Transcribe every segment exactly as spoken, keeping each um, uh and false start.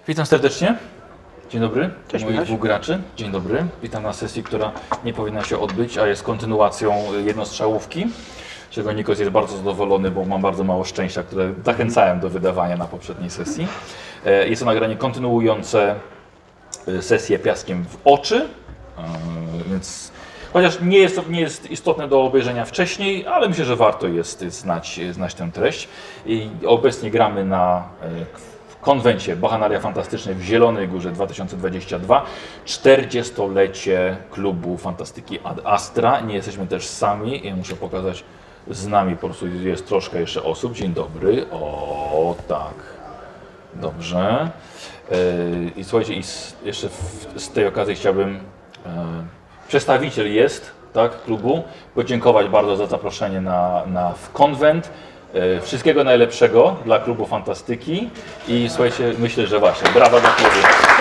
Witam serdecznie. Dzień dobry. Cześć, moich Michaś. dwóch graczy. Dzień dobry. Witam na sesji, która nie powinna się odbyć, a jest kontynuacją jednostrzałówki, czego Nikos jest bardzo zadowolony, bo mam bardzo mało szczęścia, które zachęcałem do wydawania na poprzedniej sesji. E, Jest to nagranie kontynuujące e, sesję piaskiem w oczy, e, więc chociaż nie jest to nie jest istotne do obejrzenia wcześniej, ale myślę, że warto jest znać, znać tę treść. I obecnie gramy na e, konwencie Bachanalia Fantastycznej w Zielonej Górze dwa tysiące dwudziestym drugim, czterdziestolecie klubu fantastyki Ad Astra. Nie jesteśmy też sami, ja muszę pokazać, z nami po prostu jest troszkę jeszcze osób. Dzień dobry, o tak, dobrze. Yy, I słuchajcie, i z, jeszcze w, z tej okazji chciałbym, yy, przedstawiciel jest, tak, klubu, podziękować bardzo za zaproszenie na, na w konwent. Wszystkiego najlepszego dla klubu fantastyki i słuchajcie, myślę, że właśnie, brawa dla klubu.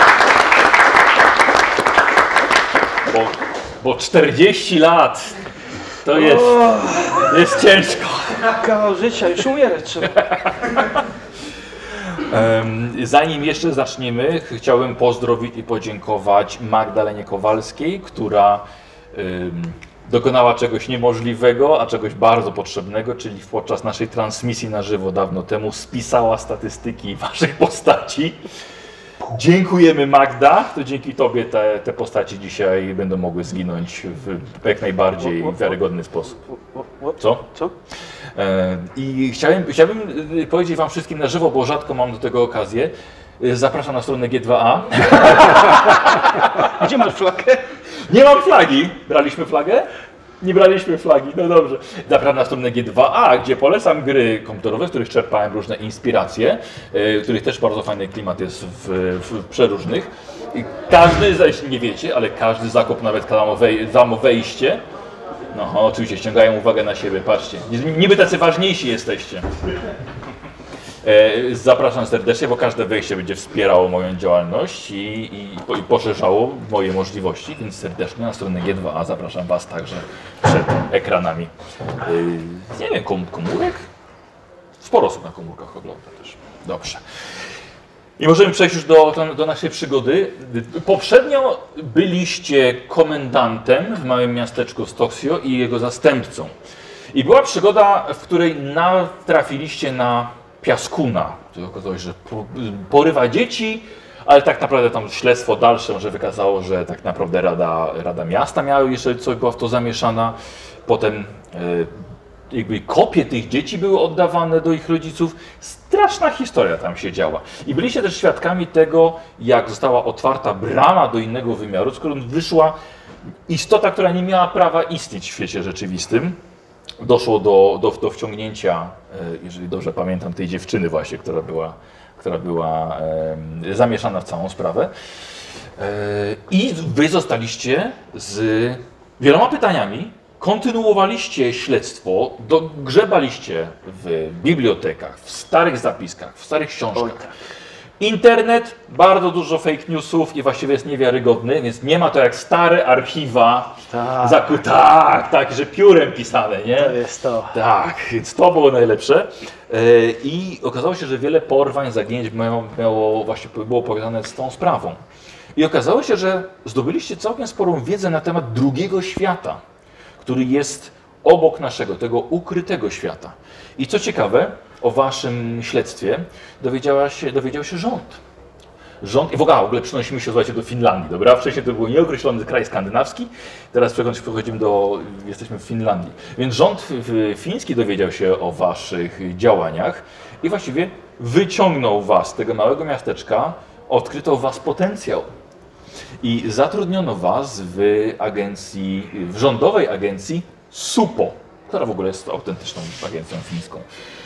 Bo, bo czterdzieści lat to jest, jest ciężko. Kawał życia, już umierać trzeba. Zanim jeszcze zaczniemy, chciałbym pozdrowić i podziękować Magdalenie Kowalskiej, która dokonała czegoś niemożliwego, a czegoś bardzo potrzebnego, czyli podczas naszej transmisji na żywo dawno temu spisała statystyki waszych postaci. Dziękujemy, Magda, to dzięki tobie te, te postaci dzisiaj będą mogły zginąć w jak najbardziej wiarygodny sposób. Co? Co? E, I chciałem, chciałbym powiedzieć wam wszystkim na żywo, bo rzadko mam do tego okazję. Zapraszam na stronę G dwa A. Gdzie masz flagę? Nie mam flagi. Braliśmy flagę? Nie braliśmy flagi, no dobrze. Zapraszam na stronę G dwa A, gdzie polecam gry komputerowe, z których czerpałem różne inspiracje, yy, których też bardzo fajny klimat jest w, w przeróżnych. I każdy, jeśli nie wiecie, ale każdy zakup, nawet samo wejście, no oczywiście ściągają uwagę na siebie, patrzcie. Niby tacy ważniejsi jesteście. Zapraszam serdecznie, bo każde wejście będzie wspierało moją działalność i, i, i poszerzało moje możliwości, więc serdecznie na stronę G dwa A zapraszam was także przed ekranami. Yy, nie wiem, kom komórek? Sporo osób na komórkach ogląda też. Dobrze. I możemy przejść już do, do naszej przygody. Poprzednio byliście komendantem w małym miasteczku Stoksio i jego zastępcą. I była przygoda, w której natrafiliście na Piaskuna, który okazało się, że porywa dzieci, ale tak naprawdę tam śledztwo dalsze, że wykazało, że tak naprawdę Rada, Rada Miasta miała jeszcze coś, była w to zamieszana. Potem e, jakby kopie tych dzieci były oddawane do ich rodziców. Straszna historia tam się działa. I byliście też świadkami tego, jak została otwarta brama do innego wymiaru, z którą wyszła istota, która nie miała prawa istnieć w świecie rzeczywistym. Doszło do, do, do wciągnięcia, jeżeli dobrze pamiętam, tej dziewczyny właśnie, która była, która była e, zamieszana w całą sprawę. E, I wy zostaliście z wieloma pytaniami, kontynuowaliście śledztwo, dogrzebaliście w bibliotekach, w starych zapiskach, w starych książkach. Oj, tak. Internet, bardzo dużo fake newsów i właściwie jest niewiarygodny, więc nie ma to jak stare archiwa. Tak. Zaku, tak, tak, że piórem pisane, nie? To jest to. Tak, więc to było najlepsze. Yy, I okazało się, że wiele porwań, zaginięć miało, miało właśnie było powiązane z tą sprawą. I okazało się, że zdobyliście całkiem sporą wiedzę na temat drugiego świata, który jest obok naszego, tego ukrytego świata. I co ciekawe, o waszym śledztwie dowiedziała się, dowiedział się rząd. Rząd, i w ogóle, w ogóle przenosimy się, słuchajcie, do Finlandii, dobra? Wcześniej to był nieokreślony kraj skandynawski, teraz przechodzimy do, jesteśmy w Finlandii. Więc rząd fiński dowiedział się o waszych działaniach i właściwie wyciągnął was z tego małego miasteczka, odkryto w was potencjał. I zatrudniono was w agencji, w rządowej agencji SUPO, która w ogóle jest autentyczną agencją fińską.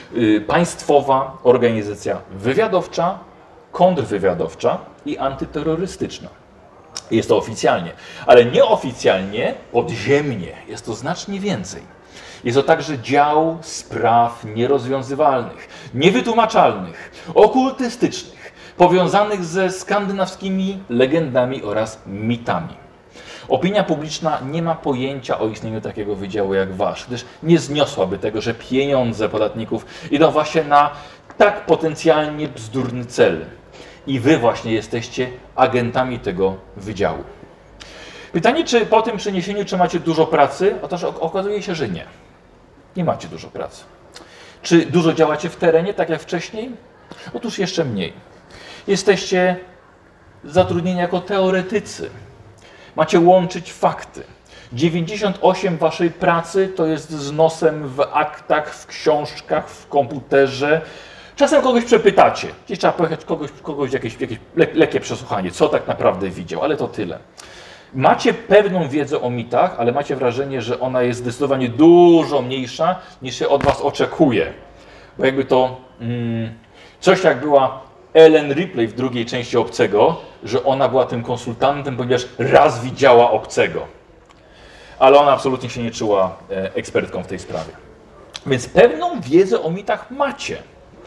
Państwowa organizacja wywiadowcza, kontrwywiadowcza i antyterrorystyczna. Jest to oficjalnie, ale nieoficjalnie, podziemnie jest to znacznie więcej. Jest to także dział spraw nierozwiązywalnych, niewytłumaczalnych, okultystycznych, powiązanych ze skandynawskimi legendami oraz mitami. Opinia publiczna nie ma pojęcia o istnieniu takiego wydziału jak wasz, gdyż nie zniosłaby tego, że pieniądze podatników idą właśnie na tak potencjalnie bzdurny cel. I wy właśnie jesteście agentami tego wydziału. Pytanie, czy po tym przeniesieniu, czy macie dużo pracy? Otóż okazuje się, że nie. Nie macie dużo pracy. Czy dużo działacie w terenie, tak jak wcześniej? Otóż jeszcze mniej. Jesteście zatrudnieni jako teoretycy. Macie łączyć fakty. dziewięćdziesiąt osiem waszej pracy to jest z nosem w aktach, w książkach, w komputerze. Czasem kogoś przepytacie. Gdzieś trzeba pojechać kogoś, kogoś jakieś, jakieś le, lekkie przesłuchanie, co tak naprawdę widział, ale to tyle. Macie pewną wiedzę o mitach, ale macie wrażenie, że ona jest zdecydowanie dużo mniejsza, niż się od was oczekuje. Bo jakby to mm, coś jak była Ellen Ripley w drugiej części Obcego, że ona była tym konsultantem, ponieważ raz widziała Obcego. Ale ona absolutnie się nie czuła e, ekspertką w tej sprawie. Więc pewną wiedzę o mitach macie.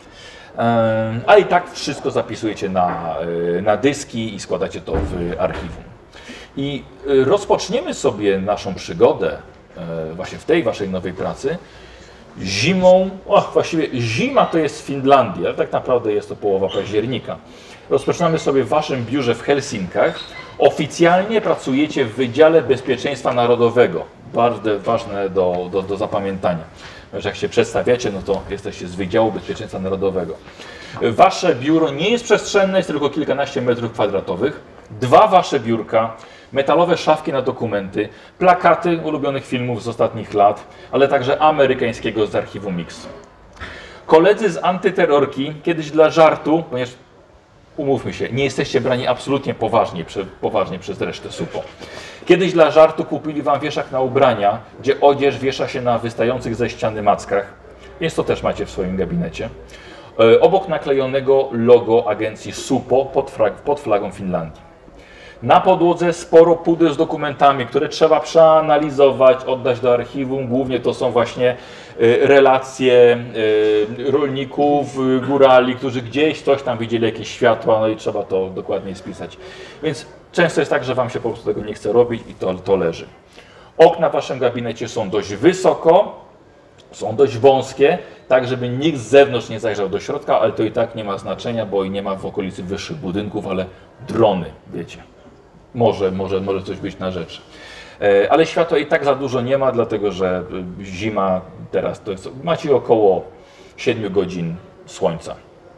E, a i tak wszystko zapisujecie na, e, na dyski i składacie to w archiwum. I e, rozpoczniemy sobie naszą przygodę e, właśnie w tej waszej nowej pracy zimą, o, właściwie zima to jest w Finlandii, ale tak naprawdę jest to połowa października. Rozpoczynamy sobie w waszym biurze w Helsinkach. Oficjalnie pracujecie w Wydziale Bezpieczeństwa Narodowego. Bardzo ważne do, do, do zapamiętania. Że jak się przedstawiacie, no to jesteście z Wydziału Bezpieczeństwa Narodowego. Wasze biuro nie jest przestrzenne, jest tylko kilkanaście metrów kwadratowych. Dwa wasze biurka, metalowe szafki na dokumenty, plakaty ulubionych filmów z ostatnich lat, ale także amerykańskiego z archiwum Mix. Koledzy z antyterrorki kiedyś dla żartu, ponieważ umówmy się, nie jesteście brani absolutnie poważnie, prze, poważnie przez resztę supo. Kiedyś dla żartu kupili wam wieszak na ubrania, gdzie odzież wiesza się na wystających ze ściany mackach, więc to też macie w swoim gabinecie. E, obok naklejonego logo agencji SUPO pod, flag, pod flagą Finlandii. Na podłodze sporo pudeł z dokumentami, które trzeba przeanalizować, oddać do archiwum. Głównie to są właśnie y, relacje y, rolników, y, górali, którzy gdzieś coś tam widzieli, jakieś światła, no i trzeba to dokładnie spisać. Więc często jest tak, że wam się po prostu tego nie chce robić i to, to leży. Okna w waszym gabinecie są dość wysoko, są dość wąskie, tak żeby nikt z zewnątrz nie zajrzał do środka, ale to i tak nie ma znaczenia, bo i nie ma w okolicy wyższych budynków, ale drony, wiecie. Może, może, może coś być na rzeczy. E, ale światła i tak za dużo nie ma, dlatego że zima teraz to jest, macie około siedmiu godzin słońca.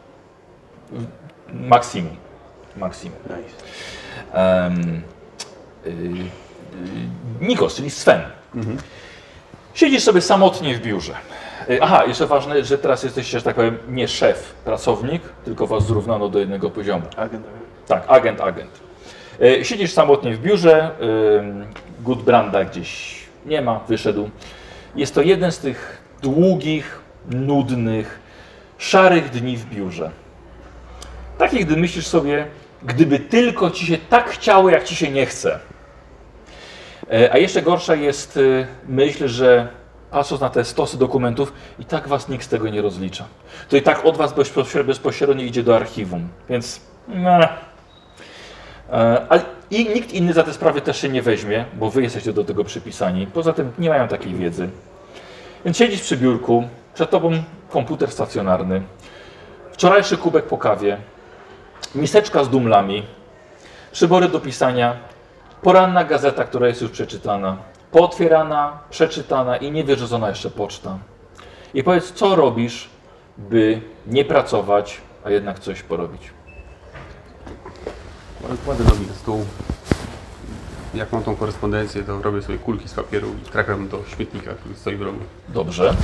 Maksimum. Maksimum. Um, y, y, Nikos, czyli Sven. Mhm. Siedzisz sobie samotnie w biurze. Aha, jeszcze ważne, że teraz jesteście, że tak powiem, nie szef, pracownik, tylko was zrównano do jednego poziomu. Agent. Tak, agent, agent. Siedzisz samotnie w biurze, Gudbranda gdzieś nie ma, wyszedł. Jest to jeden z tych długich, nudnych, szarych dni w biurze. Takich, gdy myślisz sobie, gdyby tylko ci się tak chciało, jak ci się nie chce. A jeszcze gorsza jest myśl, że patrząc na te stosy dokumentów, i tak was nikt z tego nie rozlicza. To i tak od was bezpośrednio idzie do archiwum, więc... Nah. Ale i nikt inny za te sprawy też się nie weźmie, bo wy jesteście do tego przypisani. Poza tym nie mają takiej wiedzy. Więc siedzisz przy biurku, przed tobą komputer stacjonarny, wczorajszy kubek po kawie, miseczka z dumlami, przybory do pisania, poranna gazeta, która jest już przeczytana, pootwierana, przeczytana i niewyrzucona jeszcze poczta. I powiedz, co robisz, by nie pracować, a jednak coś porobić. Kładę nogi na stół. Jak mam tą korespondencję, to robię sobie kulki z papieru i trafiam do śmietnika, który stoi w rogu. Dobrze.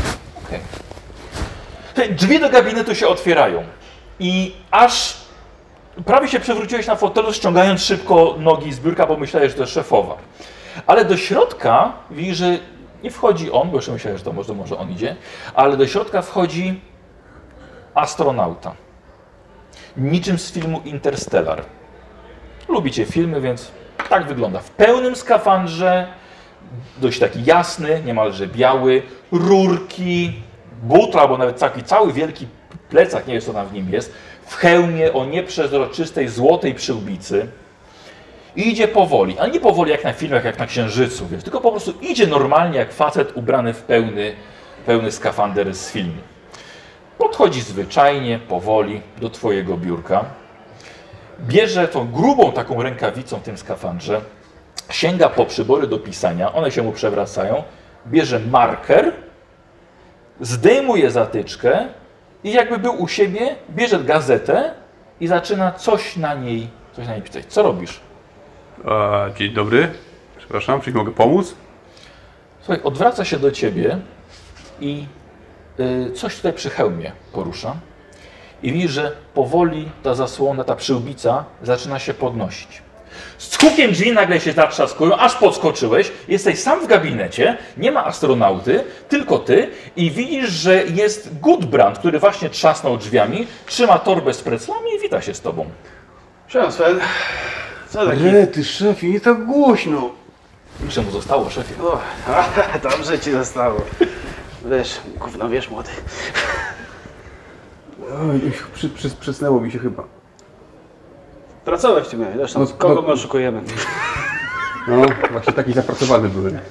Okay. Drzwi do gabinetu się otwierają i aż prawie się przewróciłeś na fotelu, ściągając szybko nogi z biurka, bo myślałeś, że to jest szefowa. Ale do środka widzisz, że nie wchodzi on, bo jeszcze myślałem, że to może, może on idzie, ale do środka wchodzi astronauta. Niczym z filmu Interstellar. Lubicie filmy, więc tak wygląda. W pełnym skafandrze, dość taki jasny, niemalże biały, rurki, but albo nawet taki cały wielki plecak, nie wiem co tam w nim jest, w hełmie o nieprzezroczystej złotej przyłbicy i idzie powoli, ale nie powoli jak na filmach, jak na Księżycu, wiesz, tylko po prostu idzie normalnie jak facet ubrany w pełny, pełny skafander z filmu. Podchodzi zwyczajnie, powoli do twojego biurka bierze tą grubą taką rękawicą w tym skafandrze, sięga po przybory do pisania, one się mu przewracają, bierze marker, zdejmuje zatyczkę i jakby był u siebie, bierze gazetę i zaczyna coś na niej, coś na niej pisać. Co robisz? A, dzień dobry. Przepraszam, czy mogę pomóc? Słuchaj, odwraca się do ciebie i y, coś tutaj przy hełmie porusza. I widzisz, że powoli ta zasłona, ta przyłbica zaczyna się podnosić. Z hukiem drzwi nagle się zatrzaskują, aż podskoczyłeś, jesteś sam w gabinecie, nie ma astronauty, tylko ty i widzisz, że jest Gudbrand, który właśnie trzasnął drzwiami, trzyma torbę z preclami i wita się z tobą. Siema, Sven. Co taki? Rety, szefie, nie tak głośno. Czemu zostało, szefie? O, dobrze ci zostało. Wiesz, gówno wiesz, młody. Oj, przy, przy, przysnęło mi się chyba. Pracować ty miałeś, zresztą No, kogo no- my oszukujemy? No, właśnie taki zapracowany byłem.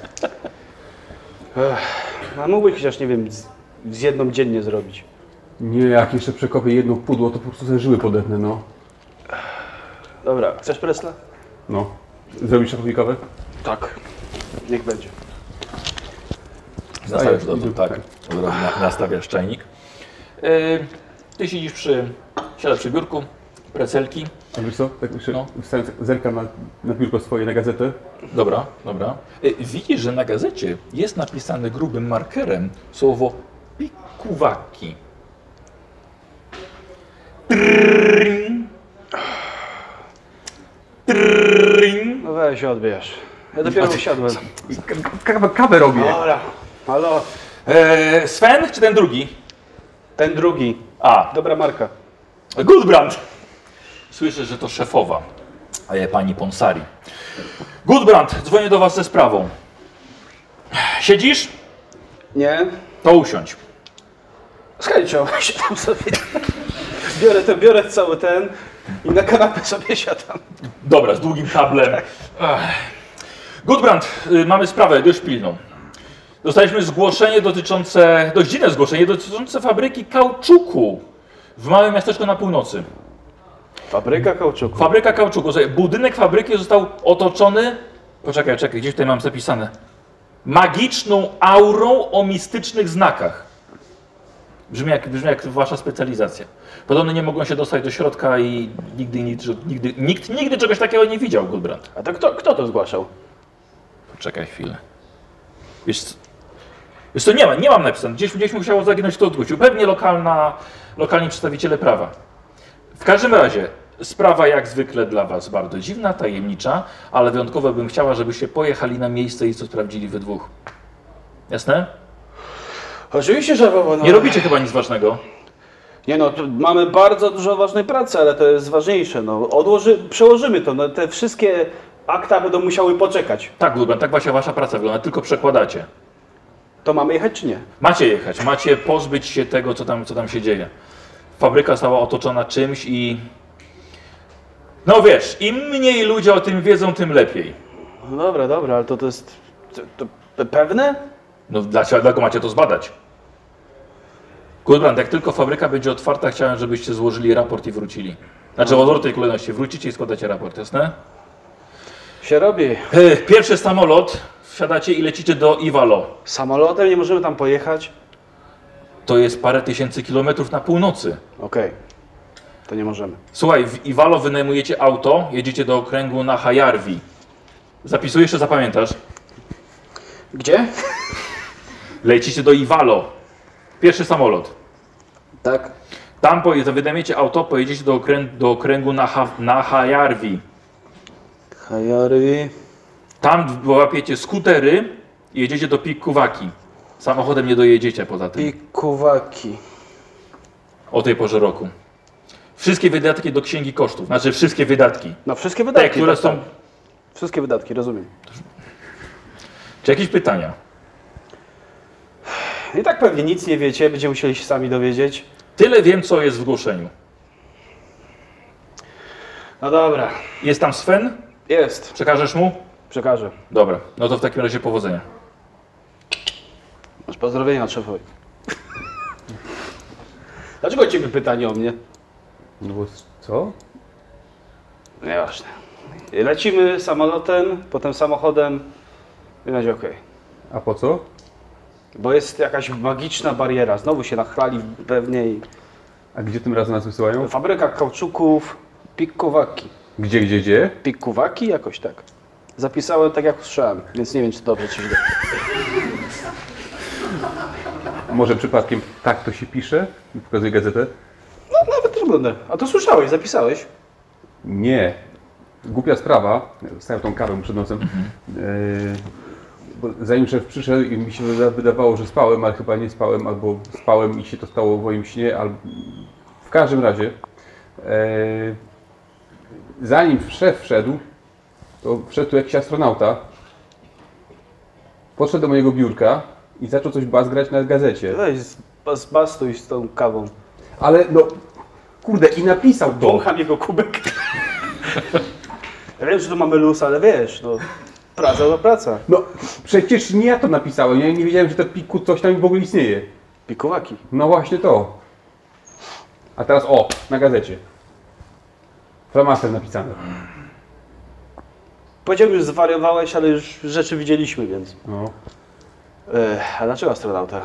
Ech, a mógłbyś chociaż, nie wiem, z, z jedną dziennie zrobić. Nie, jak jeszcze przekopię jedno pudło, to po prostu sobie żyły podetnę, no. Dobra, chcesz presla? No. Zrobisz szefowi kawę? Tak. Niech będzie. Nastawiasz Daję, do idę, tak, tak. od razu na- nastawiasz czajnik. Yy, ty siedzisz przy, siadasz przy biurku, precelki. A wiesz co? Tak jeszcze No. wstając, zerkam na, na biurko swoje, na gazetę. Dobra, dobra. Yy, widzisz, że na gazecie jest napisane grubym markerem słowo pikuwaki. Trrrring. Trrrring. No weź, odbierz. Ja dopiero usiadłem. Kawę, kawę robię! Dobra, halo. Eee, Sven czy ten drugi? Ten drugi. A, Dobra marka. Gudbrand. Słyszę, że to szefowa, a ja pani Ponsari. Gudbrand, dzwonię do was ze sprawą. Siedzisz? Nie? To usiądź. Z chęcią siadam sobie. Biorę ten, biorę cały ten i na kanapę sobie siadam. Dobra, z długim kablem. Ech. Gudbrand, y, mamy sprawę dość pilną. Dostaliśmy zgłoszenie dotyczące, dość dziwne zgłoszenie dotyczące fabryki kauczuku w małym miasteczku na północy. Fabryka kauczuku. Fabryka kauczuku. Słuchaj, budynek fabryki został otoczony, poczekaj, czekaj, gdzieś tutaj mam zapisane, magiczną aurą o mistycznych znakach. Brzmi jak, brzmi jak wasza specjalizacja. Podobno nie mogą się dostać do środka i nigdy, nigdy, nigdy, nikt nigdy czegoś takiego nie widział, Gudbrand. A to kto, kto to zgłaszał? Poczekaj chwilę. Wiesz, co- wiesz co, nie, ma, nie mam napisane. Gdzieś, gdzieś musiało zaginąć, kto odgłosił. Pewnie lokalna, lokalni przedstawiciele prawa. W każdym razie, sprawa jak zwykle dla was bardzo dziwna, tajemnicza, ale wyjątkowo bym chciała, żebyście pojechali na miejsce i to sprawdzili we dwóch. Jasne? Oczywiście, że no. Nie robicie chyba nic ważnego. Nie no, tu mamy bardzo dużo ważnej pracy, ale to jest ważniejsze. No. Odłoży, przełożymy to. No, te wszystkie akta będą musiały poczekać. Tak, Gudbrand, tak właśnie wasza praca wygląda, tylko przekładacie. To mamy jechać czy nie? Macie jechać, macie pozbyć się tego, co tam, co tam się dzieje. Fabryka została otoczona czymś i... No wiesz, im mniej ludzie o tym wiedzą, tym lepiej. No dobra, dobra, ale to, to jest to, to pe- pewne? No dlaczego, dlaczego macie to zbadać? Gudbrand, jak tylko fabryka będzie otwarta, chciałem, żebyście złożyli raport i wrócili. Znaczy w odwrotnej kolejności, wrócicie i składacie raport, jasne? Się robi. E, Pierwszy samolot, wsiadacie i lecicie do Ivalo. Samolotem nie możemy tam pojechać? To jest parę tysięcy kilometrów na północy. Okej. To nie możemy. Słuchaj, w Ivalo wynajmujecie auto, jedziecie do okręgu na Hajarvi. Zapisujesz, czy zapamiętasz? Gdzie? Lecicie do Ivalo. Pierwszy samolot. Tak. Tam poje- wynajmiecie auto, pojedziecie do, okrę do okręgu na, ha na Hajarvi. Hajarvi. Tam łapiecie skutery i jedziecie do Pikuwaki. Samochodem nie dojedziecie poza tym. Pikuwaki. O tej porze roku. Wszystkie wydatki do księgi kosztów. Znaczy wszystkie wydatki. No wszystkie wydatki. Te, które tak, są... tak. Wszystkie wydatki, rozumiem. Czy jakieś pytania? I tak pewnie nic nie wiecie, będziemy musieli się sami dowiedzieć. Tyle wiem, co jest w zgłoszeniu. No dobra. Jest tam Sven? Jest. Przekażesz mu? Przekażę. Dobra. No to w takim razie powodzenia. Masz pozdrowienia od szefowej. Dlaczego ciebie pytanie o mnie? No bo co? Nieważne. Lecimy samolotem, potem samochodem i będzie okej. A po co? Bo jest jakaś magiczna bariera. Znowu się nachlali pewnie i... A gdzie tym razem nas wysyłają? Fabryka kauczuków, Pikkowaki. Gdzie, gdzie, gdzie? Pikkowaki? Jakoś tak. Zapisałem tak jak usłyszałem, więc nie wiem czy dobrze czy źle. Może przypadkiem tak to się pisze? I pokazuje gazetę? No nawet wygląda. A to słyszałeś, zapisałeś? Nie. Głupia sprawa. Dostałem tą kawę przed nosem. Yy, bo zanim szef przyszedł i mi się wyda- wydawało, że spałem, ale chyba nie spałem, albo spałem i się to stało w moim śnie, albo... W każdym razie, yy, zanim szef wszedł, to wszedł tu jakiś astronauta, podszedł do mojego biurka i zaczął coś bazgrać na gazecie. Weź, bas, bastuj z tą kawą. Ale no, kurde, i napisał to. Wącham jego kubek. Ja wiem, że tu mamy luz, ale wiesz, no... Praca to praca. No, przecież nie ja to napisałem, ja nie wiedziałem, że to piku coś tam w ogóle istnieje. Pikkowaki. No właśnie to. A teraz o, na gazecie. Flamaster napisane. Powiedziałbym, że zwariowałeś, ale już rzeczy widzieliśmy, więc... No. Ech, a dlaczego astronauta?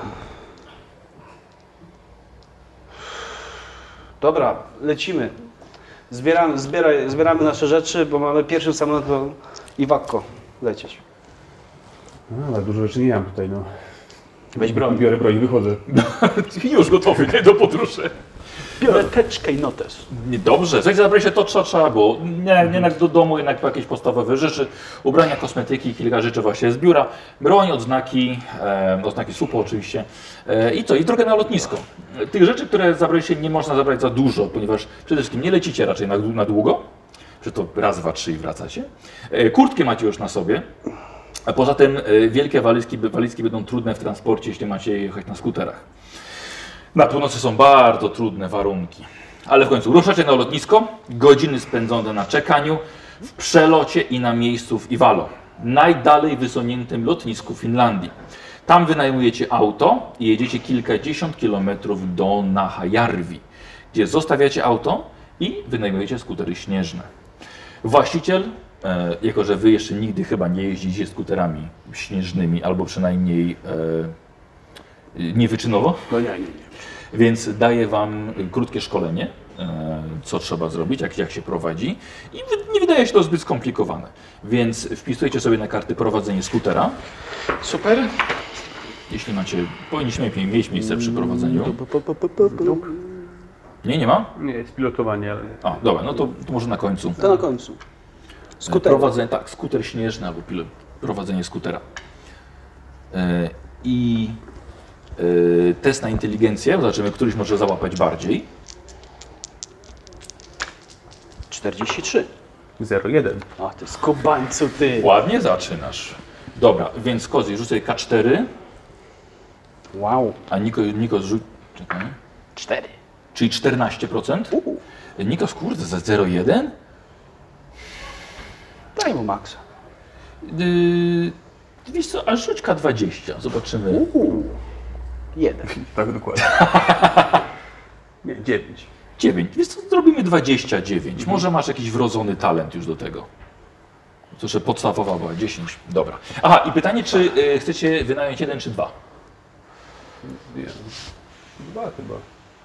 Dobra, lecimy. Zbieramy, zbieraj, zbieramy nasze rzeczy, bo mamy pierwszym samolotem do Iwakko lecieć. No, ale dużo rzeczy nie mam tutaj, no. Weź broń. Biorę broń, wychodzę. Już gotowy nie, do podróży. Biorę teczkę i notes. Nie, dobrze, coś zabrać się to trzeba, trzeba było. Nie, nie jednak do domu, jednak po jakieś podstawowe rzeczy, ubrania, kosmetyki, kilka rzeczy właśnie z biura, broń, odznaki, e, odznaki supo oczywiście e, i co, i drogę na lotnisko. Tych rzeczy, które zabraliście, nie można zabrać za dużo, ponieważ przede wszystkim nie lecicie raczej na, na długo, że to raz, dwa, trzy i wracacie. E, kurtkę macie już na sobie. A poza tym e, wielkie walizki, walizki będą trudne w transporcie, jeśli macie jechać na skuterach. Na północy są bardzo trudne warunki. Ale w końcu ruszacie na lotnisko, godziny spędzone na czekaniu, w przelocie i na miejscu w Iwalo, najdalej wysuniętym lotnisku Finlandii. Tam wynajmujecie auto i jedziecie kilkadziesiąt kilometrów do Nahajärvi, gdzie zostawiacie auto i wynajmujecie skutery śnieżne. Właściciel, e, jako że wy jeszcze nigdy chyba nie jeździcie skuterami śnieżnymi, albo przynajmniej e, niewyczynowo, No nie, nie, nie. więc daje wam krótkie szkolenie, e, co trzeba zrobić, jak, jak się prowadzi i wy- nie wydaje się to zbyt skomplikowane. Więc wpisujecie sobie na karty prowadzenie skutera. Super. Jeśli macie, powinniśmy mieć miejsce przy prowadzeniu. Nie, nie ma? Nie, jest pilotowanie, ale... A, dobra, no to, to może na końcu. To na końcu. Skuter. Prowadzenie, tak, skuter śnieżny albo pilo- prowadzenie skutera. E, I e, test na inteligencję, zobaczymy, któryś może załapać bardziej. czterdzieści trzy. zero jeden. A ty skubańcu ty. Ładnie zaczynasz. Dobra, więc Kozy, rzucaj K cztery, Wow. a Niko, Niko rzuć... Czekaj. cztery. Czyli czternaście procent. Uhu. Nikos, kurde, za zero jeden? Daj mu maksa. Yy, wiesz co, a rzuć K dwadzieścia, zobaczymy. Uhu. Jeden. Tak, dokładnie. Nie, dziewięć. dziewięć, wiesz co, zrobimy dwadzieścia dziewięć. Może masz jakiś wrodzony talent już do tego. To, że podstawowa była dziesięć. Dobra. Aha, i pytanie, czy y, chcecie wynająć jeden czy dwa? Nie. Dwa chyba.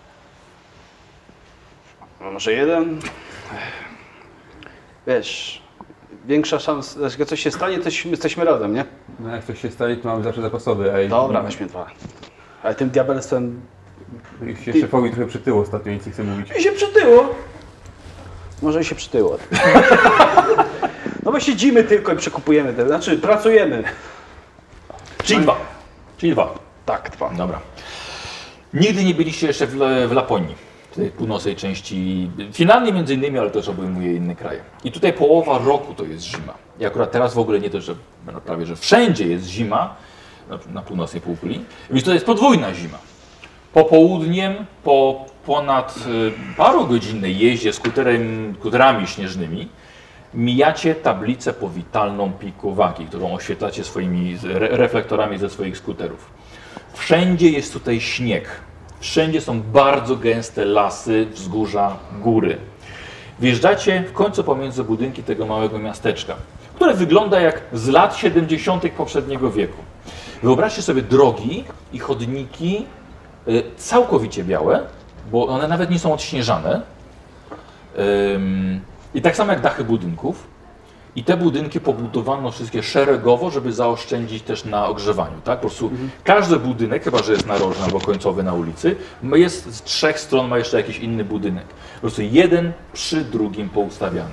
No może jeden. Wiesz, większa szansa, jak coś się stanie, to jesteśmy razem, nie? No jak coś się stanie, to mamy zawsze zapasowy, a Dobra, weźmy dwa. Ale tym diabelstwem już się szefowi trochę przytyło ostatnio, nic nie chcę mówić. i się przytyło. Może i się przytyło. No bo siedzimy tylko i przekupujemy te, znaczy pracujemy. Czyli dwa. Czyli dwa. Tak, dwa. Dobra. Nigdy nie byliście jeszcze w, w Laponii, w tej północnej części Finlandii między innymi, ale też obejmuje inne kraje. I tutaj połowa roku to jest zima. I akurat teraz w ogóle nie to, że prawie, że wszędzie jest zima, na, na północnej półkuli, więc to jest podwójna zima. Popołudniem, po ponad y, parogodzinnej jeździe skuterem, skuterami śnieżnymi, mijacie tablicę powitalną Pikkowaki, którą oświetlacie swoimi re reflektorami ze swoich skuterów. Wszędzie jest tutaj śnieg. Wszędzie są bardzo gęste lasy, wzgórza, góry. Wjeżdżacie w końcu pomiędzy budynki tego małego miasteczka, które wygląda jak z lat siedemdziesiątych poprzedniego wieku. Wyobraźcie sobie drogi i chodniki y, całkowicie białe, bo one nawet nie są odśnieżane. Ym, I tak samo jak dachy budynków. I te budynki pobudowano wszystkie szeregowo, żeby zaoszczędzić też na ogrzewaniu. Tak? Po prostu każdy budynek, chyba że jest narożny albo końcowy na ulicy, jest z trzech stron, ma jeszcze jakiś inny budynek. Po prostu jeden przy drugim poustawiane.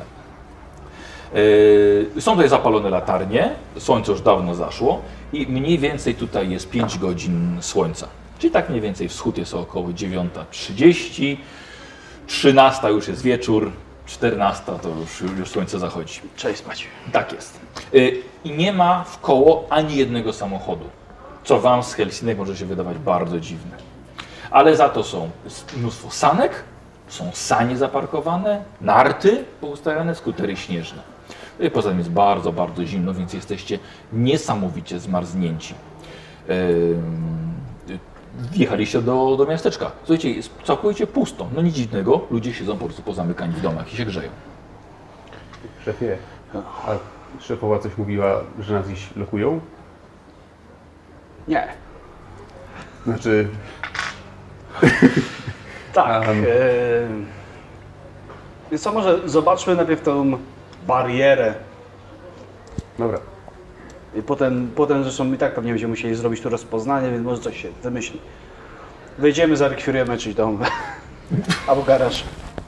Yy, są tutaj zapalone latarnie, słońce już dawno zaszło i mniej więcej tutaj jest pięć godzin słońca. Czyli tak mniej więcej wschód jest około dziewiąta trzydzieści, trzynasta już jest wieczór, czternasta to już, już słońce zachodzi. Cześć spać. Tak jest. Yy, I nie ma w koło ani jednego samochodu, co wam z Helsinek może się wydawać bardzo dziwne. Ale za to są mnóstwo sanek, są sanie zaparkowane, narty poustawiane, skutery śnieżne. I poza tym jest bardzo, bardzo zimno, więc jesteście niesamowicie zmarznięci. Yy, wjechaliście do, do miasteczka. Słuchajcie, jest całkowicie pusto. No nic dziwnego, ludzie siedzą po prostu pozamykani w domach i się grzeją. Szefie, a szefowa coś mówiła, że nas gdzieś lokują? Nie. Znaczy, Tak. Um. Yy... Więc co, może zobaczmy najpierw tą barierę. dobra. I potem, potem zresztą i tak pewnie będziemy musieli zrobić to rozpoznanie, więc może coś się wymyśli. Wejdziemy, zarekwirujemy czyjś dom. Albo garaż.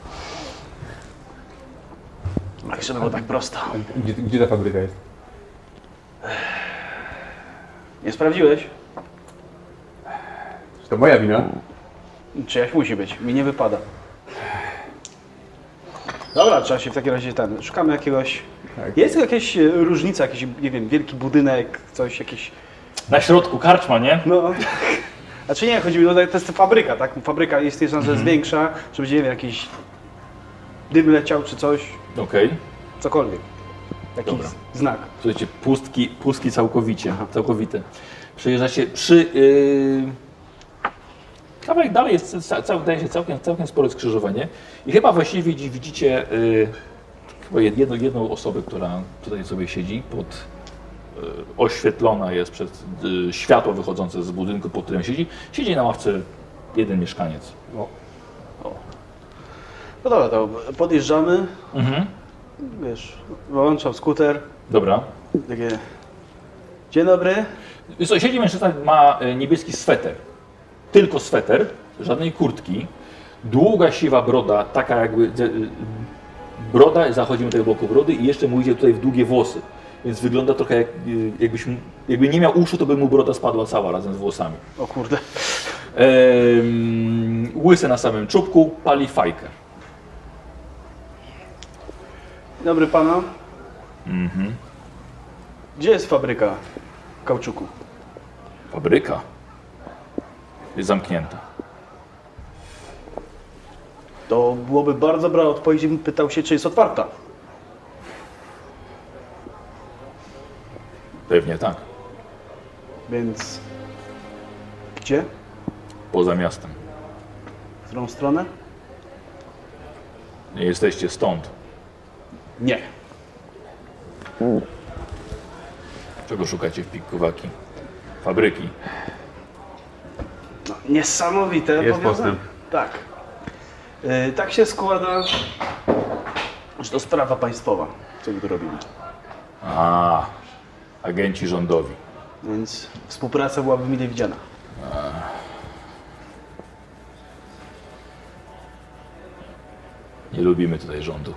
Tak, żeby było tak prosto. A Gdzie, gdzie ta fabryka jest? Nie sprawdziłeś? Czy to moja wina? Czyjaś musi być, mi nie wypada. Dobra, trzeba się w takim razie ten. Szukamy jakiegoś. Tak. Jest jakaś e, różnica, jakiś, nie wiem, wielki budynek, coś, jakiś. Na środku karczma, nie? No. Znaczy nie, chodzi mi o to, to jest fabryka, tak? Fabryka jest jest szansa, że jest większa, że będzie, nie wiem, jakiś dym leciał czy coś, Okej. cokolwiek. Taki Dobra. znak. Słuchajcie, pustki, pustki całkowicie, całkowite. Przejeżdżacie przy... Yy... Kawałek dalej jest, ca, ca, wydaje się, całkiem, całkiem spore skrzyżowanie. I chyba właściwie widzi, widzicie yy, chyba jedną, jedną osobę, która tutaj sobie siedzi, pod, yy, oświetlona jest przez yy, światło wychodzące z budynku, pod którym siedzi. Siedzi na ławce jeden mieszkaniec. O. O. No dobra, to podjeżdżamy, Mhm. wiesz, wyłączam skuter, Dobra. takie... Dzień dobry. Wiesz co, siedzi mężczyzna, ma e, niebieski sweter. Tylko sweter, żadnej kurtki. Długa, siwa broda, taka jakby... e, e, Broda, zachodzi mu tego boku brody i jeszcze mu idzie tutaj w długie włosy. Więc wygląda trochę jak, e, jakbyś, mu- jakby nie miał uszu, to by mu broda spadła cała razem z włosami. O kurde. Ehm, łysy na samym czubku, pali fajkę. Dzień dobry pana. Mhm. Gdzie jest fabryka kauczuku? Fabryka jest zamknięta. To byłoby bardzo dobra odpowiedź, gdybym pytał się, czy jest otwarta. Pewnie tak. Więc... Gdzie? Poza miastem. W którą stronę? Nie jesteście stąd. Nie. Czego szukacie w Pikkowaki? Fabryki. No, niesamowite Jest powiązanie. postęp. Tak. Yy, tak się składa, że to sprawa państwowa, co my tu robimy. A, agenci rządowi. Więc współpraca byłaby mile widziana. Nie lubimy tutaj rządu.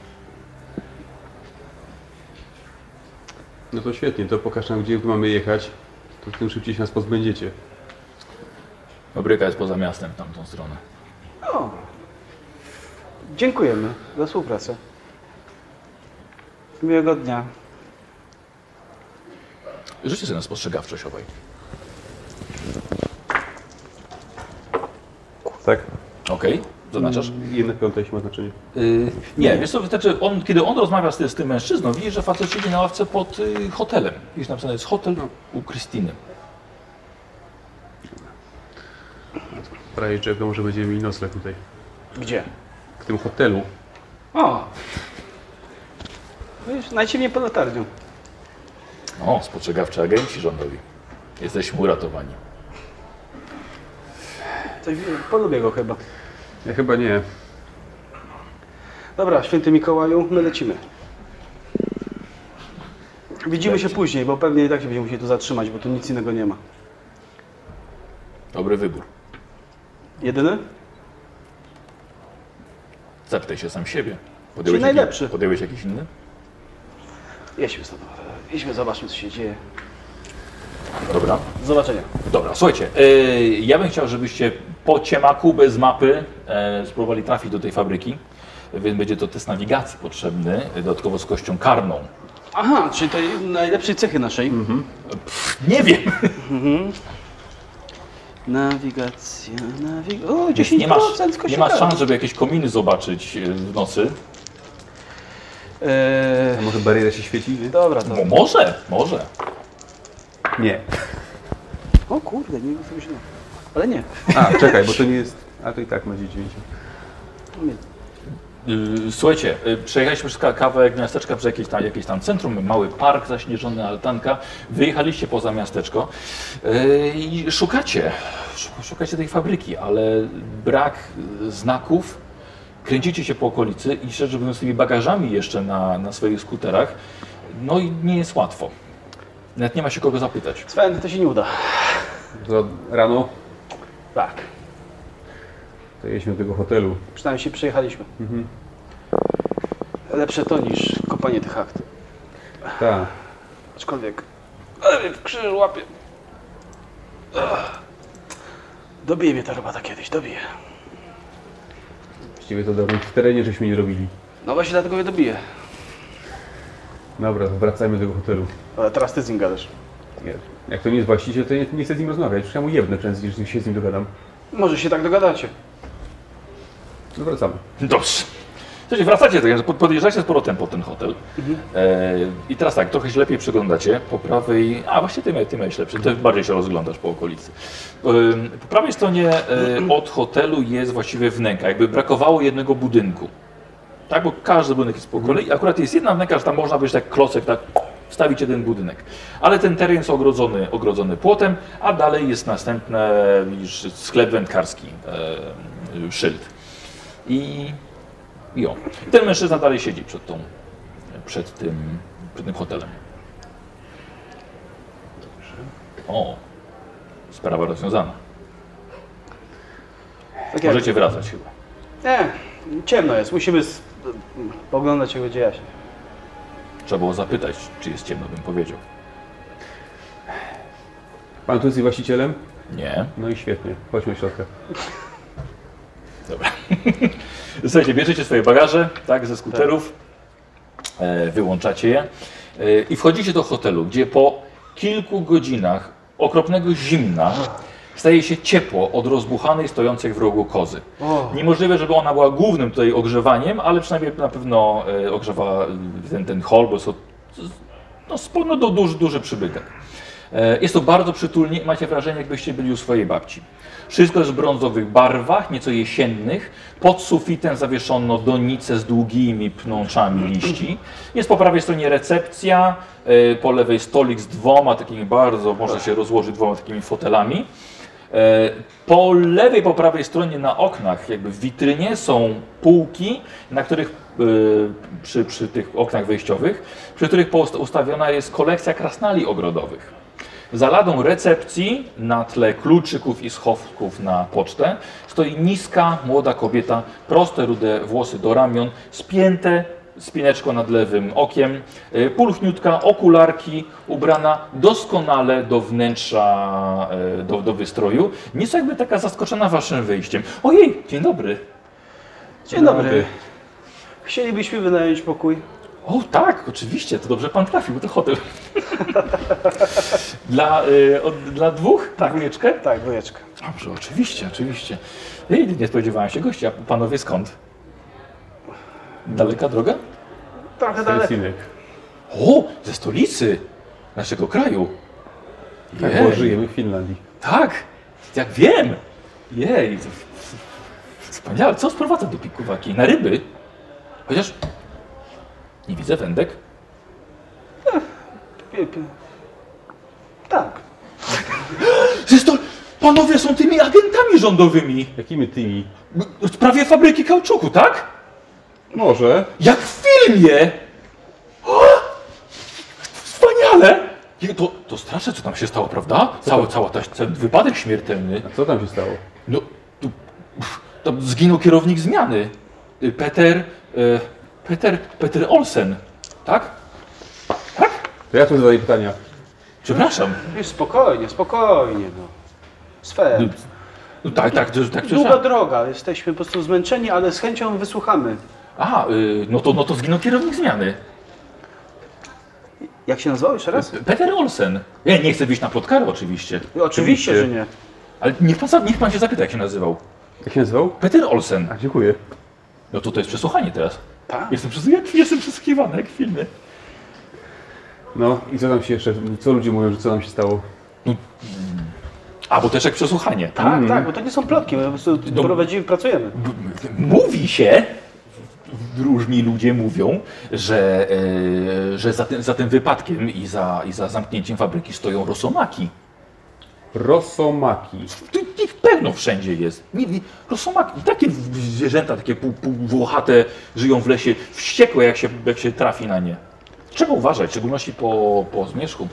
No to świetnie, to pokaż nam, gdzie mamy jechać, to tym szybciej się nas pozbędziecie. Fabryka jest poza miastem, w tamtą stronę. O, dziękujemy za współpracę. Miłego dnia. Rzućcie sobie na spostrzegawczość obaj. Tak? Okej, zaznaczasz? Jedna piąta, jeśli ma znaczenie. Yy, nie, wiesz co, wystarczy, on, kiedy on rozmawia z, ty- z tym mężczyzną, widzi, że facet siedzi na ławce pod y, hotelem. Widzisz, napisane jest hotel u Krystyny. Prawie czego może będziemy mieli nocleg tutaj. Gdzie? W tym hotelu. O! Wiesz, najciemniej pod latarnią. O, spostrzegawczy agenci rządowi. Jesteśmy uratowani. Coś, polubię go chyba. Ja chyba nie. Dobra, święty Mikołaju, my lecimy. Widzimy się później, bo pewnie i tak się będziemy musieli tu zatrzymać, bo tu nic innego nie ma. Dobry wybór. Jedyny? Zapytaj się sam siebie. Czyli najlepszy. Jakiś, podjąłeś jakiś inny? Jedźmy stąd. Idźmy, zobaczmy co się dzieje. Dobra. Do zobaczenia. Dobra, słuchajcie, yy, ja bym chciał, żebyście po ciemaku, bez mapy yy, spróbowali trafić do tej fabryki. Więc będzie to test nawigacji potrzebny, dodatkowo z kością karną. Aha, czyli tej najlepszej cechy naszej. Mhm. Pff, nie wiem. Mhm. Nawigacja, nawigacja. O, Nie dziesięć procent masz, z kością nie masz karną. szans, żeby jakieś kominy zobaczyć yy, w nocy. Eee, A może bariera się świeci? Nie? dobra, to. No, może, może. Nie. O kurde, nie wiem co myślałem. Ale nie. A, czekaj, bo to nie jest... A to i tak ma dziewięć. nie. Yy, Słuchajcie, yy, przejechaliśmy przez ka- kawałek miasteczka, przez jakieś tam, jakieś tam centrum, mały park zaśnieżony, altanka. Wyjechaliście poza miasteczko yy, i szukacie, szu- szukacie tej fabryki, ale brak yy, znaków. Kręcicie się po okolicy i szczerze mówiąc z tymi bagażami jeszcze na, na swoich skuterach, no i nie jest łatwo. Nawet nie ma się kogo zapytać. Sven, to się nie uda. To rano Tak. to jedźmy do tego hotelu. Przynajmniej się przejechaliśmy. Mhm. Lepsze to niż kopanie tych akt. Tak. Aczkolwiek. Ale w krzyż łapie. Ach. Dobije mnie ta robota kiedyś, dobije. Właściwie to dawno w terenie żeśmy nie robili. No właśnie dlatego mnie dobije. Dobra, to wracajmy do tego hotelu. Ale teraz ty z nim gadasz. Nie. Jak to nie jest właściciel, to nie, nie chcę z nim rozmawiać. Przecież ja mu jebnę prędzej, niż się z nim dogadam. Może się tak dogadacie. No wracamy. Dobrze. Słuchajcie, wracacie, tak, że pod- podjeżdżacie z powrotem pod ten hotel. E, I teraz tak, trochę się lepiej przyglądacie. Po prawej... A właśnie ty, ty miałeś lepszy, ty bardziej się rozglądasz po okolicy. E, po prawej stronie e, od hotelu jest właściwie wnęka. Jakby brakowało jednego budynku. Tak, bo każdy budynek jest po kolei. I akurat jest jedna wnęka, że tam można być tak klocek, tak wstawić jeden budynek. Ale ten teren jest ogrodzony, ogrodzony płotem, a dalej jest następne widzisz, sklep wędkarski, e, szyld. I, i o. Ten mężczyzna dalej siedzi przed tą, przed tym, przed tym hotelem. O, sprawa rozwiązana. Tak jak- Możecie wracać chyba. Nie, ciemno jest. Musimy s- poglądać jego dzieje się. Trzeba było zapytać, czy jest ciemno, bym powiedział. Pan tu jest właścicielem? Nie. No i świetnie. Chodźmy do środka. Dobra. Słuchajcie, bierzecie swoje bagaże, tak, ze skuterów, e, wyłączacie je e, i wchodzicie do hotelu, gdzie po kilku godzinach okropnego zimna staje się ciepło od rozbuchanej, stojącej w rogu kozy. O. Niemożliwe, żeby ona była głównym tutaj ogrzewaniem, ale przynajmniej na pewno e, ogrzewa ten, ten hol, bo jest to no, spo- no, do, duży, duży przybytek. E, Jest to bardzo przytulnie i macie wrażenie, jakbyście byli u swojej babci. Wszystko jest w brązowych barwach, nieco jesiennych. Pod sufitem zawieszono donice z długimi pnączami liści. Jest po prawej stronie recepcja, e, po lewej stolik z dwoma takimi bardzo, można się rozłożyć dwoma takimi fotelami. E, Po lewej, po prawej stronie na oknach, jakby w witrynie są półki, na których e, przy, przy tych oknach wejściowych, przy których post- ustawiona jest kolekcja krasnali ogrodowych. Za ladą recepcji, na tle kluczyków i schowków na pocztę, stoi niska, młoda kobieta, proste, rude włosy do ramion, spięte, spineczką nad lewym okiem, y, pulchniutka, okularki, ubrana doskonale do wnętrza, y, do, do wystroju. Nieco jakby taka zaskoczona waszym wyjściem. Ojej, dzień dobry. Dzień dobry. Chcielibyśmy wynająć pokój. O tak, oczywiście, to dobrze pan trafił, to hotel. dla, y, od, dla dwóch? Tak, dwójeczkę? Tak, dwójeczka. Dobrze, oczywiście, oczywiście. Ej, nie spodziewałem się gości, a panowie skąd? Daleka droga? Trochę daleko. Synek. O, ze stolicy naszego kraju. Tak, Jej. bo żyjemy w Finlandii. Tak, jak wiem. Jej, to wspaniale. Co sprowadza do Pikuwaki? Na ryby? Chociaż nie widzę wędek. Pie- pie- Tak. Zresztą panowie są tymi agentami rządowymi. Jakimi tymi? W sprawie fabryki kauczuku, tak? Może. Jak w filmie! O! Wspaniale! Je- To, to straszne, co tam się stało, prawda? Cały, cała ta, ten wypadek śmiertelny. A co tam się stało? No, tu, tam zginął kierownik zmiany. Y, Peter... Y, Peter... Peter Olsen. Tak? Tak? To ja tu zadaję pytania. Przepraszam. Już spokojnie, spokojnie. No. Sfer. No, no tak, tak, tak, tak Długa przepraszam. droga, jesteśmy po prostu zmęczeni, ale z chęcią wysłuchamy. A, y, no to, no to zginął kierownik zmiany. Jak się nazywał jeszcze raz? Peter Olsen. Ja nie chcę wyjść na plotkarę oczywiście. Oczywiście, że nie. Ale niech pan, sam- niech pan się zapyta, jak się nazywał. Jak się nazywał? Peter Olsen. A, dziękuję. No to to jest przesłuchanie teraz. Tak. Jestem, przes- jak, jestem przesłuchiwany, jak w filmie. No i co tam się jeszcze, co ludzie mówią, że co nam się stało? A, bo też jak przesłuchanie. Tak, tak, bo to nie są plotki, my po prostu No. prowadzimy, pracujemy. B- b- Mówi się, różni ludzie mówią, że, e, że za, tym, za tym wypadkiem i za, i za zamknięciem fabryki stoją rosomaki. Rosomaki. Tu- Ich pełno wszędzie jest. Nie- nie- Rosomaki, takie w- zwierzęta, takie pół, półwłochate, żyją w lesie, wściekłe jak się, jak się trafi na nie. Trzeba uważać, w szczególności po, po zmierzchu.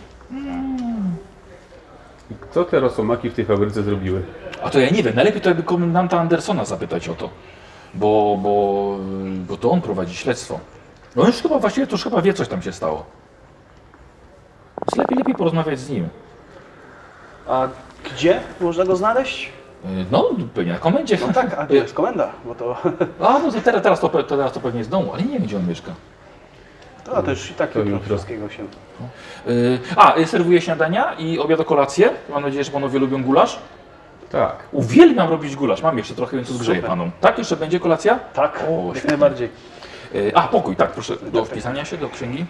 I co te rosomaki w tej fabryce zrobiły? A to ja nie wiem, najlepiej to jakby komendanta Andersona zapytać o to. Bo, bo, bo to on prowadzi śledztwo. No już chyba właściwie to już chyba wie, coś tam się stało. Więc lepiej, lepiej porozmawiać z nim. A gdzie można go znaleźć? Yy, No, pewnie na komendzie. No tak, a to jest komenda, bo to, A, no to teraz, teraz, to, pe- teraz to pewnie z domu, ale nie wiem, gdzie on mieszka. to, to już i tak To jutro jutro. wszystkiego się... Yy, a, y, serwuję śniadania i obiad o kolację. Mam nadzieję, że panowie lubią gulasz. Tak. Uwielbiam robić gulasz. Mam jeszcze trochę, więc odgrzeję Super. panom. Tak, jeszcze będzie kolacja? Tak, O, jak świetnie. najbardziej. Yy, a, pokój, tak, proszę, do wpisania się do księgi.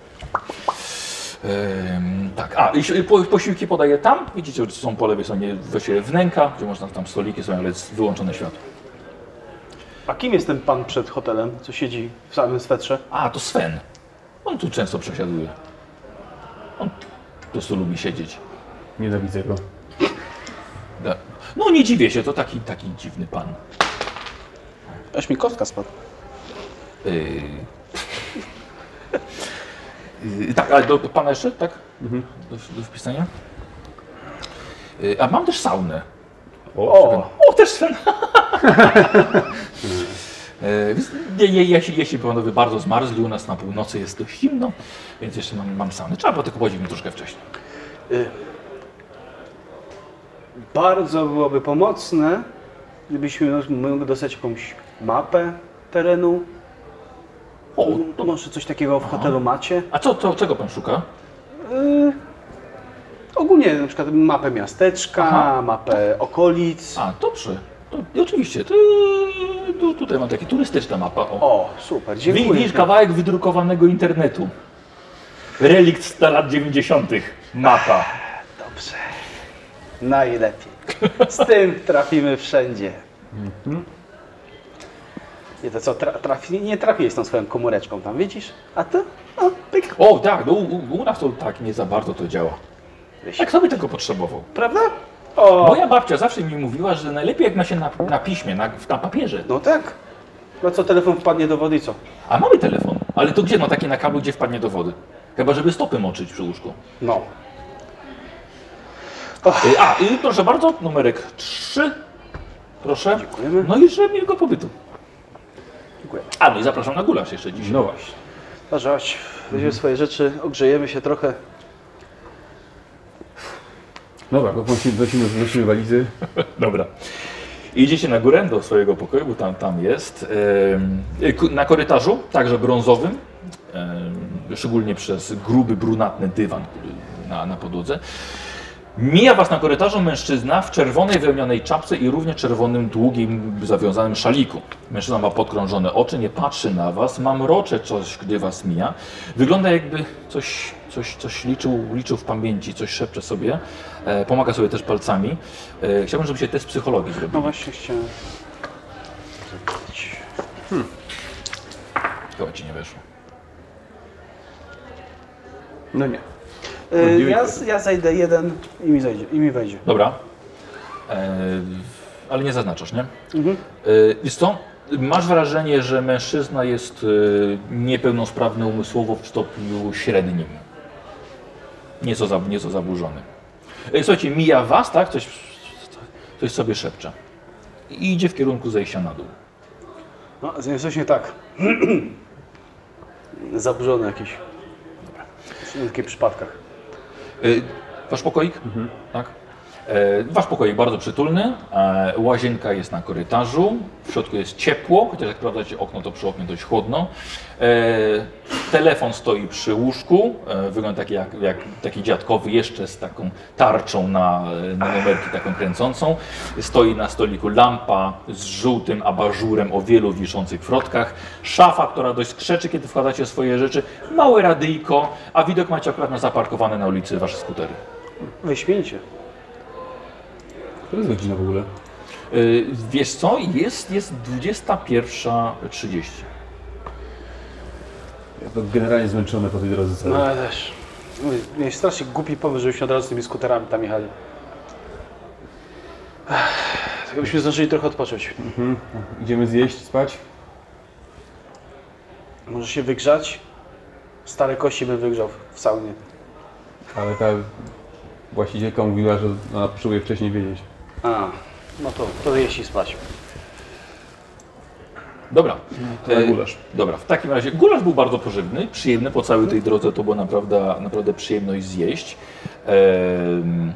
Ym, tak, a i si- po, posiłki podaję tam. Widzicie, że są po lewej stronie właściwie wnęka, gdzie można tam stoliki są, ale jest wyłączone światło. A kim jest ten pan przed hotelem, co siedzi w samym swetrze? A, to Sven. On tu często przesiaduje. On po prostu lubi siedzieć. Nienawidzę go. Da- No nie dziwię się, to taki, taki dziwny pan. Aż mi kostka spadła. Yy... Yy, tak, ale do, do pana jeszcze, tak? Do, do wpisania? Yy, a mam też saunę. O, O, też Sven! Yy, więc nie, nie, jeśli, jeśli panowie bardzo zmarzli, u nas na północy jest dość zimno, więc jeszcze mam, mam saunę. Trzeba było tylko podziwić troszkę wcześniej. y, bardzo byłoby pomocne, gdybyśmy mogli dostać jakąś mapę terenu. O, To może coś takiego w hotelu macie? a co, co, czego pan szuka? Y, ogólnie na przykład mapę miasteczka, Aha. mapę okolic. A, dobrze. To, i oczywiście, to, tu, tutaj mam takie turystyczna mapa. O. O, super, Wi- dziękuję. Widzisz kawałek wydrukowanego internetu. Relikt z lat dziewięćdziesiątych. Mapa. Dobrze. Najlepiej. Z tym trafimy wszędzie. Nie to co, tra trafi, nie trafiłeś tą swoją komóreczką tam, widzisz? A to? O, pyk. O, tak, no, u, u nas to tak nie za bardzo to działa. Wiesz, Jak sobie tego potrzebował? prawda? O, Moja babcia zawsze mi mówiła, że najlepiej jak ma się na, na piśmie, na, na papierze. no tak. No co, telefon wpadnie do wody i co? A mamy telefon, ale to gdzie ma takie na kablu, gdzie wpadnie do wody? Chyba, żeby stopy moczyć przy łóżku. No. Y, A, i proszę bardzo, numerek trzy. Proszę. Dziękujemy. No i życzę miłego pobytu. Dziękuję. A, no i zapraszam na gulasz jeszcze dzisiaj. No właśnie. Dobrze, chodź. Weźmiemy swoje rzeczy, ogrzejemy się trochę. Dobra, to wnosimy, wnosimy, wnosimy walizy. Dobra. Idziecie na górę do swojego pokoju, bo tam, tam jest. Em, ku- Na korytarzu, także brązowym, em, szczególnie przez gruby, brunatny dywan który na, na podłodze. Mija was na korytarzu mężczyzna w czerwonej wełnianej czapce i równie czerwonym, długim, zawiązanym szaliku. Mężczyzna ma podkrążone oczy, nie patrzy na was, ma mrocze coś, gdy was mija. Wygląda jakby coś, coś, coś liczył, liczył w pamięci, coś szepcze sobie. E, pomaga sobie też palcami. E, chciałbym, żebyście test psychologii zrobili. No właśnie chciałem zrobić. Chyba ci nie weszło. No nie. Y, ja, ja zajdę jeden i mi, zajdzie, i mi wejdzie. Dobra. E, ale nie zaznaczasz, nie? Mhm. E, wiesz co? Masz wrażenie, że mężczyzna jest e, niepełnosprawny umysłowo w stopniu średnim. Nieco, za, nieco zaburzony. E, słuchajcie, mija was, tak? Coś, coś sobie szepcze. I idzie w kierunku zejścia na dół. No, z nim coś nie tak. Zaburzony jakiś. W takich przypadkach. E, wasz pokoik? Mhm. Tak. E, wasz pokoik bardzo przytulny, e, łazienka jest na korytarzu, w środku jest ciepło, chociaż jak sprawdzacie okno, to przy oknie dość chłodno. E, telefon stoi przy łóżku, e, wygląda taki jak, jak taki dziadkowy, jeszcze z taką tarczą na, na numerki taką kręcącą. Stoi na stoliku lampa z żółtym abażurem o wielu wiszących wrotkach, szafa, która dość skrzeczy, kiedy wkładacie swoje rzeczy, małe radyjko, a widok macie akurat na zaparkowane na ulicy wasze skutery. Wyśmienicie. To jest godzina w ogóle. Yy, wiesz co, jest, jest dwudziesta pierwsza trzydzieści. Ja to generalnie zmęczony po tej drodze całej. No ja też. Mówię, miałeś strasznie głupi pomysł, żebyśmy od razu z tymi skuterami tam jechali. Ech, tylko byśmy zdążyli trochę odpocząć. Mhm. Idziemy zjeść, spać? Może się wygrzać? Stare kości bym wygrzał w saunie. Ale ta właścicielka mówiła, że ona potrzebuje wcześniej wiedzieć. A, no to, to jeść i spać. Dobra. To na gulasz. Dobra, w takim razie gulasz był bardzo pożywny, przyjemny po całej tej drodze, to była naprawdę, naprawdę przyjemność zjeść. Ehm...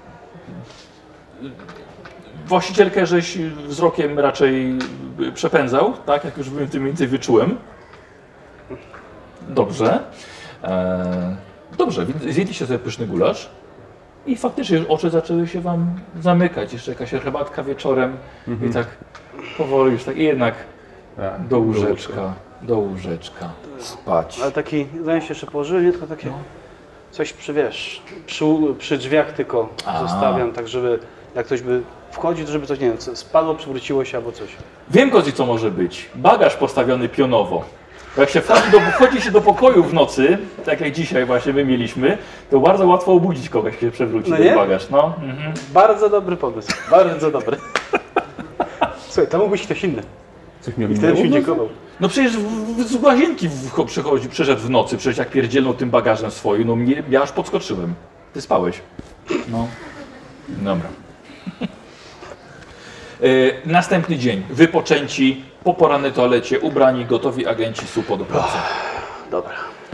Właścicielkę żeś wzrokiem raczej przepędzał, tak? Jak już bym tym więcej wyczułem. Dobrze. Ehm... Dobrze, więc zjedliście sobie pyszny gulasz. I faktycznie już oczy zaczęły się wam zamykać. Jeszcze jakaś herbatka wieczorem Mhm. i tak powoli już tak i jednak A, do łóżeczka, do łóżeczka, spać. Ale taki, zanim się jeszcze położyłem, nie tylko takie No. coś przy, wiesz, przy, przy drzwiach tylko A. zostawiam, tak żeby jak ktoś by wchodził, to żeby coś, nie wiem, co spadło, przywróciło się albo coś. Wiem, Kozi, co może być. Bagaż postawiony pionowo. Bo jak się wchodzi, do, wchodzi się do pokoju w nocy, tak jak dzisiaj właśnie my mieliśmy, to bardzo łatwo obudzić kogoś, jak się przewróci No ten nie? bagaż. No. Mhm. Bardzo dobry pomysł, bardzo dobry. Słuchaj, to mógł być ktoś inny. Coś mnie I wtedy się minęło? dziękował. No przecież w, w, z łazienki w, przychodzi, przyszedł w nocy, przecież jak pierdzielnął tym bagażem swoim, no mnie, ja aż podskoczyłem. Ty spałeś. No. Dobra. Yy, następny dzień. Wypoczęci, po porannej toalecie, ubrani, gotowi agenci SUPO do pracy. Dobra.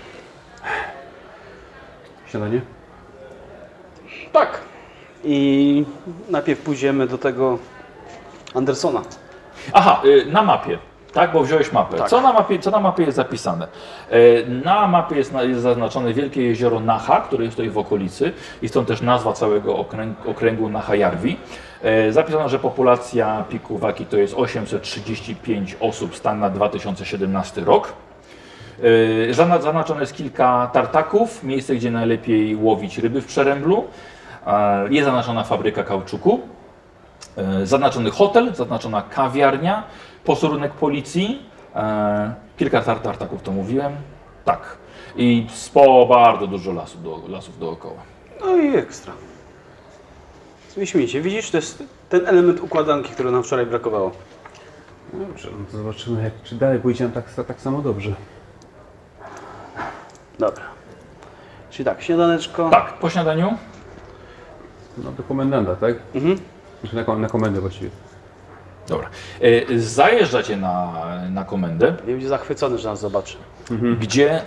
Śniadanie? Tak. I najpierw pójdziemy do tego Andersona. Aha, yy, na mapie. Tak, bo wziąłeś mapę. Tak. Co, na mapie co na mapie jest zapisane? Yy, na mapie jest, na, jest zaznaczone wielkie jezioro Naha, które jest tutaj w okolicy i stąd też nazwa całego okręg, okręgu Naha-Jarvi. Yy, zapisano, że populacja Pikuwaki to jest osiemset trzydzieści pięć osób, stan na dwa tysiące siedemnasty rok. Yy, zaznaczone jest kilka tartaków, miejsce, gdzie najlepiej łowić ryby w Przeręblu. Yy, jest zaznaczona fabryka kauczuku. Yy, zaznaczony hotel, zaznaczona kawiarnia, posterunek policji, e, kilka tar tartaków, to mówiłem, tak. I spo bardzo dużo lasów, do, lasów dookoła. No i ekstra. Wyśmienicie. Widzisz, to jest ten element układanki, który nam wczoraj brakowało. Dobrze, no to zobaczymy, jak, czy dalej pójdzie nam tak, tak samo dobrze. Dobra. Czyli tak, śniadaneczko. Tak, po śniadaniu? No do komendanta, tak? Mhm. Znaczy na, na komendę właściwie. Dobra. E, zajeżdżacie na, na komendę, Nie będzie zachwycony, że nas zobaczy. gdzie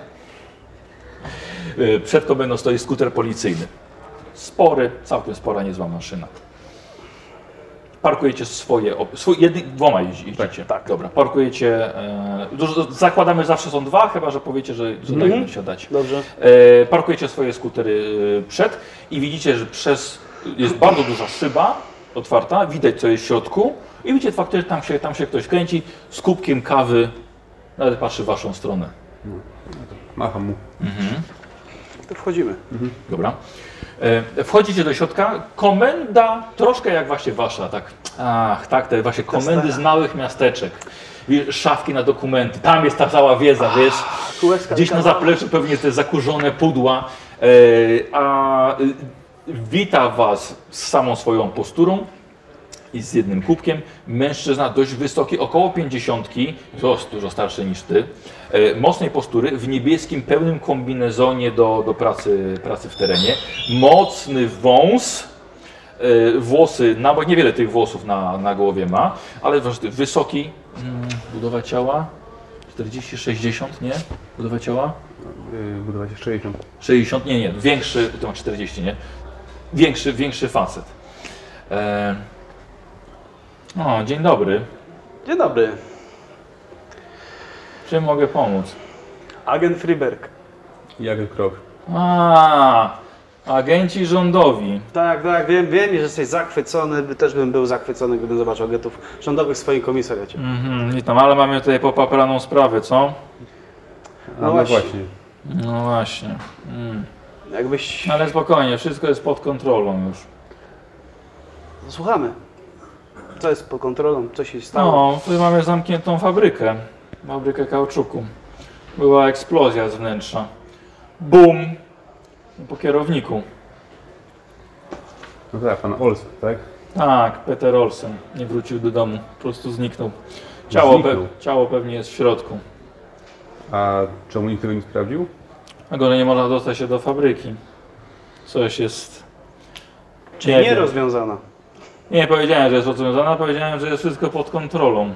e, przed komendą stoi skuter policyjny. Spory, całkiem spora, niezła maszyna. Parkujecie swoje, op- swój, jedny, dwoma jeździ- jeździcie. tak. Dobra, parkujecie, e, dużo, zakładamy zawsze są dwa, chyba że powiecie, że tutaj Mhm. będą siadać. Dobrze. E, parkujecie swoje skutery e, przed i widzicie, że przez jest bardzo duża szyba otwarta, widać co jest w środku i widzicie faktycznie tam się, tam się ktoś kręci z kubkiem kawy, nawet patrzy w waszą stronę. Macham mu. To wchodzimy. Dobra. E, wchodzicie do środka, komenda troszkę jak właśnie wasza, tak, ach tak, te właśnie komendy z małych miasteczek. wiesz, szafki na dokumenty, tam jest ta cała wiedza, wiesz, Kółeczka gdzieś na wykawa. zapleczu pewnie te zakurzone pudła, e, a y, wita was z samą swoją posturą i z jednym kubkiem. Mężczyzna dość wysoki, około pięćdziesiątki, to dużo starszy niż ty, e, mocnej postury, w niebieskim, pełnym kombinezonie do, do pracy, pracy w terenie. Mocny wąs, e, włosy, na, niewiele tych włosów na, na głowie ma, ale wysoki, mm, budowa ciała, czterdzieści sześćdziesiąt, nie? Budowa ciała? Yy, budować sześćdziesiąt. sześćdziesiąt, nie, nie, większy, to ma czterdzieści, nie? Większy, większy facet. E, o, dzień dobry. Dzień dobry. Czym mogę pomóc? Agent Friberg. Jak krok. A, agenci rządowi. Tak, tak, wiem, wiem, że jesteś zachwycony. Też bym był zachwycony, gdybym zobaczył agentów rządowych w swoim komisariacie. Mhm, witam, ale mamy tutaj popapraną sprawę, co? A No no właśnie. właśnie. No właśnie. Mm. Jakbyś... Ale spokojnie, wszystko jest pod kontrolą już. Słuchamy. Co jest pod kontrolą? Co się stało? No, tutaj mamy zamkniętą fabrykę. Fabrykę kauczuku. Była eksplozja z wnętrza. Bum! Po kierowniku. No tak, pan Olsen, tak? Tak, Peter Olsen nie wrócił do domu, po prostu zniknął. Ciało, pe Zniknął. ciało pewnie jest w środku. A czemu nikt tego nie sprawdził? Dlatego, że nie można dostać się do fabryki. Coś jest... Czyli nie nie wiem. rozwiązana. Nie powiedziałem, że jest rozwiązana, powiedziałem, że jest wszystko pod kontrolą.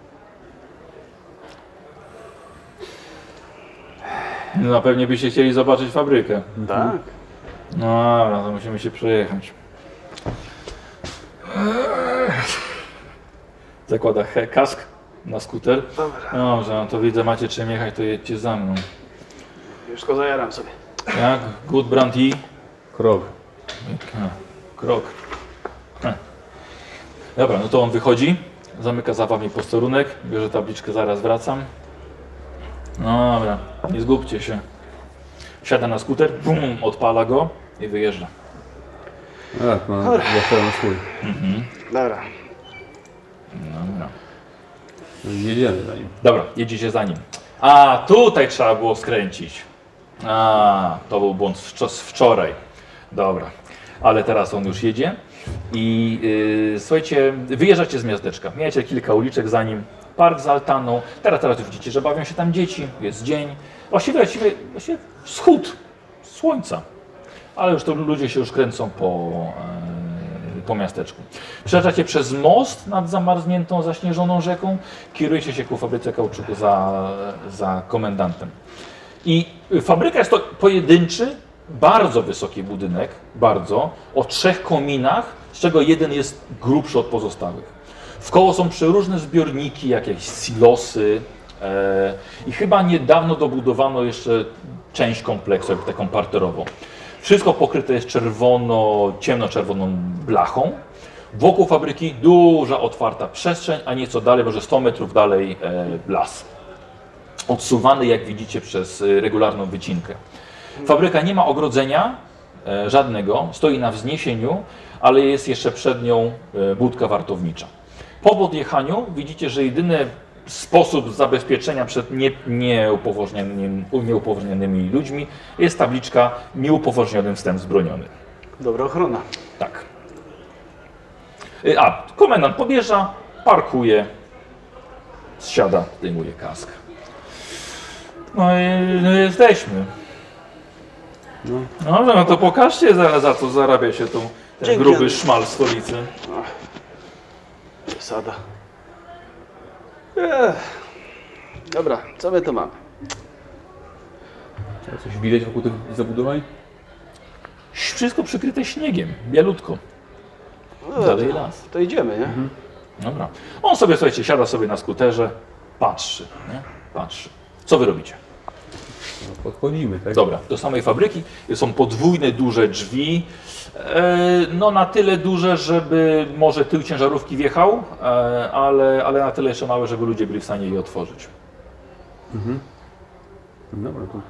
No pewnie byście chcieli zobaczyć fabrykę. Tak. No dobra, to musimy się przejechać. Zakłada he, kask na skuter. Dobra. Dobrze, no to widzę, macie czym jechać, to jedźcie za mną. Już go zajaram sobie. Jak? Good Brandy? Krok. Krok. Heh. Dobra, no to on wychodzi, zamyka za wami posterunek, bierze tabliczkę, zaraz wracam. No dobra, nie zgubcie się. Wsiada na skuter, bum, odpala go i wyjeżdża. A, no, zacząłem na swój. Dobra. Dobra. Jedziemy za nim. Dobra, jedziecie za nim. A, tutaj trzeba było skręcić. A, to był błąd z z wczoraj. Dobra, ale teraz on już jedzie. I yy, słuchajcie, wyjeżdżacie z miasteczka. Mijacie kilka uliczek za nim. Park z altaną. Teraz, teraz już widzicie, że bawią się tam dzieci. Jest dzień. Właściwie, właściwie, właściwie wschód słońca. Ale już to ludzie się już kręcą po, e, po miasteczku. Przejeżdżacie przez most nad zamarzniętą, zaśnieżoną rzeką. Kierujecie się ku fabryce kauczuku za, za komendantem. I fabryka jest to pojedynczy, bardzo wysoki budynek, bardzo, o trzech kominach, z czego jeden jest grubszy od pozostałych. Wkoło są przeróżne zbiorniki, jakieś silosy e, i chyba niedawno dobudowano jeszcze część kompleksu, jakby taką parterową. Wszystko pokryte jest czerwono, ciemnoczerwoną blachą. Wokół fabryki duża, otwarta przestrzeń, a nieco dalej, może sto metrów dalej e, las. Odsuwany, jak widzicie, przez e, regularną wycinkę. Fabryka nie ma ogrodzenia e, żadnego, stoi na wzniesieniu, ale jest jeszcze przed nią e, budka wartownicza. Po podjechaniu widzicie, że jedyny sposób zabezpieczenia przed nie, nieupoważnionymi, nieupoważnionymi ludźmi jest tabliczka nieupoważniony wstęp zbroniony. Dobra ochrona. Tak. E, A, komendant podjeżdża, parkuje, zsiada, zdejmuje kask. No i no jesteśmy. No. Dobrze, no to pokażcie zaraz, za co zarabia się tu ten Dzięki, gruby Andrzej. szmal w stolicy. Przesada. Ech. Dobra, co my tu mamy? Coś widać wokół tych zabudowań? Wszystko przykryte śniegiem, bielutko. No, Dalej to, las. to idziemy, nie? Dobra. On sobie, słuchajcie, siada sobie na skuterze, patrzy, nie? Patrzy. Co wy robicie? No, podchodzimy, tak? Dobra, do samej fabryki są podwójne, duże drzwi. E, no na tyle duże, żeby może tył ciężarówki wjechał, e, ale, ale na tyle jeszcze małe, żeby ludzie byli w stanie je otworzyć. Dobra, to...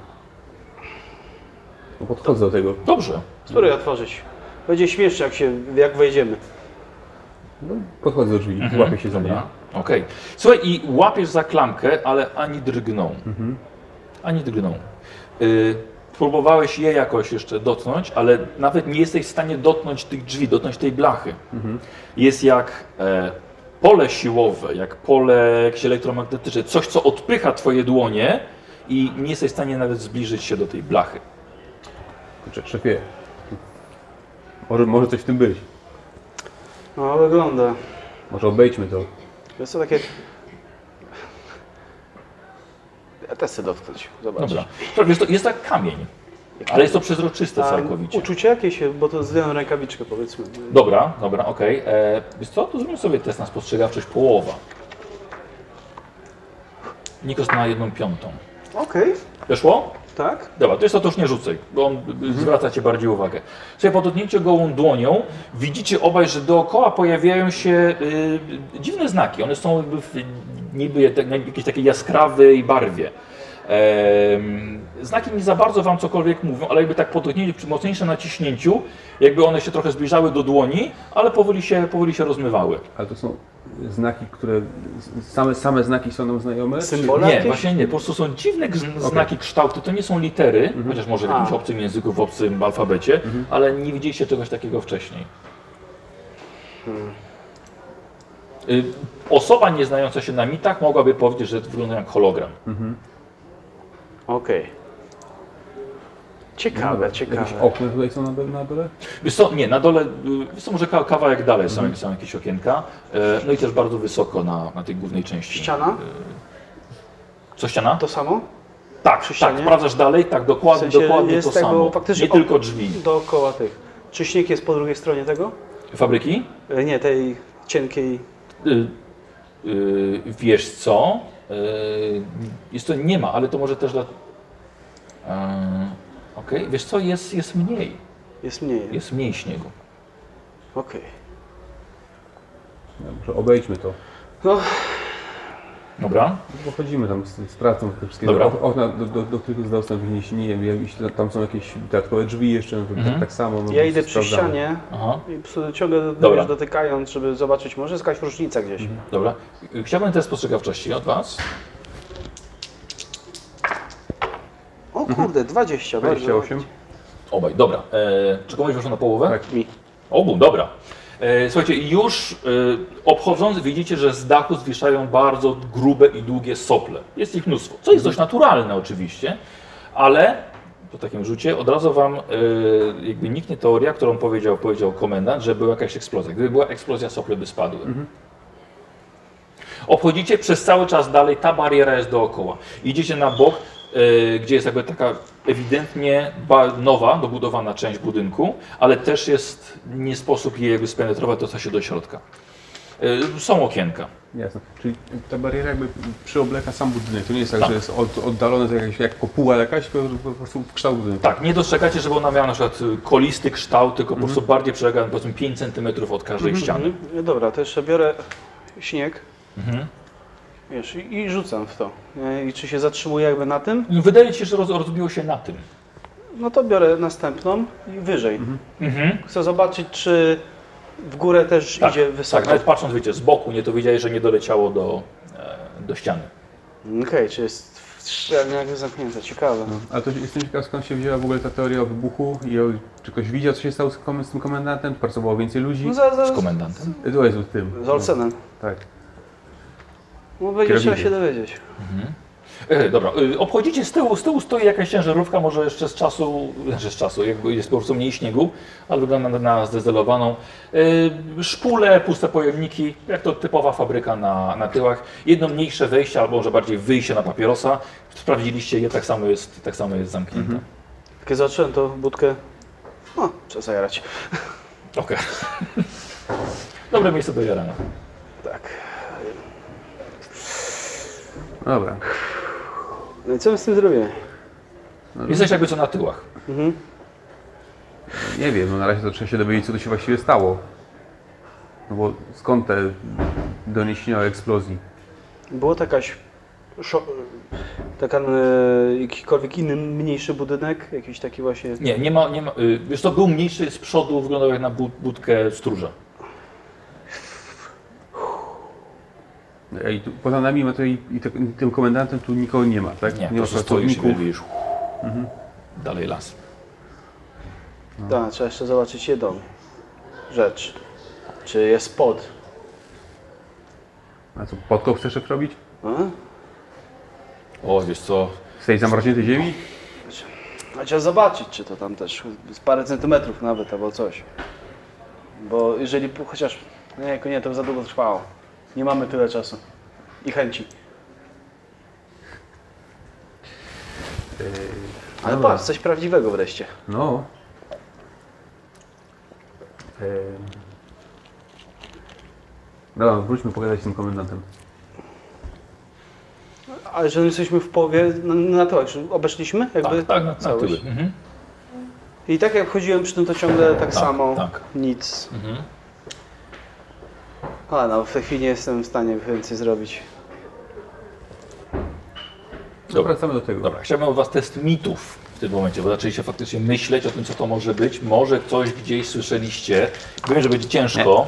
No, podchodzę do tego. Dobrze. Spróbuj otworzyć. Będzie śmiesznie, jak, się, jak wejdziemy. No, podchodzę do drzwi, Mhm. łapię się za Dobra. nie. Okej. Słuchaj, i łapiesz za klamkę, ale ani drgną. Mhm. Ani drgną. Y, próbowałeś je jakoś jeszcze dotknąć, ale nawet nie jesteś w stanie dotknąć tych drzwi, dotknąć tej blachy. Mhm. Jest jak e, pole siłowe, jak pole jakieś elektromagnetyczne, coś co odpycha twoje dłonie i nie jesteś w stanie nawet zbliżyć się do tej blachy. Kurczę, szefie, może, może coś w tym być. No wygląda. Może obejdźmy to. Jest to takie... Ja też chcę dotknąć, zobacz. Dobra. To, wiesz, to jest jak kamień, ale jest to przezroczyste A całkowicie. uczucie jakieś, bo to zdjąłem rękawiczkę powiedzmy. Dobra, dobra, okej. Okay. Wiesz co, to zróbmy sobie test na spostrzegawczość połowa. Nikos na jedną piątą. Okej, Weszło? tak? Dobra, to jest to, to już nie rzucaj, bo on mhm. zwraca Ci bardziej uwagę. Słuchaj, po dotknięciu gołą dłonią widzicie obaj, że dookoła pojawiają się y, dziwne znaki. One są jakby w, niby te, jakieś takiej jaskrawej barwie. Ehm, znaki nie za bardzo Wam cokolwiek mówią, ale jakby tak po dotknięciu, przy mocniejszym naciśnięciu, jakby one się trochę zbliżały do dłoni, ale powoli się, powoli się rozmywały. Ale to są znaki, które... Same, same znaki są nam znajome? Symbole Nie, jakieś? właśnie nie. Po prostu są dziwne gz- znaki, kształty. To nie są litery, chociaż może w jakimś A. obcym języku, w obcym alfabecie, ale nie widzieliście czegoś takiego wcześniej. Y, Osoba nie znająca się na mitach mogłaby powiedzieć, że wygląda jak hologram. Okej. Ciekawe, Jakieś ciekawe. okna tutaj są na dole? Na dole? Wiesz co, nie, na dole, y, wiesz co, może ka- kawałek dalej są, są jakieś okienka. E, No i też bardzo wysoko na, na tej głównej części. Ściana? Co ściana? To samo? Tak, przy tak, ścianie? sprawdzasz dalej, tak, W dokładnie, sensie dokładnie jest to tego samo. faktycznie Nie o- tylko drzwi. Dookoła tych. Czy śnieg jest po drugiej stronie tego? Fabryki? E, Nie, tej cienkiej. Y, y, wiesz co? Y, jest to nie ma, ale to może też dla. Y, Okej, wiesz co? Jest, jest mniej. Jest mniej. Jest mniej śniegu. Okej. Dobrze, obejdźmy to. No, Dobra? Pochodzimy tam, z- sprawdzą te wszystkie Dobra. o- okna, do, do, do których jest dostęp, jeśli nie wiem, jeśli tam są jakieś dodatkowe drzwi jeszcze, no to Mhm. tak, tak samo. no ja to idę przy sprawdzamy. ścianie Aha, i po prostu ciągle Dobra. wiesz, dotykając, żeby zobaczyć, może jest jakaś różnica gdzieś. dobra. Y, Chciałbym test spostrzegawczości od Was. O kurde, dwadzieścia, bardzo dwadzieścia osiem. ładnie. Obaj, dobra. E, czy komuś weszło na połowę? Tak. Mi. Obu, dobra. E, słuchajcie, już e, obchodząc widzicie, że z dachu zwieszają bardzo grube i długie sople. Jest ich mnóstwo, co jest dość naturalne oczywiście, ale po takim rzucie od razu Wam e, jakby niknie teoria, którą powiedział, powiedział komendant, że była jakaś eksplozja. Gdyby była eksplozja, sople by spadły. Obchodzicie przez cały czas dalej, ta bariera jest dookoła. Idziecie na bok, e, gdzie jest jakby taka ewidentnie ba- nowa, dobudowana część budynku, ale też jest nie sposób jej jakby spenetrować, dostać się do środka. E, są okienka. Jasne. Czyli ta bariera jakby przyobleka sam budynek. To nie jest tak, Tak. że jest od, oddalone to jakaś, jak kopuła jakaś, tylko po prostu w kształt budynku. Tak, nie dostrzegacie, żeby ona miała na przykład y, kolisty kształt, tylko po prostu bardziej przelega powiedzmy pięć centymetrów od każdej ściany. Mhm. Dobra, to jeszcze biorę śnieg, Mhm. wiesz, i, i rzucam w to. Nie? I czy się zatrzymuje jakby na tym? I wydaje ci się, że roz, rozbiło się na tym. No to biorę następną i wyżej. Mhm. Chcę zobaczyć, czy w górę też Tak, idzie wysoko. tak, nawet patrząc, wiecie, z boku, nie to wiedziałeś, że nie doleciało do, e, do ściany. Okej, czy jest szczelnie jakby zamknięte, ciekawe. Ale to jestem ciekaw, skąd się wzięła w ogóle ta teoria o wybuchu i o, czy ktoś widział, co się stało z, kom- z tym komendantem? Czy pracowało więcej ludzi? No za, za, Z komendantem. To jest z tym. z Olsenem. Tak. No będzie trzeba Kierownikiem. się dowiedzieć. E, dobra, y, obchodzicie z tyłu, z tyłu stoi jakaś ciężarówka, może jeszcze z czasu, znaczy z czasu, jakby jest po prostu mniej śniegu, ale wygląda na, na zdezelowaną. Y, szpule, puste pojemniki, jak to typowa fabryka na, na tyłach. Jedno mniejsze wejście, albo może bardziej wyjście na papierosa. Sprawdziliście je, tak samo jest, tak samo jest zamknięte. Kiedy zobaczyłem tą budkę, no, trzeba zajarać. Okej. Dobre miejsce do jarania. Tak. Dobra. No i co my z tym zrobimy? Jesteś jakby co na tyłach. Mhm. Nie wiem, no na razie to trzeba się dowiedzieć, co tu się właściwie stało. No bo skąd te doniesienia o eksplozji? Było to jakaś szo- taka, e, jakikolwiek inny, mniejszy budynek? Jakiś taki właśnie... Nie, nie ma, nie ma. y, Wiesz, to był mniejszy z przodu, wyglądał jak na bud- budkę stróża. Ej, tu, poza nami ma tutaj i te, tym komendantem tu nikogo nie ma, tak? Nie, nie ma to stoisz i pracowników. widzisz. Mhm. Dalej las. Tak, trzeba jeszcze zobaczyć jedną rzecz. Czy jest pod? A co, podkop chcesz jeszcze robić? A? O, wiesz co, Z tej zamarzniętej ziemi? Trzeba zobaczyć, czy to tam też z parę centymetrów nawet, albo coś. Bo jeżeli po- chociaż, nie, nie, to by za długo trwało. Nie mamy tyle czasu i chęci. Yy, Ale dobra. patrz, coś prawdziwego wreszcie. No. Yy. Dobra, wróćmy pogadać z tym komendantem. Ale że jesteśmy w połowie, na, na to, że obeszliśmy jakby tak, tak, na, na całość. tyły. Mhm. I tak jak chodziłem przy tym, to ciągle tak, samo, tak. nic. Mhm. A no, w tej chwili nie jestem w stanie więcej zrobić. No, wracamy do tego. Dobra, chciałbym od Was test mitów w tym momencie, bo zaczęliście faktycznie myśleć o tym, co to może być. Może coś gdzieś słyszeliście. Wiem, że będzie ciężko.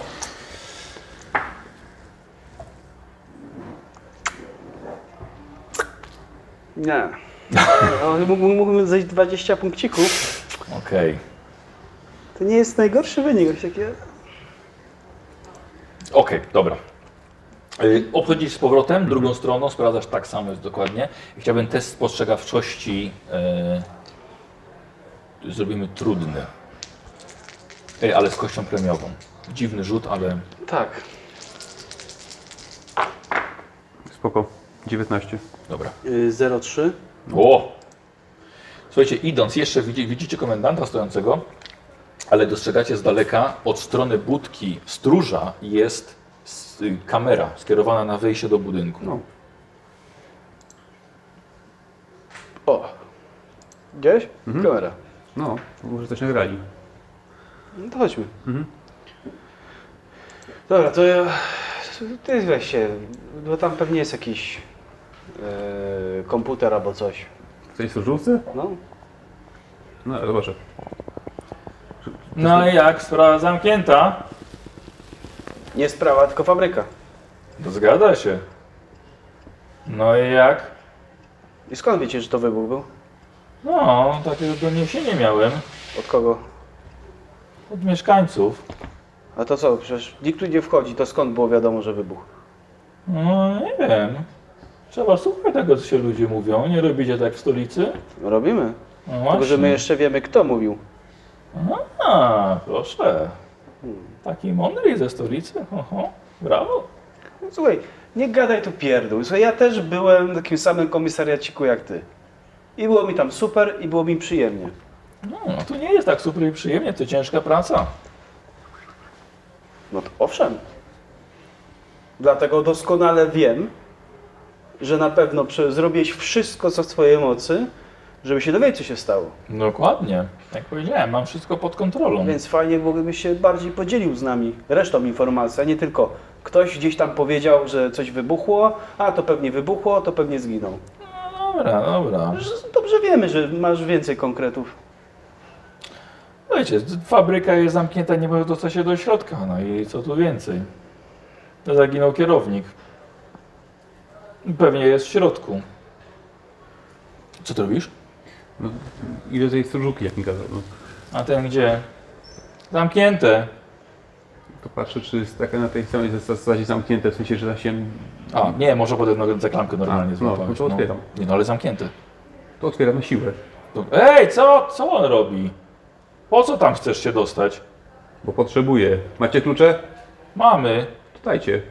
Nie. No, mógłbym, mógłbym zejść dwadzieścia punkcików. Okej. To nie jest najgorszy wynik, jakoś takie... Okej, dobra. Yy, obchodzisz z powrotem, drugą stroną, sprawdzasz tak samo jest dokładnie. I chciałbym test spostrzegawczości yy, zrobimy trudny. Ej, ale z kością premiową. Dziwny rzut, ale Tak. Spoko. dziewiętnaście. dobra. Yy, zero trzy. O! Słuchajcie, idąc jeszcze widzi, widzicie komendanta stojącego, ale dostrzegacie z daleka od strony budki stróża jest s- y, kamera skierowana na wejście do budynku. No. O. Gdzieś? Kamera. No, może coś nagrali. No to chodźmy. Dobra, to ja... Ty weź się, bo tam pewnie jest jakiś yy, komputer albo coś. Chcesz służbówce? No. No, zobaczę. No i jak? Sprawa zamknięta? Nie sprawa, tylko fabryka. To zgadza się. No i jak? I skąd wiecie, że to wybuch był? No, takiego doniesienia miałem Od kogo? od mieszkańców. A to co, przecież nikt tu nie wchodzi, to skąd było wiadomo, że wybuch? No nie wiem. Trzeba słuchać tego, co się ludzie mówią. Nie robicie tak w stolicy? Robimy. No Tylko, że my właśnie. jeszcze wiemy, kto mówił. A, proszę. Taki mądry ze stolicy? Oho, brawo. No, słuchaj, nie gadaj tu pierdół. Słuchaj, ja też byłem w takim samym komisariaciku jak ty. I było mi tam super i było mi przyjemnie. No, no tu nie jest tak super i przyjemnie, to ciężka praca. No to owszem. Dlatego doskonale wiem, że na pewno prze- zrobiłeś wszystko, co w twojej mocy, żeby się dowiedzieć, co się stało. Dokładnie. Jak powiedziałem, mam wszystko pod kontrolą. Więc fajnie, gdybyś się bardziej podzielił z nami resztą informacji, a nie tylko ktoś gdzieś tam powiedział, że coś wybuchło, a to pewnie wybuchło, to pewnie zginął. No dobra, dobra. Że dobrze wiemy, że masz więcej konkretów. Wiecie, fabryka jest zamknięta, nie może dostać się do środka. No i co tu więcej? Zaginął kierownik. Pewnie jest w środku. Co ty robisz? No, idę do tej stróżówki, jak mi kazał. No. A ten gdzie? Zamknięte. To patrzę, czy jest taka na tej samej zasadzie zamknięte, w sensie, że da się... A, nie, może potem za klamkę normalnie A, no, złapałeś. no to otwieram. Nie, no ale zamknięte. To otwieram na siłę, To... Ej, co? Co on robi? Po co tam chcesz się dostać? bo potrzebuję. Macie klucze? Mamy. To dajcie.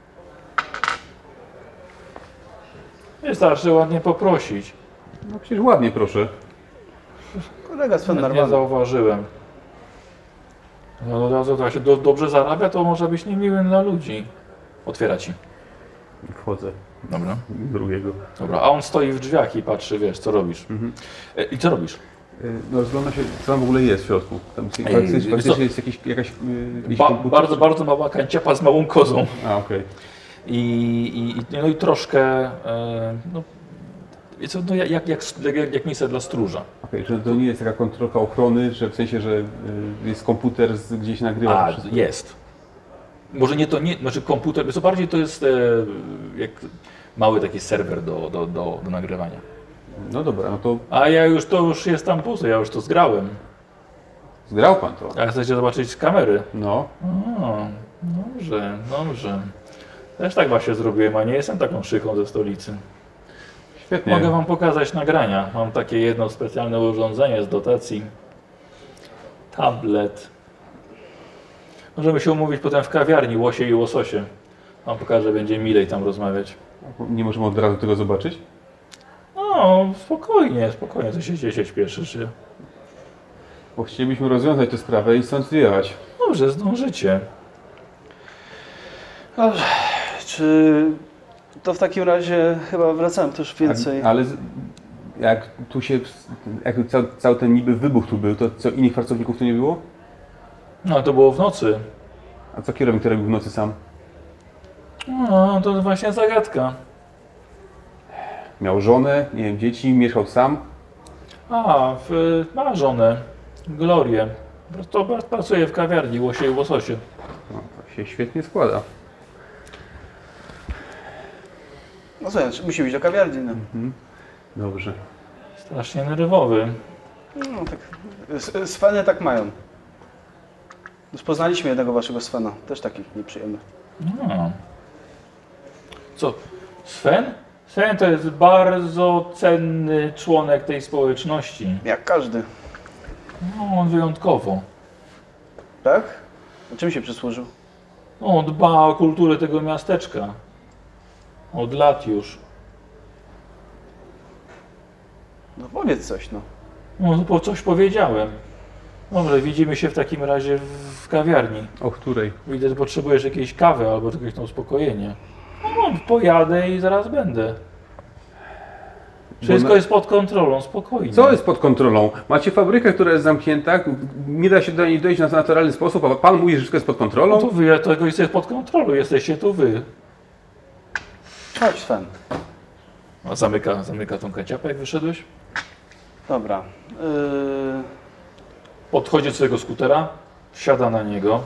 Wystarczy ładnie poprosić. No przecież ładnie, proszę. Kolega swym Nawet nie normalny. zauważyłem. No od razu jak się do, dobrze zarabia, to może być niemiłym dla ludzi. Otwiera ci. Wchodzę. Dobra. Drugiego. Dobra, a on stoi w drzwiach i patrzy, wiesz, co robisz. E, I co robisz? Y, No rozgląda się, co tam w ogóle jest w środku. Tam jest, Ej, faktycznie, wiesz co? faktycznie jest jakiś, jakaś, y, jakiś Ba, komputer? bardzo, bardzo mała kanciapa z małą kozą. A, okej. I, i, i- no i troszkę, e, no, wiecie, no jak, jak, jak, jak, jak miejsce dla stróża. Okej, że to nie jest taka kontrolka ochrony, że w sensie, że y, jest komputer z, gdzieś nagrywa A, to wszystko. jest. Może nie to, nie, znaczy komputer, co bardziej to jest e, jak mały taki serwer do, do, do, do nagrywania. No dobra, no to A ja już to już jest tam puste, ja już to zgrałem. zgrał pan to. A chcecie zobaczyć z kamery? No, O, dobrze, dobrze. Też tak właśnie zrobiłem, a nie jestem taką szychą ze stolicy. świetnie. Mogę wam pokazać nagrania. Mam takie jedno specjalne urządzenie z dotacji. Tablet. Możemy się umówić potem w kawiarni Łosie i Łososie. Wam pokażę, będzie milej tam rozmawiać. Nie możemy od razu tego zobaczyć? No, spokojnie, spokojnie, co się, się śpieszysz. Bo chcielibyśmy rozwiązać tę sprawę i stąd wyjechać. Dobrze, zdążycie. Dobrze. Czy to w takim razie chyba wracałem też więcej. A, ale z- jak tu się, jak cały, cały ten niby wybuch tu był, to co, innych pracowników tu nie było? No, to było w nocy. A co kierownik to robił w nocy sam? No, to właśnie zagadka. Miał żonę, nie wiem, dzieci, mieszkał sam. A, w, ma żonę, Glorię. To pracuje w kawiarni Łosie i Łososie. No, to się świetnie składa. No słuchaj, musimy iść do kawiarni. No, Dobrze. Strasznie nerwowy. no tak. S- Sweny tak mają. Już poznaliśmy jednego waszego Svena, też taki nieprzyjemny. No. Co? Sven? Sven to jest bardzo cenny członek tej społeczności. Jak każdy. No, on wyjątkowo. Tak? A czym się przysłużył? No, on dba o kulturę tego miasteczka. Od lat już. No powiedz coś, no. No, po coś powiedziałem. Dobrze, widzimy się w takim razie w, w kawiarni. O której? Widzę, że potrzebujesz jakiejś kawy albo czegoś na uspokojenie. No, pojadę i zaraz będę. Wszystko Bo na- jest pod kontrolą, spokojnie. Co jest pod kontrolą? Macie fabrykę, która jest zamknięta, nie da się do niej dojść na naturalny sposób, a pan mówi, że wszystko jest pod No kontrolą? to wy, tego jest pod kontrolą, jesteście tu wy. Chodź, Sven. A zamyka, zamyka tą kanciapę, jak wyszedłeś? Dobra. Yy... Podchodzi do swojego skutera, wsiada na niego.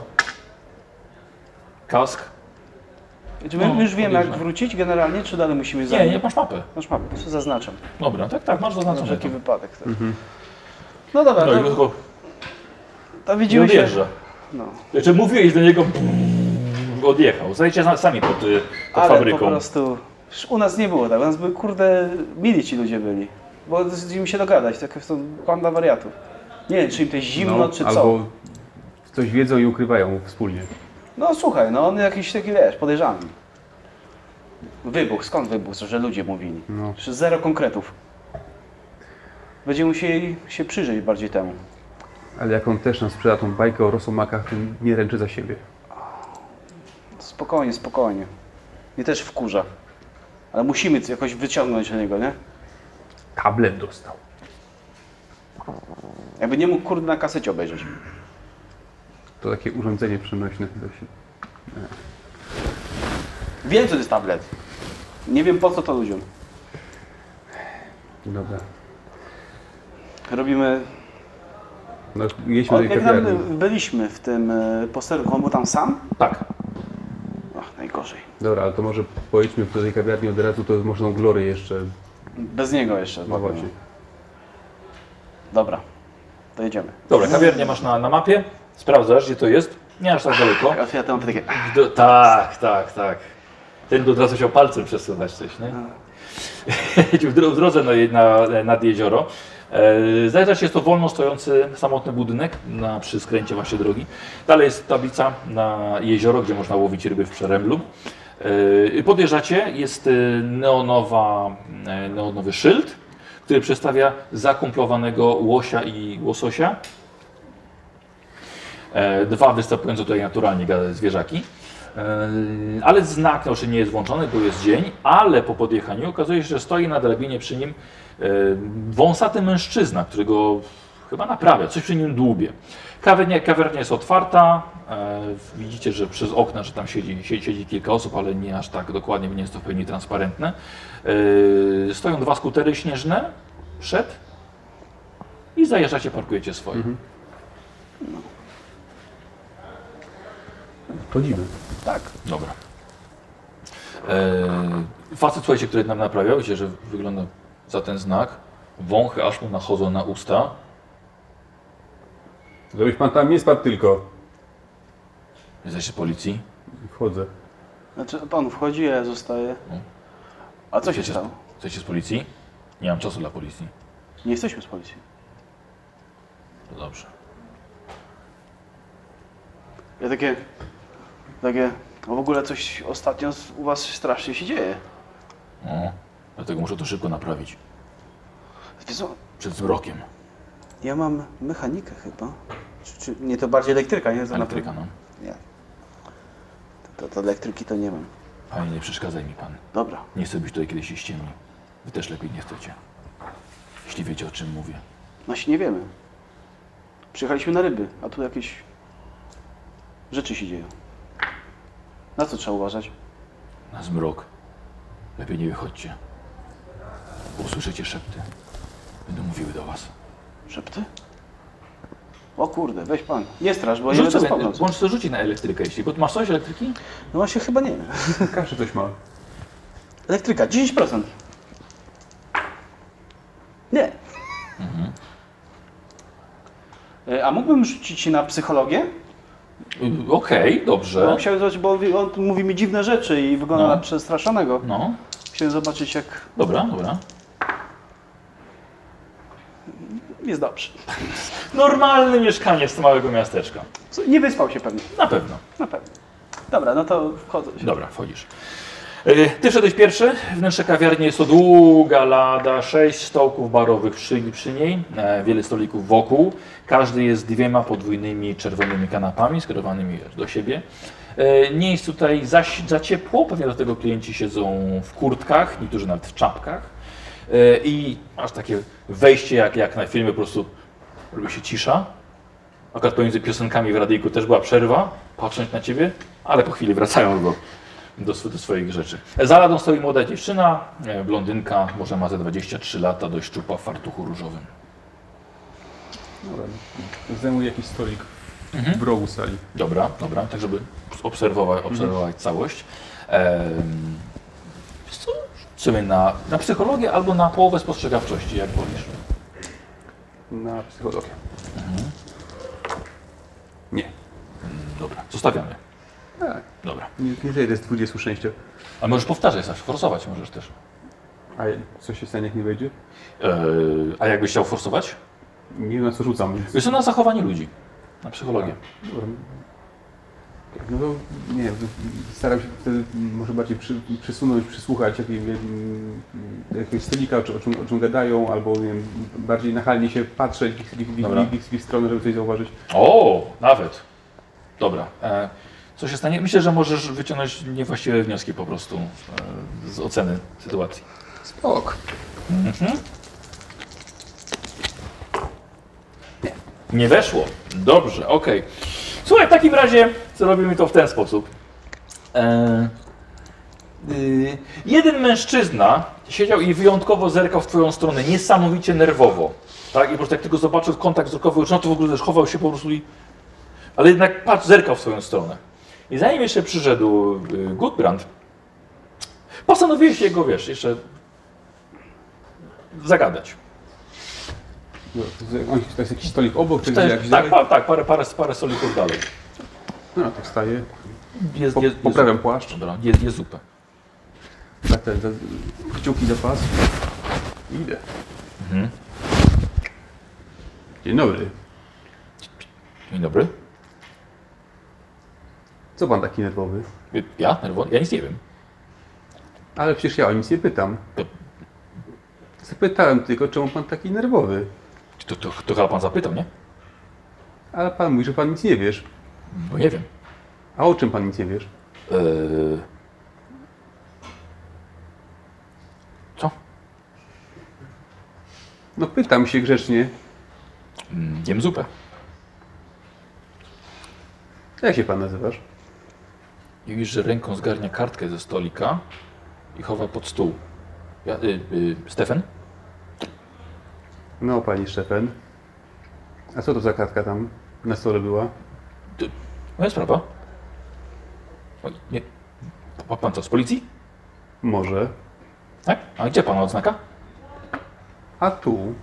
Kask. Czy my No, już wiemy, jak podjeżdżam. wrócić generalnie, czy dalej musimy Nie, zająć? nie, masz mapę. Masz mapę, to zaznaczam. Dobra, tak, tak, masz Na zaznaczone. wszelki to. wypadek. Tak. No dobra, No i to, tylko to nie widzimy się. odjeżdża. No. Znaczy mówiłeś do niego, odjechał. Zajdziecie na- sami pod, y, pod Ale fabryką. po prostu u nas nie było tak, u nas by kurde mili ci ludzie byli. Bo z nimi się dogadać, tak są banda wariatów. Nie wiem, czy im to jest zimno, czy co. albo coś wiedzą i ukrywają wspólnie. No słuchaj, no on jakiś taki, wiesz, podejrzany. Wybuch, skąd wybuch, że ludzie mówili? No. Że zero konkretów. Będziemy musieli się przyjrzeć bardziej temu. Ale jak on też nam sprzeda tą bajkę o rosomakach, to nie ręczy za siebie. Spokojnie, spokojnie. Mnie też wkurza. Ale musimy jakoś wyciągnąć na niego, nie? Tablet dostał. Jakby nie mógł kurde na kasecie obejrzeć. To takie urządzenie przenośne. To się... Wiem, co to jest tablet. Nie wiem, po co to ludziom. Dobra. Robimy... No, jedźmy O, do tej jak tam kawiarni. byliśmy w tym e, posterunku, on był tam sam? Tak. Ach, najgorzej. Dobra, ale to może pojedźmy do tej kawiarni od razu, to można Glory jeszcze. Bez niego jeszcze. No właśnie. Dobra, to jedziemy. Dobra, kawiarnię masz na, na mapie. Sprawdzasz, gdzie to jest. Nie aż tak daleko. A ja tam takie... W Do, tak, tak, tak. Ten od razu chciał palcem przesuwać coś, nie? w dro- w drodze na, na, nad jezioro. E, Zajrzeć się, jest to wolno stojący samotny budynek na przy skręcie właśnie drogi. Dalej jest tablica na jezioro, gdzie można łowić ryby w przeręblu. E, Podjeżdżacie, jest e, neonowa, e, neonowy szyld, który przedstawia zakumplowanego łosia i łososia. E, Dwa występujące tutaj naturalnie ga- zwierzaki. E, Ale znak no, nie jest włączony, bo jest dzień, ale po podjechaniu okazuje się, że stoi na drabinie przy nim e, wąsaty mężczyzna, którego chyba naprawia, coś przy nim dłubie. Kawiarnia, kawiarnia jest otwarta, e, widzicie, że przez okna, że tam siedzi, siedzi, siedzi kilka osób, ale nie aż tak dokładnie, bo nie jest to w pełni transparentne. E, Stoją dwa skutery śnieżne przed i zajeżdżacie, parkujecie swoje. Chodzimy. Tak. Dobra. Eee, facet, słuchajcie, który nam naprawiał, wiecie, że wygląda za ten znak. Wąchy aż mu nachodzą na usta. Żebyś pan tam nie spadł tylko. Jesteście z policji? Wchodzę. Znaczy, pan wchodzi, a ja zostaję. A co się Jesteście z, stało? jesteście z policji? Nie mam czasu dla policji. Nie jesteśmy z policji. To dobrze. Ja takie... Takie... No w ogóle coś ostatnio z- u was strasznie się dzieje. No, dlatego muszę to szybko naprawić. Wiesz co? Przed zmrokiem. Ja mam mechanikę chyba. Czy, czy, nie, to bardziej elektryka, nie? To Elektryka, naprawdę- no. Nie. To, to, to elektryki to nie mam. Panie, nie przeszkadzaj mi pan. Dobra. Nie chcę być tutaj kiedyś się ściemnił. Wy też lepiej nie chcecie. Jeśli wiecie, o czym mówię. No się nie wiemy. Przyjechaliśmy na ryby, a tu jakieś rzeczy się dzieją. Na co trzeba uważać? Na zmrok. Lepiej nie wychodźcie. Bo usłyszycie szepty. Będą mówiły do was. Szepty? O kurde, weź pan. Nie strasz, bo nie Rzuć będę sobie, spał w nocy. bądź to rzucić na elektrykę, jeśli... Bo masz coś elektryki? No właśnie chyba nie. Każdy coś ma. Elektryka, dziesięć procent. Nie. E, A mógłbym rzucić się na psychologię? Y, Okej, dobrze. Bo chciałem zobaczyć, bo on, on tu mówi mi dziwne rzeczy i wygląda No. na przestraszonego. No, Chciałem zobaczyć, jak dobra, dobra. jest dobrze. Normalny mieszkaniec z małego miasteczka. Co, nie wyspał się pewnie. Na pewno. Na pewno. Dobra, no to wchodzę. Się. Dobra, wchodzisz. Y, Ty wszedłeś pierwszy. Wnętrze kawiarni jest to długa lada, sześć stołków barowych przy, przy niej, e, wiele stolików wokół. Każdy jest dwiema podwójnymi czerwonymi kanapami skierowanymi do siebie. E, Nie jest tutaj za, za ciepło, pewnie do tego klienci siedzą w kurtkach, niektórzy nawet w czapkach. E, I masz takie wejście jak, jak na filmie, po prostu robi się cisza. Akurat pomiędzy piosenkami w radyjku też była przerwa, patrząc na ciebie, ale po chwili wracają do, do, sw- do swoich rzeczy. Za ladą stoi młoda dziewczyna, e, blondynka, może ma ze dwadzieścia trzy lata, dość szczupła w fartuchu różowym. Dobra. Zajmuję jakiś stolik Mhm. w rogu sali. Dobra, dobra, tak żeby obserwować, obserwować całość. Ehm, wiesz co, rzuć sobie na, na psychologię albo na połowę spostrzegawczości, jak wolisz. Na psychologię. Nie. Dobra, zostawiamy. Tak. Dobra. Nie, nie zejdę z dwudziestu sześciu. A możesz powtarzać, znaczy forsować możesz też. A co się stanie, jak nie wejdzie? Eee, a jakbyś chciał forsować? Nie wiem, na co rzucam. Więc... Jest to na zachowanie ludzi, na psychologię. Dobra. No to nie wiem, staram się wtedy może bardziej przy, przysunąć, przysłuchać jakiej, jakiegoś stolika, o czym, o, czym, o czym gadają, albo nie wiem, bardziej nachalnie się patrzeć w ich, w, ich, Dobra. w, ich, w ich stronę, żeby coś zauważyć. O, nawet. Dobra. E, co się stanie? Myślę, że możesz wyciągnąć niewłaściwe wnioski po prostu e, z oceny sytuacji. Spok. Mhm. Nie. Nie weszło. Dobrze, okej. Słuchaj, w takim razie zrobimy to w ten sposób. E, y, jeden mężczyzna siedział i wyjątkowo zerkał w twoją stronę, niesamowicie nerwowo. Tak? I po prostu jak tylko zobaczył kontakt wzrokowy, no to w ogóle też chował się po prostu i... Ale jednak patrz, zerkał w swoją stronę. I zanim jeszcze przyszedł y, Gudbrand, postanowiłeś jego, wiesz, jeszcze zagadać. No, to, jest- to jest jakiś stolik obok, czy To gdzieś jest, jak tak, pa, tak, parę, parę, parę stolików dalej. No, tak staję, Jest, po, jest, poprawiam jest, płaszcz, Dobra, jest, jest zupę. tak, ten, ten, kciuki do pas i idę. Mhm. Dzień dobry. Dzień dobry. Co pan taki nerwowy? Ja? Nerwowy? Ja nic nie wiem. Ale przecież ja o nic nie pytam. To, Zapytałem tylko, czemu pan taki nerwowy. to, to, to chyba pan zapytał, nie? Ale pan mówi, że pan nic nie wiesz. Bo nie wiem. A o czym pan nic nie wiesz? Eee... Co? No pytam się grzecznie. Mm, jem zupę. Jak się pan nazywasz? I widzisz, że ręką zgarnia kartkę ze stolika i chowa pod stół. Ja, y, y, Stefan? No, pani Stefan. A co to za kartka tam na stole była? Moja sprawa. O, nie. Pan, pan co, z policji? Może. Tak? A gdzie pana odznaka? A tu?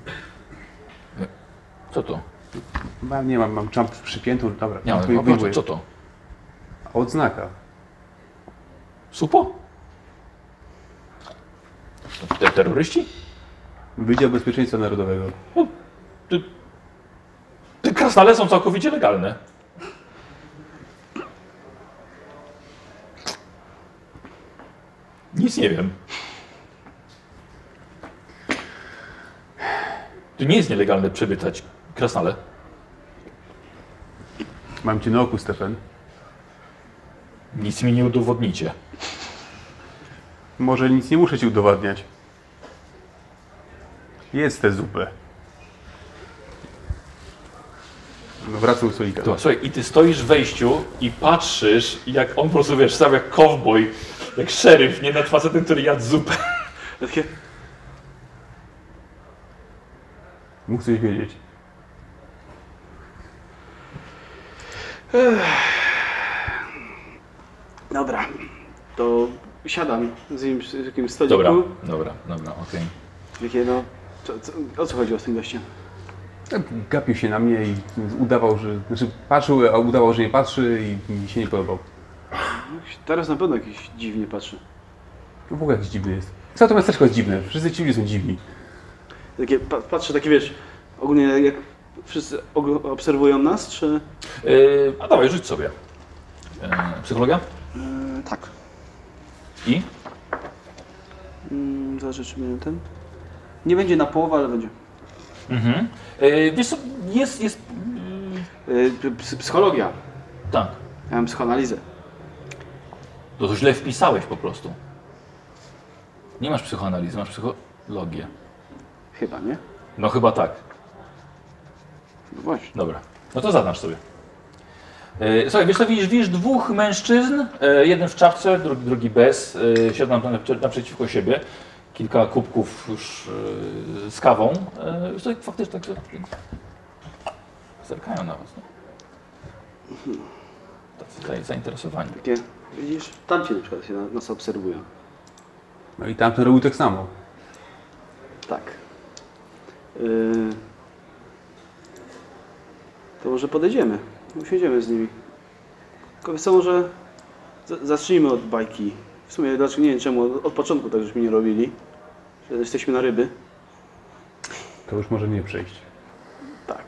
Co to? Chyba nie mam, mam czamp przypiętą. Dobra, Nie, ale wyjmuję. popatrz, co to? Odznaka. Supo? To te terroryści? Wydział Bezpieczeństwa Narodowego. Ty, ty krasnale są całkowicie legalne. Nic nie wiem. To nie jest nielegalne przebytać krasnale. Mam cię na oku, Stefan. Nic mi nie udowodnicie. Może nic nie muszę ci udowadniać. Jest tę zupę. No wracam do stolika. To, słuchaj, i ty stoisz w wejściu i patrzysz, jak on po prostu, wiesz, sam jak cowboy, jak szeryf, nie, nad facetem, który jadł zupę. Takie... Mógł coś wiedzieć. Dobra, to siadam z nim przy jakimś stoliku. Dobra, dobra, dobra, okej. Jakie no, co, co, o co chodziło z tym gościem? Tak gapił się na mnie i udawał, że... Znaczy patrzył, a udawał, że nie patrzy i mi się nie podobał. Teraz na pewno jakiś dziwnie patrzy. No w ogóle jakiś dziwny jest. Całe to miasteczko jest dziwne. Wszyscy ci ludzie są dziwni. Takie, pa, patrzę, takie wiesz, ogólnie jak wszyscy og- obserwują nas, czy... Yy, a dawaj, rzuć sobie. Yy, psychologia? Yy, tak. I? Yy, zależy, czy miałem ten... Nie będzie na połowę, ale będzie. Mhm. Yy, wiesz co, jest, jest... Yy, ps- psychologia. Tak. Ja mam psychoanalizę. To, to źle wpisałeś po prostu. Nie masz psychoanalizy, masz psychologię. Chyba, nie? No chyba tak. No właśnie. Dobra, no to zaznacz sobie. Yy, słuchaj, wiesz co, widzisz, widzisz dwóch mężczyzn, yy, jeden w czapce, drugi, drugi bez, yy, siedzą tam naprzeciwko siebie. Kilka kubków już yy, z kawą. Yy, słuchaj, faktycznie tak zerkają na was. No. Tacy zainteresowani. Takie, widzisz, tamci na przykład się na, nas obserwują. No i tamten robił tak samo. Tak. Yy... To może podejdziemy. Usiądziemy z nimi. Tylko wiesz co, może z- zacznijmy od bajki. W sumie dlaczego nie wiem czemu, od, od początku tak żeśmy nie robili. Że jesteśmy na ryby. To już może nie przejść. Tak.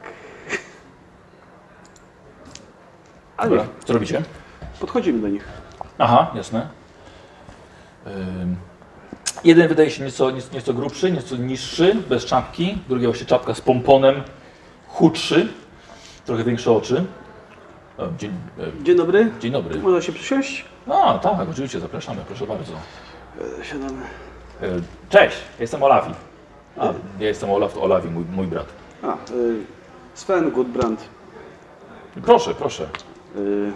Ale Dobra, co robicie? podchodzimy do nich. Aha, jasne. Ym, jeden wydaje się nieco, nieco, nieco grubszy, nieco niższy, bez czapki. Drugi właśnie czapka z pomponem, chudszy, trochę większe oczy. O, dzień, e, Dzień dobry. dzień dobry. Można się przysiąść? A, tak, oczywiście, zapraszamy, proszę bardzo. E, Siadamy. E, Cześć, jestem Olafi. A, ja jestem Olaf, to Olafi, mój, mój brat. A, y, Sven Gudbrand. Proszę, proszę. Y,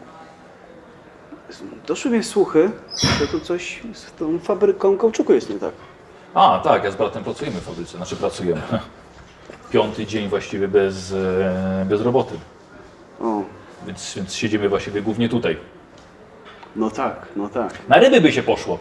doszły mnie słuchy, że tu coś z tą fabryką kauczuku jest nie tak. A, tak, ja z bratem pracujemy w fabryce, znaczy pracujemy. Piąty dzień właściwie bez, e, bez roboty, O, więc, więc siedzimy właściwie głównie tutaj. no tak, no tak. Na ryby by się poszło.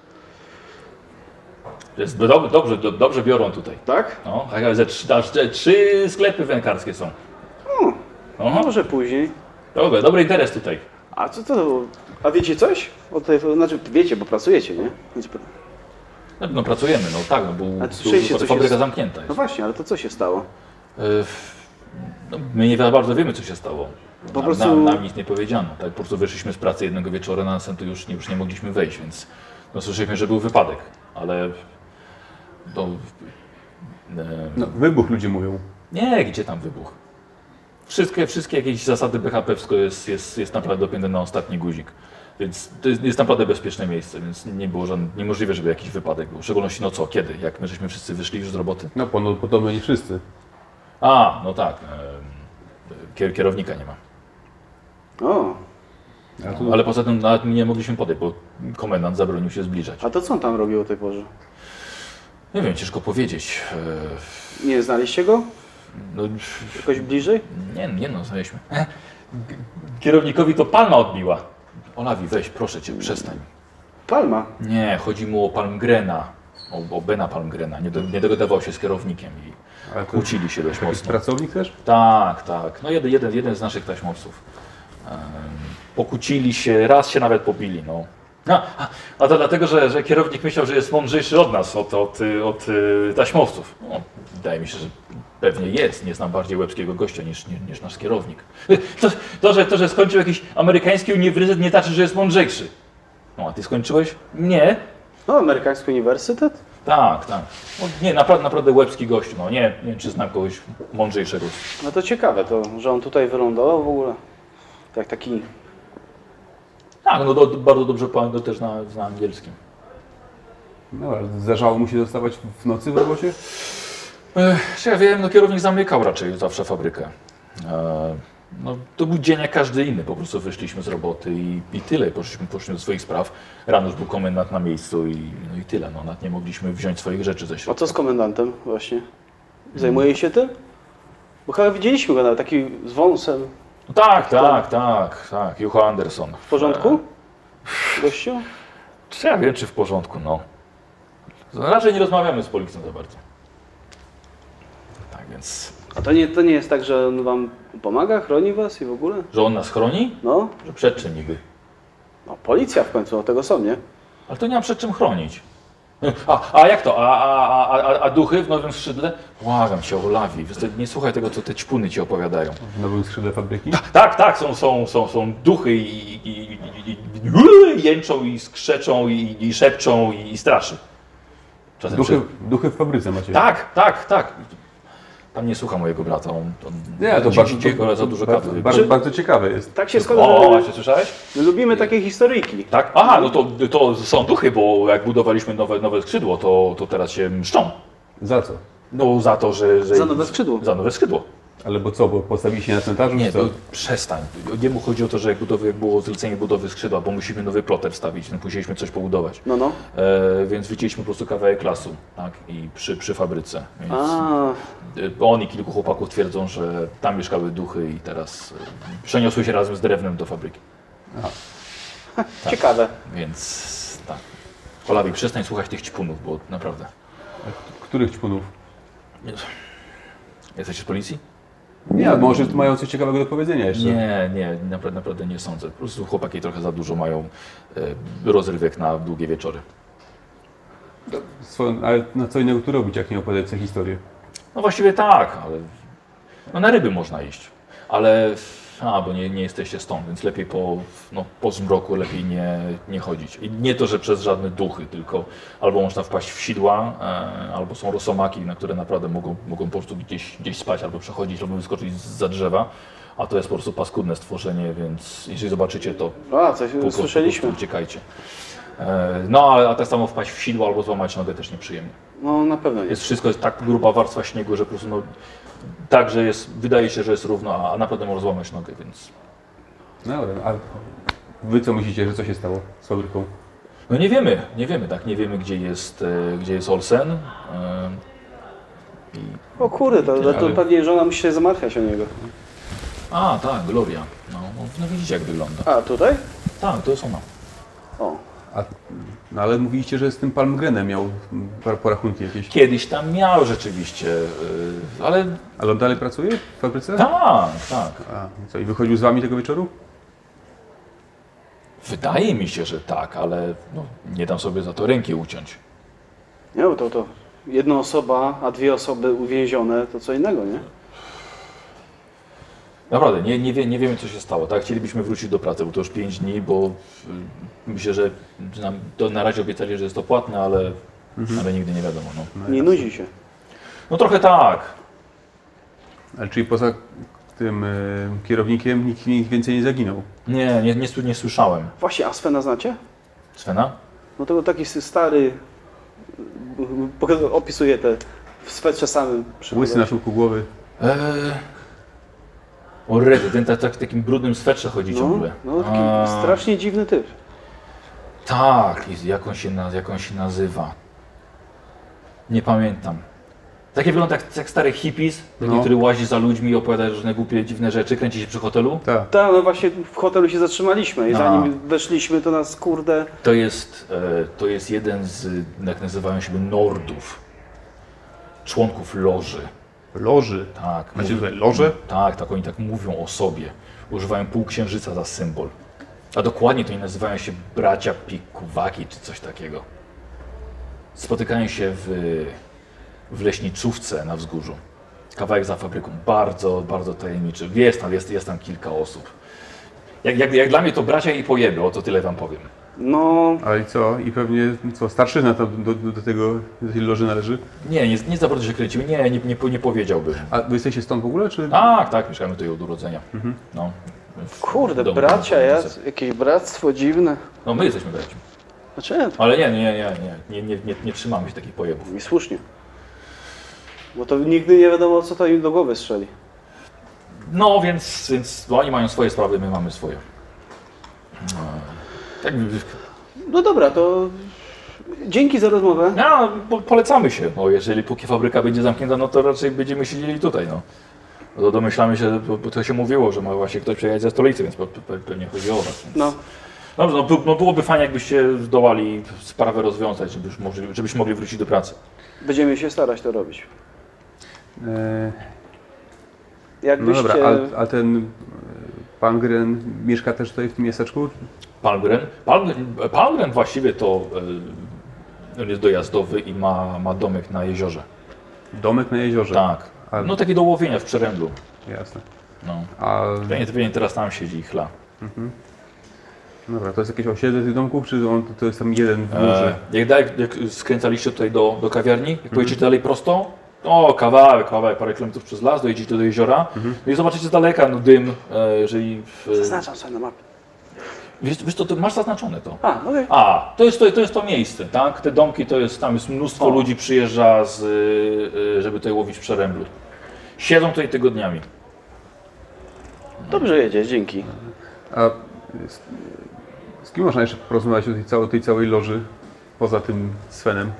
Jest do, dobrze, do, dobrze biorą tutaj. Tak? No, a ze trzy, aż te trzy sklepy wędkarskie są. O, Aha, może później. dobry, dobry interes tutaj. A co to? A wiecie coś? O tej, znaczy wiecie, bo pracujecie, nie? Więc- No, no pracujemy, no tak, no, bo A tu, słyszeliście, tu co się fabryka z- zamknięta No jest. właśnie, ale to co się stało? E, no, my nie za bardzo wiemy, co się stało. Po nam, prostu- nam, nam nic nie powiedziano. Tak, po prostu wyszliśmy z pracy jednego wieczoru, na następny już, nie- już nie mogliśmy wejść, więc no, słyszeliśmy, że był wypadek, ale to... E, No, wybuch ludzie mówią. Nie, gdzie tam wybuch? Wszystkie, wszystkie jakieś zasady B H P wszystko jest, jest, jest naprawdę dopięte na ostatni guzik. Więc to jest, jest naprawdę bezpieczne miejsce, więc nie było żadne, niemożliwe, żeby jakiś wypadek był. W szczególności no co, kiedy? Jak my żeśmy wszyscy wyszli już z roboty? No pono- podobno nie wszyscy. A, no tak. em, kier- Kierownika nie ma. O, A tu, Ale poza tym nawet nie mogliśmy podejść, bo komendant zabronił się zbliżać. a to co on tam robił o tej porze? Nie wiem, ciężko powiedzieć. E, Nie znaliście go? No, Jakoś bliżej? nie, nie no, znaleźliśmy. K- Kierownikowi to palma odbiła. Olawi, weź, proszę cię, przestań. Palma. Nie, chodzi mu o Palmgrena, o, o Bena Palmgrena. Nie, do, nie dogadywał się z kierownikiem i Ale to kłócili się dość jakiś mocno. pracownik też? Tak, tak. No jeden, jeden, jeden z naszych taśmowców. Um, pokłócili się, raz się nawet pobili, no. A, a to dlatego, że, że kierownik myślał, że jest mądrzejszy od nas, od, od, od, od taśmowców. No, wydaje mi się, że pewnie jest. Nie znam bardziej łebskiego gościa niż, niż, niż nasz kierownik. To, to, że, to, że skończył jakiś amerykański uniwersytet, nie znaczy, że jest mądrzejszy. No, a ty skończyłeś? Nie. No, amerykański uniwersytet? Tak, tak. No, nie, naprawdę, naprawdę łebski gość. No, nie, nie wiem, czy znam kogoś mądrzejszego. No to ciekawe to, że on tutaj wylądował w ogóle. Jak taki... Tak, no do, bardzo dobrze pan też na, na angielskim. No, ale zdarzało mu się dostawać w nocy w robocie? Ech, czy ja wiem, no kierownik zamykał raczej zawsze fabrykę. E, no, to był dzień jak każdy inny, po prostu wyszliśmy z roboty i, i tyle. Poszliśmy, poszliśmy do swoich spraw. Rano już był komendant na miejscu i, no i tyle. No, nawet nie mogliśmy wziąć swoich rzeczy ze A środka. co z komendantem właśnie? Zajmuje się tym? Bo chyba widzieliśmy go nawet, taki z wąsem. No, tak, tak, tak, tak. Juho Anderson. W porządku? Gościu? Czy ja wiem, czy w porządku, no. Raczej nie rozmawiamy z policją za bardzo. Tak więc, A to nie, to nie jest tak, że on wam pomaga, chroni was i w ogóle? że on nas chroni? No, Że przed czym niby? no policja w końcu, od tego są, nie? Ale to nie ma przed czym chronić. A, a jak to? A, a, a, a, a duchy w Nowym Skrzydle? Błagam cię, Olawi, nie słuchaj tego, co te ćpuny ci opowiadają. W nowym skrzydle fabryki? Tak, tak, są, są, są, są duchy i, i, i, i, i jęczą i skrzeczą i, i szepczą i, i straszy. Czasem Duchy, przy- duchy w fabryce macie? Tak, tak, tak. Pan nie słucha mojego brata, on, on Nie, to dzi- bardzo, dziękuję, ale za dużo bardzo, kawy. bardzo, bardzo ciekawe jest. Tak się składa, O, że właśnie słyszałeś? my lubimy takie historyjki. Tak? Aha, no to, to są duchy, bo jak budowaliśmy nowe, nowe skrzydło, to, to teraz się mszczą. Za co? No za to, że... że Za nowe skrzydło. Za nowe skrzydło. Ale bo co, bo postawili się na cmentarzu? Nie, czy co? to przestań. Nie mu chodzi o to, że jak, budowy, jak było zlecenie budowy skrzydła, bo musimy nowy ploter wstawić, no musieliśmy coś pobudować. No, no. E, więc wycięliśmy po prostu kawałek lasu, tak, i przy, przy fabryce. Więc A, e, on i kilku chłopaków twierdzą, że tam mieszkały duchy i teraz e, przeniosły się razem z drewnem do fabryki. ciekawe. Więc tak. Olawi, przestań słuchać tych ćpunów, bo naprawdę. Których ćpunów? Jesteście z policji? Nie, może mają coś ciekawego do powiedzenia jeszcze. Nie, nie, naprawdę, naprawdę nie sądzę. Po prostu chłopaki trochę za dużo mają e, rozrywek na długie wieczory. Swoją, ale na co innego tu robić, jak nie opowiadać sobie historię? No właściwie tak, ale no na ryby można iść. Ale a, bo nie, nie jesteście stąd, więc lepiej po, no, po zmroku lepiej nie, nie chodzić. I nie to, że przez żadne duchy, tylko albo można wpaść w sidła, e, albo są rosomaki, na które naprawdę mogą, mogą po prostu gdzieś, gdzieś spać, albo przechodzić, albo wyskoczyć za drzewa. A to jest po prostu paskudne stworzenie, więc jeżeli zobaczycie to, A, coś po prostu, po słyszeliśmy. prostu uciekajcie. E, no, a, a tak samo wpaść w sidło albo złamać nogę też nieprzyjemnie. No, na pewno nie. Jest wszystko, jest tak gruba warstwa śniegu, że po prostu no, tak, że jest, wydaje się, że jest równo, a naprawdę może złamać nogę, więc... No dobra, a wy co myślicie, że co się stało z fabryką? No nie wiemy, nie wiemy, tak, nie wiemy gdzie jest, e, gdzie jest Olsen. E, i... O kurde, to, to, to Ale- pewnie żona musi się zamartwiać o niego. A, tak, Gloria. No, no, no widzicie jak wygląda. A, tutaj? Tak, to jest ona. O. A, no ale mówiliście, że z tym Palmgrenem miał par- porachunki jakieś. Kiedyś tam miał rzeczywiście, e, ale Ale on dalej pracuje w fabryce? tak, tak. A, co, i wychodził z wami tego wieczoru? Wydaje mi się, że tak, ale no, nie dam sobie za to ręki uciąć. Nie, bo to, to jedna osoba, a dwie osoby uwięzione, to co innego, nie? Naprawdę, nie, nie, wie, nie wiemy co się stało, tak? Chcielibyśmy wrócić do pracy, bo to już pięć dni, bo y, myślę, że nam to na razie obiecali, że jest to płatne, ale, ale nigdy nie wiadomo. No. Nie nudzi się. no trochę tak. Ale czyli poza tym y, kierownikiem nikt, nikt więcej nie zaginął? Nie, nie, nie, sły- nie słyszałem. Właśnie, a Svena znacie? Svena? No to był taki stary, pokaz- opisuje te w swetrze samym. Łysy na czubku głowy. Eee... O rety, ten tak, tak, w takim brudnym swetrze chodzi No, ciągle. no taki A, strasznie dziwny typ. Tak, i jak on, się, na- jak on się nazywa? Nie pamiętam. Takie wygląda jak, jak stary hippies, taki, No. który łazi za ludźmi i opowiada różne głupie, dziwne rzeczy, kręci się przy hotelu. Tak. Tak, no właśnie w hotelu się zatrzymaliśmy i A. zanim weszliśmy, to nas kurde... To jest, e, to jest jeden z, jak nazywają się, nordów. Członków loży. Loży. Tak. Macie mówi- tutaj loże? Tak, tak, oni tak mówią o sobie. Używają półksiężyca za symbol. A dokładnie to oni nazywają się bracia Pikuwaki czy coś takiego. Spotykają się w, w leśniczówce na wzgórzu. Kawałek za fabryką. Bardzo, bardzo tajemniczy. Jest tam, jest, jest tam kilka osób. Jak, jak, jak dla mnie to bracia i pojeby, o to tyle wam powiem. No, Ale i co? I pewnie co, starszyzna tam do, do, do tego, do tej loży należy? Nie, nie, nie za bardzo się kręciły. Nie, nie, nie, nie powiedziałbym. A wy jesteście stąd w ogóle, czy? Tak, tak, mieszkamy tutaj od urodzenia. No, w kurde, domu bracia, na ja, ulicy. jakieś bractwo dziwne. No my jesteśmy braćmi. Znaczy, Ale nie, nie, nie, nie, nie, nie, nie, nie trzymamy się takich pojebów. i słusznie. Bo to nigdy nie wiadomo, co to im do głowy strzeli. No więc, więc no, oni mają swoje sprawy, my mamy swoje. No, tak, No dobra, to dzięki za rozmowę. no, po, polecamy się. No, jeżeli póki fabryka będzie zamknięta, no to raczej będziemy siedzieli tutaj. No. No to domyślamy się, bo, bo to się mówiło, że ma właśnie ktoś przyjechać ze stolicy, więc pe, pe, pewnie chodzi o was. Więc... No, Dobrze, no, by- no byłoby fajnie, jakbyście zdołali sprawę rozwiązać, żebyśmy mogli, żebyśmy mogli wrócić do pracy. będziemy się starać to robić. E, no Jakbyście... dobra, a, a ten e, pan Gren mieszka też tutaj w tym miasteczku? Palmgren. Palmgren, Palmgren właściwie to y, on jest dojazdowy i ma, ma domek na jeziorze. Domek na jeziorze. Tak. A- No taki do łowienia w Przeręblu. Jasne. No. A Pewnie, pewnie teraz tam siedzi i chla. dobra, to jest jakieś osiedle tych domków, czy on, to jest tam jeden w górze? E, jak, jak, jak skręcaliście tutaj do, do kawiarni, jak pojedziecie dalej prosto, o kawałek, kawałek, parę kilometrów przez las, dojedziecie do jeziora no i zobaczycie z daleka no, dym, e, jeżeli... W, Zaznaczam sobie na mapie. wiesz, wiesz to, to masz zaznaczone to. A, okej. A, to jest to, to jest to miejsce, tak? Te domki to jest, tam jest mnóstwo O. ludzi przyjeżdża, z, y, y, żeby tutaj łowić w Przeręblu. Siedzą tutaj tygodniami. Dobrze jedzie, dzięki. A z, z kim można jeszcze porozmawiać o tej, całej, tej całej loży, poza tym Svenem?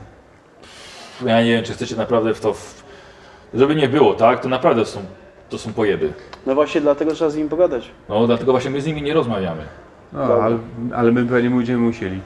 Ja nie wiem, czy chcecie naprawdę w to, w... żeby nie było, tak? To naprawdę są, to są pojeby. No właśnie dlatego trzeba z nim pogadać. No dlatego właśnie my z nimi nie rozmawiamy. No, Dobra. ale, ale my pewnie będziemy musieli.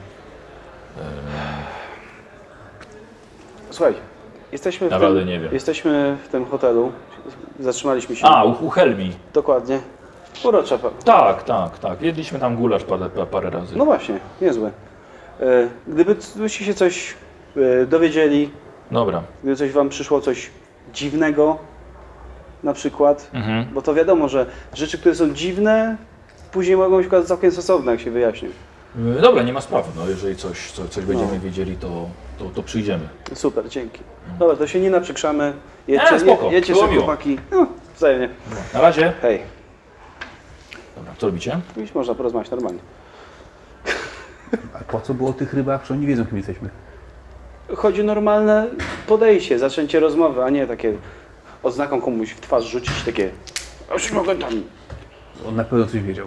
Słuchaj, jesteśmy w, Naprawdę tym, nie wiem. jesteśmy w tym hotelu. Zatrzymaliśmy się. A, u, u Helmi. Dokładnie. Urocza. pa- Tak, tak, tak. Jedliśmy tam gulasz parę, pa- parę razy. No właśnie, niezłe. E, Gdybyście się coś e, dowiedzieli, Dobra. gdyby coś wam przyszło, coś dziwnego na przykład, Mhm. bo to wiadomo, że rzeczy, które są dziwne, później mogą się okazać całkiem sensowne, jak się wyjaśni. Y, Dobra, nie ma sprawy. No, jeżeli coś, co, coś będziemy No. wiedzieli, to, to, to przyjdziemy. Super, dzięki. Dobra, to się nie naprzykrzamy. Jedźcie, Nie, spoko, je, jedźcie było sobie miło. chłopaki. No, wzajemnie. Na razie. Hej, Dobra, co robicie? już można porozmawiać normalnie. A po co było o tych rybach, że oni wiedzą, kim jesteśmy? Chodzi o normalne podejście, zaczęcie rozmowy, a nie takie odznaką komuś w twarz rzucić, takie już mogę tam. On na pewno coś wiedział.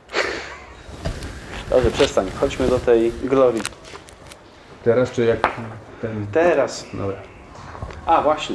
Dobrze, przestań, chodźmy do tej glorii. Teraz czy jak ten... Teraz. Dobra. A, właśnie.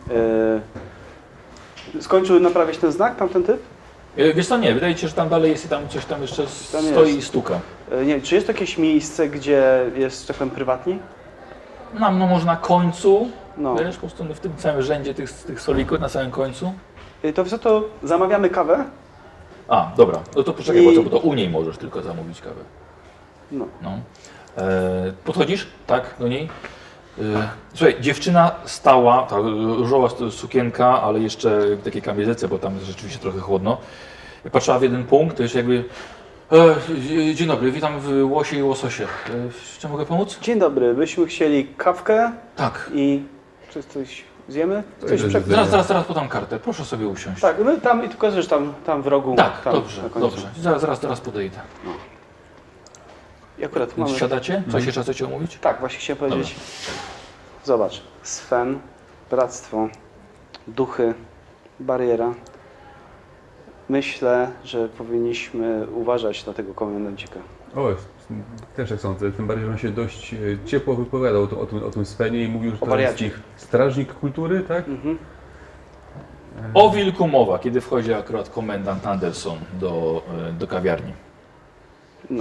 Yy, skończył naprawiać ten znak, tamten typ? Y, Wiesz co, nie, wydaje ci się, że tam dalej jest i tam coś tam jeszcze s- Tam stoi jest. i stuka. Yy, nie, czy jest jakieś miejsce, gdzie jest, tak powiem, prywatni? No, no może na końcu, No. wiesz, po prostu w tym całym rzędzie tych, tych stolików na samym końcu. Yy, to co, to zamawiamy kawę? A, dobra, no to poczekaj, I- bo, to, bo to u niej możesz tylko zamówić kawę. No. No. E, podchodzisz, tak, do niej. E, słuchaj, dziewczyna stała, ta różowa sukienka, ale jeszcze w takiej kamizelce, bo tam jest rzeczywiście trochę chłodno. Patrzyła w jeden punkt, to już jakby... E, dzień dobry, witam w Łosie i Łososie. E, w czym mogę pomóc? Dzień dobry, byśmy chcieli kawkę Tak. i czy coś zjemy? Coś jest prze... zjemy. Zaraz, zaraz, zaraz podam kartę, proszę sobie usiąść. Tak, my tam i tylko, że tam, tam w rogu. Tak, tam, dobrze, na końcu. dobrze. Zaraz, zaraz, zaraz podejdę. I akurat mamy... Więc siadacie? Coś jeszcze chcecie omówić? Tak, właśnie chciałem powiedzieć. Zobacz, Sven, bractwo, duchy, bariera. Myślę, że powinniśmy uważać na tego komendancika. O, też tak sądzę. Tym bardziej, że on się dość e, ciepło wypowiadał o, o, tym, o tym Svenie i mówił, że to jest wariacie. ich strażnik kultury, tak? Mhm. O wilku mowa, kiedy wchodzi akurat komendant Anderson do, e, do kawiarni. No.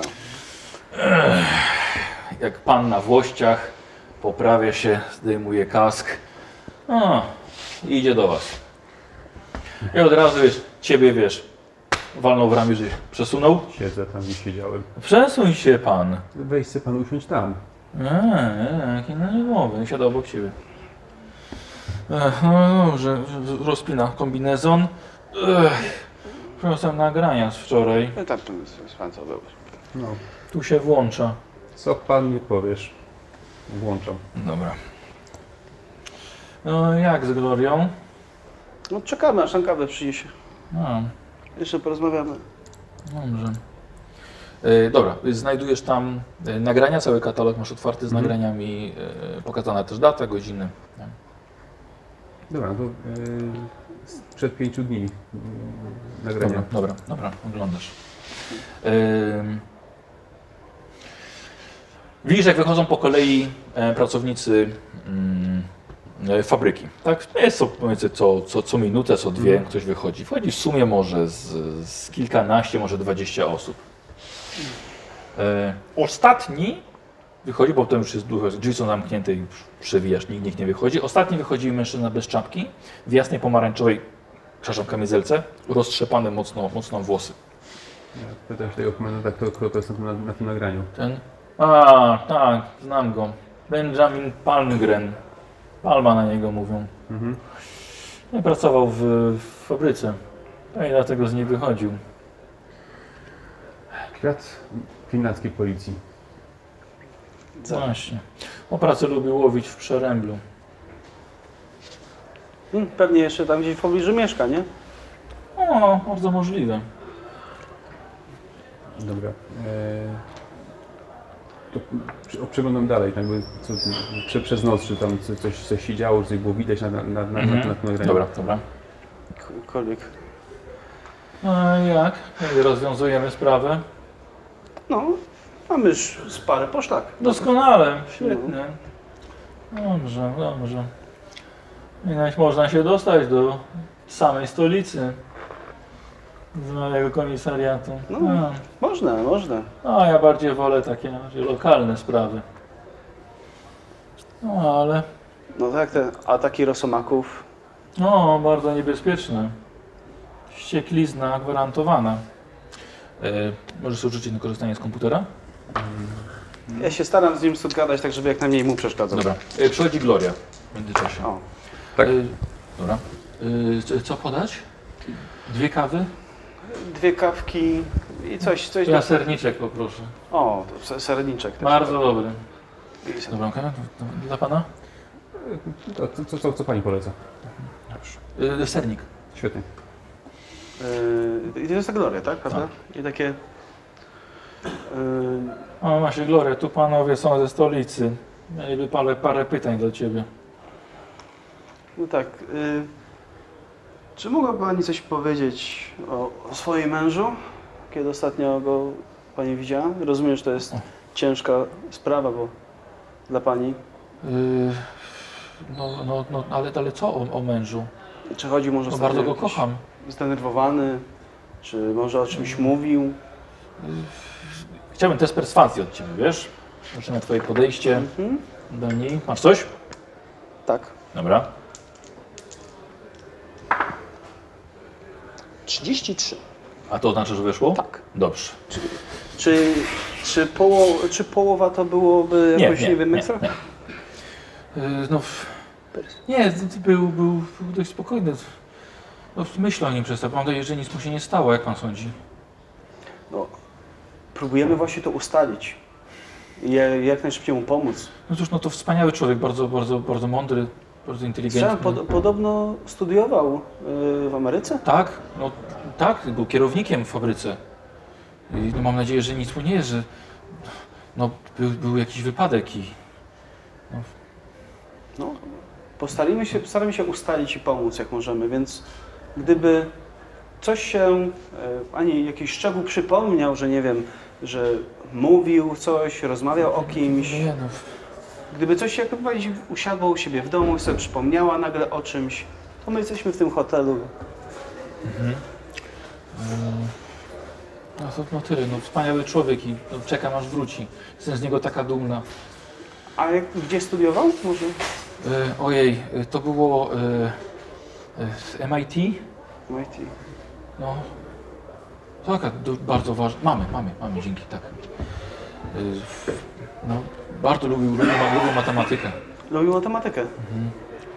Jak pan na włościach, poprawia się, zdejmuje kask. O, i idzie do was. I od razu wiesz, ciebie wiesz, walnął w ramię, żeś przesunął. Siedzę tam, gdzie siedziałem. Przesuń się pan. Weź se pan usiąść tam. Eee, jaki nerwowy. Siada obok ciebie. Ech, no dobrze, rozpina kombinezon. Ech, przyniosłem nagrania z wczoraj. No tam z pan co był. No, Tu się włącza. co pan nie powiesz? Włączam. Dobra. No jak z Glorią? No czekamy, aż tam kawę przyniesie. A, Jeszcze porozmawiamy. dobrze. E, dobra, znajdujesz tam e, nagrania, cały katalog masz otwarty z Mhm. nagraniami, e, pokazana też data, godziny. Nie? Dobra, no to e, sprzed pięciu dni e, nagrania. Dobra, dobra, dobra, oglądasz. Ym. Widzisz, jak wychodzą po kolei e, pracownicy mm, e, fabryki. Tak? Jest to powiedzmy co, co, co minutę, co dwie ktoś wychodzi. Wchodzi w sumie może z, z kilkanaście, może dwadzieścia osób. E, ostatni wychodzi, bo to już jest dużo, drzwi są zamknięte i przewijasz, nikt, nikt nie wychodzi. Ostatni wychodzi mężczyzna bez czapki, w jasnej pomarańczowej, przepraszam, kamizelce, roztrzepane mocno, mocno włosy. Ja pytam się tego komendanta, kto, kto to jest na, na tym nagraniu. Ten? A, tak, znam go. Benjamin Palmgren. Palma na niego mówią. Mhm. No, pracował w, w fabryce. No i dlatego z niej wychodził. Kwiat finlandzkiej policji. Właśnie. O pracę lubił łowić w Przeręblu. Hmm, pewnie jeszcze tam gdzieś w pobliżu mieszka, nie? O, bardzo możliwe. Dobra. E, to przy- o, przeglądam dalej, tak jakby co, prze, przez noc, czy tam co- coś, coś się działo, czy coś było widać na, na, na, na, Mhm. na tym nagraniu. Dobra, dobra. Kolwiek. A jak? Jak rozwiązujemy sprawę? No, mamy już z parę poszlak. Doskonale, świetnie. Dobrze, dobrze. Inaczej można się dostać do samej stolicy. Z małego komisariatu. No. A. Można, można. No, ja bardziej wolę takie bardziej lokalne sprawy. No, ale No tak, te ataki rosomaków. no, bardzo niebezpieczne. Ścieklizna gwarantowana. E, możesz użyć na korzystanie z komputera? Ja się staram z nim stąd gadać, tak żeby jak najmniej mu przeszkadzał. Dobra. E, przychodzi Gloria w międzyczasie. O, Tak. E, dobra. E, co- co podać? Dwie kawy? dwie kawki i coś, coś Ja do... serniczek poproszę. O, to se- serniczek też. Bardzo dobry. I se- Dobra, okay. Dla pana? To, co, co, co, co pani poleca? E, sernik. Świetnie. Yy, I to jest ta Gloria, tak? Prawda? I takie... Yy, O, właśnie Gloria, tu panowie są ze stolicy. Mieliby parę, parę pytań do ciebie. no tak. Yy, czy mogłaby Pani coś powiedzieć o, o swoim mężu? Kiedy ostatnio go Pani widziała? Rozumiem, że to jest ciężka sprawa, bo dla Pani. Yy, no, no, no, ale, ale co o, o mężu? Czy chodzi może No, ostatnio bardzo go jakiś kocham. zdenerwowany? Czy może o czymś mówił? Chciałbym test perswazji od ciebie, wiesz? Proszę na twoje podejście Mhm. do niej. Masz coś? Tak. Dobra. trzydzieści trzy. A to znaczy, że wyszło? Tak. Dobrze. Czy, czy, poło, czy połowa to byłoby jakoś, nie, wiem, ekstra? nie. Yy, no, w- nie, z- z- był, był, był dość spokojny. No, myślę o nim przez to. Mam nadzieję, że nic mu się nie stało, jak pan sądzi. No, próbujemy właśnie to ustalić. I jak, jak najszybciej mu pomóc. No cóż, no to wspaniały człowiek, bardzo, bardzo, bardzo mądry, bardzo inteligentny. Słyszałem, pod, podobno studiował y, w Ameryce? Tak, no tak, był kierownikiem w fabryce. I no, mam nadzieję, że nic mu nie jest, że no, był, był jakiś wypadek i No, postaramy się, postaramy się ustalić i pomóc jak możemy, więc gdyby coś się, y, ani jakiś szczegół przypomniał, że nie wiem, że mówił coś, rozmawiał o kimś. Nie no. Gdyby coś się jak powiedzieć, usiadła u siebie w domu i sobie przypomniała nagle o czymś, to my jesteśmy w tym hotelu. Mhm. No to no tyle, no wspaniały człowiek i no, czekam aż wróci. Jestem z niego taka dumna. A jak, gdzie studiował? Może? E, ojej, e, to było e, e, z M I T? M I T. No. Taka do, bardzo ważna. Mamy, mamy, mamy, dzięki, tak. E, no, bardzo lubił, lubił, lubił matematykę. Lubił matematykę. Mhm.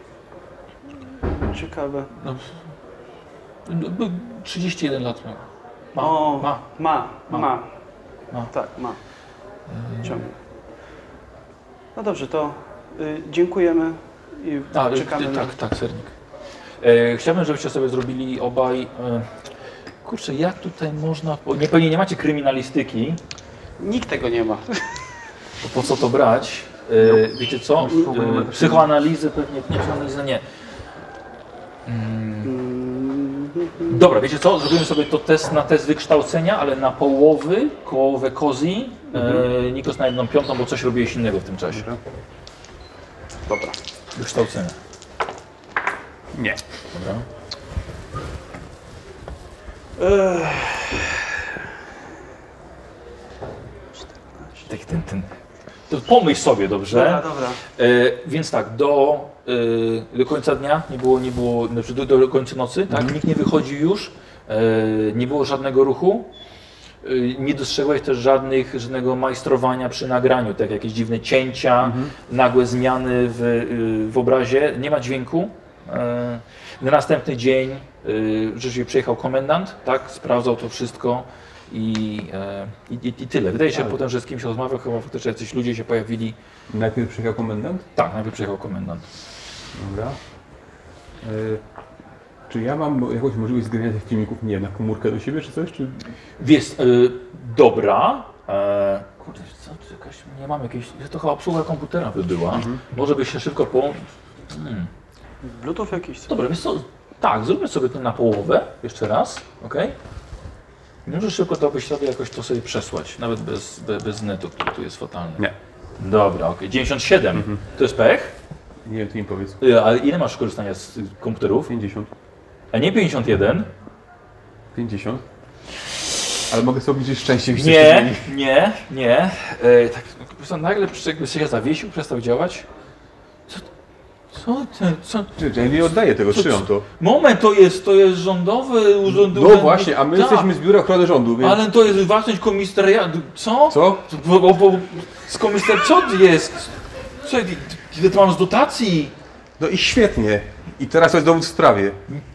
Ciekawe. No, no, był trzydzieści jeden lat miał. Ma, o, ma. Ma, ma, Ma. ma. Ma. Tak, ma. Ciągle. No dobrze, to y, dziękujemy i A, czekamy e, na... tak, tak, sernik. E, chciałbym, żebyście sobie zrobili obaj... E, kurczę, jak tutaj można... Bo nie, pewnie nie macie kryminalistyki, Nikt tego nie ma. bo po co to brać? E, wiecie co? E, psychoanalizy pewnie... Nie, psychoanalizy nie. Mm. Dobra, wiecie co? Zrobimy sobie to test na test wykształcenia, ale na połowy, kołowe kozji. E, Nikos na jedną piątą, bo coś robiłeś innego w tym czasie. Dobra. Wykształcenia. Nie. Dobra. Tak, ten, ten. To pomyśl sobie, dobrze? Dobra, dobra. E, więc tak, do, e, do końca dnia nie było, nie było znaczy do, do końca nocy, tak? Nikt nie wychodził już, e, nie było żadnego ruchu. E, nie dostrzegłeś też żadnych, żadnego majstrowania przy nagraniu, tak jakieś dziwne cięcia, Mhm. nagłe zmiany w, y, w obrazie, nie ma dźwięku. E, na następny dzień y, rzeczywiście przyjechał komendant, tak? Sprawdzał to wszystko. I, e, i, i tyle. Wydaje się Ale- potem, że z kimś rozmawiał, chyba faktycznie jacyś ludzie się pojawili. Najpierw przyjechał komendant? Tak, najpierw przyjechał komendant. Dobra. E, czy ja mam jakąś możliwość zgrania tych filmików, nie wiem, na komórkę do siebie czy coś? Czy... Wiesz, e, dobra. E, kurde, co, czy jakaś, nie mam jakiejś, to chyba obsługa komputera by była. Może by się szybko po... Hmm. Bluetooth jakiś? Co? Dobra, wiesz co, tak, zróbmy sobie to na połowę, jeszcze raz, ok? Może szybko dałbyś sobie jakoś to sobie przesłać, nawet bez, bez, bez netu, który tu jest fatalny. Nie. Dobra, ok, dziewięćdziesiąt siedem, to jest pech? Nie wiem, ty mi powiedz. E, Ale ile masz korzystania z y, komputerów? pięćdziesiąt. A nie pięćdziesiąt jeden? pięćdziesiąt. Ale mogę sobie obliczyć szczęście. jeśli Nie, coś się zmieni. nie, nie. E, tak, po prostu nagle jakby się zawiesił, przestał działać. Co, co ty, co? Czy, czy ja nie oddaję tego, Co- trzymam to. Moment, to jest, to jest rządowy urząd. No urząd- właśnie, a my tak, jesteśmy z Biura Ochrony Rządu, więc... Ale to jest własność komisariatu. Co? Co? Bo, bo, bo z komisar... Co jest? Co, ile to mam z dotacji? No i świetnie. I teraz to jest dowód w sprawie.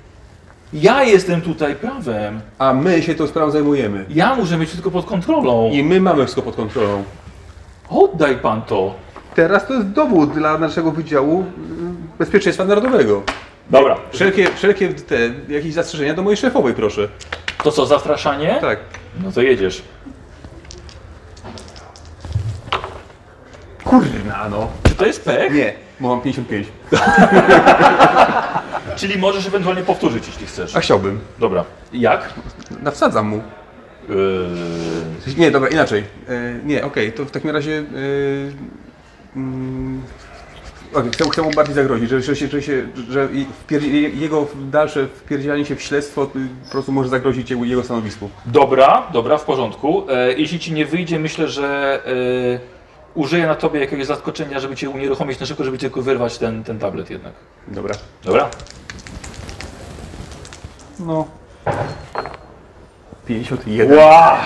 Ja jestem tutaj prawem. A my się tą sprawą zajmujemy. Ja muszę mieć wszystko pod kontrolą. I my mamy wszystko pod kontrolą. Oddaj pan to. Teraz to jest dowód dla naszego Wydziału y, Bezpieczeństwa Narodowego. Dobra. Wszelkie, wszelkie te jakieś zastrzeżenia do mojej szefowej, proszę. To co, zastraszanie? Tak. No to jedziesz. Kurna no. Czy to jest pech? Nie, bo mam pięćdziesiąt pięć. Czyli możesz ewentualnie powtórzyć, jeśli chcesz. A chciałbym. Dobra. Jak? Nawsadzam mu. Yy... Nie, dobra, inaczej. E, nie, okej, to w takim razie... E, mm, okay, chcę, chcę mu bardziej zagrozić, że, że, się, że, się, że i wpier- jego dalsze wpierdzielanie się w śledztwo y, po prostu może zagrozić jego, jego stanowisku. Dobra, dobra, w porządku. E, jeśli ci nie wyjdzie, myślę, że e, użyję na tobie jakiegoś zaskoczenia, żeby cię unieruchomić na szybko, żeby tylko wyrwać ten, ten tablet jednak. Dobra. Dobra? No. pięćdziesiąt jeden. Wow!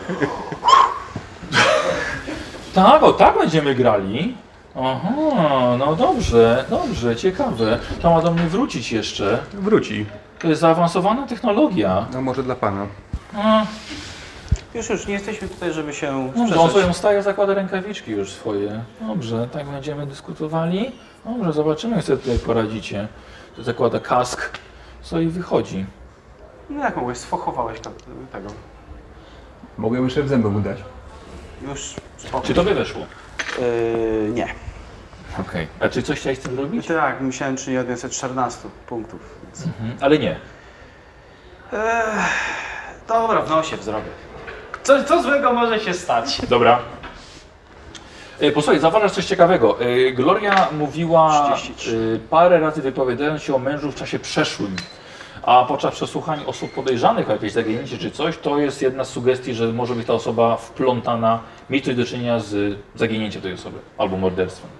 Tak, o tak będziemy grali. Aha, no dobrze, dobrze, ciekawe. To ma do mnie wrócić jeszcze. Wróci. To jest zaawansowana technologia. No może dla pana. A, Już, już, nie jesteśmy tutaj, żeby się dobrze, on sprzeczać. swoją staje, zakłada rękawiczki już swoje. Dobrze, tak będziemy dyskutowali. Dobrze, zobaczymy, jak sobie tutaj poradzicie. Zakłada kask, co i wychodzi. No jak mogłeś, sfochowałeś tam tego. Mogę jeszcze w zęby mu dać. Już spoko. Czy tobie weszło? Yy, nie. Okej. A czy coś chciałeś z tym zrobić? Tak, musiałem czynić od sto czternaście punktów. Więc... Mhm, ale nie. Eee, dobra, w nosie zrobię. Co, co złego może się stać? Dobra. E, Posłuchaj, zauważasz coś ciekawego. E, Gloria mówiła trzydzieści trzy. e, parę razy wypowiadając się o mężu w czasie przeszłym. A podczas przesłuchań osób podejrzanych o jakieś zaginięcie czy coś, to jest jedna z sugestii, że może być ta osoba wplątana, mieć coś do czynienia z zaginięciem tej osoby albo morderstwem.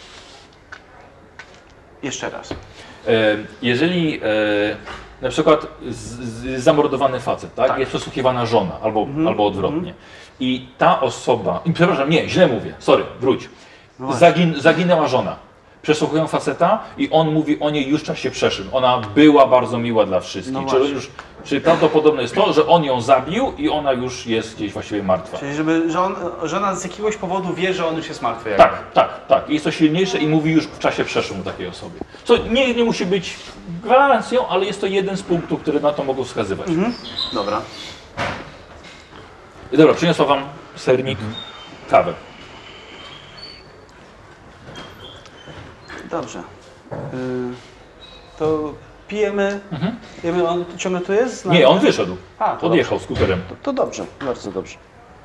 Jeszcze raz. E, Jeżeli e, na przykład z, z, zamordowany facet, tak? Tak. Jest przesłuchiwana żona albo, Mhm, albo odwrotnie i ta osoba, i przepraszam, nie, źle mówię, sorry, wróć, No właśnie. Zagin, zaginęła żona. Przesłuchują faceta i on mówi o niej już w czasie przeszłym. Ona była bardzo miła dla wszystkich. No czyli, właśnie. już, czyli prawdopodobne jest to, że on ją zabił i ona już jest gdzieś właściwie martwa. Czyli żeby żon, żona z jakiegoś powodu wie, że on już jest martwy. jakby. Tak, tak, tak. Jest to silniejsze i mówi już w czasie przeszłym takiej osobie. Co nie, nie musi być gwarancją, ale jest to jeden z punktów, które na to mogą wskazywać. Mhm. Dobra. I dobra, przyniosła wam sernik, kawę. Dobrze. Y, to pijemy. Mhm. Pijemy, on ciągle tu jest? z nami? Nie, on wyszedł. A, to Odjechał skuterem. To, to dobrze, bardzo dobrze.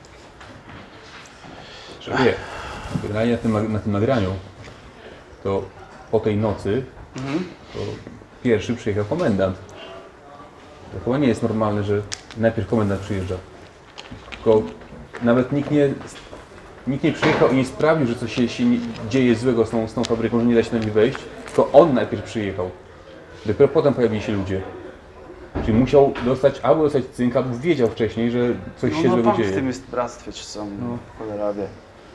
Że wie, generalnie na tym, na tym nagraniu, to po tej nocy, to pierwszy przyjechał komendant. To chyba nie jest normalne, że najpierw komendant przyjeżdża. Tylko nawet nikt nie, nikt nie przyjechał i nie sprawdził, że coś się, się nie, dzieje złego z tą, z tą fabryką, że nie da się na nie wejść. Tylko on najpierw przyjechał. Dopiero potem pojawili się ludzie. Czyli musiał dostać albo dostać cynk, albo wiedział wcześniej, że coś No, się no złego pan dzieje. w tym jest bractwie, czy są, no. Cholera wie.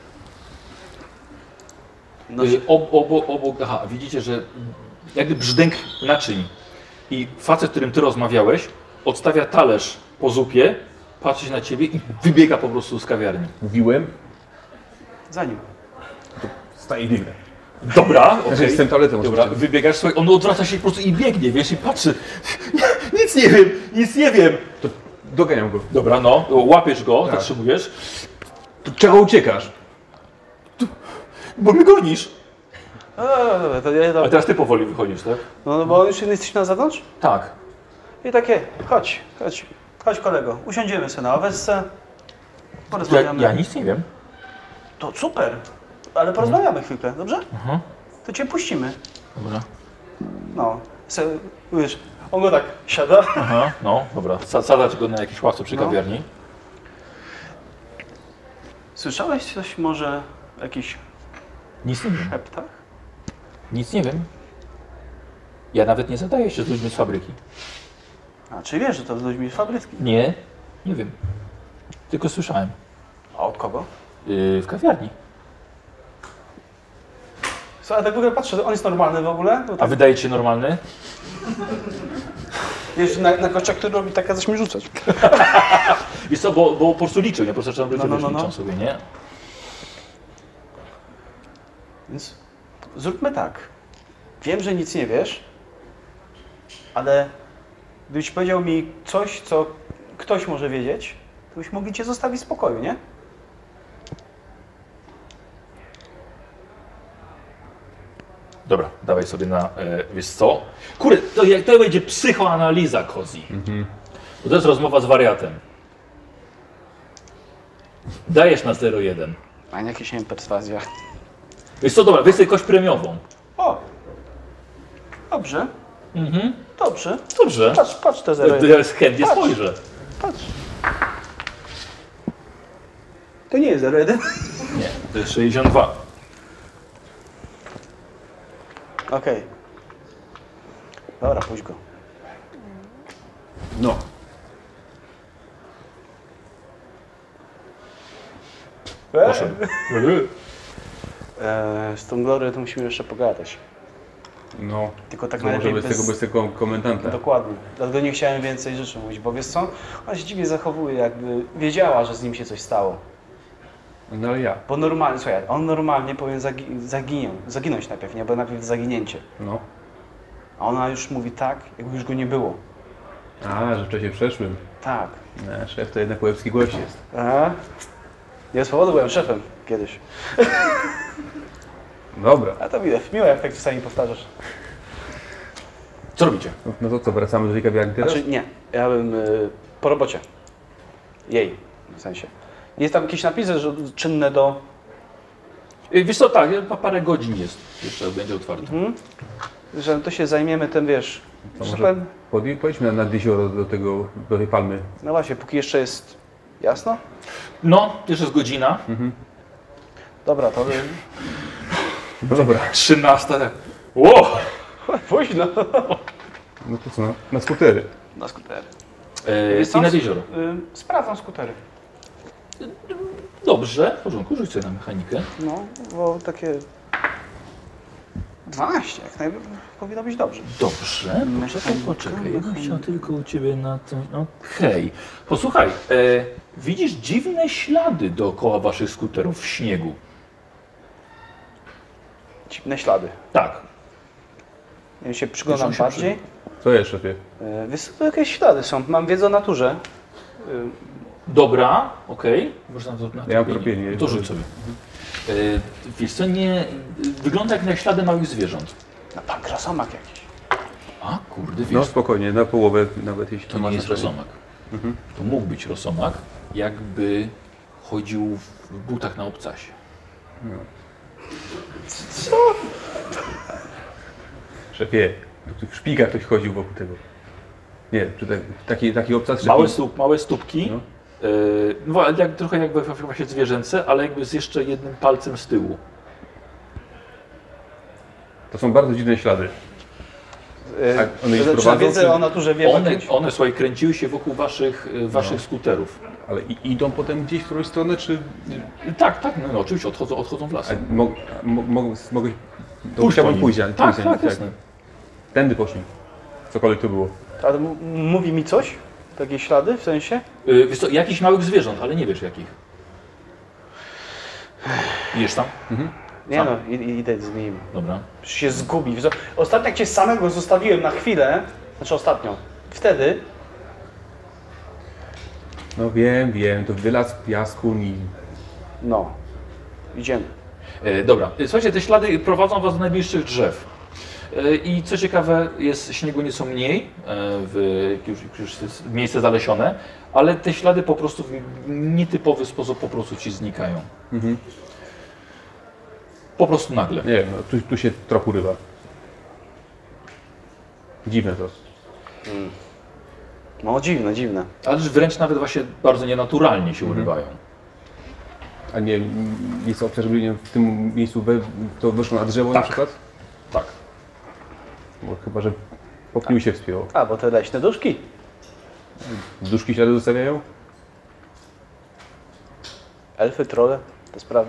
No, Y, ob, obok, obok, aha, widzicie, że jakby brzdęk naczyń i facet, z którym ty rozmawiałeś, odstawia talerz po zupie, patrzy się na ciebie i wybiega po prostu z kawiarni. Mówiłem, za nim. staje i biegnę. Dobra, okej. Że jestem toaletem Dobra, oczywiście. wybiegasz, słuchaj, on odwraca się po prostu i biegnie, wiesz, i patrzy. Nic nie wiem, nic nie wiem. To doganiam go. Dobra, no, łapiesz go, Tak. zatrzymujesz, To czego uciekasz? bo mnie gonisz. No, dobra, to ja, A dobra. teraz ty powoli wychodzisz, tak? No, no bo już jesteś na zewnątrz? Tak. I takie, chodź, chodź, chodź kolego, usiądziemy sobie na ławeczce, Ja, porozmawiamy. ja nic nie wiem. To super, ale porozmawiamy chwilkę, dobrze? Mhm. To cię puścimy. Dobra. No, se, wiesz, on go tak siada. Aha, no, dobra. Sadać go na jakiś ławce przy No. kawiarni. Słyszałeś coś może o jakichś Nic nie wiem. szeptach? Nic nie wiem. Ja nawet nie zadaję się z ludźmi z fabryki. A, czy wiesz, że to z ludźmi z fabryki? Nie, nie wiem. Tylko słyszałem. A od kogo? Yy, w kawiarni. Słuchaj, tak w ogóle patrzę, on jest normalny w ogóle? Bo A tak, wydaje ci się normalny? wiesz, na, na gościa, który robi tak, zaś mi rzucać. Wiesz co, bo, bo po prostu liczył, nie? Po prostu zacząłem No, no, no, liczą no. sobie, nie? Więc zróbmy tak. Wiem, że nic nie wiesz, ale gdybyś powiedział mi coś, co ktoś może wiedzieć, to byśmy mogli cię zostawić w spokoju, nie? Dobra, dawaj sobie na, e, wiesz co? Kurde, to jak to będzie psychoanaliza, Kozi. Bo to jest rozmowa z wariatem. Dajesz na zero jeden. A nie jakieś, nie wiem, perswazja. Wiesz co, dobra, weź sobie kość premiową. O! Dobrze, Mhm. dobrze. Dobrze. Patrz, patrz te To zero ja chętnie Patrz. spojrzę. Patrz. To nie jest zero jeden. Nie, to jest sześćdziesiąt dwa. Okej. Dobra, pójdź go. No. Poszedł. Eee, z tą Glory to musimy jeszcze pogadać. No. Tylko tak To może najlepiej bez bez... tego, bez tego komendanta. Dokładnie. Dlatego nie chciałem więcej rzeczy mówić, bo wiesz co? Ona się dziwnie zachowuje, jakby wiedziała, że z nim się coś stało. No ale ja. Bo normalnie, słuchaj, on normalnie powinien zagi zaginął, zaginąć najpierw, nie? Bo najpierw zaginięcie. No. A ona już mówi tak, jakby już go nie było. A, że w czasie przeszłym. Tak. No, szef to jednak łebski gość jest. A? Nie z powodu byłem szefem kiedyś. Dobra. A to miłe, miłe jak tak czasami powtarzasz. Co robicie? No to co, wracamy do tej kawiarni teraz? Znaczy nie, ja bym y, po robocie. Jej. W sensie. Jest tam jakieś napisy, że czynne do... Y, Wiesz co, tak, pa- parę godzin jest, jeszcze będzie otwarty. Mhm. Że to się zajmiemy tym, wiesz... To że może powiem- podj- pojedźmy nad jezioro do tego, do tej palmy. No właśnie, póki jeszcze jest jasno. No, jeszcze jest godzina. Dobra, to... No dobra. trzynasta. tak. Ło! Późno. No to co, na, na skutery. Na skutery. E, Wiesz co? I nad jezioro. Y, sprawdzam skutery. Dobrze, w porządku, rzuć sobie na mechanikę. No, bo takie... dwanaście, jak najbardziej powinno być dobrze. Dobrze, poczekaj, Mechanika, poczekaj. Ja bym mechanika. chciał tylko u Ciebie na to... Okej. Posłuchaj, e, widzisz dziwne ślady dookoła Waszych skuterów w śniegu. Dziwne ślady. Tak. Ja się przyglądam Wiesz, on się bardziej. Co jeszcze ty? Y, Wiesz, co, jakieś ślady są. Mam wiedzę o naturze. Y, Dobra, okej. Można to na Ja mam tropienie. tropienie. To rzuć sobie. E, wiesz co, nie... Wygląda jak na ślady małych zwierząt. No pan krasomak jakiś. A, kurde, wiesz, No spokojnie, na połowę nawet jeśli to ma nie jest znaczenie. rosomak. To mógł być rosomak, jakby chodził w butach na obcasie. Szefie, tu w szpikach ktoś chodził wokół tego. Nie, czy tak, taki, taki obcas Małe, szpik- stóp, małe stópki, No. no. no ale jak, trochę jakby właśnie zwierzęce, ale jakby z jeszcze jednym palcem z tyłu. To są bardzo dziwne ślady. Y, Tak, one ich czy na prowadzą, wiedzę czy- o naturze wie One, jakimś? one słuchaj, kręciły się wokół waszych, y, waszych No. skuterów. Ale i, idą potem gdzieś w którąś stronę, czy... I tak, tak, no, no oczywiście odchodzą, odchodzą w las. A, mo, mo, mo, mogę... To Pójdź po chciałbym nim. pójść, ale Tak, pójść, tak, jasne. Tędy poszli. Cokolwiek to było. Ale m- mówi mi coś? Takie ślady w sensie? Y, wiesz co, jakichś małych zwierząt, ale nie wiesz jakich. Idziesz tam? Nie Sam. no, i- i- idę z nim. Dobra. Przecież się zgubi. Wiesz co, ostatnio jak cię samego zostawiłem na chwilę, znaczy ostatnio, wtedy, No wiem, wiem, to wylaz piasku i... no, idziemy. E, dobra, E, słuchajcie, te ślady prowadzą was do najbliższych drzew. E, I co ciekawe, jest śniegu nieco mniej, e, w, już, już jest miejsce zalesione, ale te ślady po prostu w nietypowy sposób po prostu ci znikają. Mhm. Po prostu nagle. Nie wiem, no, tu, tu się trop urywa. Dziwne to. No dziwne, dziwne. Ale wręcz nawet właśnie bardzo nienaturalnie się urywają. A nie, jest opcja, żeby nie, w tym miejscu we, to wyszło na drzewo Tak. na przykład? Tak. Bo chyba, że po pniu się wspięło. A, bo te leśne duszki. Duszki ślady zostawiają? Elfy, trolle, te sprawy.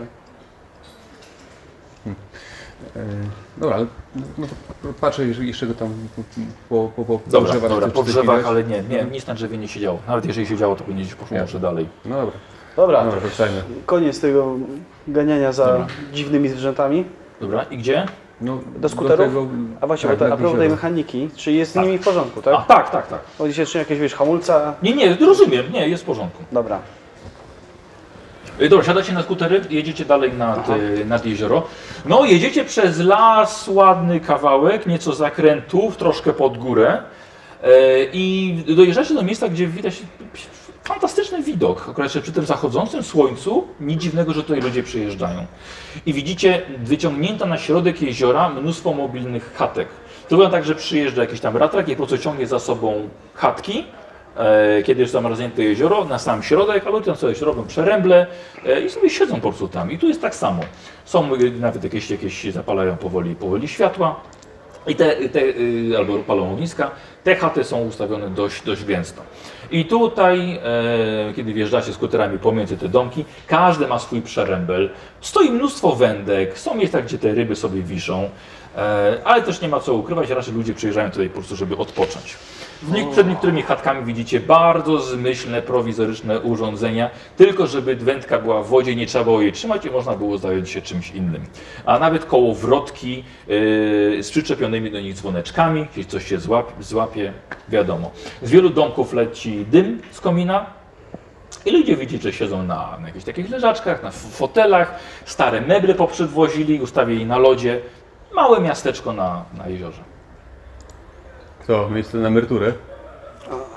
E, dobra, ale no, to patrzę jeżeli jeszcze go tam po, po, po Dobra, drzewach. dobra, czy po coś drzewach, widać. ale nie, nie, nic na drzewie nie siedziało. Nawet jeżeli siedziało, to pewnie gdzieś poszło może dalej. No dobra, Dobra, dobra, wracajmy. koniec tego ganiania za Dobra. dziwnymi zwierzętami. Dobra, i gdzie? No, Do skuterów? tego- A właśnie, tak, bo to, nad a propos tej jezioro. mechaniki, czy jest z Tak. nimi w porządku, tak? A, tak, tak, tak. Bo dzisiaj czy jakieś, wiesz, hamulca? Nie, nie, rozumiem, nie, jest w porządku. Dobra. Y, Dobra, siadacie na skutery, jedziecie dalej nad, Aha. y, nad jezioro. No, jedziecie przez las, ładny kawałek, nieco zakrętów, troszkę pod górę. Y, I dojeżdżacie do miejsca, gdzie widać fantastyczny widok. Akurat jeszcze przy tym zachodzącym słońcu, nic dziwnego, że tutaj ludzie przyjeżdżają. I widzicie wyciągnięte na środek jeziora mnóstwo mobilnych chatek. To wygląda tak, że przyjeżdża jakiś tam ratrak i po prostu ciągnie za sobą chatki. E, kiedy jest zamarznięte jezioro, na sam środek, a ludzie tam sobie robią przeręble e, i sobie siedzą po prostu tam. I tu jest tak samo. Są e, nawet jakieś, jakieś zapalają powoli, powoli światła. I te, te y, albo palą ogniska, te chaty są ustawione dość, dość gęsto. I tutaj, e, kiedy wjeżdżacie skuterami pomiędzy te domki, każdy ma swój przerębel. Stoi mnóstwo wędek, są miejsca, gdzie te ryby sobie wiszą, e, ale też nie ma co ukrywać, raczej ludzie przyjeżdżają tutaj po prostu, żeby odpocząć. W nie, przed niektórymi chatkami widzicie bardzo zmyślne, prowizoryczne urządzenia, tylko żeby wędka była w wodzie, nie trzeba było jej trzymać i można było zająć się czymś innym. A nawet kołowrotki yy, z przyczepionymi do nich dzwoneczkami, jeśli coś się złapie, złapie, wiadomo. Z wielu domków leci dym z komina i ludzie widzicie, że siedzą na, na jakichś takich leżaczkach, na f- fotelach, stare meble poprzedwozili, ustawili na lodzie. Małe miasteczko na, na jeziorze. Co, miejsce na emeryturę? A,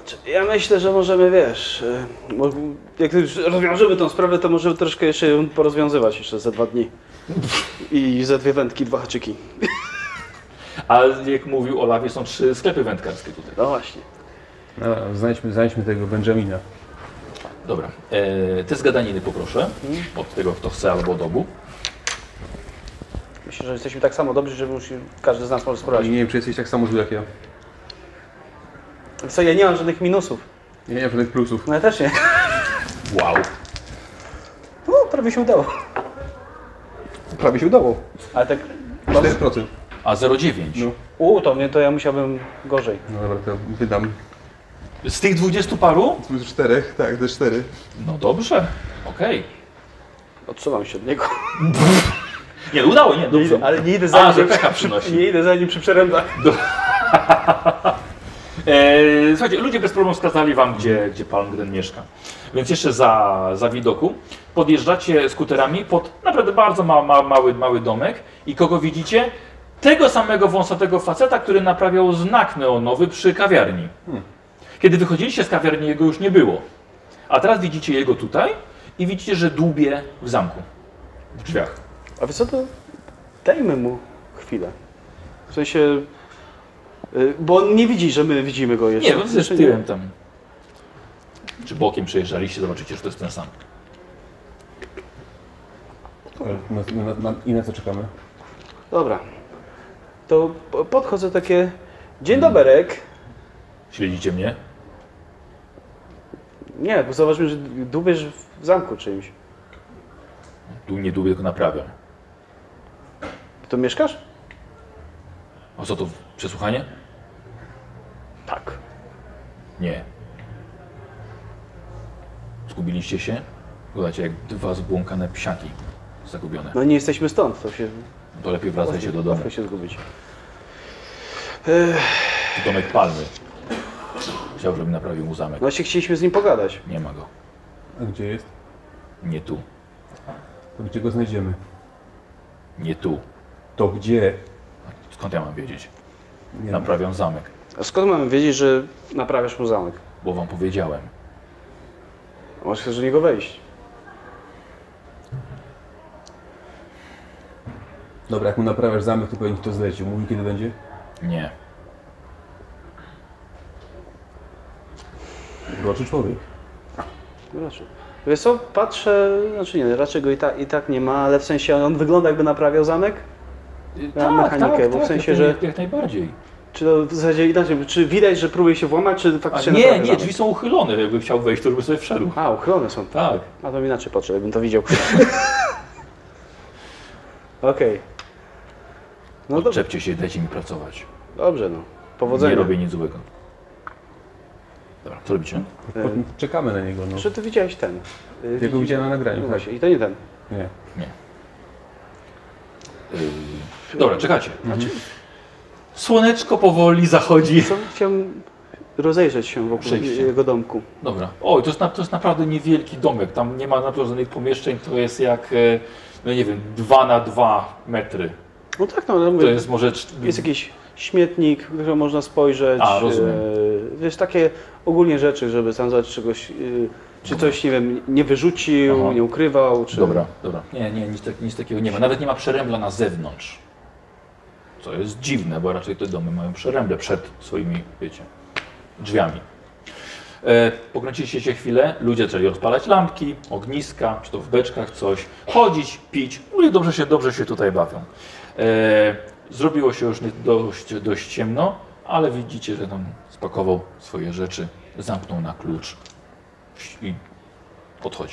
Ja myślę, że możemy, wiesz, y, mo- jak już rozwiążemy tą sprawę, to możemy troszkę jeszcze ją porozwiązywać jeszcze za dwa dni. I za dwie wędki, dwa haczyki. A jak mówił Olafie, są trzy sklepy wędkarskie tutaj. No właśnie. No, znajdźmy, znajdźmy tego Benjamina. Dobra, e, te zgadaniny poproszę, od tego kto chce albo od obu. Myślę, że jesteśmy tak samo dobrzy, że już każdy z nas może I spróbować. nie wiem, czy jesteś tak samo zły jak ja. Co, ja nie mam żadnych minusów. Ja nie mam żadnych plusów. No ja też nie. Wow. No, prawie się udało. Prawie się udało. Ale tak... cztery procent. A zero przecinek dziewięć. No. U, to mnie to ja musiałbym gorzej. No dobra, to wydam. Z tych dwudziestu paru? Z czterech, tak, te cztery. No dobrze, okej. Odsuwam się od niego. Nie, udało, nie, Nie dobrze. idę, ale nie idę za A, nim, że przy, pecha przy, przynosi. nie idę za nim przy przerębach. E, słuchajcie, ludzie bez problemu wskazali wam, gdzie, gdzie Palmgren mieszka. Więc jeszcze za, za widoku podjeżdżacie skuterami pod naprawdę bardzo ma, ma, mały, mały domek i kogo widzicie? Tego samego wąsatego faceta, który naprawiał znak neonowy przy kawiarni. Hmm. Kiedy wychodziliście z kawiarni, jego już nie było. A teraz widzicie jego tutaj i widzicie, że dłubie w zamku. W drzwiach. A wiesz co, to dajmy mu chwilę. W sensie... y, Bo on nie widzi, że my widzimy go jeszcze. Nie, bo ze tyłem tam. Czy bokiem przejeżdżaliście, zobaczycie, że to jest ten sam. Ale na, na, na, I na co czekamy? Dobra. To po- podchodzę takie... Dzień doberek. Śledzicie mnie? Nie, bo zauważyłem, że dubiesz w zamku czyimś. Tu nie dłubię, tylko naprawiam. Ty tu mieszkasz? A co to, przesłuchanie? Tak. Nie. Zgubiliście się? Wyglądacie jak dwa zbłąkane psiaki zagubione. No nie jesteśmy stąd, to się... To lepiej wracajcie do domu. Łatwo się zgubić. To domek Palmy. Chciał, żebym naprawił mu zamek. No właśnie chcieliśmy z nim pogadać. Nie ma go. A gdzie jest? Nie tu. To gdzie go znajdziemy? Nie tu. To gdzie? Skąd ja mam wiedzieć? Nie Naprawiam zamek. A skąd mamy wiedzieć, że naprawiasz mu zamek? Bo wam powiedziałem. A może chcesz do niego wejść? Dobra, jak mu naprawiasz zamek, to powinien ci to zlecił. Mówi, kiedy będzie? Nie. Uroczy człowiek. No raczej. Wiesz co, patrzę, znaczy nie, raczej go i, ta, i tak nie ma, ale w sensie on wygląda jakby naprawiał zamek? Ja mam mechanikę, bo w sensie, jak, że- jak, jak najbardziej. Czy to w zasadzie inaczej, czy widać, że próbuje się włamać, czy A faktycznie nie, naprawia nie, zamek? drzwi są uchylone. Jakby chciał wejść, to by sobie wszedł. A, uchylone są. Tak. A to inaczej patrzę, jakbym to widział. Okej. No dobrze, Odczepcie się, dajcie mi pracować. dobrze no. Powodzenia. Nie robię nic złego. Dobra, co robicie? Potem czekamy na niego, no. Że ty widziałeś ten. y, Ja go widzi- widziałem na nagraniu, No tak. właśnie, i to nie ten. Nie. Yy, dobra, czekacie. Słoneczko powoli zachodzi. Co, chciałem rozejrzeć się wokół Przejście. jego domku. Dobra. Oj, to jest, na, to jest naprawdę niewielki domek. Tam nie ma naprawdę żadnych pomieszczeń. To jest jak, e, no nie wiem, dwa na dwa metry. No tak, no ale To mówię, jest może... cz- jest jakiś śmietnik, w którym można spojrzeć. A, rozumiem. e, Wiesz, takie ogólnie rzeczy, żeby tam zobaczyć czegoś, y, czy coś, nie wiem, nie wyrzucił, Aha. nie ukrywał, czy... Dobra, dobra. Nie, nie, nic, tak, nic takiego nie ma. Nawet nie ma przerębla na zewnątrz. Co jest dziwne, bo raczej te domy mają przeręble przed swoimi, wiecie, drzwiami. E, pokręciliście się chwilę, ludzie zaczęli odpalać lampki, ogniska, czy to w beczkach coś, chodzić, pić. Ludzie dobrze się, dobrze się tutaj bawią. E, zrobiło się już nie- dość, dość ciemno, ale widzicie, że tam spakował swoje rzeczy, zamknął na klucz i odchodzi.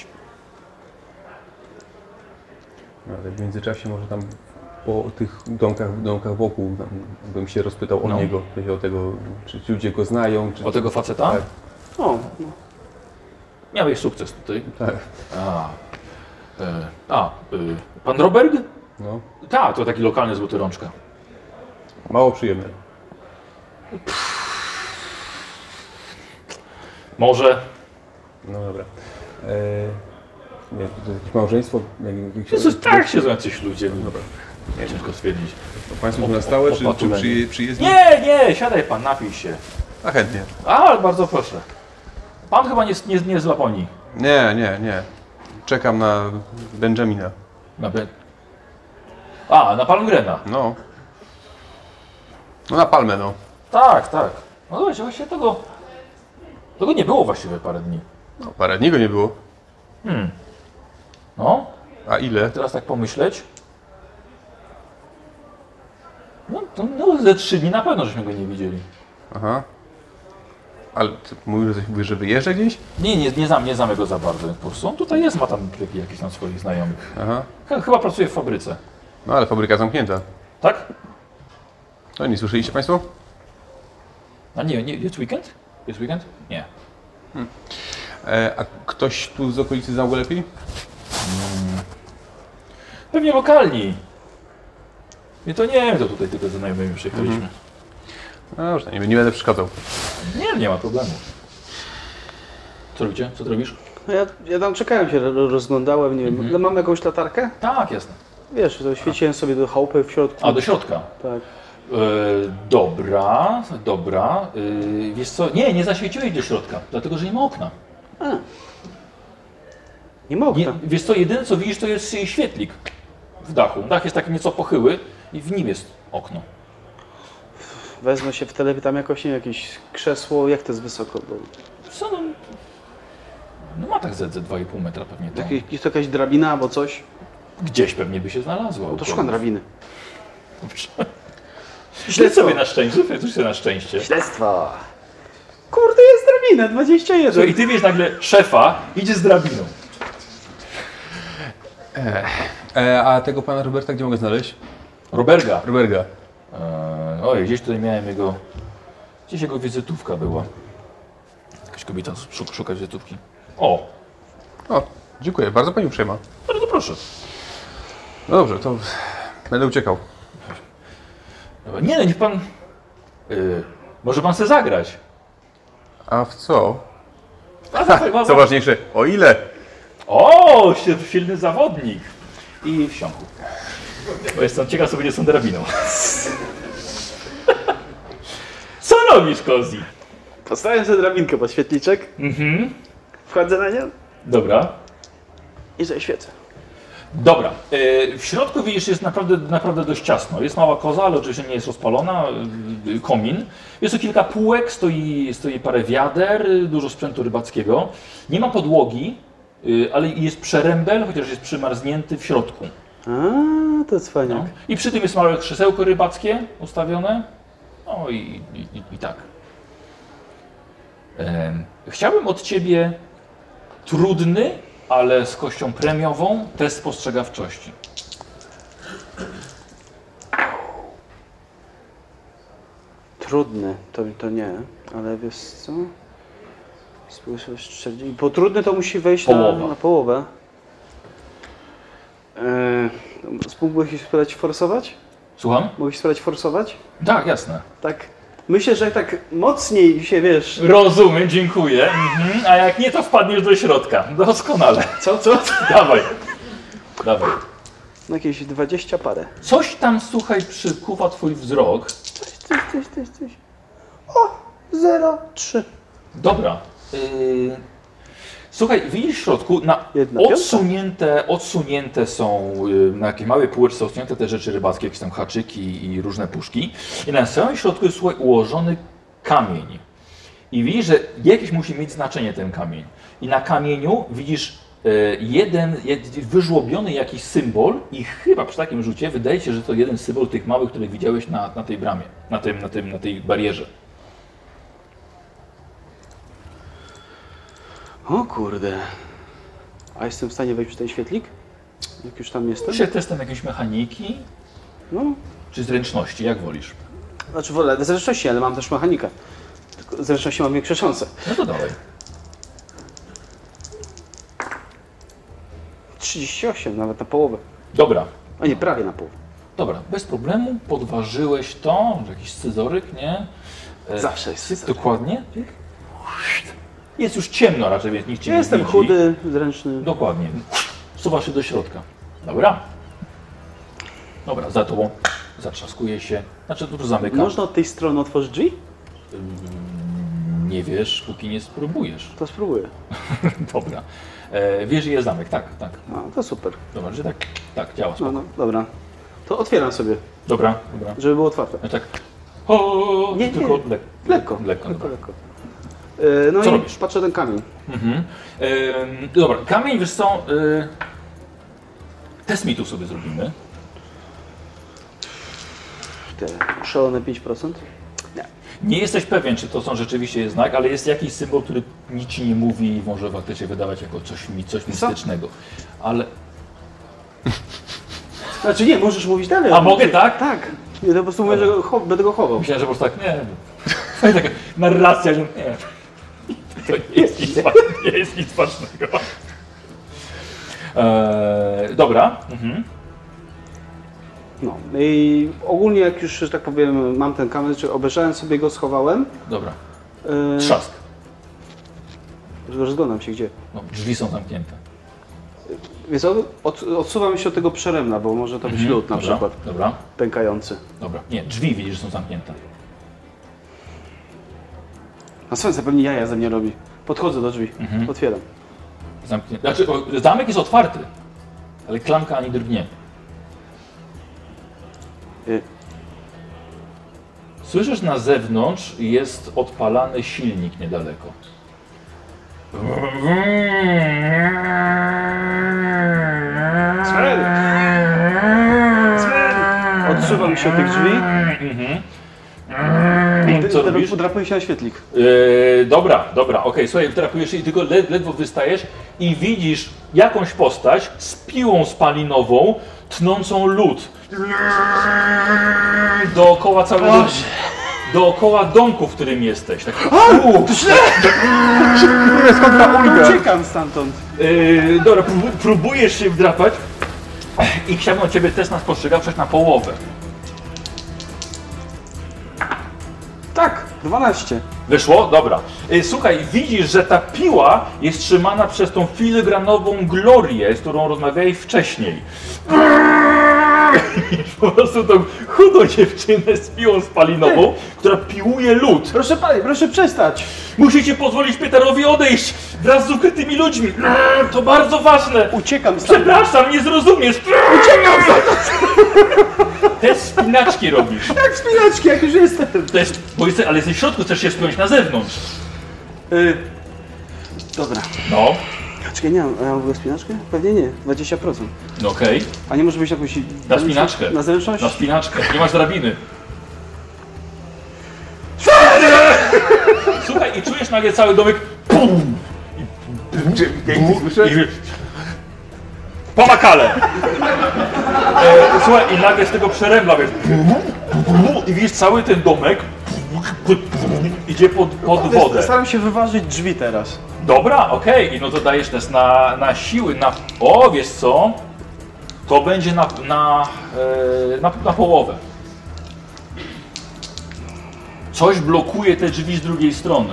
No, ale w międzyczasie może tam po tych domkach, domkach wokół tam, bym się rozpytał o No. niego, w sensie o tego, czy ci ludzie go znają, czy... O tego faceta? Tak. O, no. Miałeś sukces tutaj. Tak. A, e, a y, pan Roberg? No. Tak, to taki lokalny złoty rączka. Mało przyjemne. Może. No dobra. E, nie, to jakieś małżeństwo? Jak, jakieś, Jezus, tak się jacyś ludzie. Dobra. Nie, ciężko stwierdzić. Państwo tu na stałe, czy, czy opatulenie. przy, przyjezdni? Nie, nie, siadaj pan, napij się. A chętnie. A, bardzo proszę. Pan chyba nie, nie, nie z Laponii. Nie, nie, nie. Czekam na Benjamina. Na be... A, na Palmgrena. No. No na palmę, no. Tak, tak. No właśnie, właśnie tego... Tego nie było właściwie parę dni. No parę dni go nie było. Hmm. No, A ile? teraz tak pomyśleć. No, to, no ze trzy dni na pewno żeśmy go nie widzieli. Aha. Ale ty mówisz, że, mówisz, że wyjeżdża gdzieś? Nie, nie, nie, znam, nie znamy go za bardzo. Po prostu on tutaj jest, ma tam jakiś, jakiś tam swoich znajomych. Aha. Ch- Chyba pracuje w fabryce. No ale fabryka zamknięta. Tak? No nie słyszeliście Państwo? A nie, nie, jest weekend? Jest weekend? Nie. E, a ktoś tu z okolicy znał go lepiej? Pewnie lokalni. I to nie, to tutaj tylko ze znajomymi przyjechaliśmy. No już nie, nie będę przeszkadzał. Nie, nie ma problemu. Co robicie? Co ty robisz? No ja, ja tam czekałem się, ro- rozglądałem, nie wiem, ale mam jakąś latarkę? Tak, jasne. Wiesz, to świeciłem sobie do chałupy w środku. A, do środka. Tak. E, dobra, dobra. E, wiesz co? Nie, nie zaświeciłeś do środka, dlatego że nie ma okna. A. Nie mogę. Nie, wiesz co, jedyne co widzisz to jest świetlik w dachu. Dach jest taki nieco pochyły i w nim jest okno. Wezmę się w telewizji, tam jakoś, nie wiem, jakieś krzesło, jak to jest wysoko? Bo... Co no? No ma tak ze dwa i pół metra pewnie to. Jakieś, jest to jakaś drabina albo coś? Gdzieś pewnie by się znalazła. No to szukam drabiny. Śledź sobie na szczęście, śledź sobie na szczęście. Śledztwo. Kurde, jest drabina, dwadzieścia jeden. Słuchaj, i ty wiesz nagle, szefa idzie z drabiną. E, a tego pana Roberta gdzie mogę znaleźć? Roberga. Roberga. Eee, oj, gdzieś tutaj miałem jego... Gdzieś jego wizytówka była. Jakaś kobieta szuk, szuka wizytówki. O, O, dziękuję, bardzo pani uprzejma. bardzo proszę. No dobrze, to będę uciekał. Dobra, nie no, niech pan... Yy, może pan chce zagrać. A w co? A, za, za, Co ważniejsze, o ile? O, si- silny zawodnik. I wsiąkł. Bo jestem ciekaw, co będzie z tą drabiną. Co robisz, Kozi? Postawiam sobie drabinkę pod świetliczek, Mhm. wchodzę na nią Dobra. i sobie świecę. Dobra. Yy, w środku widzisz, jest naprawdę, naprawdę dość ciasno. Jest mała koza, ale oczywiście nie jest rozpalona. Yy, komin. Jest tu kilka półek, stoi, stoi parę wiader, yy, dużo sprzętu rybackiego. Nie ma podłogi, yy, ale jest przerębel, chociaż jest przymarznięty w środku. A, to jest fajnie. No. I przy tym jest małe krzesełko rybackie ustawione. No i, i, i tak. Em, chciałbym od Ciebie trudny, ale z kością premiową test spostrzegawczości. Trudny, to, to nie, ale wiesz co? Spójrz, czterdzieści. Bo trudny to musi wejść na, Połowa. na połowę. Eee, Mógłbyś się spróbować forsować? Słucham? Mógłbyś spróbować forsować? Tak, jasne. Tak. Myślę, że tak mocniej się wiesz. Rozumiem, dziękuję. Mhm. A jak nie, to wpadniesz do środka. Doskonale. Co, co? Dawaj. Dawaj. No jakieś dwadzieścia parę. Coś tam, słuchaj, przykuwa Twój wzrok. Coś, coś, coś, coś, coś. O! zero trzy. Dobra. Yy... Słuchaj, widzisz w środku, na Jedna piąta. odsunięte, odsunięte są, yy, na jakiej małej półeczce odsunięte te rzeczy rybackie, jakieś tam haczyki i różne puszki. I na samym środku jest, słuchaj, ułożony kamień. I widzisz, że jakieś musi mieć znaczenie ten kamień. I na kamieniu widzisz yy, jeden, jed, wyżłobiony jakiś symbol i chyba przy takim rzucie wydaje się, że to jeden symbol tych małych, które widziałeś na, na tej bramie, na, tym, na, tym, na tej barierze. O kurde. A jestem w stanie wejść przy ten świetlik? Jak już tam jestem? Czy testem jakiejś mechaniki, No. czy zręczności, jak wolisz? Znaczy wolę zręczności, ale mam też mechanikę. Tylko zręczności mam większe szanse. No to dawaj. trzydzieści osiem, nawet na połowę. Dobra, A nie, prawie na połowę. dobra, bez problemu podważyłeś to, jakiś scyzoryk, nie? E, Zawsze jest scyzoryk. Dokładnie. Jest już ciemno raczej, więc nikt cię Ja nie jestem widzi. chudy, zręczny. Dokładnie. Wsuwasz się do środka. Dobra. Dobra, za tobą zatrzaskuje się. Znaczy, tu zamyka. Można od tej strony otworzyć drzwi? Ym, Nie wiesz, póki nie spróbujesz. To spróbuję. Dobra. E, wiesz, że jest zamek, tak, tak. No, to super. Dobra, że tak, tak, działa. No, no, dobra. To otwieram sobie, Dobra, dobra. żeby było otwarte. No tak. O, Nie, nie. tylko lekko. Lekko, lekko, lekko, dobra. lekko. Yy, no Co i robisz? patrzę ten kamień. Mhm. Em, dobra, kamień, wiesz co, y, test mitu sobie zrobimy. Te szalone pięć procent? Nie. Nie jesteś pewien, czy to są rzeczywiście jest znak, ale jest jakiś symbol, który nic ci nie mówi i może faktycznie wydawać jako coś, mi- coś mistycznego. Ale... Znaczy nie, możesz mówić dalej. A mogę, tak? Tak. Nie, to po prostu mówię, że go, cho- będę go chował. Myślałem, że po prostu tak, nie. Fajna taka narracja, że nie. To nie jest nic, wa- nie jest nic ważnego. Eee, dobra. Mhm. No i ogólnie jak już, że tak powiem, mam ten kamień, czy obejrzałem sobie go, schowałem. Dobra. Yy, Trzask. Rozglądam się gdzie. No, drzwi są zamknięte. Więc od, od, odsuwam się od tego przeremna, bo może to być Mhm. lód na Dobra, przykład Dobra, pękający. dobra. Nie, drzwi widzisz, że są zamknięte. A słońce pewnie jaja ze mnie robi. Podchodzę do drzwi, Mhm. otwieram. Zamknięte. Znaczy, o, zamek jest otwarty, ale klamka ani drgnie. Yy, Słyszysz, na zewnątrz jest odpalany silnik niedaleko. Sven! Odsuwam się od tych drzwi. Mhm. Ty- Co ty- robisz? Udrapuję się na świetlik. Yy, dobra, dobra, okej, słuchaj, wdrapujesz się i tylko led, ledwo wystajesz i widzisz jakąś postać z piłą spalinową, tnącą lód. Dookoła całego... Dookoła domku, w którym jesteś. Tak, u, Skąd ta ulga? Uciekam stamtąd. yy, dobra, prób- próbujesz się wdrapać i chciałbym od ciebie test na spostrzegawczość na połowę. Tak, dwanaście. Wyszło? Dobra. Yy, słuchaj, widzisz, że ta piła jest trzymana przez tą filigranową glorię, z którą rozmawiałeś wcześniej. I po prostu tą chudą dziewczynę z piłą spalinową, która piłuje lód. Proszę pani, proszę przestać. Musicie pozwolić Peterowi odejść wraz z ukrytymi ludźmi. To bardzo ważne. Uciekam stamtąd. Przepraszam, nie zrozumiesz. Uciekam stamtąd. Te spinaczki robisz. Jak spinaczki, jak już jestem. To jest, bo jesteś, ale jesteś w środku, chcesz się spiąć na zewnątrz. Yy, dobra. No, Czekaj, nie mam, a ja mam w ogóle spinaczkę? Pewnie nie, dwadzieścia procent. no okej. A nie może być jakąś... Na spinaczkę. Na zręczność? Na spinaczkę. Nie masz drabiny. Słuchaj, i czujesz nagle cały domek. Pum! Czy pięknie słyszę? I... Pomakale! E, słuchaj, i nagle z tego przerębla wiesz, i widzisz cały ten domek idzie pod, pod wodę. Staram się wyważyć drzwi teraz. Dobra, okej, i no to dajesz test na, na siły, na... O, wiesz co? To będzie na, na, e, na, na połowę. Coś blokuje te drzwi z drugiej strony.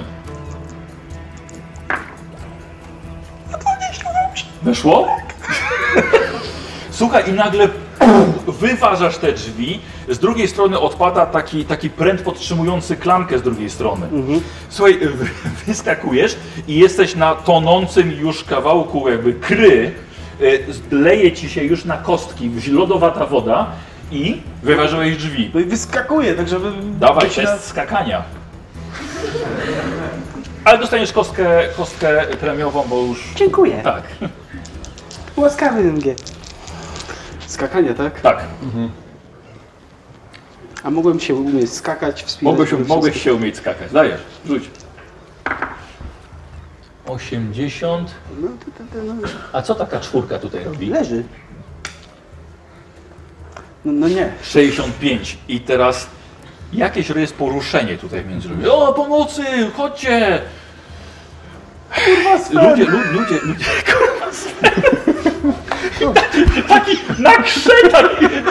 Weszło? Słuchaj, i nagle wyważasz te drzwi, z drugiej strony odpada taki, taki pręt podtrzymujący klamkę z drugiej strony. Słuchaj, wy- wyskakujesz i jesteś na tonącym już kawałku jakby kry, y, leje ci się już na kostki lodowata woda i wyważyłeś drzwi. No i wyskakuję, tak żeby... Dawaj być na- test skakania. Ale dostaniesz kostkę, kostkę premiową, bo już... Dziękuję. Tak, Łaskawy M G. Skakanie, tak? tak. A mogłem się umieć skakać, wspinać... Mogłeś, żeby mogłeś wszystko- się umieć skakać. Dajesz, rzuć. osiemdziesiąt. No, to, to, to, no. A co taka czwórka tutaj robi? Leży. No, no nie. sześćdziesiąt pięć. I teraz jakieś jest poruszenie tutaj między ludźmi. O, pomocy, chodźcie! Kurwa, ludzie, lu, ludzie, ludzie, kurwa, Sven. Taki, taki na krzekach.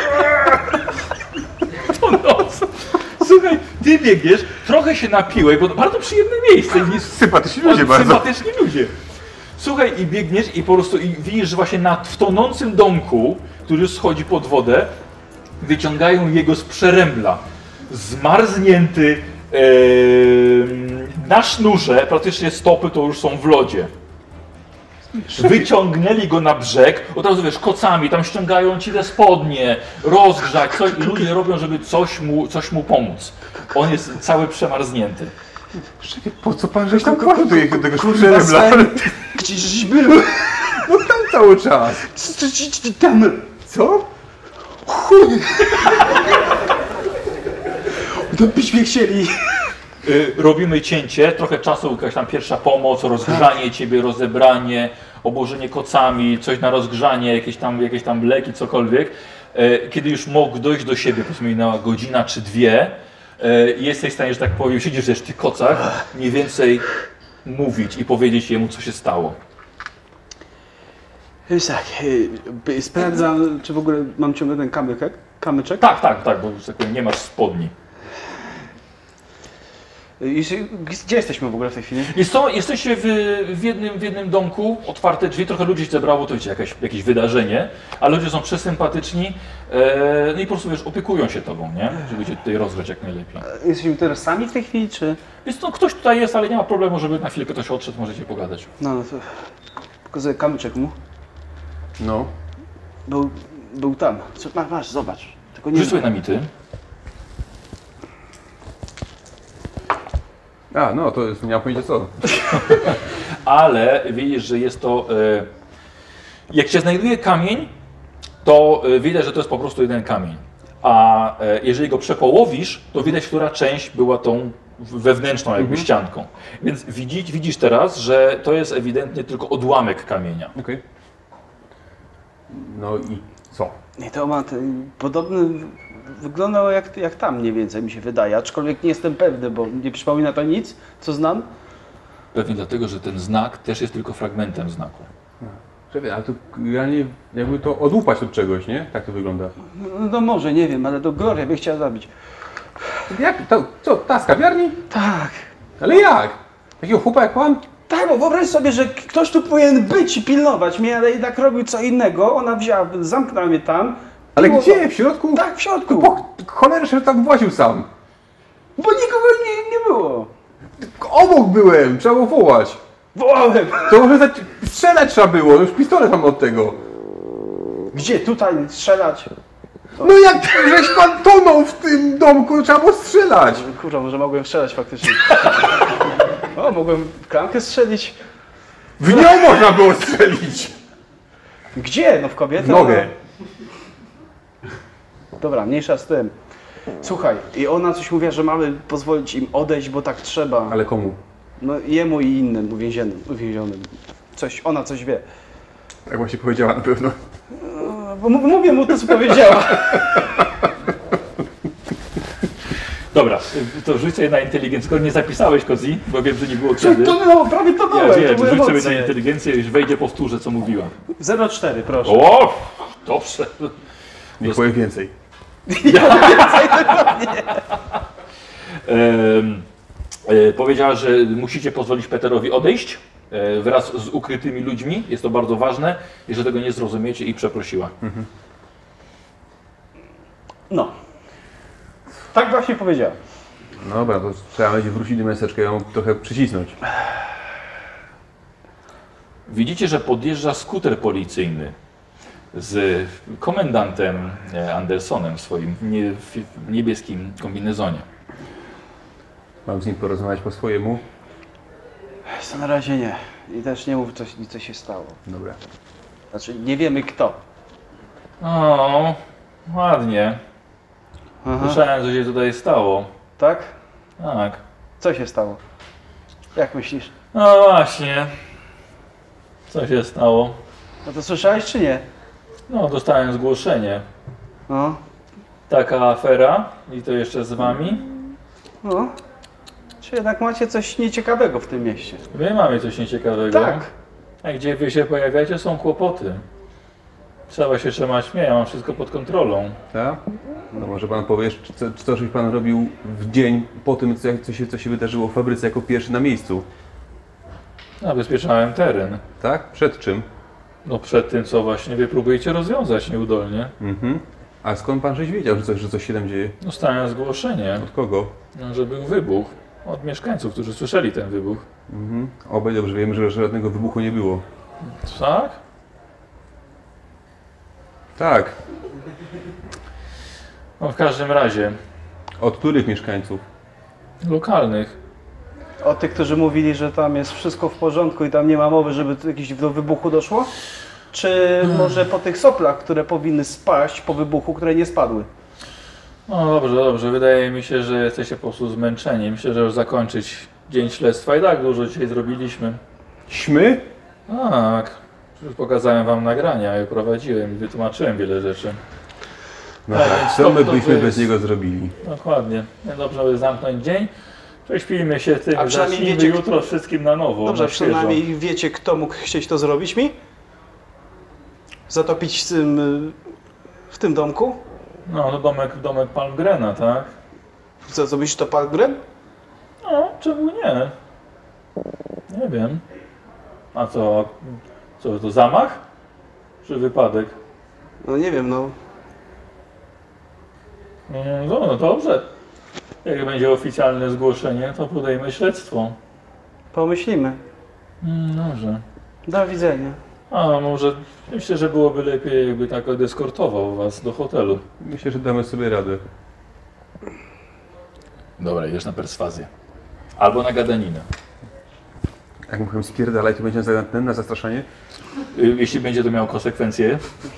To noc. Słuchaj, ty biegniesz, trochę się napiłeś, bo to bardzo przyjemne miejsce. Nie, Sympatyczni ludzie bardzo. Sympatyczni ludzie. Słuchaj, i biegniesz i po prostu i widzisz, że właśnie na, w tonącym domku, który już schodzi pod wodę, wyciągają jego z przerębla. Zmarznięty, em, na sznurze, praktycznie stopy to już są w lodzie. Wyciągnęli go na brzeg, od razu wiesz, kocami, tam ściągają ci te spodnie, rozgrzać, coś i ludzie robią, żeby coś mu, coś mu pomóc. On jest cały przemarznięty. Szefie, po co pan żeś tam kładł do tego szprebla? Gdzieś był. No tam cały czas. Tam. Co? Chuj. To byśmy chcieli. Y, robimy cięcie, trochę czasu, jakaś tam pierwsza pomoc, rozgrzanie ciebie, rozebranie, obłożenie kocami, coś na rozgrzanie, jakieś tam, jakieś tam leki, cokolwiek. Y, kiedy już mógł dojść do siebie, powiedzmy minęła godzina czy dwie, y, jesteś w stanie, że tak powiem, siedzisz też w tych kocach, mniej więcej mówić i powiedzieć jemu, co się stało. Jest tak, y, sprawdzam, czy w ogóle mam ciągle ten kamyczek. kamyczek. Tak, tak, tak, bo że tak powiem, nie masz spodni. I- Gdzie jesteśmy w ogóle w tej chwili? Jest to, jesteście w, w, jednym, w jednym domku, otwarte drzwi, trochę ludzi się zebrało, to wiecie, jakieś, jakieś wydarzenie, ale ludzie są przesympatyczni, e, no i po prostu wiesz, opiekują się tobą, nie? Żeby cię tutaj rozgrzać jak najlepiej. Jesteśmy teraz sami w tej chwili, czy? Więc no, ktoś tutaj jest, ale nie ma problemu, żeby na chwilę ktoś odszedł, możecie pogadać. No, no to pokazuję kamyczek mu. No. Był, był tam. Co, masz, masz, zobacz. Tylko nie Rzuć sobie na mity. A, no to jest, nie mam pojęcia co. Ale widzisz, że jest to... E, jak się znajduje kamień, to e, widać, że to jest po prostu jeden kamień. A e, jeżeli go przepołowisz, to widać, która część była tą wewnętrzną jakby Mhm. ścianką. Więc widzisz, widzisz teraz, że to jest ewidentnie tylko odłamek kamienia. Okej. No i co? Nie, to ma ten podobny. Wyglądał jak, jak tam mniej więcej mi się wydaje, aczkolwiek nie jestem pewny, bo nie przypomina to nic, co znam. Pewnie dlatego, że ten znak też jest tylko fragmentem znaku. Szefie, ale to realnie jakby to odłupać od czegoś, nie? Tak to wygląda. No, no może, nie wiem, ale to Gloria by chciała zabić. Jak? To, co? Ta z kawiarni? Tak. Ale jak? Takiego chłopa jak pan? Tak, bo wyobraź sobie, że ktoś tu powinien być i pilnować mnie, ale jednak robił co innego. Ona wzięła, zamknęła mnie tam. Ale Było gdzie? W środku? Tak, w środku. Po cholerę, że tam właził sam. Bo nikogo nie, nie było. Obok byłem, trzeba było wołać. Wołałem. To może za... strzelać trzeba było, już pistolet mam od tego. Gdzie? Tutaj strzelać? No jak żeś pan tonął w tym domku, trzeba było strzelać. Kurwa, może mogłem strzelać faktycznie. O, mogłem klamkę strzelić. W nią można było strzelić. Gdzie? No w kobietę? W nogę. Dobra, mniejsza z tym. Słuchaj, i ona coś mówiła, że mamy pozwolić im odejść, bo tak trzeba. Ale komu? No jemu i innym uwięzionym. uwięzionym. Coś, ona coś wie. Tak właśnie powiedziała na pewno. No, bo m- mówię mu to, co powiedziała. Dobra, to rzuć sobie na inteligencję. Skoro nie zapisałeś, Kozi, bo wiem, że nie było kiedy. To było, prawie to było. Ja to wiem, były rzuć sobie na emocje. inteligencję, już wejdzie, powtórzę, co mówiła. zero cztery, proszę. O, dobrze. Nie powiem więcej. Em, e, powiedziała, że musicie pozwolić Peterowi odejść e, wraz z ukrytymi ludźmi. Jest to bardzo ważne. Jeżeli tego nie zrozumiecie, i przeprosiła. No. Tak właśnie powiedziała. No dobra, to trzeba będzie wrócić do miasteczka i ją trochę przycisnąć. Widzicie, że podjeżdża skuter policyjny z komendantem e, Andersonem w swoim nie, w niebieskim kombinezonie. Mam z nim porozmawiać po swojemu. To na razie nie. I też nie mów, co, co się stało. Dobra. Znaczy, nie wiemy kto. O, ładnie. Aha. Słyszałem, co się tutaj stało. Tak? Tak. Co się stało? Jak myślisz? No właśnie. Co się stało? No to słyszałeś czy nie? No, dostałem zgłoszenie. No. Taka afera i to jeszcze z wami. No. Czy jednak macie coś nieciekawego w tym mieście? Wy mamy coś nieciekawego. Tak. A gdzie wy się pojawiacie, są kłopoty. Trzeba się trzymać mnie, ja mam wszystko pod kontrolą. Tak? No może pan powiesz, czy co, czy coś pan robił w dzień po tym, co, co, się, co się wydarzyło w fabryce jako pierwszy na miejscu? Zabezpieczałem teren. Tak? Przed czym? No przed tym, co właśnie wy próbujecie rozwiązać nieudolnie. Mhm. A skąd pan żeś wiedział, że coś, że coś się tam dzieje? Dostałem zgłoszenie, Od kogo? no, że był wybuch. Od mieszkańców, którzy słyszeli ten wybuch. Mhm. Obaj dobrze wiemy, że żadnego wybuchu nie było. Tak? Tak. No w każdym razie, Od których mieszkańców? lokalnych. O tych, którzy mówili, że tam jest wszystko w porządku i tam nie ma mowy, żeby tu jakieś do wybuchu doszło? Czy może po tych soplach, które powinny spaść po wybuchu, które nie spadły? No dobrze, dobrze. Wydaje mi się, że jesteście po prostu zmęczeni. Myślę, że już zakończyć dzień śledztwa i tak dużo dzisiaj zrobiliśmy. Śmy? Tak. Już pokazałem wam nagrania, je prowadziłem i wytłumaczyłem wiele rzeczy. No Tak, tak, więc co to- my to byśmy jest- bez niego zrobili? Dokładnie. Dobrze, aby zamknąć dzień. Prześpijmy się tym, A przynajmniej zacznijmy wiecie, jutro wszystkim na nowo. Dobrze, na świeżo. przynajmniej wiecie, kto mógł chcieć to zrobić mi? Zatopić w tym, y, w tym domku? No, to domek, domek Palmgrena, tak? Co, zrobić to Palgren? No, czemu nie? Nie wiem. A co? Co, to zamach? Czy wypadek? No nie wiem, no. Mm, No, no dobrze. Jak będzie oficjalne zgłoszenie, to podejmę śledztwo. Pomyślimy. Mm, Dobrze. Do widzenia. A może myślę, że byłoby lepiej, jakby tak odeskortował was do hotelu. Myślę, że damy sobie radę. Dobra, idziesz na perswazję. Albo na gadaninę. Jak mówiłem spierdalaj, to będzie na, na, na zastraszanie? Y, Jeśli będzie to miało konsekwencje.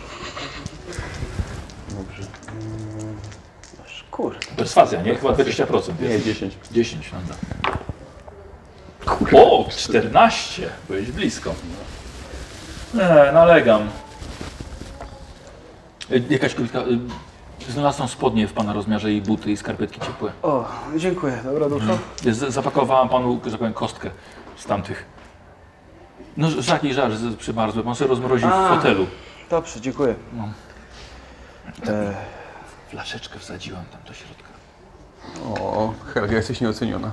Dobrze. Kurde. Perswazja, nie? Chyba dwadzieścia procent Nie, jest. dziesięć. dziesięć, no da. O, czternaście! Byłeś blisko. Nie, nalegam. Y, Jakaś krótka... y, Znalazłam spodnie w pana rozmiarze i buty i skarpetki ciepłe. O, dziękuję, dobra dusza. Z- Zapakowałam panu, że tak powiem, kostkę z tamtych. No żak i żar z- przymarzły. Pan sobie rozmroził w A. fotelu. Dobrze, dziękuję. No. E, Flaszeczkę wsadziłam tam do środka. O, Helga, jesteś nieoceniona.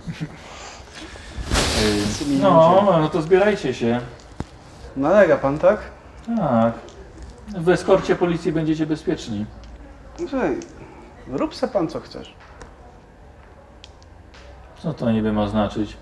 No, no to zbierajcie się. nalega pan, tak? Tak. W eskorcie policji będziecie bezpieczni. Słuchaj, rób se pan co chcesz. Co to niby ma znaczyć?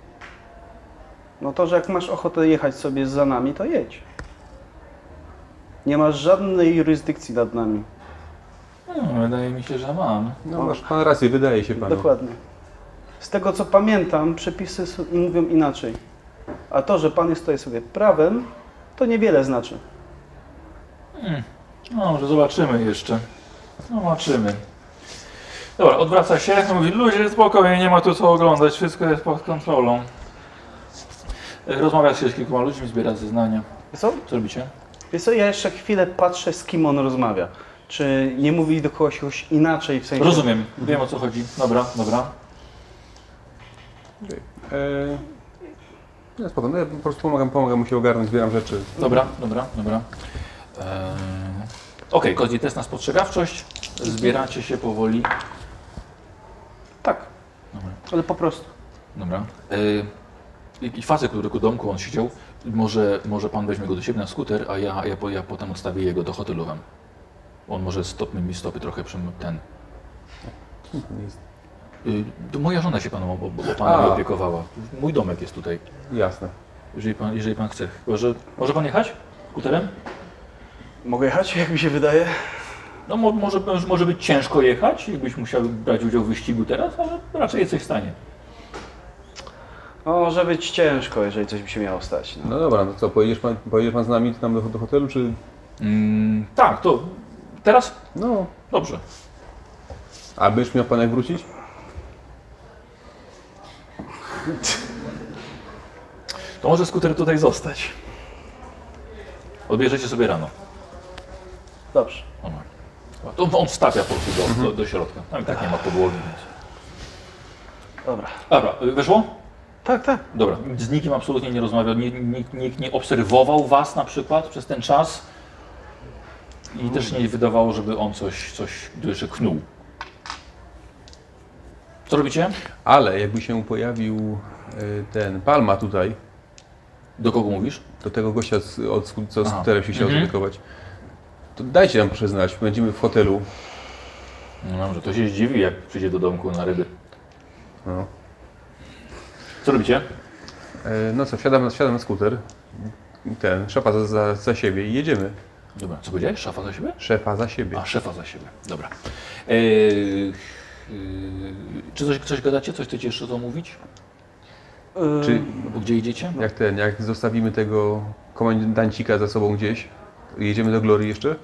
No to, że jak masz ochotę jechać sobie za nami, to jedź. Nie masz żadnej jurysdykcji nad nami. No, wydaje mi się, że mam. No masz pan rację, wydaje się panu. Dokładnie. Z tego co pamiętam, przepisy s- mówią inaczej. A to, że pan jest tutaj sobie prawem, to niewiele znaczy. No, może zobaczymy jeszcze. Zobaczymy. Dobra, odwraca się. Mówi, ludzie, spokojnie, nie ma tu co oglądać. Wszystko jest pod kontrolą. Rozmawia się z kilkoma ludźmi, zbiera zeznania. Wiesz co? Co robicie? Wiesz co, ja jeszcze chwilę patrzę, z kim on rozmawia. Czy nie mówi do kogoś inaczej, w sensie... Rozumiem, wiem o co chodzi. Dobra, dobra. Eee, ja spoko, no ja po prostu pomagam, pomagam mu się ogarnąć, zbieram rzeczy. Dobra, dobra, dobra. Eee... Okej, okay, Kozi, test na spostrzegawczość. Zbieracie się powoli. Tak, Dobra. ale po prostu. Dobra. Eee... I facet, który ku domku on siedział, może, może pan weźmie go do siebie na skuter, a ja, ja, po- ja potem odstawię jego do hotelu wam. On może stopmy mi stopy trochę przy ten. Yy, to moja żona się panom bo, bo pana A. opiekowała. Mój domek jest tutaj, Jasne. jeżeli pan, jeżeli pan chce. Może, może pan jechać skuterem? Mogę jechać, jak mi się wydaje? No mo, może, może być ciężko jechać, jakbyś musiał brać udział w wyścigu teraz, ale raczej jesteś w stanie. O, może być ciężko, jeżeli coś mi się miało stać. No. No dobra, no co, pojedziesz pan, pojedziesz pan z nami tam do, do hotelu, czy... Mm, tak, to teraz? No. Dobrze. A będziesz miał pan jak wrócić? To może skuter tutaj zostać. Odbierzecie sobie rano. Dobrze. Dobra. To on wstawia po prostu do, do, do środka. Tam i tak nie ma podłogi, więc... Dobra. Dobra, wyszło? Tak, tak. Dobra. Z nikim absolutnie nie rozmawiał, nikt, nikt, nikt nie obserwował was na przykład przez ten czas i też nie wydawało, żeby on coś, coś jeszcze knuł. Co robicie? Ale jakby się pojawił y, ten Palma tutaj, Do kogo mówisz? do tego gościa, z, od, sku- co z Aha. skuterem się chciał Mhm. zaopiekować, to dajcie nam proszę znać, będziemy w hotelu. No dobrze, to się zdziwi, jak przyjdzie do domku na ryby. No. Co robicie? E, no co, wsiadam, wsiadam na skuter, ten, szefa za, za, za siebie i jedziemy. Dobra, co powiedziałeś? Szafa za siebie? Szefa za siebie. A, szefa za siebie. Dobra. Eee, yy, czy coś, coś gadacie? Coś chcecie jeszcze omówić? Czy Bo gdzie idziecie? jak ten, jak zostawimy tego komendancika za sobą gdzieś, jedziemy do Glorii jeszcze?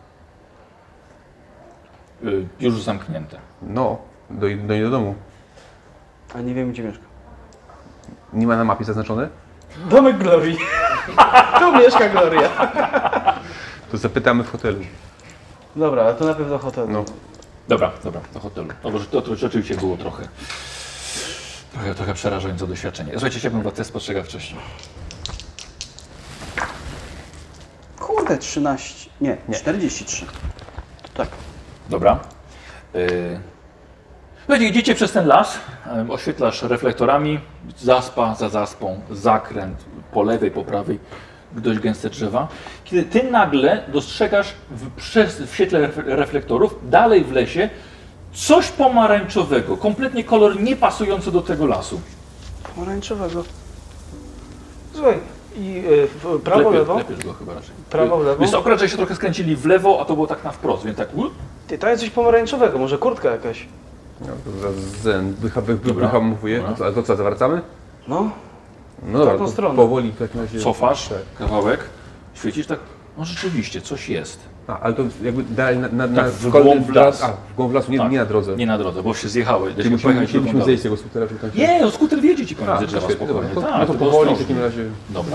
Yy, już zamknięte. No, do, do niej do domu. A nie wiem, gdzie mieszka. Nie ma na mapie zaznaczone? Domek Glorii. Tu mieszka Gloria. To zapytamy w hotelu. Dobra, ale to na pewno hotel. No. Dobra, dobra, do hotelu. No, bo to, to rzeczywiście było trochę, trochę, trochę przerażające doświadczenie. Słuchajcie, chciałbym was test spostrzegawczości. Kurde, trzynaście. Nie, nie. czterdzieści trzy. Tak. Dobra. Yy... Słuchajcie, idziecie przez ten las, yy, oświetlasz reflektorami, zaspa za zaspą, zakręt po lewej, po prawej, dość gęste drzewa. Kiedy ty nagle dostrzegasz w, przez, w świetle ref, reflektorów, dalej w lesie, coś pomarańczowego, kompletnie kolor nie pasujący do tego lasu. Pomarańczowego. Słuchaj, i y, w prawo, Klepie, lewo? klepiesz go chyba raczej. Prawo, lewo? Więc akurat, że się trochę skręcili w lewo, a to było tak na wprost, więc tak... łup. Ty, to jest coś pomarańczowego, może kurtka jakaś. No, to za- zen, wyha, wy, wy, Dobra. wyhamowuję. Dobra. A to co, zawracamy? No, No dobra, taką to stronę. powoli w takim razie. Cofasz Tak. kawałek, świecisz tak, no rzeczywiście, coś jest. A, ale to jakby dalej na, na, na Tak, w kolny głąb las. A, w głąb lasu, nie, Tak. nie na drodze. Nie na drodze, bo się zjechałeś, Czyli żeśmy musimy, pojechać musimy, drugą musimy dalej. zejść z tego skutera, żeby tam się... Nie, no skuter wiedzie ci A, pomiędzy to drzewa świetnie, spokojnie. dobra. To, Tak, no to tylko powoli w ostrożnie. takim razie... Dobra.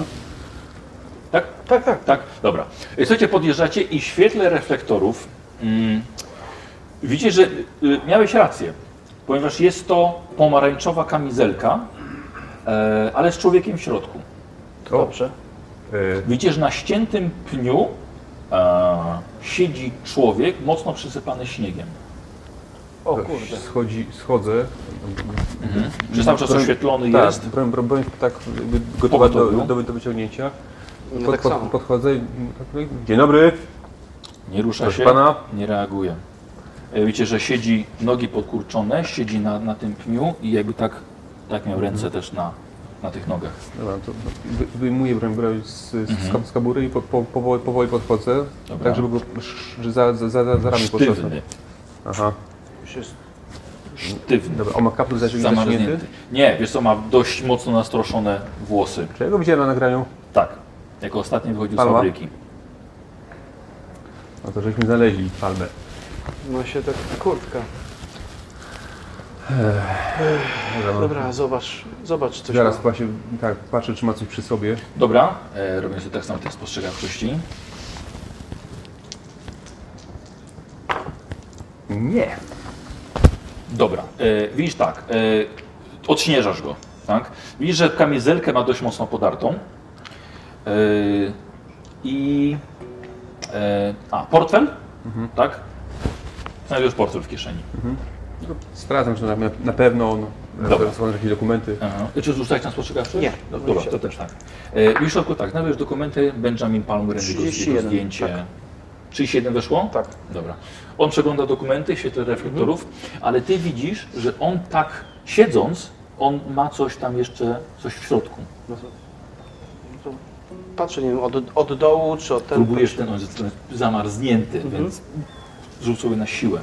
Tak? tak, tak. Tak? Dobra. Słuchajcie, podjeżdżacie i w świetle reflektorów mm, widzicie, że y, miałeś rację, ponieważ jest to pomarańczowa kamizelka, e, ale z człowiekiem w środku. O, Dobrze. e, Widzicie, że na ściętym pniu e, siedzi człowiek mocno przysypany śniegiem. O kurde. Schodzi, schodzę. Mhm. Przez cały czas Broń- oświetlony tak, jest. Broń, broń, broń tak jakby gotowa do, Pogotowiu. do, do wyciągnięcia. No Pod, tak pod, samo. podchodzę i tak, no i- dzień dobry. Nie rusza Proszę się, pana. nie reaguje. E, Widzicie, że siedzi, nogi podkurczone, siedzi na, na tym pniu i jakby tak, tak miał ręce też na, na tych nogach. Dobra, to wy- wyjmuję broń, broń z, z, Mhm. z kabury i po, po, powoli, powoli podchodzę, Dobra. tak żeby go sz- że za, za, za, za ramię podniosłem. Sztywny, Aha, Już jest. sztywny, dobra, on ma kaptur zaciągnięty. zamarznięty. Nie, wiesz co, ma dość mocno nastroszone włosy. Czy ja go widziałem na nagraniu? Tak, jako ostatni wychodził z Palma? fabryki. No to żeśmy znaleźli palmę. No się tak kurtka. Dobra, no. Dobra, zobacz, zobacz coś. Zaraz ma. właśnie, tak, patrzę, czy ma coś przy sobie. Dobra, e, robię sobie tak samo test spostrzegawczości. Nie. Dobra, e, widzisz tak, e, odśnieżasz go, tak? Widzisz, że kamizelkę ma dość mocno podartą. E, I... E, a, portfel? Tak? Znajdujesz portfel w kieszeni. Sprawdzam, że na, na pewno no, na Dobra. pewno są jakieś dokumenty. Aha. Czy rzucać na spostrzegawczość? Nie. No, dobra, to też tak. E, w środku tak, znajdujesz dokumenty, Benjamin Palmer, jego, jego trzydzieści jeden, zdjęcie. tak. trzydzieści jeden weszło? Tak. Dobra. On przegląda dokumenty w świetle reflektorów, ale ty widzisz, że on tak siedząc, on ma coś tam jeszcze, coś w środku. No to, no to patrzę, nie wiem, od, od dołu czy od ten. Próbujesz ten, on jest zamarznięty, więc rzuć sobie na siłę.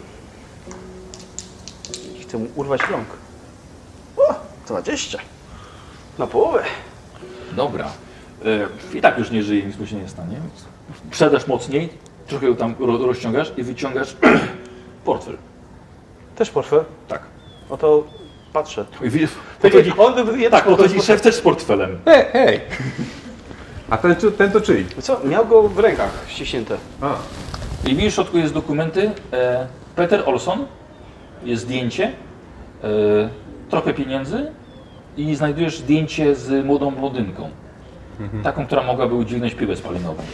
Chcę mu urwać rąk. O, dwadzieścia. Na połowę. Dobra. E, I tak już nie żyje, nic mu się nie stanie. Przedasz mocniej, trochę ją tam ro, rozciągasz i wyciągasz portfel. Też portfel? Tak. O to patrzę. I widzisz, Tak, podchodzi, on jeden tak, podchodzi portfel. szef też z portfelem. Hej, hej! A ten, czy- ten to czyj? Co? Miał go w rękach ściśnięte. A, I widzisz, w środku jest dokumenty. E, Peter Olson, jest zdjęcie, e, trochę pieniędzy i znajdujesz zdjęcie z młodą blondynką. Taką, która mogłaby udźwignąć piłę spalinową.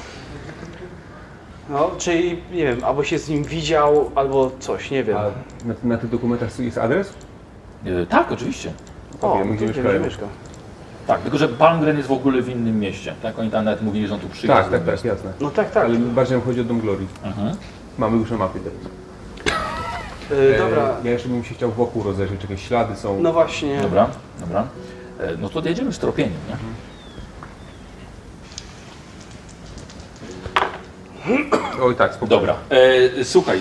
No, czyli nie wiem, albo się z nim widział, albo coś, nie wiem. a na, na tych dokumentach jest adres? E, tak, oczywiście. O, wiemy, gdzie tu mieszkają. mieszka. Tak, tylko że Palmgren jest w ogóle w innym mieście. Tak, oni tam nawet mówili, że on tu przyjechał. Tak, tak, tak, jasne. No tak, tak. Ale bardziej nam chodzi o Dom Glorii. Mhm. Mamy już na mapie teraz. Yy, dobra, E, ja jeszcze bym się chciał wokół rozejrzeć, czy jakieś ślady są. no właśnie. Dobra, dobra. E, no to jedziemy z tropieniem, nie? Oj tak, spokojnie. Dobra, e, słuchaj, e,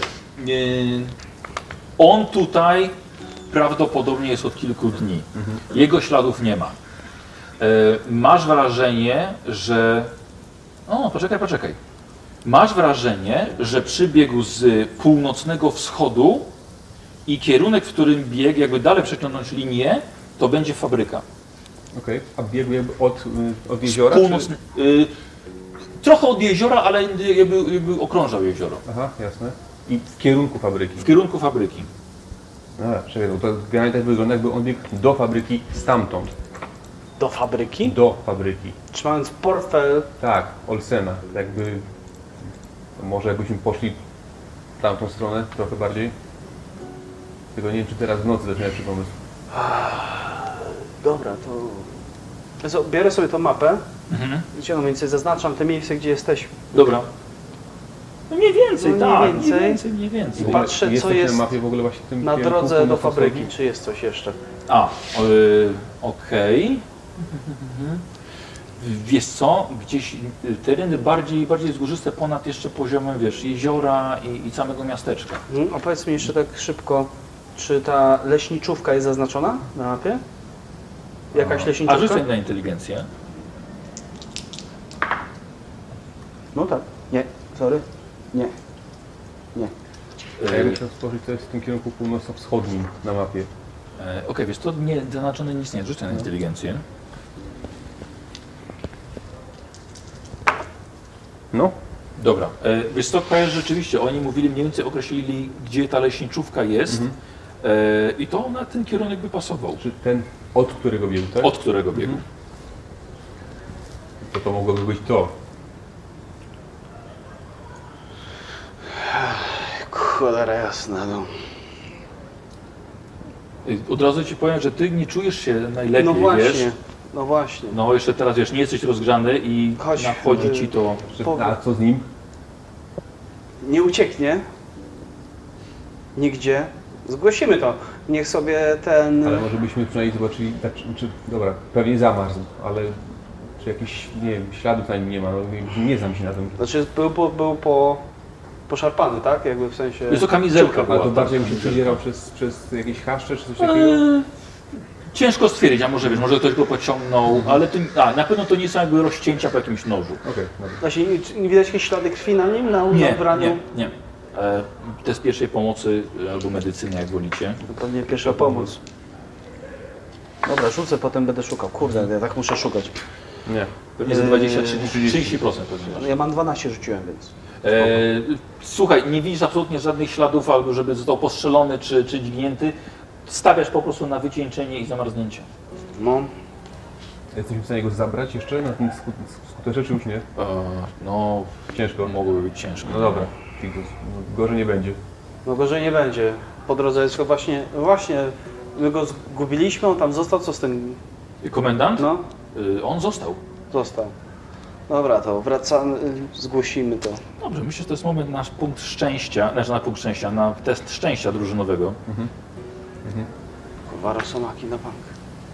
on tutaj prawdopodobnie jest od kilku dni. Jego śladów nie ma. E, masz wrażenie, że... O, poczekaj, poczekaj. Masz wrażenie, że przybiegł z północnego wschodu i kierunek, w którym biegł, jakby dalej przeciągnąć linię, to będzie fabryka. Okej, a biegł jakby od, y, od jeziora? Północny, y, trochę od jeziora, ale jakby, jakby okrążał jezioro. Czy... Aha, jasne. I w kierunku fabryki. W kierunku fabryki. A, czekaj, bo to generalnie tak wygląda, jakby on biegł do fabryki stamtąd. Do fabryki? Do fabryki. Trzymając portfel. Tak, Olsena. Jakby... Może jakbyśmy poszli w tamtą stronę trochę bardziej. Tylko nie wiem, czy teraz w nocy to jest najlepszy pomysł. Dobra, to... Ja so- Biorę sobie tą mapę, Mhm. gdzie no mniej więcej zaznaczam te miejsce, gdzie jesteśmy. Dobra. No mniej więcej, No mniej tak, więcej. mniej więcej, mniej więcej. I patrzę, co Jesteśmy jest na mapie w ogóle właśnie w tym Na kierunku drodze do północno-wschodnim? fabryki, czy jest coś jeszcze? A, y, okej. Wiesz co, gdzieś y, tereny bardziej, bardziej zgórzyste ponad jeszcze poziomem, wiesz, jeziora i, i samego miasteczka. Hmm, a powiedz mi jeszcze tak szybko, czy ta leśniczówka jest zaznaczona na mapie? Jakaś A leśniczówka? rzucaj na inteligencję. No tak. Nie, sorry. Nie. Nie. A ja bym Y, chciał stworzyć to jest w tym kierunku północno-wschodnim na mapie. e, okej, wiesz, to nie, zaznaczone nic nie, rzucaj na inteligencję. No, Dobra, e, wiesz co, kojarzysz rzeczywiście, oni mówili, mniej więcej określili, gdzie ta leśniczówka jest e, i to na ten kierunek by pasował. czy ten, od którego biegł, tak? Od którego biegł. To to mogłoby być to. Cholera jasna, no. Y, Od razu ci powiem, że ty nie czujesz się najlepiej, No właśnie, wiesz. no właśnie. No jeszcze teraz, wiesz, nie jesteś rozgrzany i Chodź, nachodzi y, ci to... Czy, Powiem. a co z nim? Nie ucieknie. Nigdzie. Zgłosimy to. Niech sobie ten... Ale może byśmy przynajmniej zobaczyli, tak, czy, czy, dobra, pewnie zamarzł, ale czy jakichś, nie wiem, śladów na nim nie ma, no, nie, nie znam się na tym. Znaczy był, po, był po... poszarpany, tak? Jakby w sensie... Jest to kamizelka A była. to tak, bardziej jakby się kamizelka. przedzierał przez, przez jakieś chaszcze czy coś takiego? Eee, Ciężko stwierdzić, a może wiesz, może ktoś go pociągnął, ale to, a, na pewno to nie są jakby rozcięcia po jakimś nożu. Okej, dobra. Właśnie nie, nie widać jakieś ślady krwi na nim, na Nie, ubraniu? nie, nie. E, test pierwszej pomocy e, albo medycyny, jak wolicie. To pewnie pierwsza pomoc. Dobra, rzucę, potem będę szukał. Kurde, ja tak muszę szukać. Nie. Pewnie za Eee, dwadzieścia trzydzieści procent pewnie masz. Ja mam dwanaście rzuciłem, więc... E, słuchaj, nie widzisz absolutnie żadnych śladów, albo żeby został postrzelony czy, czy dźgnięty. Stawiasz po prostu na wycieńczenie i zamarznięcie. No, Jesteśmy w stanie go zabrać jeszcze na ten sku- skuterze, czy już nie? E, no, Ciężko. mogłoby być ciężko. No dobra, tylko gorzej nie będzie. no gorzej nie będzie. Po drodze jest to właśnie... no Właśnie, my go zgubiliśmy, on tam został, co z tym... Komendant? No, E, on został. został. Dobra, to wracamy, zgłosimy to. Dobrze, myślę, że to jest moment na punkt szczęścia, znaczy na punkt szczęścia, na test szczęścia drużynowego. Kowaro Somaki na bank.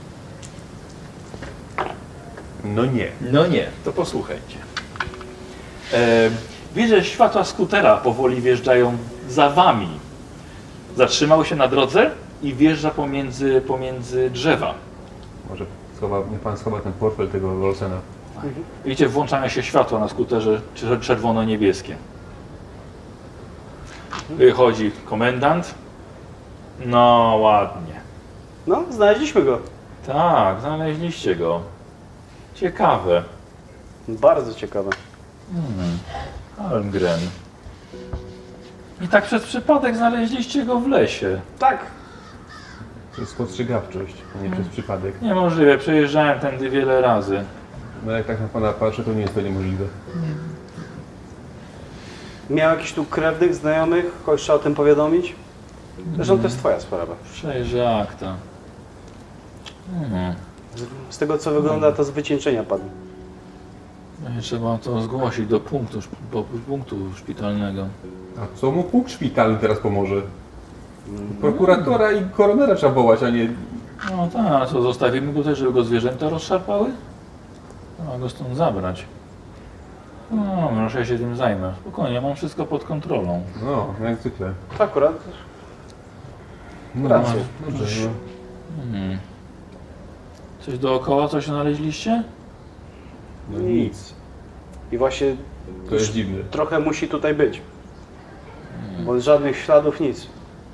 No nie. No nie, to posłuchajcie. E, widzę, że światła skutera powoli wjeżdżają za wami. Zatrzymał się na drodze i wjeżdża pomiędzy, pomiędzy drzewa. Może schowa, niech pan schowa ten portfel tego Olsena. Widzicie, włączają się światła na skuterze czer- czerwono-niebieskie. Wychodzi komendant. No ładnie. No, znaleźliśmy go. Tak, znaleźliście go. Ciekawe. Bardzo ciekawe. Almgren. I tak przez przypadek znaleźliście go w lesie. Tak. To jest spostrzegawczość, a nie przez przypadek. Niemożliwe, przejeżdżałem tędy wiele razy. No jak tak na pana patrzę, to nie jest to niemożliwe. Miał jakiś tu krewnych, znajomych? Kogoś trzeba o tym powiadomić? Zresztą to jest twoja sprawa. Przejrzakta. Hmm. Z tego co wygląda, to z wycieńczenia padł. No i trzeba to zgłosić do punktu, szp- do punktu szpitalnego. A co mu punkt szpitalny teraz pomoże? Prokuratora i koronera trzeba wołać, a nie No tak, co zostawimy go tutaj, żeby go zwierzęta rozszarpały? Trzeba go stąd zabrać. No, może ja się tym zajmę. Spokojnie, mam wszystko pod kontrolą. No, jak zwykle. To akurat. No, Rację. Dobrze, no. Hmm. Coś dookoła, coś znaleźliście? no nic. I właśnie To jest dziwne. trochę musi tutaj być. Bo żadnych śladów, nic.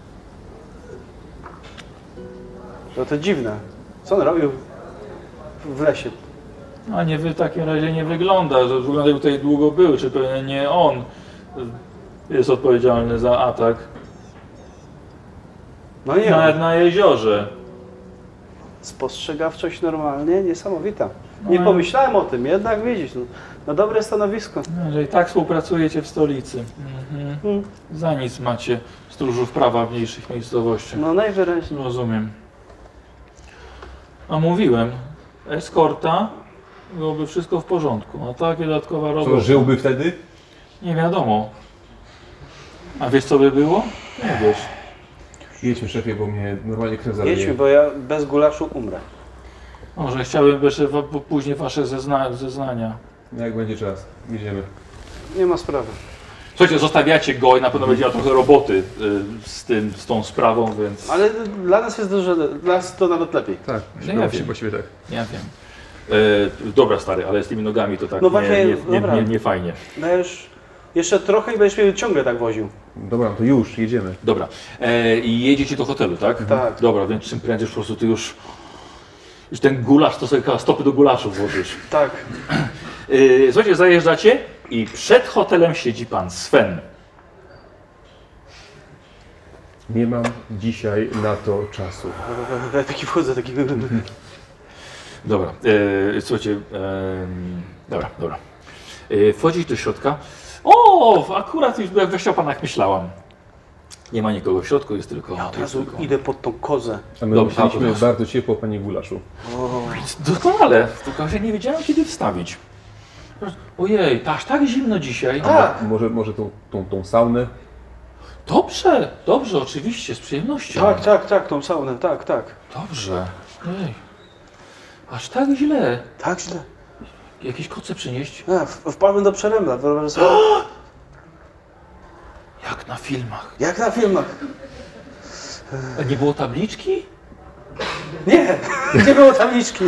No to dziwne. Co on robił w lesie? A nie, w takim razie nie wygląda, że wygląda jakby tutaj długo był, czy pewnie nie on jest odpowiedzialny za atak No nie, na, na jeziorze. spostrzegawczość normalnie niesamowita. No Nie ja- pomyślałem o tym, jednak widzisz, no, na dobre stanowisko. Jeżeli tak współpracujecie w stolicy, mhm. Hmm. za nic macie stróżów prawa w mniejszych miejscowościach. No najwyraźniej. Rozumiem. A mówiłem, eskorta, byłoby wszystko w porządku, a takie dodatkowa robota. Co, żyłby wtedy? Nie wiadomo. A wiesz co by było? Nie wiesz. Jedźmy, szefie, bo mnie normalnie krew zaleje. Jedźmy, bo ja bez gulaszu umrę. Może chciałbym jeszcze wa- po- później wasze zezna zeznania. Jak będzie czas, jedziemy. Nie ma sprawy. Słuchajcie, zostawiacie go i na pewno będzie miał trochę roboty y, z tym, z tą sprawą, więc... Ale dla nas jest dużo, dla nas to nawet lepiej. Tak, No ja wiem. właściwie tak. Ja wiem. E, dobra stary, ale z tymi nogami to tak No nie, właśnie, nie, nie, dobra. nie, nie fajnie. Dajesz jeszcze trochę i będziesz mnie ciągle tak woził. Dobra, to już, jedziemy. Dobra. E, I jedziecie do hotelu, tak? Tak. Dobra, więc czym prędzej po prostu ty już... Już ten gulasz, to sobie chyba stopy do gulaszu włożysz. Tak. E, słuchajcie, zajeżdżacie i przed hotelem siedzi pan Sven. Nie mam dzisiaj na to czasu. Ja taki wchodzę, taki... Dobra, e, słuchajcie, e, dobra, dobra. E, wchodzisz do środka. O, akurat już jak weszła pan, jak myślałam. Nie ma nikogo w środku, jest tylko... Ja od jest razu tylko... idę pod tą kozę. A my Dobrze, myśleliśmy dobrze. bardzo ciepło, panie Gulaszu. O, Doskonale, tylko że nie wiedziałem kiedy wstawić. Ojej, aż tak zimno dzisiaj. tak. Może, może tą, tą, tą saunę? Dobrze, dobrze, oczywiście, z przyjemnością. Tak, tak, tak, tą saunę, tak, tak. Dobrze. Ej. Aż tak źle. Tak źle. Jakieś koce przynieść? A, w- wpadłem do Przerębla, wyobrażasz sobie? Jak na filmach. Jak na filmach. A nie było tabliczki? Nie, nie było tabliczki.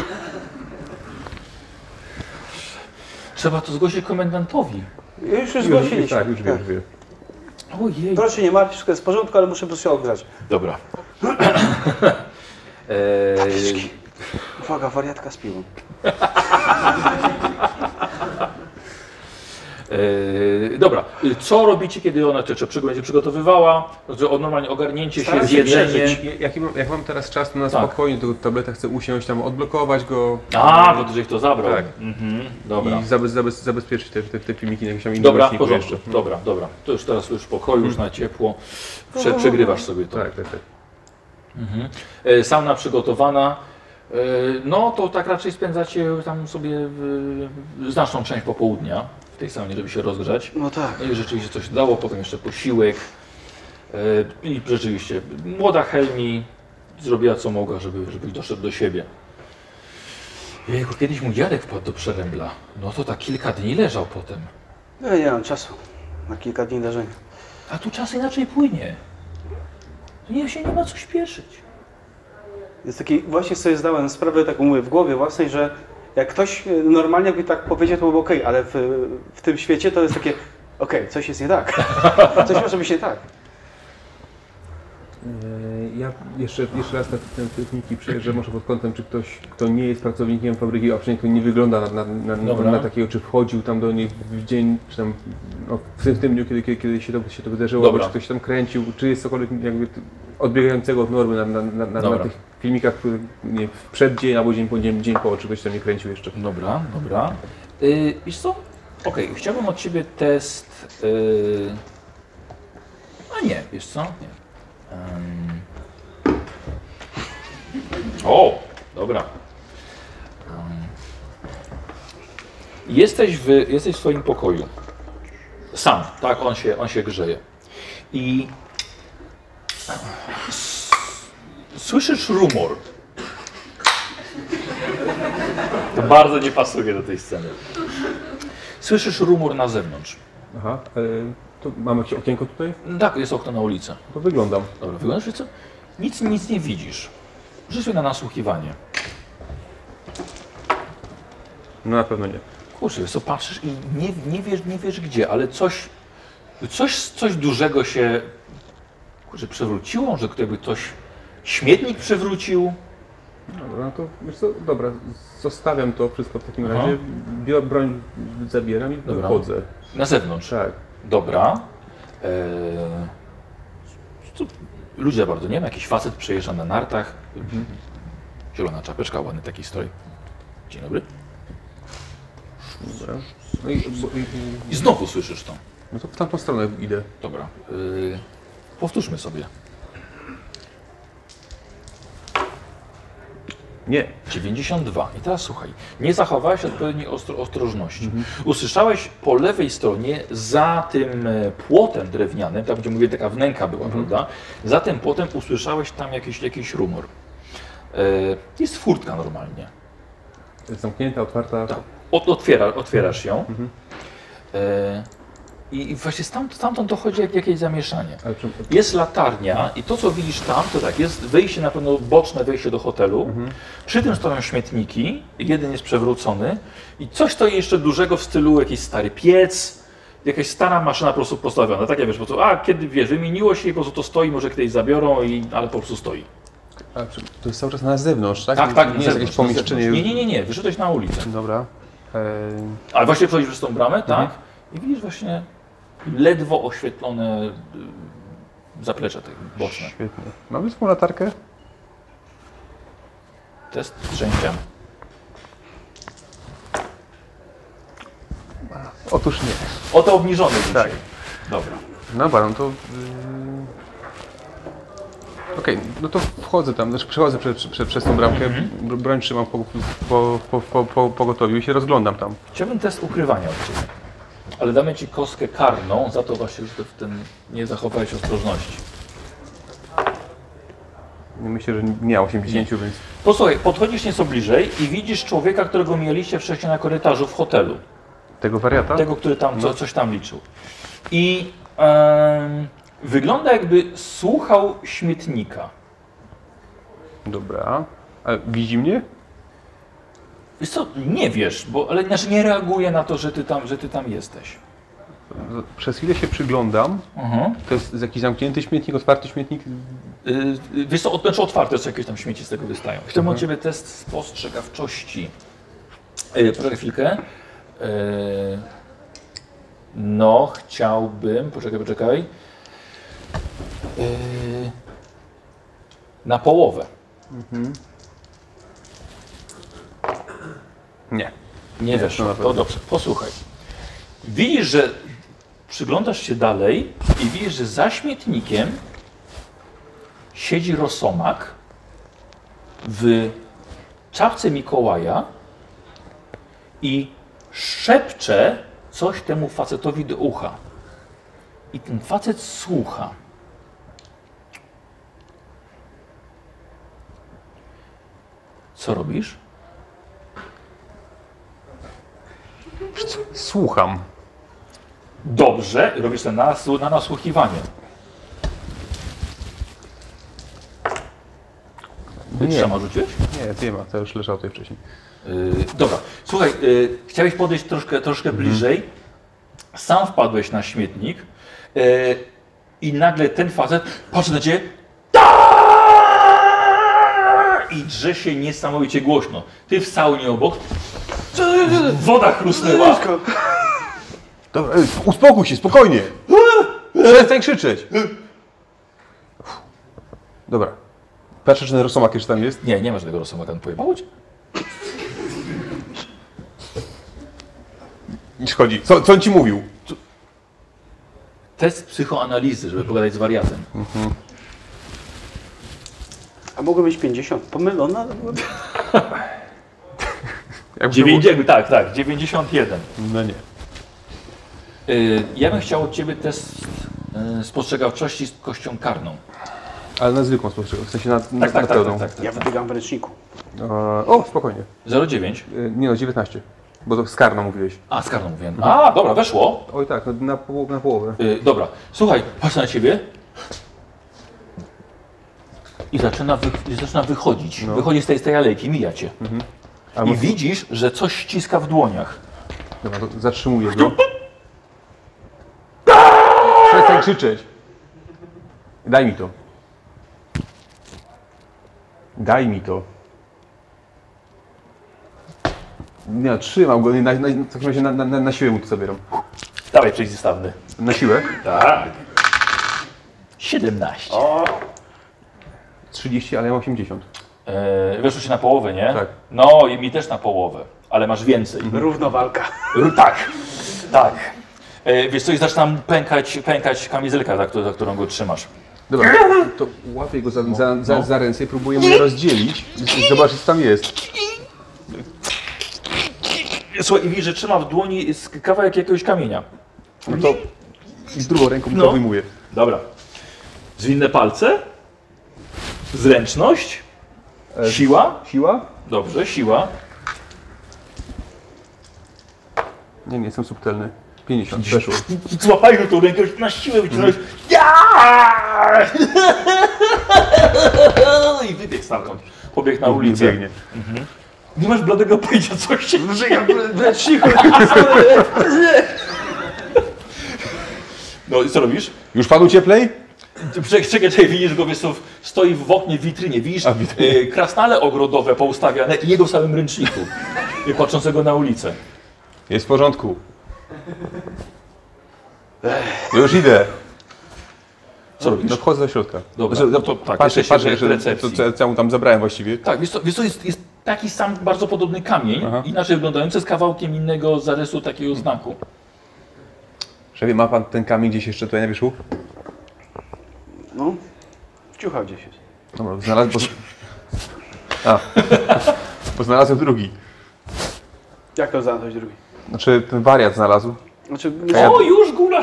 Trzeba to zgłosić komendantowi. Już już Już, zgłosiliśmy. tak, już wiem, już wiem. Ojej. Proszę nie martw, wszystko jest w porządku, ale muszę po prostu się ogrzać. Dobra. eee, Uwaga, wariatka z piwem. eee, dobra, co robicie, kiedy ona czy, czy przy- będzie przygotowywała? Znaczy, o- normalnie ogarnięcie się, Staram się zjedzenie. przeżyć. Ja- Jak, mam- jak mam teraz czas, to na Tak. spokojnie do tableta chcę usiąść, tam odblokować go A, bo ty żeś to zabrał. Tak. Mhm, dobra. i zabez, zabez, zabezpieczyć te, te, te filmiki na jakimś tam innym Dobra, w nośniku porządku. jeszcze. Dobra, dobra. To już teraz już w pokoju, już na ciepło. Prze przegrywasz sobie to. Tak, tak, tak. Mhm. E, Sauna przygotowana. E, No to tak raczej spędzacie tam sobie w- znaczną część popołudnia w tej saunie, żeby się rozgrzać. No tak. No i rzeczywiście coś dało, potem jeszcze posiłek. E, I rzeczywiście młoda Helmi zrobiła co mogła, żeby, żebyś doszedł do siebie. Jejku, kiedyś mój dziadek wpadł do Przerębla. No to tak kilka dni leżał potem. Ja nie mam czasu na kilka dni leżenia. A tu czas inaczej płynie. Tu nie, się nie ma co śpieszyć. Jest taki, właśnie sobie zdałem sprawę taką mówię w głowie własnej, że jak ktoś e, normalnie by tak powiedział, to byłoby okej, ale w, w tym świecie to jest takie okej, coś jest nie tak. Coś może być nie tak. E, Ja jeszcze, jeszcze raz te, te, te filmiki przejeżdżę, może pod kątem, czy ktoś, kto nie jest pracownikiem fabryki, a przynajmniej kto nie wygląda na, na, na, Dobra. na takiego, czy wchodził tam do niej w dzień, czy tam no, w, tym, w tym dniu, kiedy, kiedy, kiedy się, to, się to wydarzyło, Dobra. albo czy ktoś tam kręcił, czy jest cokolwiek jakby t- odbiegającego od normy na, na, na, na, Dobra. na tych filmikach, które nie, w przeddzień albo dzień po, dzień, dzień po, czy ktoś tam nie kręcił jeszcze. Dobra, dobra. Yy, wiesz co? Okej, chciałbym od Ciebie test... Yy... A nie, wiesz co? Nie. Ym. O, dobra. Ym. Jesteś, w, jesteś w swoim pokoju. Sam, tak? On się, on się grzeje. I s- słyszysz rumor. To bardzo nie pasuje do tej sceny. Słyszysz rumor na zewnątrz. Aha, e, to mamy jakieś okienko tutaj? Tak, jest okno na ulicę. To wyglądam. Dobra, wyglądasz, co? Nic, nic nie widzisz. Rzuć sobie na nasłuchiwanie. No na pewno nie. Kurczę, wiesz co, patrzysz i nie, nie, wiesz, nie wiesz gdzie, ale coś, coś, coś dużego się kurczę, przewróciło, że jakby ktoś śmietnik przewrócił. Dobra, no to wiesz co, dobra, zostawiam to wszystko w takim Aha. razie, biorę broń, zabieram i Dobra. wychodzę. Na zewnątrz. Tak. Dobra. Eee, co, ludzie bardzo, nie wiem, jakiś facet przejeżdża na nartach. Mhm. Zielona czapeczka, ładny taki stroj. Dzień dobry. Dobra. No i, bo, i, i, I znowu słyszysz to. no to w tamtą stronę idę. Dobra. Eee, powtórzmy sobie. Nie. dziewięćdziesiąt dwa. I teraz słuchaj, nie zachowałeś odpowiedniej ostro, ostrożności. Mhm. Usłyszałeś po lewej stronie, za tym e, płotem drewnianym, tam gdzie mówię taka wnęka była, mhm. prawda? Za tym płotem usłyszałeś tam jakiś, jakiś rumor. E, jest furtka normalnie. Zamknięta, otwarta. Tak. Ot, otwiera, otwierasz ją. Mhm. E, I, I właśnie stamtąd, stamtąd dochodzi jak, jakieś zamieszanie. Ale przy... Jest latarnia i to, co widzisz tam, to tak, jest wejście na pewno boczne wejście do hotelu. Mhm. Przy tym stoją śmietniki, jeden jest przewrócony i coś stoi jeszcze dużego w stylu jakiś stary piec, jakaś stara maszyna po prostu postawiona. Tak, ja wiesz, po prostu, a kiedy wiesz, wymieniło się i po prostu to stoi, może kiedyś zabiorą, i, ale po prostu stoi. A, to jest cały czas na zewnątrz, tak? Tak, tak, nie jest jakieś pomieszczenie. Nie, nie, nie, nie, wyszedłeś na ulicę. Dobra. Eee... Ale właśnie przechodzisz przez tą bramę, Mhm. tak? I widzisz właśnie ledwo oświetlone y, zaplecze te boczne. Świetnie. Mamy swoją latarkę? Test szczęścia. Otóż nie. Oto obniżony dzisiaj. Tak. Dobra. Dobra, no to... Yy... Okej, okay, no to wchodzę tam, znaczy przechodzę prze, prze, przez tą bramkę, mm -hmm. broń trzymam po, po, po, po, po, po gotowiu i się rozglądam tam. Chciałbym test ukrywania od Ciebie. Ale damy Ci kostkę karną za to właśnie, że w ten nie zachowałeś ostrożności. Myślę, że nie miał osiemdziesiąt, więc... Posłuchaj, podchodzisz nieco bliżej i widzisz człowieka, którego mieliście wcześniej na korytarzu w hotelu. Tego wariata? Tego, który tam co, coś tam liczył. I e, wygląda, jakby słuchał śmietnika. Dobra. A widzi mnie? Wiesz co, nie wiesz, bo ale znaczy nie reaguje na to, że ty tam, że ty tam jesteś. Przez chwilę się przyglądam. Mhm. To jest jakiś zamknięty śmietnik, otwarty śmietnik? Yy, wiesz co, znaczy otwarte, co jakieś tam śmieci z tego wystają. Chcę Mhm. od Ciebie test spostrzegawczości. Yy, poczekaj chwilkę. Yy, no, chciałbym, poczekaj, poczekaj. Yy, na połowę. Mhm. Nie. Nie wiesz, to, to dobrze, posłuchaj. Widzisz, że przyglądasz się dalej i widzisz, że za śmietnikiem siedzi rosomak w czapce Mikołaja i szepcze coś temu facetowi do ucha. I ten facet słucha. Co robisz? Słucham. Dobrze, robisz to na, na nasłuchiwanie. Wytrzyma, rzuciłeś? Nie, nie ma, to już leżało tutaj wcześniej. Yy, dobra, słuchaj, yy, chciałeś podejść troszkę, troszkę Mhm. bliżej, sam wpadłeś na śmietnik yy, i nagle ten facet patrzy na ciebie i drze się niesamowicie głośno. Ty w saunie obok, woda chrusnęła. Dobra, ej, uspokój się, spokojnie. Przestań krzyczeć. Dobra. Patrzę, czy ten rosomak jeszcze tam jest. Nie, nie ma żadnego rosomaka, pojebało cię? Niż chodzi. Co, co on ci mówił? Test psychoanalizy, żeby pogadać z wariatem. Mhm. A mogło być pięćdziesiąt. Pomylona? Jakby dziewięćdziesiąt, tak, tak, dziewięćdziesiąt jeden. było... No nie. Yy, ja bym chciał od Ciebie test yy, spostrzegawczości z kością karną. Ale na zwykłą spostrzegawczość, w sensie na, na, Tak, tak, na tak, pełną. tak, tak, tak, Ja tak. wybiegam w ręczniku. E, o, spokojnie. zero dziewięć. E, nie no, dziewiętnaście. Bo to z karną mówiłeś. A, z karną mówiłem. A, dobra, weszło. Oj tak, no, na, poł- na połowę. Y, dobra, słuchaj, patrz na ciebie. I zaczyna, wy, i zaczyna wychodzić. No. Wychodzi z tej, z tej alejki, mija cię. Albo- I widzisz, że coś ściska w dłoniach. Dobra, to zatrzymuję go. Przestań krzyczeć. Daj mi to. Daj mi to. Nie, trzymam go, na, na, w takim razie na, na, na siłę mu to zabieram. Dawaj, przejdź zestawny. Na siłę? Tak. siedemnaście. trzydzieści, ale ja mam osiemdziesiąt. E, weszło się na połowę, nie? Tak. No i mi też na połowę, ale masz więcej. Równo walka. R- Tak, tak. E, wiesz co, i zaczyna mu pękać, pękać kamizelka, za, którą- za którą go trzymasz. Dobra, to łapię go za, za, za, za ręce i próbuję mu je rozdzielić i zobaczyć co tam jest. Słuchaj, i widzisz, że trzyma w dłoni s- kawałek jakiegoś kamienia. No to i z drugą ręką No. to wyjmuję. Dobra. Zwinne palce. Zręczność. E, Siła. Siła? Dobrze, siła. Nie, nie, jestem subtelny. pięćdziesiąt, weszło. Złapaj go tą rękę, na siłę wyciągnąć. Ja! I wybiegł stamtąd. Pobiegł na ulicę. Biegnie. Nie masz bladego pojęcia, co się dzieje. No i co robisz? Już panu cieplej? Czekaj, czekaj, czekaj, widzisz go, wiesz co, stoi w oknie, w witrynie, widzisz A, w witrynie. y, krasnale ogrodowe poustawiane i jego w samym ręczniku, y, patrzącego na ulicę. Jest w porządku. Już idę. Co robisz? No wchodzę do środka. Dobra, Znaczy, no to tak, patrzę, jesteście patrzę, w że recepcji. to, co, co ja mu tam zabrałem właściwie. Tak, wiesz co, wiesz co jest, jest taki sam, bardzo podobny kamień, Aha. inaczej wyglądający, z kawałkiem innego zarysu takiego znaku. Szefie, ma pan ten kamień gdzieś jeszcze tutaj na wierzchu? No, wciuchał gdzieś jest. Dobra, znalazłem. Bo... A, bo znalazłem drugi. Jak to znaleźć drugi? Znaczy, ten wariat znalazł. Znaczy, Ja- O, już gulasz!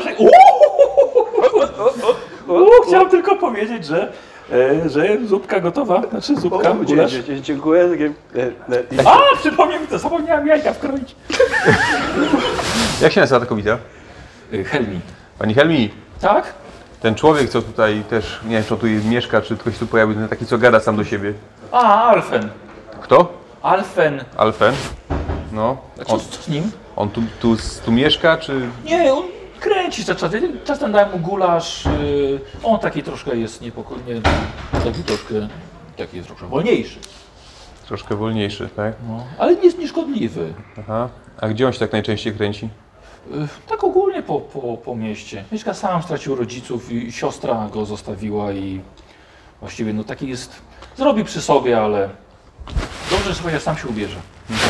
O, chciałem tylko powiedzieć, że, e, że zupka gotowa, znaczy zupka, o, gulasz. dzie- dzie- dziękuję. Takie, e, e, A, przypomnij mi to, zapomniałem jajka wkroić. Jak się nazywa ta kobieta? Y, Helmi. Pani Helmi, Tak? ten człowiek, co tutaj też, nie wiem, czy on tu mieszka, czy ktoś tu pojawił, ten taki, co gada sam do siebie. A, Alfen. Kto? Alfen. Alfen? No. A co, On, co z nim? on tu, tu, tu mieszka, czy... Nie, on kręci się czasem. Czasem daję mu gulasz. y, On taki troszkę jest niepokojny, taki troszkę, taki jest troszkę wolniejszy. Troszkę wolniejszy, tak? No, ale nie jest nieszkodliwy. Aha. A gdzie on się tak najczęściej kręci? Y, Tak ogólnie po, po, po mieście. Mieszka sam, stracił rodziców i siostra go zostawiła i właściwie no taki jest, zrobi przy sobie, ale dobrze, że sobie sam się ubierze.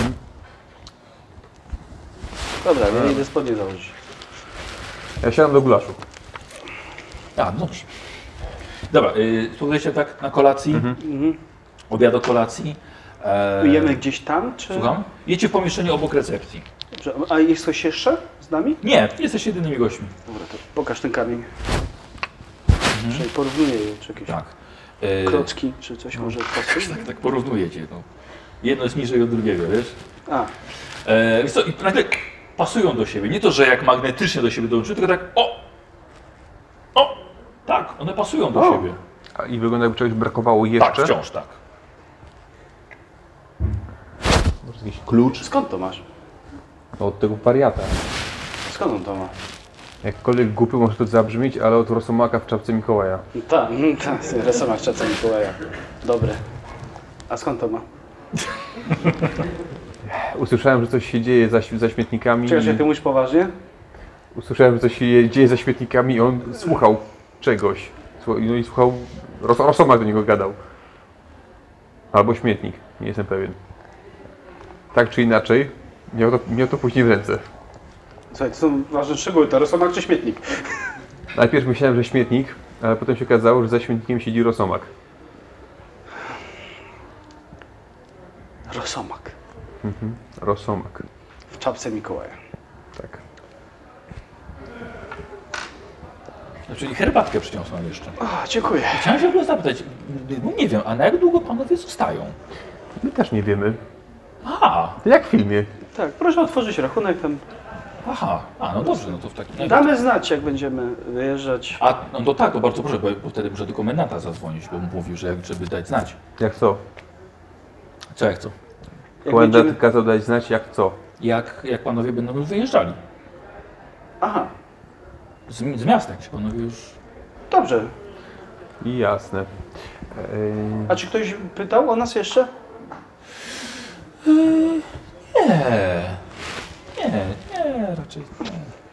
Dobra, ja idę spodnie założyć. Ja siadam do gulaszu. A, no dobrze. Dobra, y, słuchajcie, tak na kolacji, Mhm. obiad o kolacji. E, Jemy gdzieś tam, czy... Słucham? Jecie w pomieszczeniu obok recepcji. Dobrze, a jest ktoś jeszcze z nami? Nie, jesteś jedynymi gośćmi. Dobra, to pokaż ten kamień. Czyli porównuję je, czy jakieś Tak. E, klocki, czy coś może pasuje? tak, tak porównujecie. No. Jedno jest niżej od drugiego, wiesz? A, E, wiesz co, i nagle pasują do siebie. Nie to, że jak magnetycznie do siebie dołączyły, tylko tak o! O! Tak, one pasują do O. siebie. A i wygląda jakby czegoś brakowało Tak, jeszcze. wciąż tak. Może jakiś klucz skąd to masz? od tego wariata. Skąd on to ma? Jakkolwiek głupio może to zabrzmieć, ale od Rosomaka w czapce Mikołaja. Tak, tak, rysomak szczeca Mikołaja. Dobre. A skąd to ma? Usłyszałem, że coś się dzieje za, za śmietnikami. Czekaj, i- że ty mówisz poważnie? Usłyszałem, że coś się dzieje za śmietnikami i on słuchał czegoś. Słu- No i słuchał, Ros Rosomak do niego gadał. Albo śmietnik, nie jestem pewien. Tak czy inaczej, miał to, miał to później w ręce. Słuchaj, to są ważne szczegóły, to rysomak czy śmietnik? Najpierw myślałem, że śmietnik, ale potem się okazało, że za śmietnikiem siedzi Rosomak. Rosomak. Rosomak, W czapce Mikołaja. tak. Czyli herbatkę przyniosłam jeszcze. O, dziękuję. Chciałem się w ogóle zapytać, no nie wiem, a na jak długo panowie zostają? My też nie wiemy. Aha, To jak w filmie. Tak, proszę otworzyć rachunek tam. aha. A, no dobrze, no to w takim razie. Damy znać, jak będziemy wyjeżdżać. A, no to tak, to bardzo proszę, bo, bo wtedy muszę do komendanta zadzwonić, bo mówił, że żeby dać znać. Jak co? Co jak co? Jak Komendant będziemy... kazał dać znać jak co. Jak, jak panowie będą już wyjeżdżali. Aha, Z, z miasta, jak się panowie już... dobrze. I jasne. Yy, A czy ktoś pytał o nas jeszcze? Nie, nie, nie, raczej nie.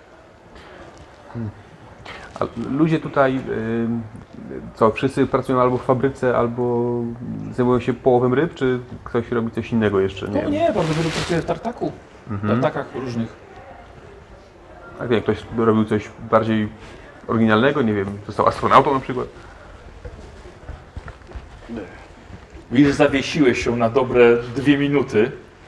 a ludzie tutaj, yy, co, wszyscy pracują albo w fabryce, albo zajmują się połowem ryb, czy ktoś robi coś innego jeszcze? Nie No wiem. nie, bardzo wielu pracuje w tartaku, w tartakach różnych. A nie, ktoś robił coś bardziej oryginalnego, nie wiem, został astronautą na przykład? Widzisz, zawiesiłeś się na dobre dwie minuty.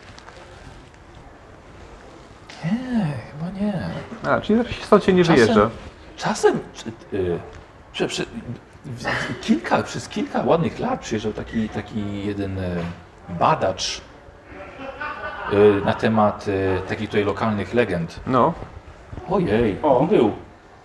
Nie, chyba nie. A, czyli stąd się nie Czasem- wyjeżdża. Czasem czy, y, prze, prze, w- kilka, przez kilka ładnych lat przyjeżdżał taki, taki jeden y, badacz y, na temat y, takich tutaj lokalnych legend. No, Ojej, O. on był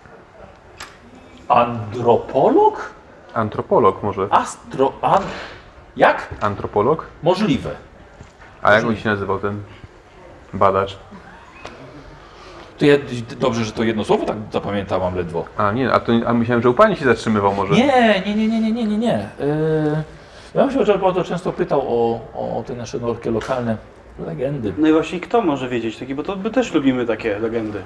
andropolog? antropolog może. Astro... An... Jak? Antropolog? Możliwe. A jak on się nazywał ten badacz? To ja, dobrze, że to jedno słowo tak zapamiętałam ledwo. A nie, a, to, a myślałem, że u pani się zatrzymywał może. Nie, nie, nie, nie, nie, nie, nie, nie. Yy, ja myślę, że bardzo często pytał o, o te nasze norkie lokalne legendy. No i właśnie kto może wiedzieć taki, bo to my też lubimy takie legendy.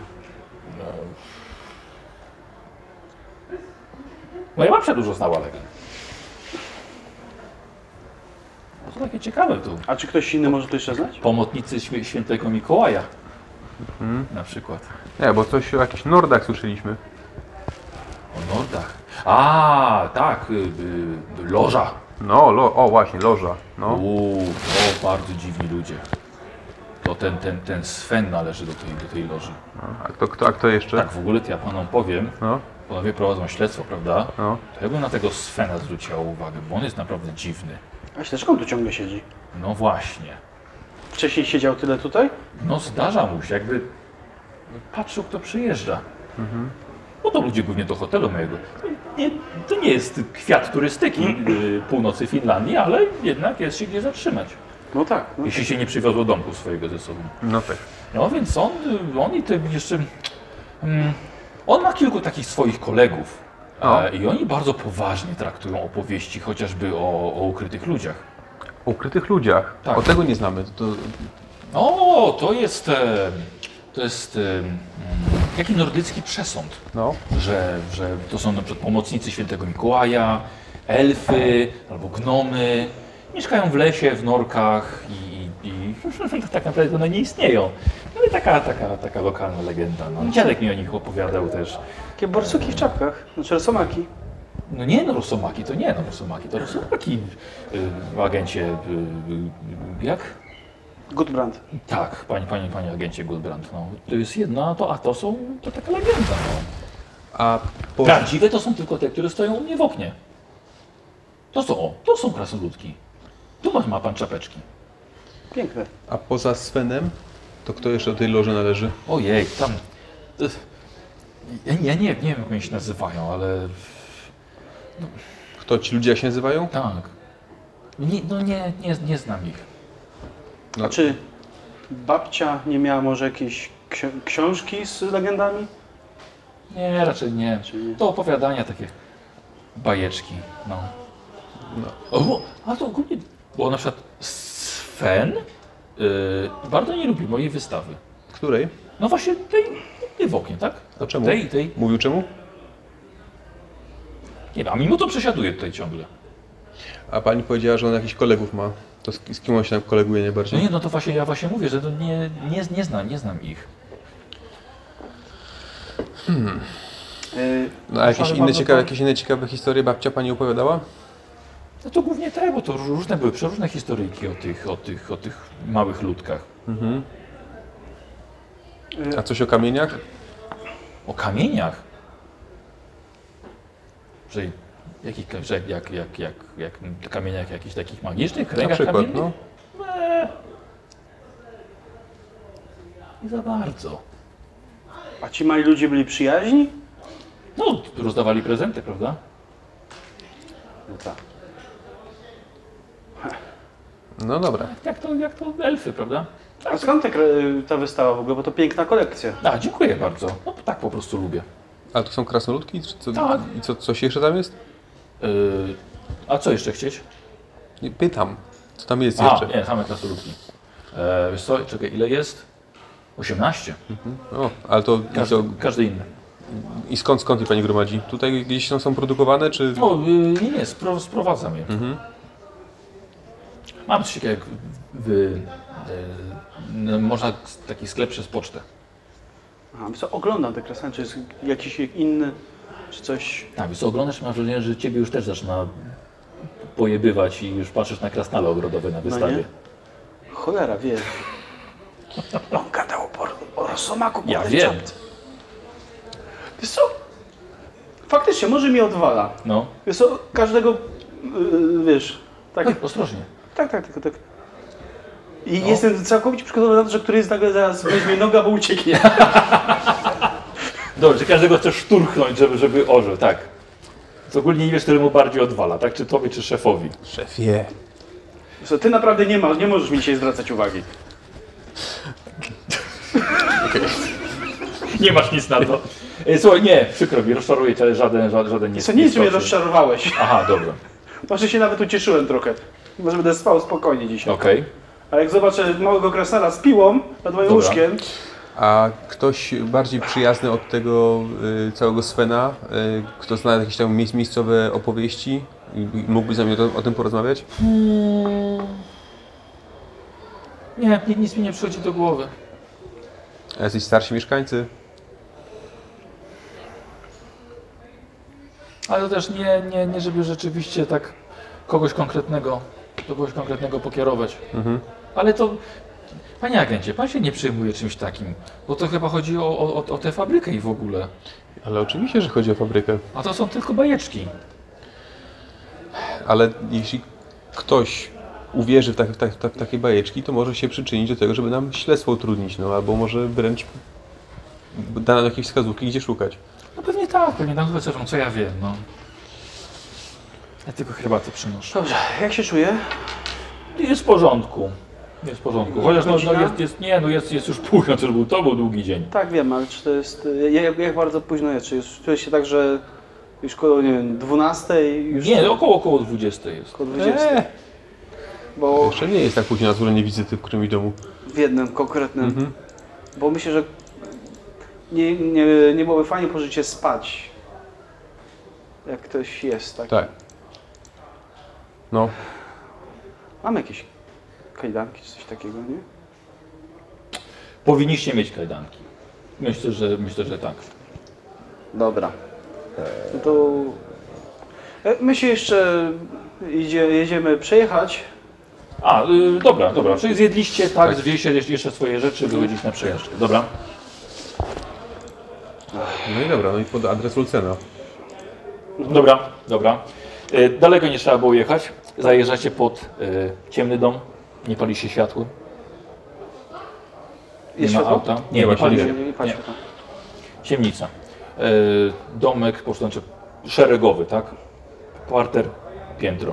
Moja babcia dużo znała legend. No to takie ciekawe tu. A czy ktoś inny może to jeszcze znać? Pomocnicy świe- świętego Mikołaja. Na przykład. Nie, bo coś o jakichś Nordach słyszeliśmy. O Nordach. A, tak, y, y, loża. No, lo, o właśnie, loża. No. Uuu, o, bardzo dziwni ludzie. To ten, ten, ten Sven należy do tej, do tej loży. A kto, kto, a kto jeszcze? Tak, w ogóle to ja panom powiem, No, panowie prowadzą śledztwo, prawda? no. To ja bym na tego Svena zwróciła uwagę, bo on jest naprawdę dziwny. A dlaczego on tu ciągle siedzi? No właśnie. Wcześniej siedział tyle tutaj? No zdarza mu się, jakby patrzył, kto przyjeżdża. Bo to ludzie głównie do hotelu mojego. Nie, to nie jest kwiat turystyki y, północy Finlandii, ale jednak jest się gdzie zatrzymać. No tak. No. Jeśli się nie przywiozło domku swojego ze sobą. No tak. No więc on, on i te jeszcze... Mm, on ma kilku takich swoich kolegów. O. E, I oni bardzo poważnie traktują opowieści chociażby o, o ukrytych ludziach. O ukrytych ludziach. Tak. O tego nie znamy. To, O, to jest... E, to jest... E, mm, jaki nordycki przesąd. no. Że, że to są na przykład pomocnicy świętego Mikołaja, elfy albo gnomy. Mieszkają w lesie, w norkach i, i, i tak naprawdę one nie istnieją. No i taka, taka, taka lokalna legenda. No, dziadek mi o nich opowiadał też. Takie borsuki w czapkach, znaczy rosomaki. No nie, no rosomaki to nie, no rosomaki to rosomaki y, w agencie, y, y, jak? Gudbrand. Tak, pani, pani, panie agencie Goldbrand. No, to jest jedna, to, a to są, to taka legenda. No. A po, Prawdziwe to są tylko te, które stoją u mnie w oknie. To są, o, to są krasnoludki. Tu ma- ma pan czapeczki. Piękne. a poza Svenem, to kto jeszcze do tej loży należy? Ojej, tam... To, ja, ja nie, nie wiem, jak oni się nazywają, ale... Kto ci ludzie jak się nazywają? Tak. Nie, no nie, nie, nie znam ich. No. A czy babcia nie miała może jakiejś ksi- książki z legendami? Nie, raczej nie. Czy nie? To opowiadania takie bajeczki, no. No. O, a to ogólnie, bo na przykład Sven yy, bardzo nie lubi mojej wystawy. Której? No właśnie tej, tej w oknie, tak? A czemu? Tej, tej. Mówił czemu? Nie wiem, a mimo to przesiaduje tutaj ciągle. A pani powiedziała, że on jakichś kolegów ma. To z, z kim on się tam koleguje No najbardziej? nie, no to właśnie ja właśnie mówię, że to nie, nie, nie znam, nie znam ich. Yy, No a jakieś Ale inne, bardzo ciekawe, to- jakieś inne ciekawe historie babcia pani opowiadała? No to głównie te, bo to różne były, przeróżne historyjki o tych, o tych, o tych małych ludkach. A coś o kamieniach? O kamieniach. Że, jakich, że jak, jak, jak, jak kamieniach jakichś takich magicznych, Na kręgach przykład, kamiennych? no. Eee. Nie za bardzo. A ci mali ludzie byli przyjaźni? No, rozdawali prezenty, prawda? No tak. No dobra. Jak to, jak to elfy, prawda? A skąd ta, ta wystawa w ogóle? Bo to piękna kolekcja. A, dziękuję bardzo. No, tak po prostu lubię. A to są krasnoludki? Czy co, Tak. I co, coś jeszcze tam jest? Yy, a co jeszcze chcieć? Nie, pytam. Co tam jest A, jeszcze? nie, same krasnoludki. E, wiesz co, czekaj, ile jest? osiemnaście. O, ale to i, Każdy, co, każdy inny. i skąd, skąd je pani gromadzi? Tutaj gdzieś tam są produkowane, czy... No, yy, nie, nie, spro, sprowadzam je. Mhm. Mam coś takiego jak w, yy, yy, można taki sklep przez pocztę. Aha, co, oglądam te krasnale, czy jest jakiś inny, czy coś... Tak, wiesz co, oglądasz, mam wrażenie, że ciebie już też zaczyna pojebywać i już patrzysz na krasnale ogrodowe na wystawie. nie? Cholera, wie. On gadał o, o rosomaku. Ja po wiem. czapce. Wiesz co? Faktycznie, może mi odwala. No, Wiesz co, każdego, yy, wiesz, tak, Oj, ostrożnie. tak, tak, tylko tak. I jestem całkowicie przygotowany na to, że któryś nagle zaraz weźmie nogę, bo ucieknie. Dobrze, każdego chcesz szturchnąć, żeby, żeby ożył, tak. To ogólnie nie wiesz, któremu bardziej odwala, tak? Czy tobie, czy szefowi. Szefie. Wiesz co, ty naprawdę nie masz, nie możesz mi dzisiaj zwracać uwagi. Nie masz nic na to. E, Słuchaj, nie, przykro mi, rozczaruję cię, ale żaden, żaden, żaden nie Co, nic mnie skoczy. rozczarowałeś. Aha, dobra, Może się nawet ucieszyłem trochę. Może będę spał spokojnie dzisiaj. okej. A jak zobaczę małego krasnala z piłą nad moim Dobra. łóżkiem, A ktoś bardziej przyjazny od tego y, całego Svena, y, kto zna jakieś tam miejsc, miejscowe opowieści i, i mógłby z nami o, o tym porozmawiać? Nie, nie, nic mi nie przychodzi do głowy. A jacyś starsi mieszkańcy? Ale to też nie, nie, nie żeby rzeczywiście tak kogoś konkretnego, do kogoś konkretnego pokierować. Mhm. Ale to, panie agencie, pan się nie przejmuje czymś takim, bo to chyba chodzi o, o, o tę fabrykę i w ogóle. Ale oczywiście, że chodzi o fabrykę. A to są tylko bajeczki. Ale jeśli ktoś uwierzy w, tak, w, tak, w, tak, w takie bajeczki, to może się przyczynić do tego, żeby nam śledztwo utrudnić, no albo może wręcz da nam jakieś wskazówki, gdzie szukać. No pewnie tak, pewnie tam wycerzą, co ja wiem, no. Ja tylko herbatę przynoszę. Dobrze, jak się czuję? Jest w porządku. Jest w porządku. Chociaż no, no Godzina? jest, jest, nie, no jest, jest już późno, to był, to był długi dzień. Tak, wiem, ale czy to jest... Jak, jak bardzo późno jest? Czy jest, czujesz się tak, że już koło, nie wiem, dwunastej? Już Nie, około, około dwudziestej jest. Koło dwudziestej. Eee, Bo jeszcze nie jest tak późno na złożenie wizyty w którymś domu. w jednym konkretnym... Mhm. Bo myślę, że nie, nie, nie byłoby fajnie pożyć się spać. Jak ktoś jest, tak? Tak. No, Mam jakieś kajdanki czy coś takiego, nie? Powinniście mieć kajdanki. Myślę, że myślę, że tak. Dobra. No to... e, My się jeszcze idzie, jedziemy przejechać. A, y, dobra, dobra. Czyli zjedliście, tak, zwiedziliście jeszcze swoje rzeczy, wychodzić na przejażdżkę. Dobra. no i dobra, no i pod adres Lucena. Dobra, dobra. Y, daleko nie trzeba było jechać. Zajeżdżacie pod y, ciemny dom. Nie pali się światło. Nie Jest ma światło? auta. Nie, Nie nie, ma pali się, się. Nie, nie, nie patrz Nie. tam. Ciemnica. Y, domek, po prostu szeregowy, tak? Parter, piętro.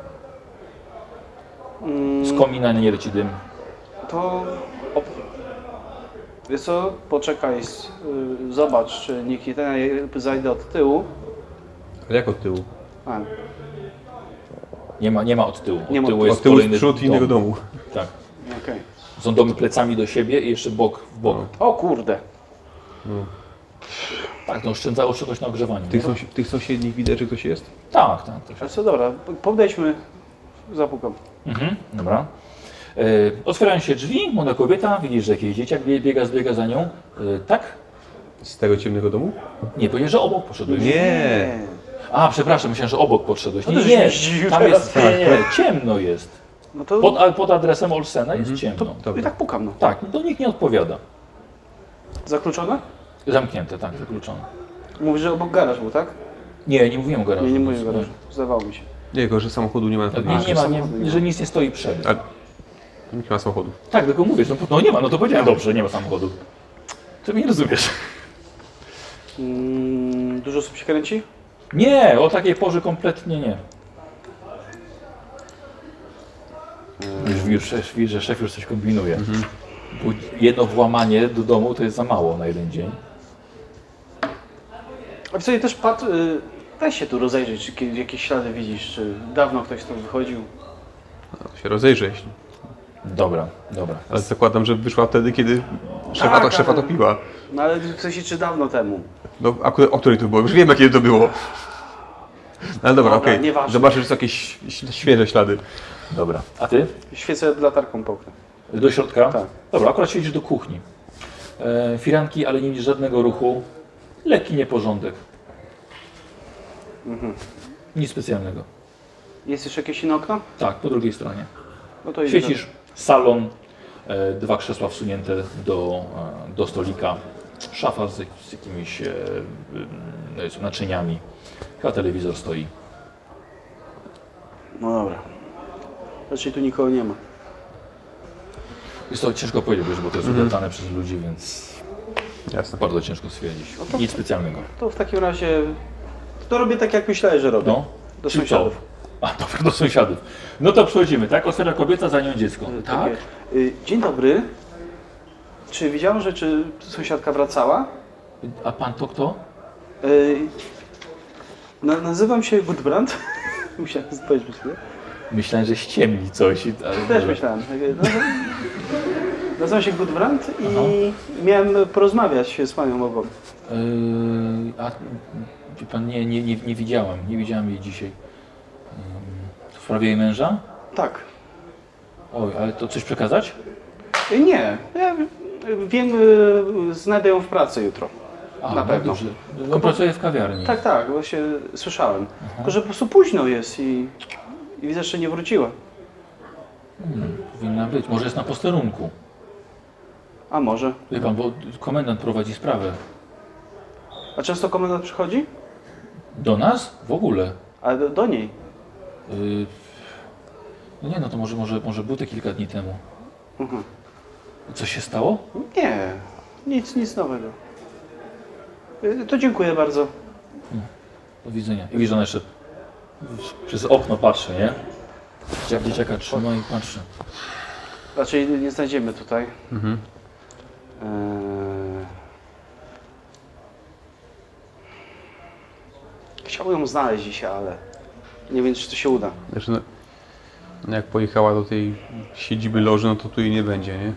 Z komina nie leci dym. To... Op... Wiesz co? Poczekaj, s- y, zobacz, czy nikt nie ten, ja zajdę od tyłu. Ale jak od tyłu? A, Nie ma, nie ma od tyłu. Od Nie ma tyłu od jest Od tyłu kolejny jest przód dom. innego domu. Tak. okej. Są domy plecami do siebie i jeszcze bok w bok. O kurde. Tak, no oszczędza oszczędność na ogrzewaniu. Tych, sąsi- tych sąsiednich widać, że ktoś jest? Tak, tak. tak. Ale co, dobra, podejdźmy, zapukam. Mhm, dobra. E, otwierają się drzwi, młoda kobieta, widzisz, że jakiś dzieciak bie- biega, zbiega za nią. E, tak? Z tego ciemnego domu? Nie, powiedziałeś, że obok poszedłeś. Nie. A, przepraszam, myślałem, że obok podszedłeś. Nie, No to nie, żeś mnie zdziwił tam teraz. jest, nie, nie, ciemno jest. No to Pod, a pod adresem Olsena jest ciemno. i Dobra. tak pukam, no. Tak, to nikt nie odpowiada. Zakluczone? Zamknięte, tak, wykluczone. Mówisz, że obok garaż był, tak? Nie, nie mówiłem o garażu. Nie, nie mówię o garażu. Zdawało mi się. Nie, tylko że samochodu nie ma na Nie, pewno. nie, nie ma, nie, że nic nie stoi przed. A Nie ma samochodów. Tak, tylko mówisz, no, no nie ma, no to powiedziałem dobrze, nie ma samochodu. Ty mnie nie rozumiesz. Mm, dużo osób się kręci? Nie, o takiej porze kompletnie nie. Już, już szef, widzisz, że szef już coś kombinuje. Bo jedno włamanie do domu to jest za mało na jeden dzień. A w sobie też patrz, y, daj się tu rozejrzeć, czy kie- jakieś ślady widzisz, czy dawno ktoś tu wychodził. No, się rozejrzę, jeśli. Dobra, dobra. Ale zakładam, że wyszła wtedy, kiedy szefa, Tak, to, szefa ale- topiła. No ale w sensie, czy dawno temu? No, a o której to było? Już wiemy, kiedy to było. Ale dobra, Dobra, okej. nieważne. Zobaczysz, czy są jakieś ś- świeże ślady. Dobra. A ty? Świecę latarką po oknie. Do środka? Tak. Dobra, akurat siedzisz do kuchni. E, firanki, ale nie widzisz żadnego ruchu. Lekki nieporządek. Nic specjalnego. Jest jeszcze jakieś inne okno? Tak, po drugiej stronie. No to idę. Świecisz salon, e, dwa krzesła wsunięte do, e, do stolika, szafa z, z jakimiś e, e, naczyniami, chyba telewizor stoi. No dobra. Raczej tu nikogo nie ma. Jest to ciężko powiedzieć, wiesz, bo to jest mhm. przez ludzi, więc Jasne. bardzo ciężko stwierdzić. No to- Nic specjalnego. To w takim razie... To robię tak, jak myślałem, że robię. No. Do Czyli sąsiadów. co? A, dobra, do sąsiadów. No to przechodzimy, tak? Otwiera kobieta, za nią dziecko. Y, Tak? takie, y, Dzień dobry. Czy widziałem, że czy sąsiadka wracała? A pan to kto? Y, na, nazywam się Gudbrand. Musiałem spojrzeć przez chwilę. Myślałem, że ściemni coś. i- Ale Też myślałem. Nazywam, nazywam się Gudbrand i miałem porozmawiać z panią obok. Yy, a wie pan, nie, nie, nie, nie widziałem, nie widziałem jej dzisiaj. Yy, w sprawie jej męża? Tak. Oj, ale to coś przekazać? Y, Nie. Ja wiem, y, znajdę ją w pracy jutro. A, Na no pewno. dobrze. On pracuje w kawiarni. Tak, tak, właśnie słyszałem. Tylko, że po prostu późno jest i, i widzę, że nie wróciła. Hmm, powinna być. Może jest na posterunku. A może. Wie pan, bo komendant prowadzi sprawę. A często komendant przychodzi? Do nas? W ogóle. Ale do, do niej. Yy, no nie, no to może, może, może był te kilka dni temu. Mhm. Coś się stało? Nie, nic, nic nowego. Y, To dziękuję bardzo. Do widzenia. I widzisz, że ona jeszcze przez okno patrzy, nie? Jak dzieciaka trzyma i patrzy. Raczej nie znajdziemy tutaj. Mhm. Eee... Chciałbym ją znaleźć dzisiaj, ale nie wiem, czy to się uda. Znaczy, no, no jak pojechała do tej siedziby loży, no to tu jej nie będzie, nie?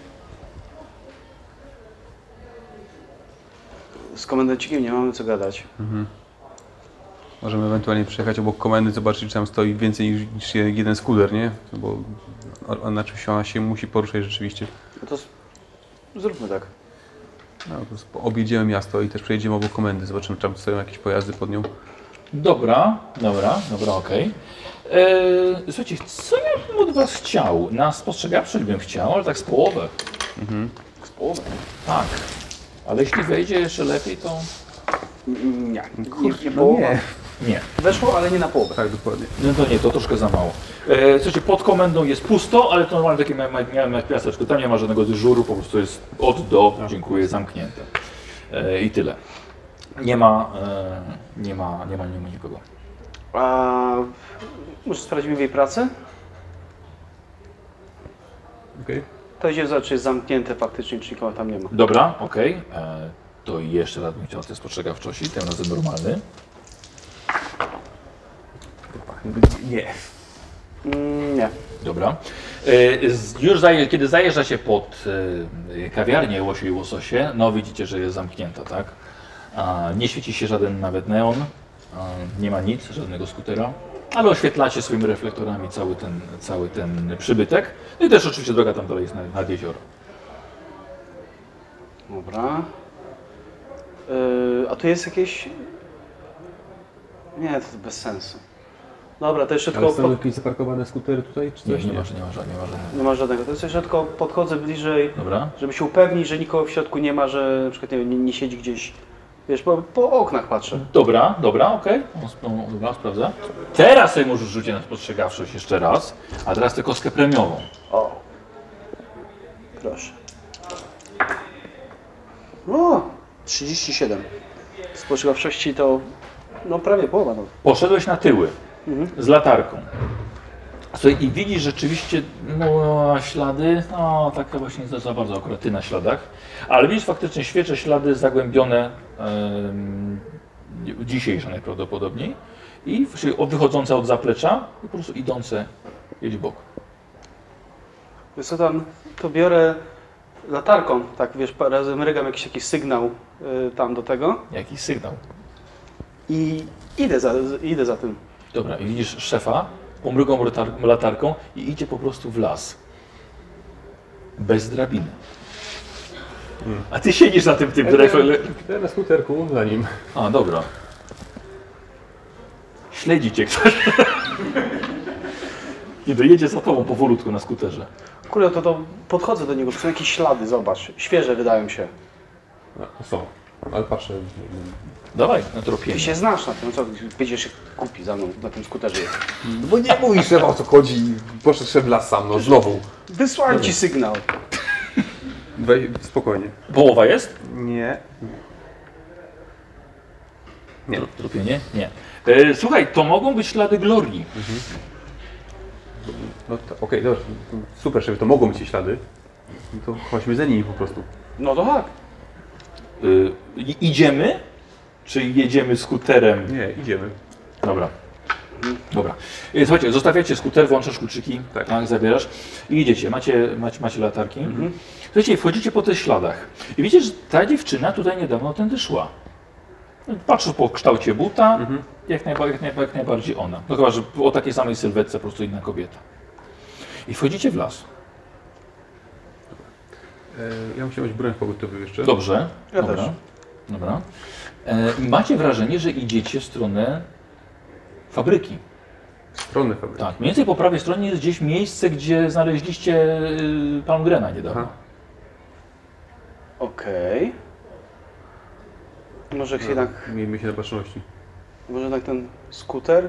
Z komendancikiem nie mamy co gadać. Możemy ewentualnie przejechać obok komendy, zobaczyć, czy tam stoi więcej niż, niż jeden skuter, nie? Bo o- na czymś ona się musi poruszać rzeczywiście. No to z- zróbmy tak. No, po prostu objedziemy miasto i też przejedziemy obok komendy, zobaczymy, czy tam stoją jakieś pojazdy pod nią. Dobra, dobra, dobra, okej. Eee, Słuchajcie, co ja bym od was chciał? Na spostrzegawczość bym chciał, ale tak z połowę. Z połowę. Tak. Ale jeśli wejdzie jeszcze lepiej, to Mm, Nie, nie, nie no połowa. nie. nie. Weszło, ale nie na połowę. Tak, dokładnie. No to nie, to troszkę za mało. E, słuchajcie, pod komendą jest pusto, ale to normalnie takie miałem, miałem jak piaseczko. Tam nie ma żadnego dyżuru, po prostu jest od do, dziękuję, zamknięte. E, I tyle. Nie ma, e, nie ma, nie ma, nie ma nikogo. A może sprawdzimy w jej pracy? Okej. To idzie zobaczyć, czy jest zamknięte faktycznie, czy nikogo tam nie ma. Dobra, okej. E, To jeszcze raz bym chciał test spostrzegawczości, tym razem normalny. Nie. Mm, nie. Dobra. E, z- Już zaje, kiedy zajeżdża się pod e, kawiarnię Łosiu i Łososie, no widzicie, że jest zamknięta, tak? A, nie świeci się żaden nawet neon, a, nie ma nic, żadnego skutera, ale oświetlacie swoimi reflektorami cały ten, cały ten przybytek. No i też oczywiście droga tam dalej jest nad, nad jezioro. Dobra. Yy, a tu jest jakieś... Nie, to bez sensu. Dobra, to jeszcze Ale tylko... są Pod... jakieś zaparkowane skutery tutaj, czy Nie, coś? nie ma, nie ma, żadnego, nie ma żadnego. Nie ma żadnego. To jest jeszcze tylko podchodzę bliżej, Dobra. żeby się upewnić, że nikogo w środku nie ma, że na przykład nie, wiem, nie, nie siedzi gdzieś... Wiesz, po, po oknach patrzę. Dobra, dobra, okej. Okay. Dobra, sprawdzę. Teraz sobie możesz rzucić na spostrzegawczość jeszcze raz, a teraz tę kostkę premiową. O, Proszę. O, trzydzieści siedem. Spostrzegawczości to no prawie połowa. No. Poszedłeś na tyły Mhm. z latarką. Słuchaj, i widzisz rzeczywiście no, ślady, no tak właśnie za, za bardzo akurat ty na śladach, ale widzisz faktycznie świeże ślady zagłębione em, dzisiejsze najprawdopodobniej i w- wychodzące od zaplecza i po prostu idące gdzieś w bok. Wiesz co tam, to biorę latarką, tak wiesz, parę razy mrygam jakiś taki sygnał y, tam do tego Jakiś sygnał. i idę za, idę za tym. Dobra, i widzisz szefa, pomrugą latar latarką i idzie po prostu w las. Bez drabiny. A ty siedzisz na tym tym drefel. Ja na skuterku za nim. A, dobra. Śledzi cię ktoś. Nie dojedzie za tobą powolutku na skuterze. Kurde, to, to podchodzę do niego, to są jakieś ślady, zobacz, świeże wydają się. No, są, ale patrzę. Dawaj, na Ty tropienie. się znasz na tym, co będziesz się kupi za mną na tym skuterze. No bo nie mówisz szefa o co chodzi. Poszedł w las sam, no znowu. Wysłałem ci sygnał. Weź, spokojnie. Połowa jest? Nie. Nie. Tropienie? Nie. E, słuchaj, to mogą być ślady glorii. No to, okej, dobrze. Super, że to mogą być te ślady. No to chodźmy za nimi po prostu. No to tak. E, i- idziemy? Czy jedziemy skuterem? Nie, idziemy. Dobra. Dobra. E, Słuchajcie, zostawiacie skuter, włączasz kluczyki, tak. Tak. zabierasz i idziecie. Macie, macie, macie latarki. Słuchajcie, wchodzicie po tych śladach. I widzicie, że ta dziewczyna tutaj niedawno tędy szła. Patrzysz po kształcie buta, jak, najba, jak, najba, jak najbardziej ona. No chyba, że o takiej samej sylwetce, po prostu inna kobieta. I wchodzicie w las. E, ja muszę mieć broń w pogotowiu jeszcze. Dobrze. Ja Dobra. też. Dobra. E, I macie wrażenie, że idziecie w stronę fabryki. Stronę fabryki. Tak. Mniej więcej po prawej stronie jest gdzieś miejsce, gdzie znaleźliście y, Palmgrena niedawno. Aha. Okej. Może jednak, Miejmy się na baczności. może jednak ten skuter?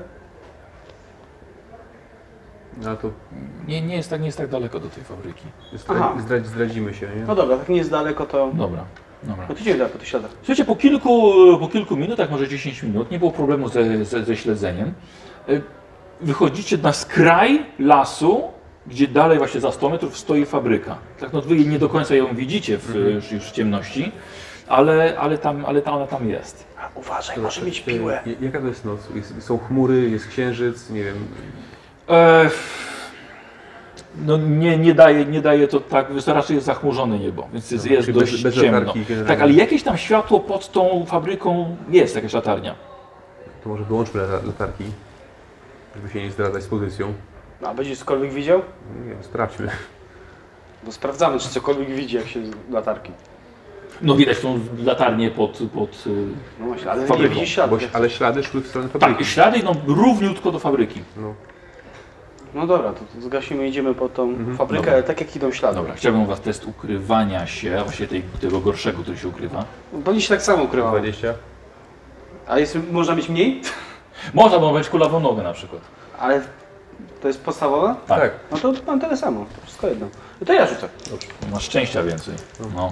No ale to Nie, nie, jest tak, nie jest tak daleko do tej fabryki. Aha. zdra zdradzi, zdradzimy się, nie? No dobra, tak nie jest daleko, to... Dobra. Dobra. No to idziemy dalej po tych śladach. Słuchajcie, po kilku, po kilku minutach, może dziesięć minut, nie było problemu ze, ze, ze śledzeniem. Y, Wychodzicie na skraj lasu, gdzie dalej właśnie za sto metrów stoi fabryka. Tak, no wy nie do końca ją widzicie w, już, już w ciemności, ale, ale, tam, ale ta, ona tam jest. A, uważaj, może mieć piłę. E, Jaka to jest noc? Jest, są chmury, jest księżyc, nie wiem. E, no nie, nie, daje, nie daje to tak, raczej jest zachmurzone niebo, więc jest, Dobra, jest czyli dość bez- bez ciemno. latarki generalnie. Tak, ale jakieś tam światło pod tą fabryką jest, jakaś latarnia. To może wyłączmy la- latarki, żeby się nie zdradzać z pozycją. A będziesz cokolwiek widział? Nie wiem, sprawdźmy. Bo sprawdzamy, czy cokolwiek widzi, jak się z latarki. No widać tą latarnię pod, pod y, No właśnie, ale nie Fabryką. widzisz Bo, śladów. ale ślady szły w stronę tak, fabryki. i ślady idą równiutko do fabryki. No. No dobra, to, to zgasimy, idziemy po tą fabrykę, Dobra. ale tak jak idą ślady. Dobra, chciałbym u was test ukrywania się, a właściwie tej, tego gorszego, który się ukrywa. Pewnie się tak samo ukrywa. dwadzieścia. A jest, można mieć mniej? Można by mieć kulawą nogę na przykład. Ale to jest podstawowe? Tak. Tak. No to mam tyle samo, to wszystko jedno. No to ja rzucę. Masz szczęścia więcej. No.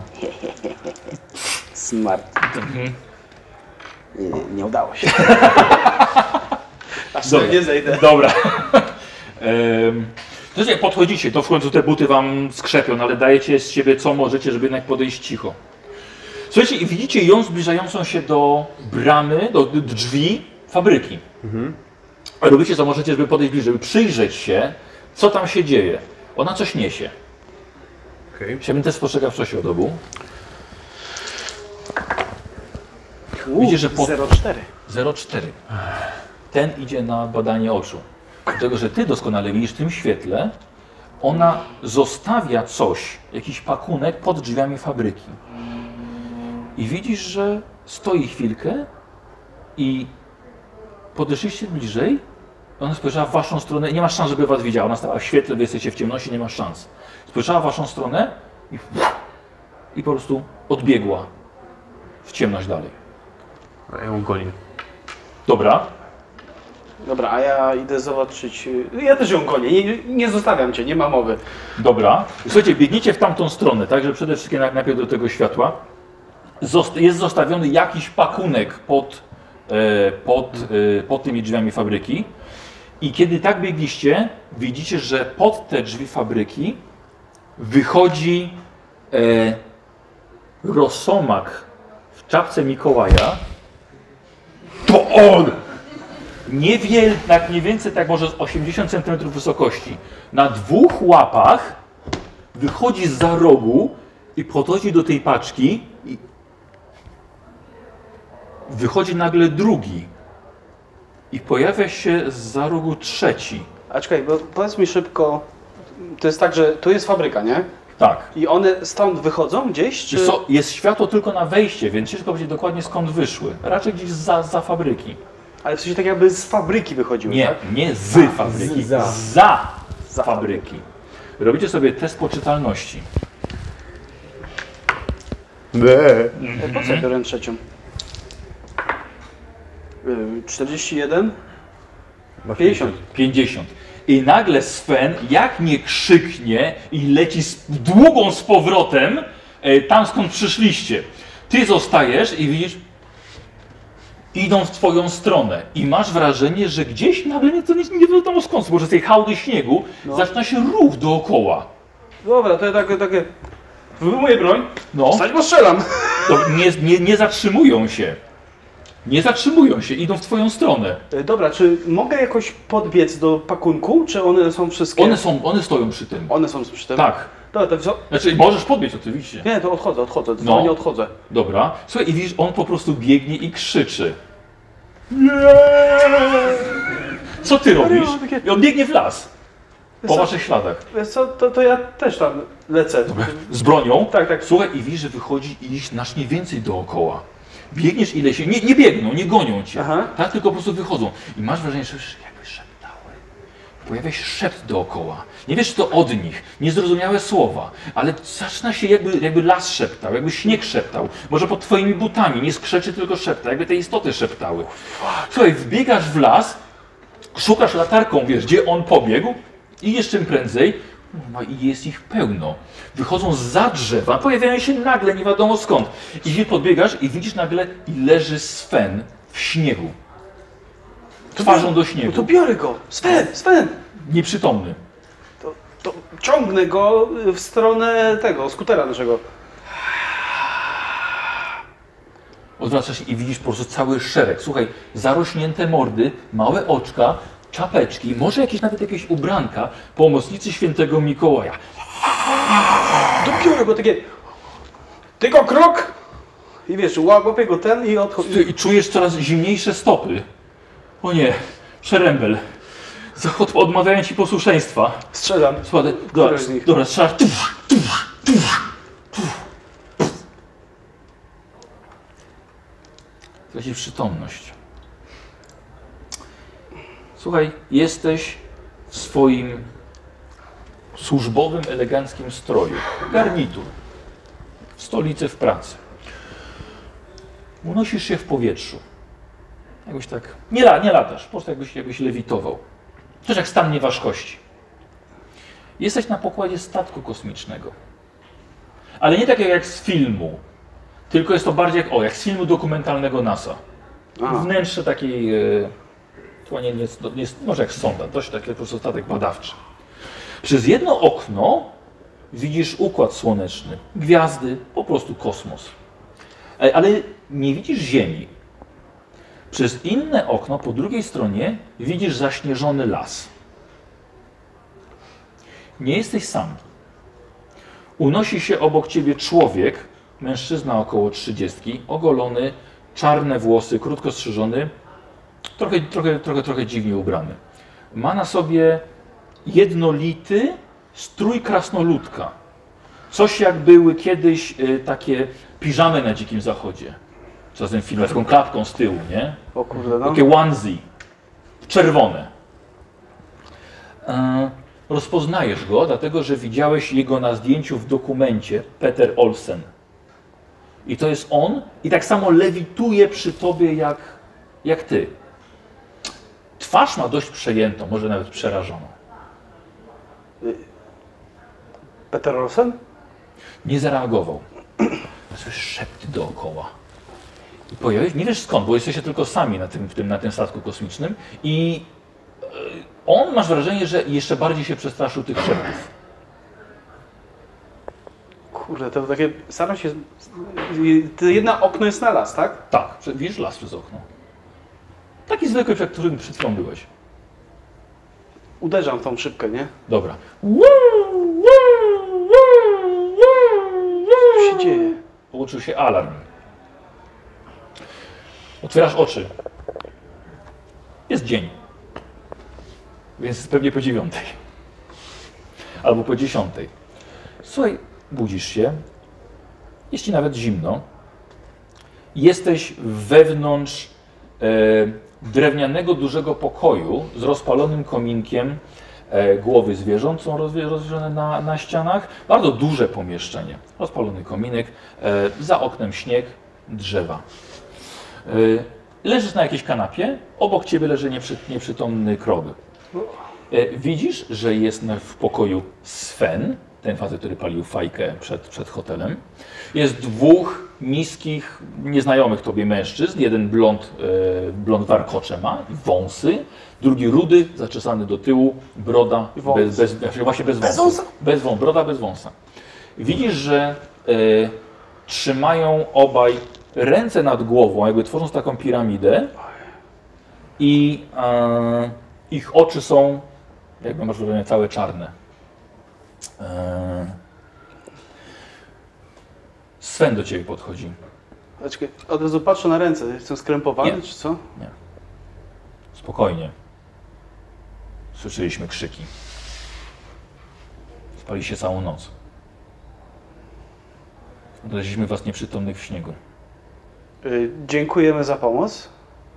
Smart. Nie, nie udało się. Aż Dobra. sobie nie zejdę. Dobra. Ehm, to jest jak podchodzicie, to w końcu te buty wam skrzepią, ale dajecie z siebie co możecie, żeby jednak podejść cicho. Słuchajcie, i widzicie ją zbliżającą się do bramy, do do drzwi fabryki. Robicie co możecie, żeby podejść bliżej, żeby przyjrzeć się, co tam się dzieje. Ona coś niesie. Okej. Chciałbym też spostrzegawczości od obu. U, Widzisz, że po- zero cztery. zero cztery. Ten idzie na badanie oczu. Dlatego, że ty doskonale widzisz w tym świetle, ona zostawia coś, jakiś pakunek pod drzwiami fabryki. I widzisz, że stoi chwilkę i podeszliście bliżej, ona spojrzała w waszą stronę, nie masz szans, żeby was widziała, ona stała w świetle, wy jesteście w ciemności, nie masz szans. Spojrzała w waszą stronę i, i po prostu odbiegła w ciemność dalej. A ja ją gonię. Dobra. Dobra, a ja idę zobaczyć. Ja też ją gonię, nie, nie zostawiam cię, nie ma mowy. Dobra. Słuchajcie, biegniecie w tamtą stronę, tak, że przede wszystkim najpierw do tego światła. Zost jest zostawiony jakiś pakunek pod, e, pod, e, pod tymi drzwiami fabryki. I kiedy tak biegliście, widzicie, że pod te drzwi fabryki wychodzi e, rosomak w czapce Mikołaja. To on! Niewiel, tak mniej więcej tak może z osiemdziesiąt centymetrów wysokości. Na dwóch łapach wychodzi zza rogu i podchodzi do tej paczki i wychodzi nagle drugi. I pojawia się zza rogu trzeci. A czekaj, bo powiedz mi szybko, to jest tak, że tu jest fabryka, nie? Tak. I one stąd wychodzą gdzieś, czy... Wiesz co, jest światło tylko na wejście, więc ciężko powiedzieć dokładnie skąd wyszły. Raczej gdzieś za, za fabryki. Ale w sensie tak jakby z fabryki wychodziły, Nie, tak? nie z fabryki, z- za. za, Za fabryki. Robicie sobie test poczytalności. Nie. Po co ja biorę trzecią? Yy, czterdzieści jeden? pięćdziesiąt. pięćdziesiąt. I nagle Sven, jak nie krzyknie i leci z długą z powrotem e, tam, skąd przyszliście. Ty zostajesz i widzisz, idą w twoją stronę i masz wrażenie, że gdzieś nagle, nie, to nie, nie wiadomo skąd, może z tej hałdy śniegu No. zaczyna się ruch dookoła. Dobra, to ja takie, takie... Wyjmuję broń. No, Stać, bo strzelam. to nie, nie, nie zatrzymują się. Nie zatrzymują się, idą w twoją stronę. Yy, Dobra, czy mogę jakoś podbiec do pakunku, czy one są wszystkie? One są, one stoją przy tym. One są przy tym? Tak. Dobra, to co? Znaczy, możesz podbiec oczywiście. Nie, to odchodzę, odchodzę, to No. nie odchodzę. Dobra. Słuchaj, i widzisz, on po prostu biegnie i krzyczy. Co ty robisz? I on biegnie w las. Po Co? waszych śladach. Wiesz co, to, to ja też tam lecę. Z bronią. Tak, tak. Słuchaj, i widzisz, że wychodzi i iść znacznie więcej dookoła. Biegniesz ile się... Nie, nie biegną, nie gonią cię. Aha. Tak, tylko po prostu wychodzą. I masz wrażenie, że jakby szeptały. Pojawia się szept dookoła. Nie wiesz, co od nich. Niezrozumiałe słowa. Ale zaczyna się jakby, jakby las szeptał, jakby śnieg szeptał. Może pod twoimi butami. Nie skrzeczy, tylko szepta. Jakby te istoty szeptały. Słuchaj, wbiegasz w las, szukasz latarką, wiesz, gdzie on pobiegł i jeszcze prędzej, no i jest ich pełno. Wychodzą zza drzewa, pojawiają się nagle, nie wiadomo skąd. I ty podbiegasz i widzisz nagle, i leży Sven w śniegu. Twarzą do No to śniegu. biorę go. Sven, Sven. Nieprzytomny. To, to ciągnę go w stronę tego, skutera naszego. Odwracasz się i widzisz po prostu cały szereg. Słuchaj, zarośnięte mordy, małe oczka, czapeczki, może jakieś nawet jakieś ubranka, pomocnicy świętego Mikołaja. Dobiorę go takie... Tylko krok! I wiesz, łapię go ten i Ty, odchodzę. I czujesz coraz zimniejsze stopy. O nie, przerębel. Zachod odmawiają ci posłuszeństwa. Strzelam. Słuchaj, dobra, z nich? dobra, strzelasz. Tuf, tuf, tuf, tuf. Tracisz przytomność. Słuchaj, jesteś w swoim służbowym, eleganckim stroju. Garnitur. W stolicy w pracy. Unosisz się w powietrzu. Jakbyś tak... Nie, la, nie latasz, po prostu jakbyś, jakbyś lewitował. Coś jak stan nieważkości. Jesteś na pokładzie statku kosmicznego. Ale nie tak jak z filmu. Tylko jest to bardziej jak, o, jak z filmu dokumentalnego NASA. A. Wnętrze takiej... E, to nie, nie, nie jest, może jak sonda, dość taki po prostu statek badawczy. Przez jedno okno widzisz układ słoneczny, gwiazdy, po prostu kosmos. E, ale nie widzisz Ziemi. Przez inne okno po drugiej stronie widzisz zaśnieżony las. Nie jesteś sam. Unosi się obok ciebie człowiek, mężczyzna około trzydziestki, ogolony, czarne włosy, krótko strzyżony, trochę, trochę, trochę, trochę dziwnie ubrany. Ma na sobie jednolity strój krasnoludka. Coś jak były kiedyś y, takie piżamy na Dzikim Zachodzie. Co z tym filmem, taką klapką z tyłu, nie? O kurde, no. Takie onesie. Czerwone. E, rozpoznajesz go, dlatego że widziałeś jego na zdjęciu w dokumencie, Peter Olsen. I to jest on i tak samo lewituje przy tobie jak, jak ty. Twarz ma dość przejętą, może nawet przerażoną. Peter Olsen? Nie zareagował. Słyszysz szepty dookoła. I pojawił, nie wiesz skąd, bo jesteście tylko sami na tym, w tym, na tym statku kosmicznym i e, on, masz wrażenie, że jeszcze bardziej się przestraszył tych szeptów. Kurde, to takie, staram się, to jedno okno jest na las, tak? Tak, prze- widzisz las przez okno. Taki zwykły, przed którym przed chwilą byłeś. Uderzam w tą szybkę, nie? Dobra. Co się dzieje? Połączył się alarm. Otwierasz oczy. Jest dzień. Więc jest pewnie po dziewiątej. Albo po dziesiątej. Słuchaj, budzisz się. Jest ci nawet zimno. Jesteś wewnątrz e, drewnianego, dużego pokoju z rozpalonym kominkiem. E, głowy zwierząt są rozwie- rozwieszone na, na ścianach. Bardzo duże pomieszczenie. Rozpalony kominek. E, za oknem śnieg, drzewa. E, leżysz na jakiejś kanapie. Obok ciebie leży nieprzy, nieprzytomny krog. E, widzisz, że jest na- w pokoju Sven, ten facet, który palił fajkę przed, przed hotelem. Jest dwóch niskich, nieznajomych tobie mężczyzn. Jeden blond, e, blond warkocze ma, wąsy. Drugi rudy, zaczesany do tyłu, broda, I wąs. bez, bez, znaczy właśnie bez Bez wąsa. wąsa? Bez wąsa, broda bez wąsa. Widzisz, że e, trzymają obaj ręce nad głową, jakby tworząc taką piramidę i e, ich oczy są, jakby masz wrażenie, całe czarne. E, Sven do ciebie podchodzi. A czekaj, od razu patrzę na ręce, jestem skrępowany, Nie. czy co? Spokojnie. Słyszeliśmy krzyki. Spaliście całą noc. Znaleźliśmy was nieprzytomnych w śniegu. Y, dziękujemy za pomoc.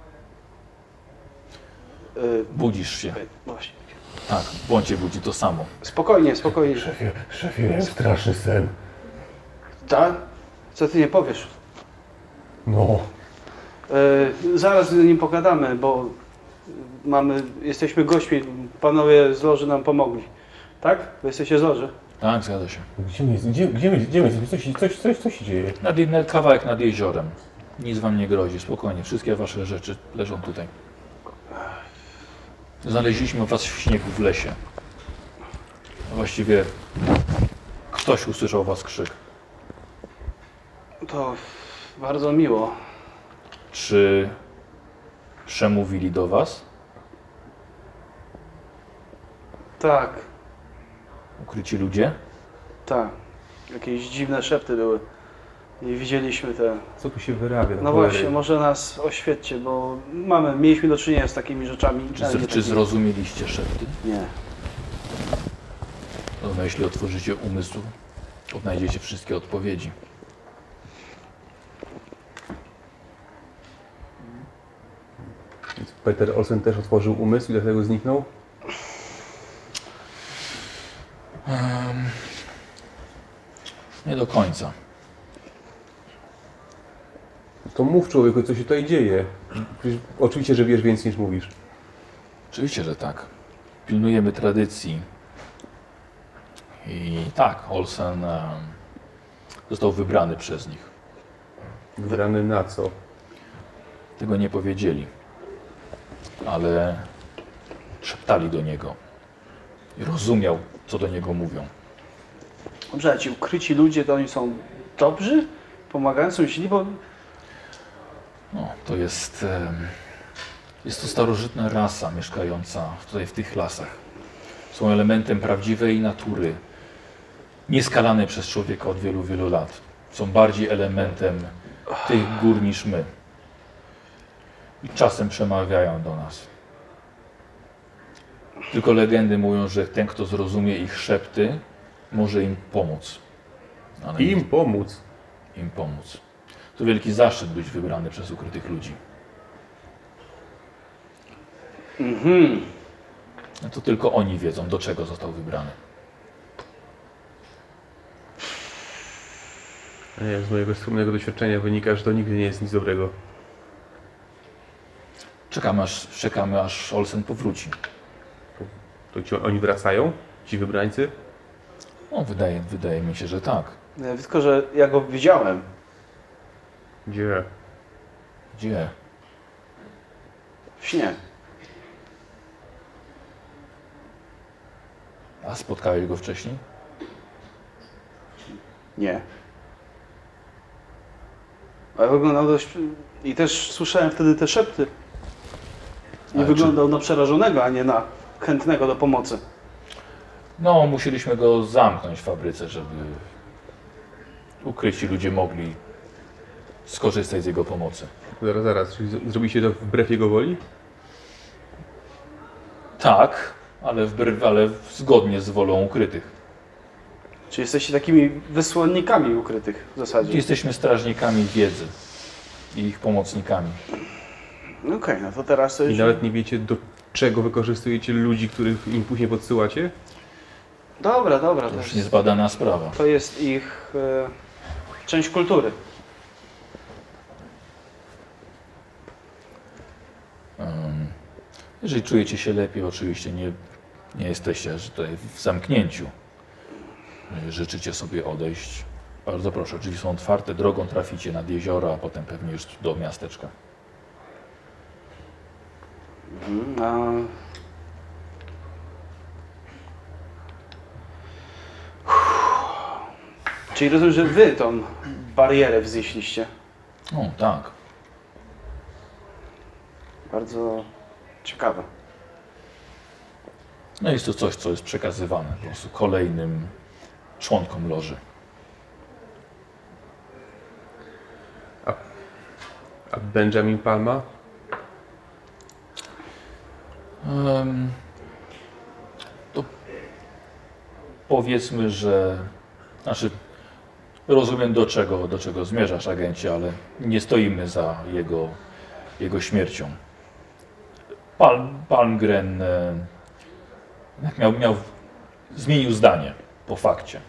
Y, Budzisz się. y, właśnie. Tak, błąd cię budzi to samo. Spokojnie, spokojnie. Szefie, szefie, miałem straszny sen. Tak? Co ty nie powiesz? No, Y, zaraz z nim pogadamy, bo mamy, jesteśmy gośćmi, panowie z loży nam pomogli. Tak? Wy jesteście z loży? Tak, zgadza się. gdzie my, jest- gdzie, gdzie my, gdzie my jesteśmy? Coś, coś, coś, coś się dzieje. Nad, nad, kawałek nad jeziorem. Nic wam nie grozi, spokojnie. Wszystkie wasze rzeczy leżą tutaj. Znaleźliśmy was w śniegu w lesie. A właściwie ktoś usłyszał was krzyk. To bardzo miło. Czy przemówili do was? Tak, Ukryci ludzie? tak. Jakieś dziwne szepty były. I widzieliśmy te... Co tu się wyrabia? No cholery? właśnie, może nas oświećcie, bo mamy, mieliśmy do czynienia z takimi rzeczami. Czy, ale nie czy takimi. zrozumieliście szepty? Nie. No, jeśli otworzycie umysł, odnajdziecie wszystkie odpowiedzi. Więc Peter Olsen też otworzył umysł i dlatego zniknął? Nie do końca. To mów człowieku, co się tutaj dzieje. Przecież oczywiście, że wiesz więcej niż mówisz. Oczywiście, że tak. Pilnujemy tradycji. I tak, Olsen em, został wybrany przez nich. Wybrany na co? Tego nie powiedzieli. Ale szeptali do niego. I rozumiał, co do niego mówią. Dobrze, a ci ukryci ludzie, to oni są dobrzy? Pomagają, są źli, bo... No, to jest... em, Jest to starożytna rasa mieszkająca tutaj w tych lasach. Są elementem prawdziwej natury, nieskalanej przez człowieka od wielu, wielu lat. Są bardziej elementem tych gór niż my. I czasem przemawiają do nas. Tylko legendy mówią, że ten, kto zrozumie ich szepty, może im pomóc. Ale Im pomóc. im pomóc. To wielki zaszczyt być wybrany przez ukrytych ludzi. Mhm. No to tylko oni wiedzą, do czego został wybrany. Nie, z mojego skromnego doświadczenia wynika, że to nigdy nie jest nic dobrego. Czekamy aż, czekamy, aż Olsen powróci. To ci oni wracają? Ci wybrańcy? No, wydaje, wydaje mi się, że tak. E, Tylko, że ja go widziałem. Gdzie? Gdzie? W śnie. A spotkałeś go wcześniej? Nie. Ale wyglądał dość... I też słyszałem wtedy te szepty. I Ale wyglądał na przerażonego, a nie na chętnego do pomocy. No, musieliśmy go zamknąć w fabryce, żeby ukryci ludzie mogli skorzystać z jego pomocy. Zaraz, zaraz. Czyli z- zrobiliście to wbrew jego woli? Tak, ale, wbrew, ale zgodnie z wolą ukrytych. Czy jesteście takimi wysłannikami ukrytych w zasadzie? Jesteśmy strażnikami wiedzy i ich pomocnikami. Okej, no to teraz to już... I nawet nie wiecie, do czego wykorzystujecie ludzi, których im później podsyłacie? Dobra, dobra. To To już jest, niezbadana sprawa. to jest ich e, część kultury. Um, jeżeli czujecie się lepiej, oczywiście nie, nie jesteście tutaj w zamknięciu. Jeżeli życzycie sobie odejść, bardzo proszę, drzwi są otwarte, drogą traficie nad jezioro, a potem pewnie już do miasteczka. Mhm, a... Czyli rozumiem, że wy tą barierę wznieśliście. O, tak. Bardzo ciekawe. No jest to coś, co jest przekazywane po prostu kolejnym członkom loży. A Benjamin Palma? Um, to powiedzmy, że znaczy rozumiem do czego, do czego zmierzasz, agencie, ale nie stoimy za jego, jego śmiercią. Pal, Palmgren e, miał, miał, zmienił zdanie po fakcie.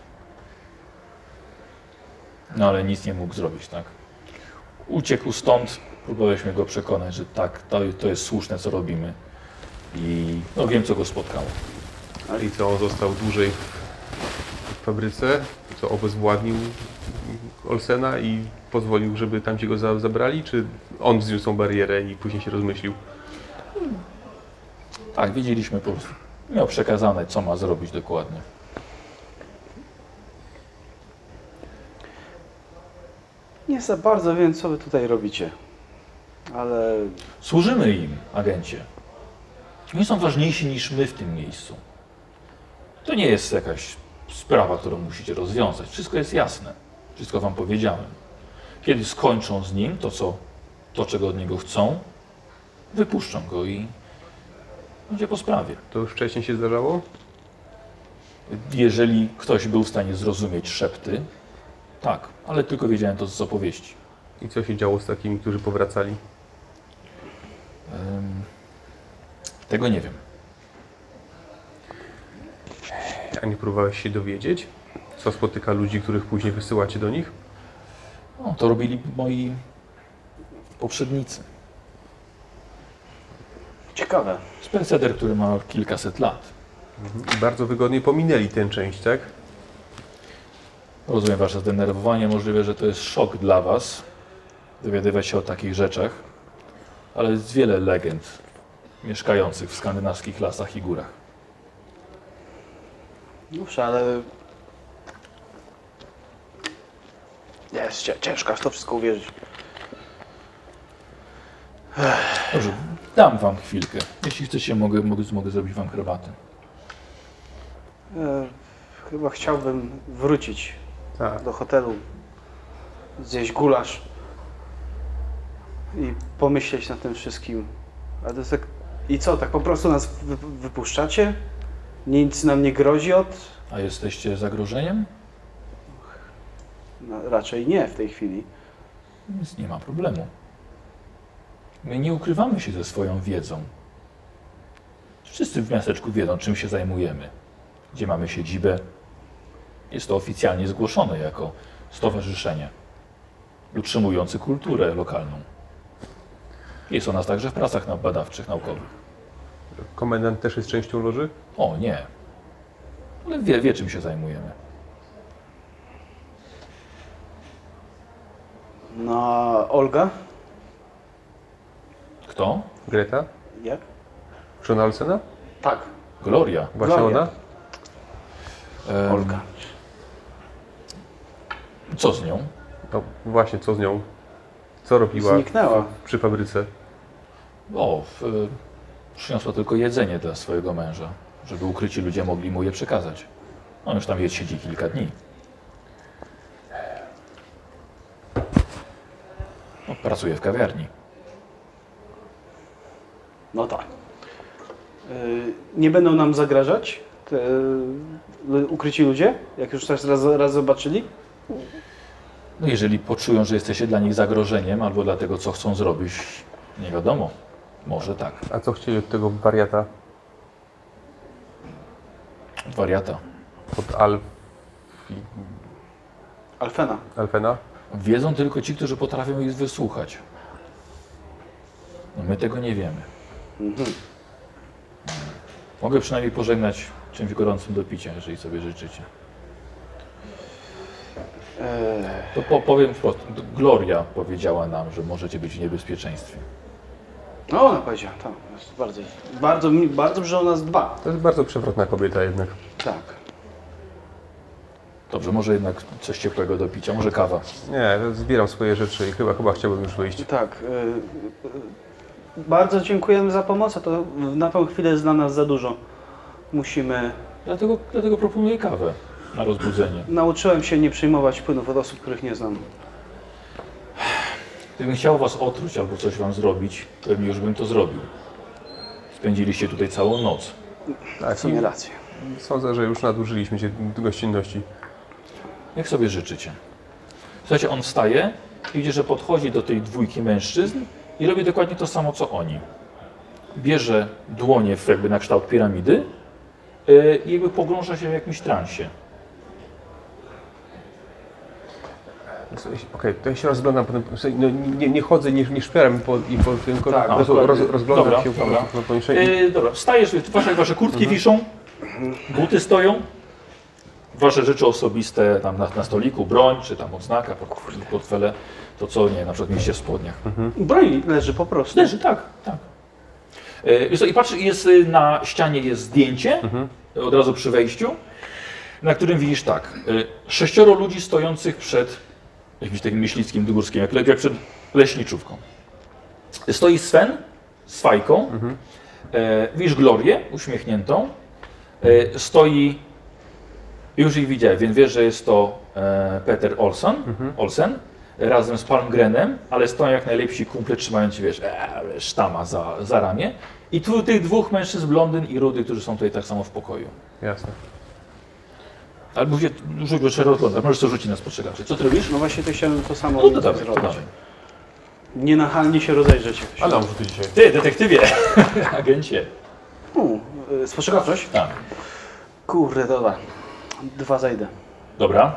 No ale nic nie mógł zrobić, tak? Uciekł stąd, próbowaliśmy go przekonać, że tak, to, to jest słuszne, co robimy. I no wiem, co go spotkało. I co, on został dłużej w fabryce? Co, obezwładnił Olsena i pozwolił, żeby tam ci go za- zabrali? Czy on wzniósł tą barierę i później się rozmyślił? Tak, wiedzieliśmy po prostu. Miał przekazane, co ma zrobić dokładnie. Nie za bardzo wiem, co wy tutaj robicie. Ale Służymy im, agencie. Nie są ważniejsi niż my w tym miejscu. To nie jest jakaś sprawa, którą musicie rozwiązać. Wszystko jest jasne. Wszystko wam powiedziałem. Kiedy skończą z nim to, co, to czego od niego chcą, wypuszczą go i będzie po sprawie. To już wcześniej się zdarzało? Jeżeli ktoś był w stanie zrozumieć szepty, tak, ale tylko wiedziałem to z opowieści. I co się działo z takimi, którzy powracali? Ym, tego nie wiem. A nie próbowałeś się dowiedzieć, co spotyka ludzi, których później wysyłacie do nich? No, to robili moi poprzednicy. ciekawe. Spencer, który ma kilkaset lat. I bardzo wygodnie pominęli tę część, tak? Rozumiem wasze zdenerwowanie. Możliwe, że to jest szok dla was dowiadywać się o takich rzeczach, ale jest wiele legend mieszkających w skandynawskich lasach i górach. Dobrze, ale... Jest cie- ciężko w to wszystko uwierzyć. Dobrze, dam wam chwilkę. Jeśli chcecie, mogę, mogę, mogę zrobić wam herbatę. E, chyba chciałbym wrócić Tak. do hotelu, zjeść gulasz i pomyśleć nad tym wszystkim. A to jest tak... I co, tak po prostu nas wy, wypuszczacie? Nic nam nie grozi od... A jesteście zagrożeniem? No, raczej nie w tej chwili. Więc nie ma problemu. My nie ukrywamy się ze swoją wiedzą. Wszyscy w miasteczku wiedzą, czym się zajmujemy. Gdzie mamy siedzibę. Jest to oficjalnie zgłoszone jako stowarzyszenie utrzymujące kulturę lokalną. Jest u nas także w pracach nau- badawczych, naukowych. Komendant też jest częścią loży? O, nie. Ale wie, wie czym się zajmujemy. No, a Olga? Kto? Greta? Jak? Żona Olsena? Tak. Gloria. Właśnie Gloria. ona? Em, Olga. Co z nią? No właśnie, co z nią? Co robiła Zniknęła. przy fabryce? O, w, y, przyniosła tylko jedzenie dla swojego męża, żeby ukryci ludzie mogli mu je przekazać. On już tam jest, siedzi kilka dni. No, pracuje w kawiarni. No tak. Yy, nie będą nam zagrażać te yy, ukryci ludzie, jak już raz, raz, raz zobaczyli? No jeżeli poczują, że jesteście dla nich zagrożeniem albo dla tego, co chcą zrobić, nie wiadomo. Może tak. A co chcieli od tego wariata? Wariata. Od Al... Alfena. Alfena? Wiedzą tylko ci, którzy potrafią ich wysłuchać. No my tego nie wiemy. Mhm. Mogę przynajmniej pożegnać czymś gorącym do picia, jeżeli sobie życzycie. Eee, To po, powiem wprost. Gloria powiedziała nam, że możecie być w niebezpieczeństwie. no ona powiedziała, tak. Jest bardzo, bardzo, mi- bardzo, że o nas dba. To jest bardzo przewrotna kobieta jednak. Tak. Dobrze, może jednak coś ciepłego do picia, może kawa. Nie, zbieram swoje rzeczy i chyba, chyba chciałbym już wyjść. Tak. Yy, yy, bardzo dziękujemy za pomoc, a to na tą chwilę jest dla nas za dużo. Musimy... Dlatego, dlatego proponuję kawę na rozbudzenie. Nauczyłem się nie przyjmować płynów od osób, których nie znam. Gdybym chciał was otruć albo coś wam zrobić, pewnie już bym to zrobił. Spędziliście tutaj całą noc. Tak, W sumie rację. sądzę, że już nadużyliśmy się gościnności. Jak sobie życzycie. Słuchajcie, on wstaje i widzi, że podchodzi do tej dwójki mężczyzn i robi dokładnie to samo, co oni. Bierze dłonie w jakby na kształt piramidy yy, i jakby pogrąża się w jakimś transie. Okej, to ja się rozglądam po tym, no, nie, nie chodzę, nie, nie szperam po, i po tym, Tak, roz, dokładnie. roz, rozglądam Dobra, się dobra. po, po pomieszczeniu. Yy, dobra, wstajesz, wasze, wasze kurtki wiszą, buty stoją, wasze rzeczy osobiste tam na, na stoliku, broń, czy tam odznaka, port- portfele, to co nie, na przykład mieliście w spodniach. Broń leży po prostu. Leży, tak, tak. Yy, wiesz co, i patrz, jest y, na ścianie jest zdjęcie, od razu przy wejściu, na którym widzisz tak, y, sześcioro ludzi stojących przed jakimś takim myślickim górskim, jak, jak przed leśniczówką. Stoi Sven z fajką, e, widzisz Glorię uśmiechniętą, e, stoi, już ich widziałem, więc wiesz, że jest to e, Peter Olsen, Olsen razem z Palmgrenem, ale stoją jak najlepsi kumple, trzymając, wiesz, e, sztama za, za ramię. I tu tych dwóch mężczyzn, blondyn i rudy, którzy są tutaj tak samo w pokoju. Jasne. Ale mówię, rzuć, bo trzeba rozglądać, możesz to rzucić na spostrzegawczy. Co ty robisz? No właśnie to chciałem to samo No to dawaj, to zrobić. dawaj. Nienachalnie się rozejrzeć. Ale mam rzuty dzisiaj. Ty, detektywie, agencie. U, y, spostrzegawczość? Tak. Kurde, dobra. Dwa zajdę. Dobra.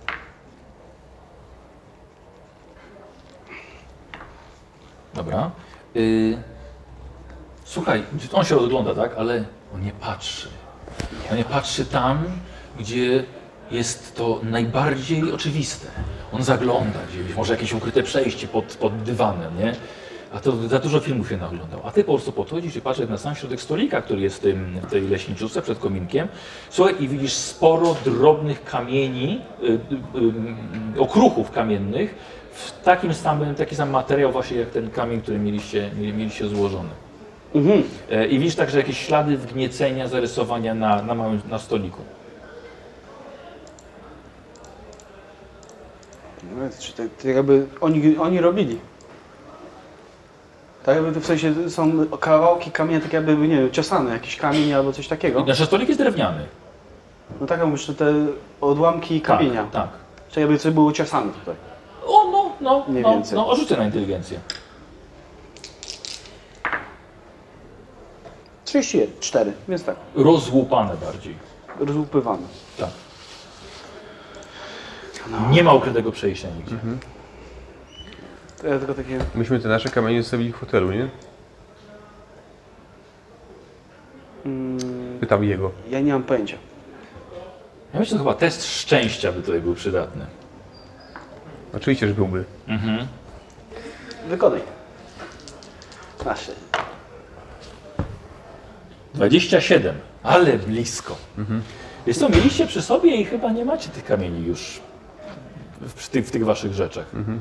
Dobra. Y... Słuchaj, on się rozgląda, tak? Ale on nie patrzy. On nie patrzy tam, gdzie jest to najbardziej oczywiste. On zagląda gdzieś, może jakieś ukryte przejście pod, pod dywanem, nie? A to za dużo filmów się naoglądał. A ty po prostu podchodzisz i patrzysz na sam środek stolika, który jest w, tym, w tej leśniczówce przed kominkiem. Słuchaj, i widzisz sporo drobnych kamieni, y, y, y, okruchów kamiennych, w takim samym, taki sam materiał właśnie jak ten kamień, który mieliście, mieli, mieliście złożony. Mhm. E, I widzisz także jakieś ślady wgniecenia, zarysowania na, na małym na stoliku. No, czy tak, tak jakby oni, oni robili. Tak jakby to w sensie są kawałki kamienia, tak jakby, nie wiem, ciosane, jakiś kamień albo coś takiego. Nasz stolik jest drewniany. No tak jak mówisz, że te odłamki kamienia. Tak, tak. Tak jakby coś było ciosane tutaj. O, no, no, Mniej no, więcej. no, rzucę na inteligencję. trzydzieści cztery, więc tak, Rozłupane bardziej. rozłupywane. Tak. Nie ma ukrytego przejścia nigdzie. To ja tylko takie... Myśmy te nasze kamienie zostawili w hotelu, nie? Mm, Pytam jego. ja nie mam pojęcia. Ja myślę, że chyba test szczęścia by tutaj był przydatny. Oczywiście, że byłby. Mhm. Wykonaj. Nasze. dwadzieścia siedem, ale blisko. Mhm. Jest to, mieliście przy sobie i chyba nie macie tych kamieni już w, tych, w tych waszych rzeczach. Mhm.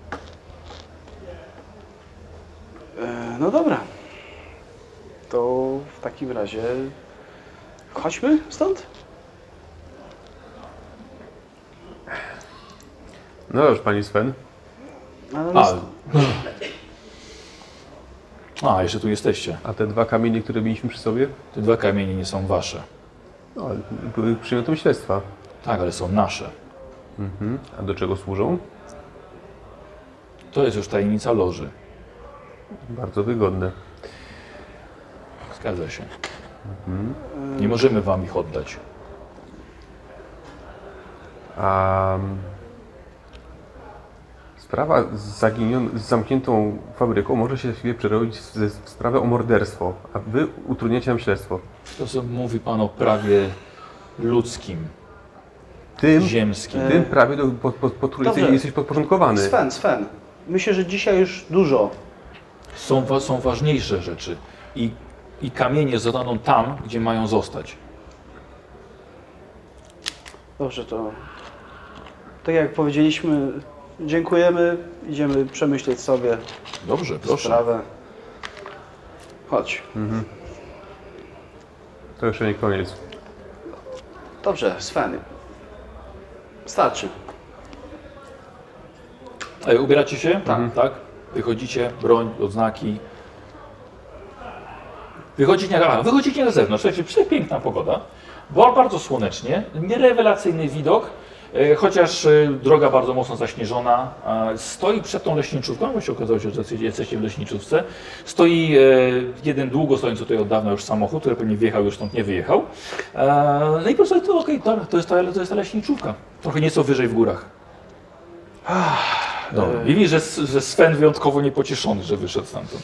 E, no dobra. To w takim razie chodźmy stąd? No dobrze, panie Sven. Ale A, a, jeszcze tu jesteście. A te dwa kamienie, które mieliśmy przy sobie? Te dwa kamienie nie są wasze. No, ale były przedmiotem śledztwa. Tak, ale są nasze. Mhm. A do czego służą? To jest już tajemnica loży. Bardzo wygodne. Zgadza się. Nie możemy wam ich oddać. A sprawa z, zaginion- z zamkniętą fabryką może się chwilę przerobić w, w sprawę o morderstwo, a wy utrudniacie nam śledztwo. To co mówi pan o prawie ludzkim, Tym, ziemskim. tym prawie, do, pod, pod, pod które Dobrze. jesteś, jesteś podporządkowany. Sven, Sven. Myślę, że dzisiaj już dużo. Są, wa- są ważniejsze rzeczy. I, I kamienie zostaną tam, gdzie mają zostać. Dobrze, to tak jak powiedzieliśmy, dziękujemy. Idziemy przemyśleć sobie Dobrze, proszę. sprawę. Chodź. To jeszcze nie koniec. Dobrze, Sven. Starczy. Ej, ubieracie się? Tak. tak? Wychodzicie, broń, odznaki. Wychodzicie na, wychodzicie na zewnątrz. Słuchajcie, przepiękna pogoda. Było bardzo słonecznie, nierewelacyjny widok, e, chociaż e, droga bardzo mocno zaśnieżona. E, stoi przed tą leśniczówką, bo się okazało, że jesteście- jesteście w leśniczówce. Stoi e, jeden długo stojący tutaj od dawna już samochód, który pewnie wjechał, już stąd nie wyjechał. E, no i po prostu to okej, dobra, to jest ta, to jest ta leśniczówka. Trochę nieco wyżej w górach. Dobra. I widzisz, że, że Sven wyjątkowo niepocieszony, że wyszedł stamtąd.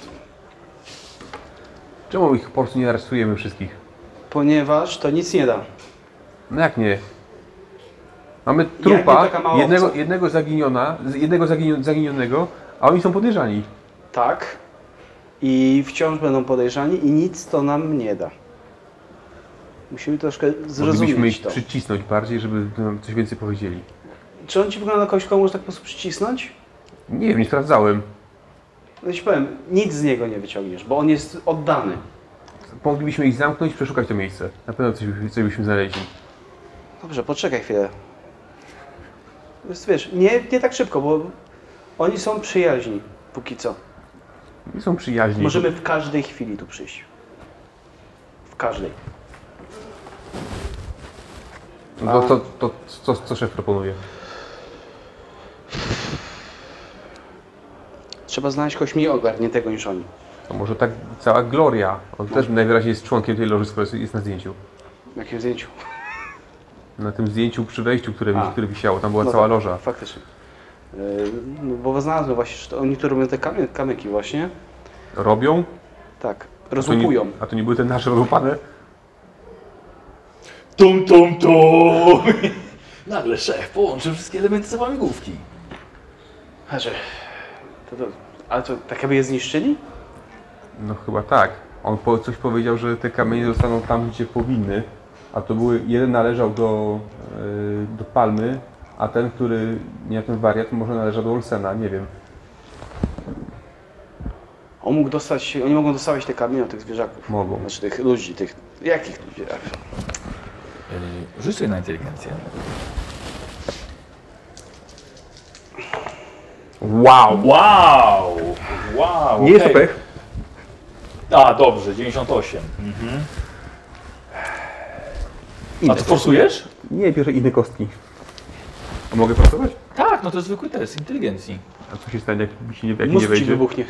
Czemu ich po prostu nie aresztujemy wszystkich? Ponieważ to nic nie da. No jak nie? Mamy nie trupa, taka mała jednego, owca? jednego, zaginiona, jednego zaginio, zaginionego, a oni są podejrzani. Tak. I wciąż będą podejrzani i nic to nam nie da. Musimy troszkę Moglibyśmy zrozumieć ich to. przycisnąć bardziej, żeby nam coś więcej powiedzieli. Czy on ci wygląda na kogoś, kogo można tak po prostu przycisnąć? Nie wiem, nie sprawdzałem. No ci powiem, nic z niego nie wyciągniesz, bo on jest oddany. Moglibyśmy ich zamknąć i przeszukać to miejsce. Na pewno coś, by- coś byśmy znaleźli. Dobrze, poczekaj chwilę. Jest, wiesz, nie, nie tak szybko, bo oni są przyjaźni póki co. Nie są przyjaźni. Możemy w każdej chwili tu przyjść. W każdej. No to, to, to co, co szef proponuje? Trzeba znaleźć kogoś mniej ogarniętego niż oni. To może tak cała Gloria. On też najwyraźniej jest członkiem tej loży, skoro jest na zdjęciu. W jakim zdjęciu? Na tym zdjęciu przy wejściu, które, A. które wisiało, tam była No cała tak, loża. Faktycznie. Yy, no, bo znalazłem właśnie, że to oni tu robią te kamie, kamyki właśnie. Robią? Tak. A to Rozłupują. nie, a to nie były te nasze rozłupane? Tum, tum, tum! Nagle szef połączył wszystkie elementy z łamigłówki. Znaczy, to, to, ale to tak jakby je zniszczyli? No chyba tak. On po, coś powiedział, że te kamienie zostaną tam, gdzie powinny. A to były, jeden należał do, yy, do Palmy, a ten, który miał ten wariat, może należał do Olsena, nie wiem. On mógł dostać, oni mogą dostawać te kamienie od tych zwierzaków. Mogą. Znaczy tych ludzi, tych... Jakich ludzi? Yy, rzuć sobie na inteligencję. Wow! Wow! Wow! Nie jest to okej. pech. A, dobrze, dziewięćdziesiąt osiem. Mhm. A to forsujesz? Nie, biorę inne kostki. A mogę pracować? Tak, no to jest zwykły test inteligencji. A co się stanie, jak mi się nie, jak mi nie Mózg ci wejdzie? wybuchnie.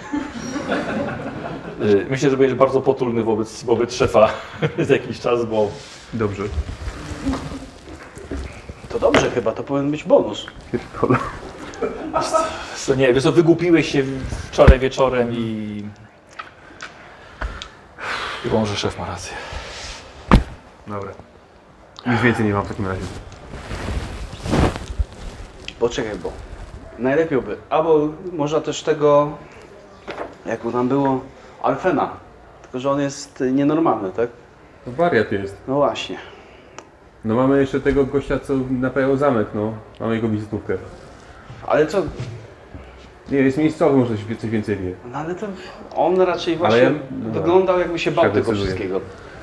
Yy, Myślę, że będziesz bardzo potulny wobec, wobec szefa za jakiś czas, bo Dobrze. To dobrze chyba, to powinien być bonus. Pierdolę. Co nie, wiesz co, wygłupiłeś się wczoraj wieczorem i... I może szef ma rację. Dobra. Nic więcej nie mam w takim razie. Poczekaj, bo najlepiej by, albo można też tego, jak mu tam było, Alfena. Tylko, że on jest nienormalny, tak? To wariat jest. No właśnie. No mamy jeszcze tego gościa, co naprawiał zamek, no. Mamy jego wizytówkę. Ale co, Nie, jest miejscowy, może coś coś więcej wie. no ale to on raczej właśnie ja- no wyglądał jakby się bał Szef tego decyduje. wszystkiego.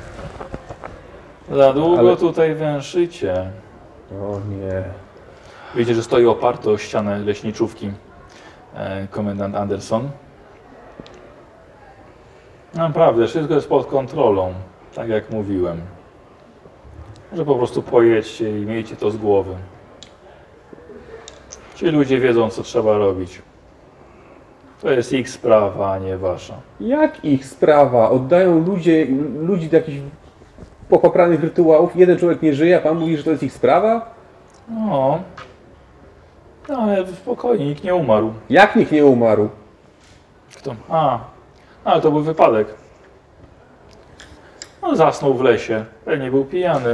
Za długo Ale- tutaj węszycie. O nie. Wiecie, że stoi oparty o ścianę leśniczówki e, komendant Anderson. Naprawdę, wszystko jest pod kontrolą, tak jak mówiłem. Może po prostu pojedźcie i miejcie to z głowy. Ci ludzie wiedzą, co trzeba robić. To jest ich sprawa, a nie wasza. Jak ich sprawa? Oddają ludzie, ludzi do jakichś popapranych rytuałów. Jeden człowiek nie żyje, a pan mówi, że to jest ich sprawa? No, no ale spokojnie, nikt nie umarł. Jak nikt nie umarł? Kto? A, ale to był wypadek. No, zasnął w lesie. Pewnie był pijany.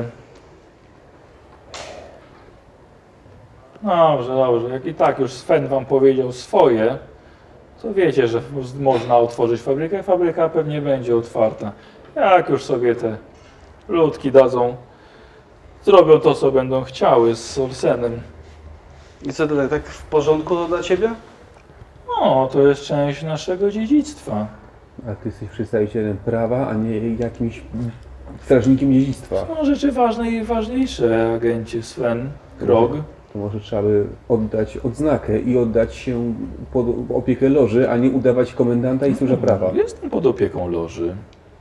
Dobrze, dobrze. Jak i tak już Sven wam powiedział swoje, to wiecie, że można otworzyć fabrykę. Fabryka pewnie będzie otwarta. Jak już sobie te ludki dadzą, zrobią to, co będą chciały z Solsenem. I co to tak w porządku to dla ciebie? No, to jest część naszego dziedzictwa. A ty jesteś przedstawicielem prawa, a nie jakimś strażnikiem dziedzictwa. Są rzeczy ważne i ważniejsze, agencie Sven Krog. To może trzeba by oddać odznakę i oddać się pod opiekę loży, a nie udawać komendanta i stróża prawa. Jestem pod opieką loży.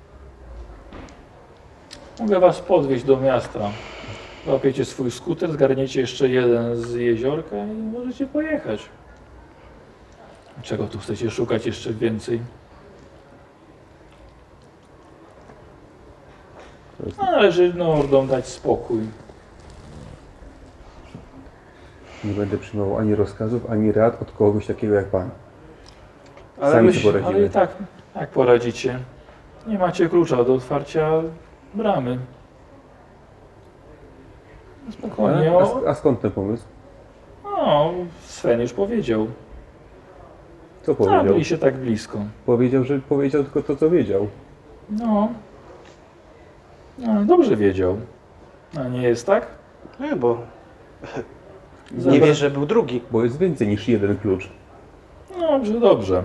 Mogę was podwieźć do miasta. Łapiecie swój skuter, zgarniecie jeszcze jeden z jeziorka i możecie pojechać. Czego tu chcecie szukać jeszcze więcej? Należy Nordom dać spokój. Nie będę przyjmował ani rozkazów, ani rad od kogoś takiego jak pan. Ale Sami myśl- sobie poradzimy. Ale i tak, jak poradzicie? Nie macie klucza do otwarcia bramy. Spokojnie. A, O, a, a skąd ten pomysł? no, Sven już powiedział. Co A, powiedział? byli się tak blisko. Powiedział, że powiedział tylko to, co wiedział. No. No, dobrze wiedział. A nie jest tak? Nie, bo nie Zobacz. wie, że był drugi. Bo jest więcej niż jeden klucz. Dobrze, dobrze.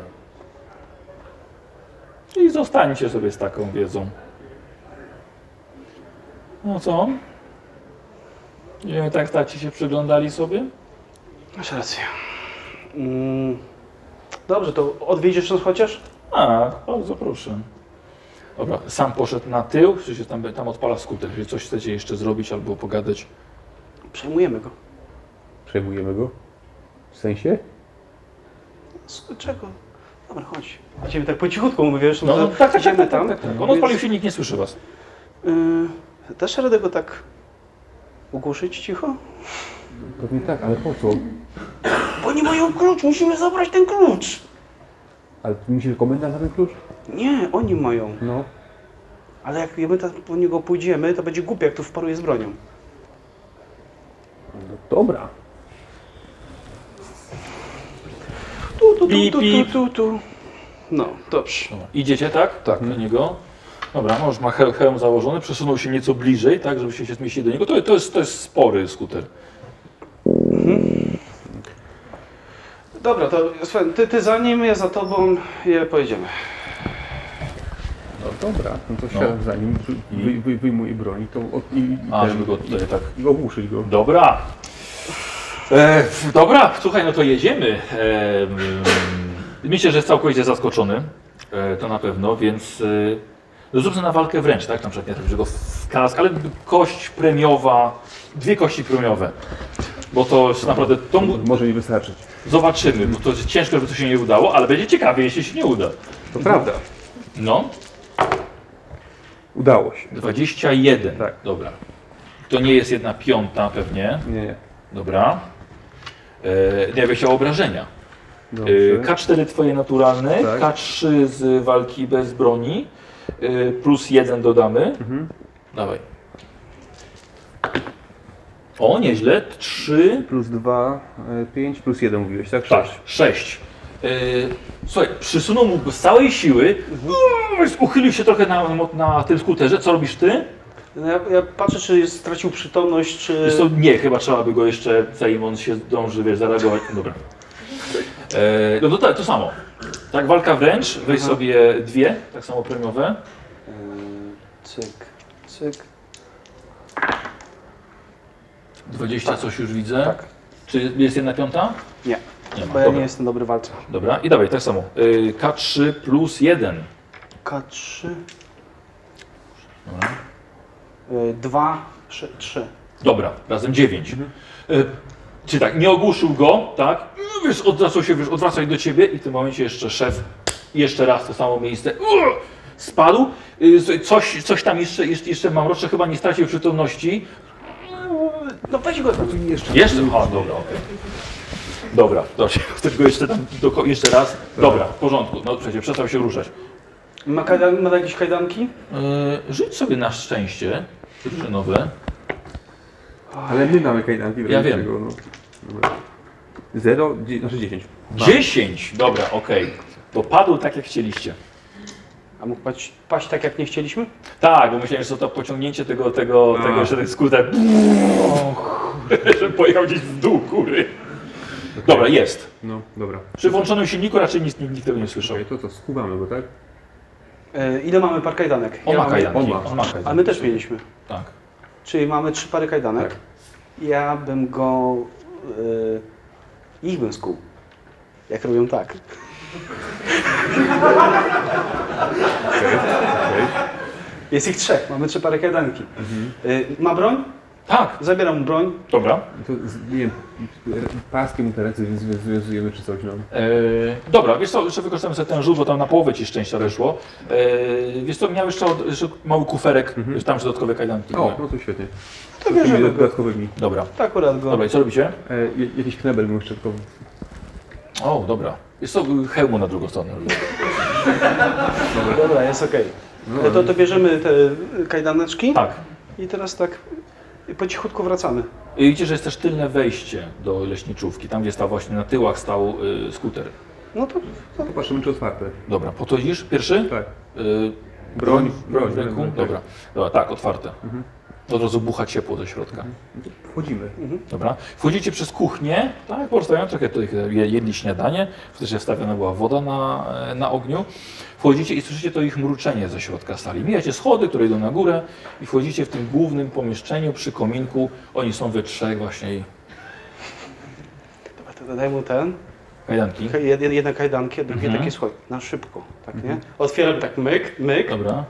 Czyli zostańcie sobie z taką wiedzą. No co? Nie, tak, tak ci się przyglądali sobie? Masz rację. Mm, dobrze, to odwiedziesz nas chociaż? A, bardzo proszę. Dobra, sam poszedł na tył, czy się tam, tam odpala skuter. Jeżeli coś chcecie jeszcze zrobić albo pogadać. Przejmujemy go. Przejmujemy go? W sensie? Z czego? Dobra, chodź. A ciebie tak po cichutku mówisz, No, no, no to tak, tak, idziemy tak, tam. tak, tak, tak. On Więc, odpalił się, nikt nie słyszy was. Yy, dasz radę go tak ogłuszyć cicho? Pewnie tak, ale po co? Bo nie mają klucz, musimy zabrać ten klucz. Ale tu myślisz, że komendant ma ten klucz? Nie, oni mają. No. Ale jak my tam po niego pójdziemy, to będzie głupie, jak tu wparuje z bronią. no dobra. Tu, tu, tu, Pip, tu, tu, pip. tu, tu. No, dobrze. Dobra. Idziecie, tak? Tak. Do niego. Dobra, może ma he- hełm założony, przesunął się nieco bliżej, tak, żebyście się zmieścili do niego. To, to, jest, to jest spory skuter. Dobra, to Sven, ty, ty za nim, ja za tobą i pojedziemy. No dobra, no to No. siadam za nim, wy, wy, wyjmuję broń to od, i, i, A, ten- żeby go tutaj tak... i ogłuszyć go. Dobra. E, dobra, słuchaj, no to jedziemy. E, mm, myślę, że jest całkowicie zaskoczony, e, to na pewno, więc e, no zróbmy na walkę wręcz, tak? Na przykład nie tak, że go w kask, ale kość premiowa, dwie kości premiowe. Bo to jest naprawdę, to mu, Może mi wystarczyć. zobaczymy, bo to jest ciężko, żeby to się nie udało, ale będzie ciekawie, jeśli się nie uda. To prawda. No, Udało się. dwadzieścia jeden. Tak. Dobra. To nie jest jedna piąta pewnie. Nie, nie. Dobra. E, nie chciał obrażenia. Dobrze. E, K cztery twoje naturalne, Tak. K trzy z walki bez broni, e, plus jeden dodamy. Mhm. Dawaj. O, nieźle. trzy, Plus dwa, pięć, plus jeden mówiłeś, tak? tak, sześć. sześć. E, słuchaj, przysunął mu z całej siły, uuu, uchylił się trochę na, na tym skuterze. Co robisz ty? No ja, ja patrzę, czy jest, stracił przytomność, czy... Wiesz co, nie, chyba trzeba by go jeszcze, zanim on się zdąży, wiesz, zareagować. Dobra. E, no to tak, to samo. Tak, walka wręcz, weź Aha. sobie dwie, tak samo premiowe. Yy, cyk, cyk. dwadzieścia coś już widzę. Tak. Czy jest jedna piąta? Nie, Nie ma. bo ja Dobra. nie jestem dobry walcz. Dobra, i dawaj, tak samo. Y, K trzy plus jeden. K trzy, Dobra. yy, dwa, trzy. Dobra, razem dziewięć. Y, czy tak, nie ogłuszył go, tak? No, wiesz, zaczął się wiesz, odwracać do ciebie i w tym momencie jeszcze szef, jeszcze raz to samo miejsce. Uuu, spadł. Y, coś, coś tam jeszcze, jeszcze, jeszcze mam rocze, chyba nie stracił przytomności. No weź go tam. Jeszcze. Jeszcze? A, dobra, okej. Dobra, dobra, chcesz go jeszcze tam, do, jeszcze raz? Dobra, w porządku, no przecież przestał się ruszać. Ma, kajdan, ma jakieś kajdanki? Yy, żyć sobie na szczęście, drużynowe. Ale my mamy kajdanki. w Ja razie wiem. czego, no. Dobra. Zero, dzie- znaczy dziesięć. dziesięć! Dobra, okej. To padł tak jak chcieliście. A mógł paść, paść tak, jak nie chcieliśmy? Tak, bo myślałem, że to pociągnięcie tego, tego, A. tego, że ten skuter, że pojechał gdzieś w dół góry. Dobra, jest. No, dobra. Przy włączonym silniku raczej nikt, nikt tego nie słyszał. Okej, to co, skuwamy go, tak? Yy, ile mamy par kajdanek? On Ja ma mam- kajdanki. on ma. On ma kajdanki. A my też mieliśmy. Tak. Czyli mamy trzy pary kajdanek. Tak. Ja bym go... Yy, ich bym skuł. Jak robią tak. Okej, okej. Jest ich trzech, mamy trzy pary kajdanki. Yy, ma broń? Tak, Zabieram mu broń. dobra. To, z- nie wiem, paskiem mu te ręce zwią- związujemy czy coś, no. Eee, dobra, wiesz co, jeszcze wykorzystamy sobie ten rzut, bo tam na połowę ci szczęścia weszło. Eee, wiesz co, miał jeszcze, od, jeszcze mały kuferek, wiesz, tam jeszcze dodatkowe kajdanki. O, no to świetnie. To To tymi bierzemy go. dodatkowymi. Dobra, Tak akurat go. dobra, i co robicie? E, je- jakiś knebel bym jeszcze tylko... O, dobra. Wiesz co, hełmu na drugą stronę. Dobra, jest okej. No, To, to bierzemy te kajdaneczki Tak. i teraz tak po cichutku wracamy. I widzicie, że jest też tylne wejście do leśniczówki, tam gdzie stał właśnie na tyłach stał y, skuter. No to, to to patrzymy czy otwarte. Dobra, podchodzisz? Pierwszy? Tak. Y, Broń, broń w broń, ręku? broń, Dobra. Dobra, tak, otwarte. Mhm. Od razu bucha ciepło do środka. Wchodzimy. Dobra. Wchodzicie przez kuchnię, tak, porozstawiam trochę tutaj je- jedli śniadanie, wtedy wstawiona była woda na, na ogniu. Wchodzicie i słyszycie to ich mruczenie ze środka sali. Mijacie schody, które idą na górę i wchodzicie w tym głównym pomieszczeniu przy kominku. Oni są we trzech właśnie i Dobra, to daj mu ten. kajdanki. Jed, jedne kajdanki, a drugie Mhm. takie słuchaj, na szybko, tak nie? Otwieram tak myk, myk. Dobra,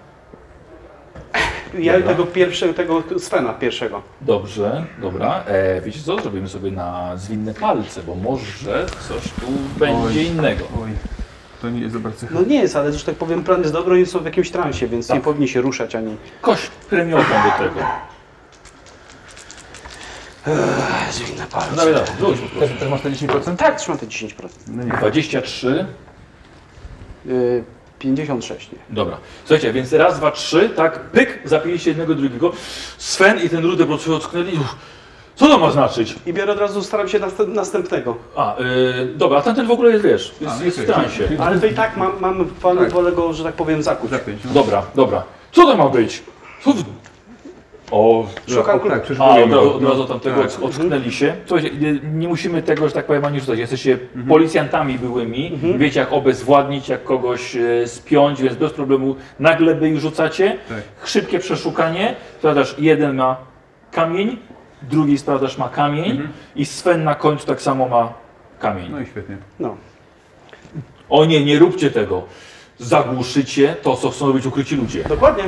Ja Dobra. tego pierwszego, tego Svena pierwszego. dobrze, dobra. E, wiecie co, zrobimy sobie na zwinne palce, bo może coś tu będzie Oj. innego. Oj, to nie jest dobra cecha. No nie jest, ale że tak powiem, plan jest dobry, oni są w jakimś transie, więc Tak. nie powinni się ruszać ani... Kość premiową do tego. Zwinne palce. Dawaj, dawaj, rzuć po prostu. Też, też masz te dziesięć procent? Tak, trzymam te dziesięć procent. No nie. dwadzieścia trzy. Yy, pięćdziesiąt sześć, nie. Dobra. Słuchajcie, więc raz, dwa, trzy, tak, pyk, zapiliście jednego drugiego. Sven i ten rudy po prostu ocknęli. Uff, co to ma znaczyć? I biorę od razu, staram się następ, następnego. A, yy, dobra, a tamten w ogóle jest, wiesz, jest, A, jest w okej. transie. Ale to i tak mam, mam panu, Tak. wolę go, że tak powiem, zakuć. Zapięć. No. Dobra, dobra. Co to ma być? Co wy... O, Szukam o, tak, a, od przeszukujemy razu, go. od razu tamtego Tak. tak. ocknęli się. Słuchajcie, nie, nie musimy tego, że tak powiem, ani rzucać. Jesteście policjantami byłymi, wiecie jak obezwładnić, jak kogoś e, spiąć, więc bez problemu nagle by ich rzucacie. Tak. Szybkie przeszukanie. Sprawdzasz, jeden ma kamień, drugi sprawdzasz ma kamień i Sven na końcu tak samo ma kamień. No i świetnie. No. O nie, nie róbcie tego. Zagłuszycie to, co chcą robić ukryci ludzie. Dokładnie.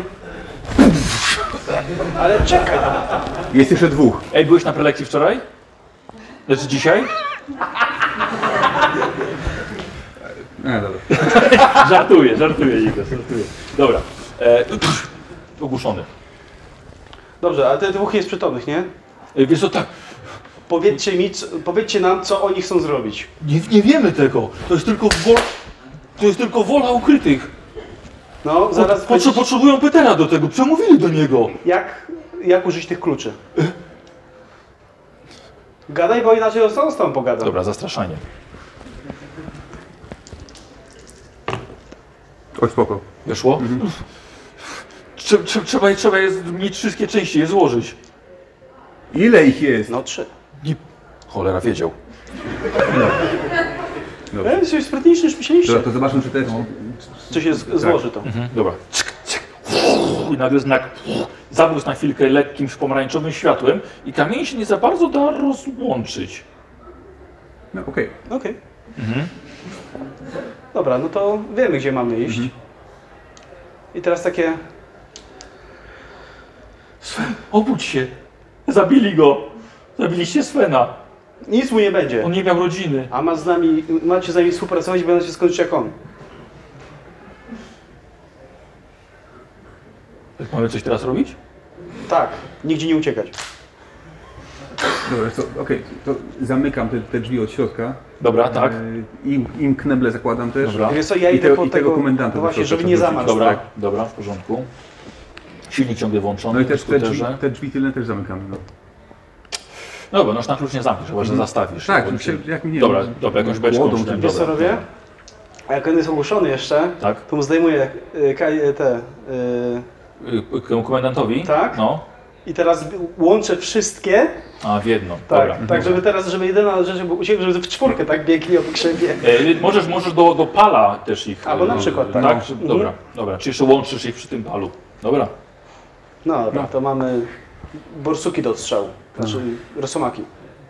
Ale czekaj. Jest jeszcze dwóch. Ej, byłeś na prelekcji wczoraj? Znaczy dzisiaj? A, dobra. Żartuję, żartuję, Igor, żartuję. Dobra. E, pff, ogłuszony. Dobrze, ale te dwóch jest przytomnych, nie? E, wiesz co, tak. Powiedzcie mi, co, powiedzcie nam, co oni chcą zrobić. Nie, nie wiemy tego. To jest tylko wola, to jest tylko wola ukrytych. No, zaraz Potrze- będziecie- Potrzebują Petera do tego. Przemówili do niego. Jak, jak użyć tych kluczy? Gadaj, bo inaczej on z tobą pogada. Dobra, zastraszanie. Oj, spoko. Wyszło? Trze- trze- Trzeba, je- trzeba je mieć wszystkie części, je złożyć. Ile ich jest? No trzy. Nie... Cholera, wiedział. E, jesteś sprytniejszy niż myśleliście. Dobra, to zobaczmy, czy te... Co się z- złoży to. Mhm, dobra. Cyk, cyk. I nagle znak zabłysł na chwilkę lekkim pomarańczowym światłem i kamień się nie za bardzo da rozłączyć. No okej. Okej. Dobra, no to wiemy, gdzie mamy iść. I teraz takie... Sven, obudź się. Zabili go. Zabiliście Svena. Nic mu nie będzie. On nie miał rodziny. A ma z nami, macie z nami współpracować i będą się skończyć jak on. Mamy coś teraz robić? Tak, nigdzie nie uciekać. Dobra, co, okej, to zamykam te, te drzwi od środka. Dobra, tak. E, Im, im kneble zakładam też. Dobra. Wiesz co, ja I idę te- po i tego tego, komendanta no do właśnie, środka żeby nie trzeba zamarł. Dobra, Tak. dobra, w porządku. Silnik ciągle włączony. No i też te drzwi, skuterze. te drzwi tylne też zamykamy. No. Dobra, noż na klucz nie zamkniesz, chyba że zastawisz. Tak, Bo- jak się- jak mi nie Dobra, wiem, dobra, jakąś beczką. łodą czy czy tam, Wiesz co dobra, robię? dobra. A jak on jest ogłuszony jeszcze, Tak. to mu zdejmuję y, kaj- te... Y, Y, k- Komendantowi? Tak. No. I teraz łączę wszystkie, A, w jedno. tak, Dobra. tak żeby teraz, żeby jedyna rzecz, bo uciekł, żeby w czwórkę tak biegli obok siebie. E, możesz, możesz do, do pala też ich. Albo na e, przykład, tak. tak? Mhm. Dobra, dobra. Czy jeszcze łączysz ich przy tym palu? Dobra. No dobra, to mamy borsuki do odstrzału, znaczy rosomaki.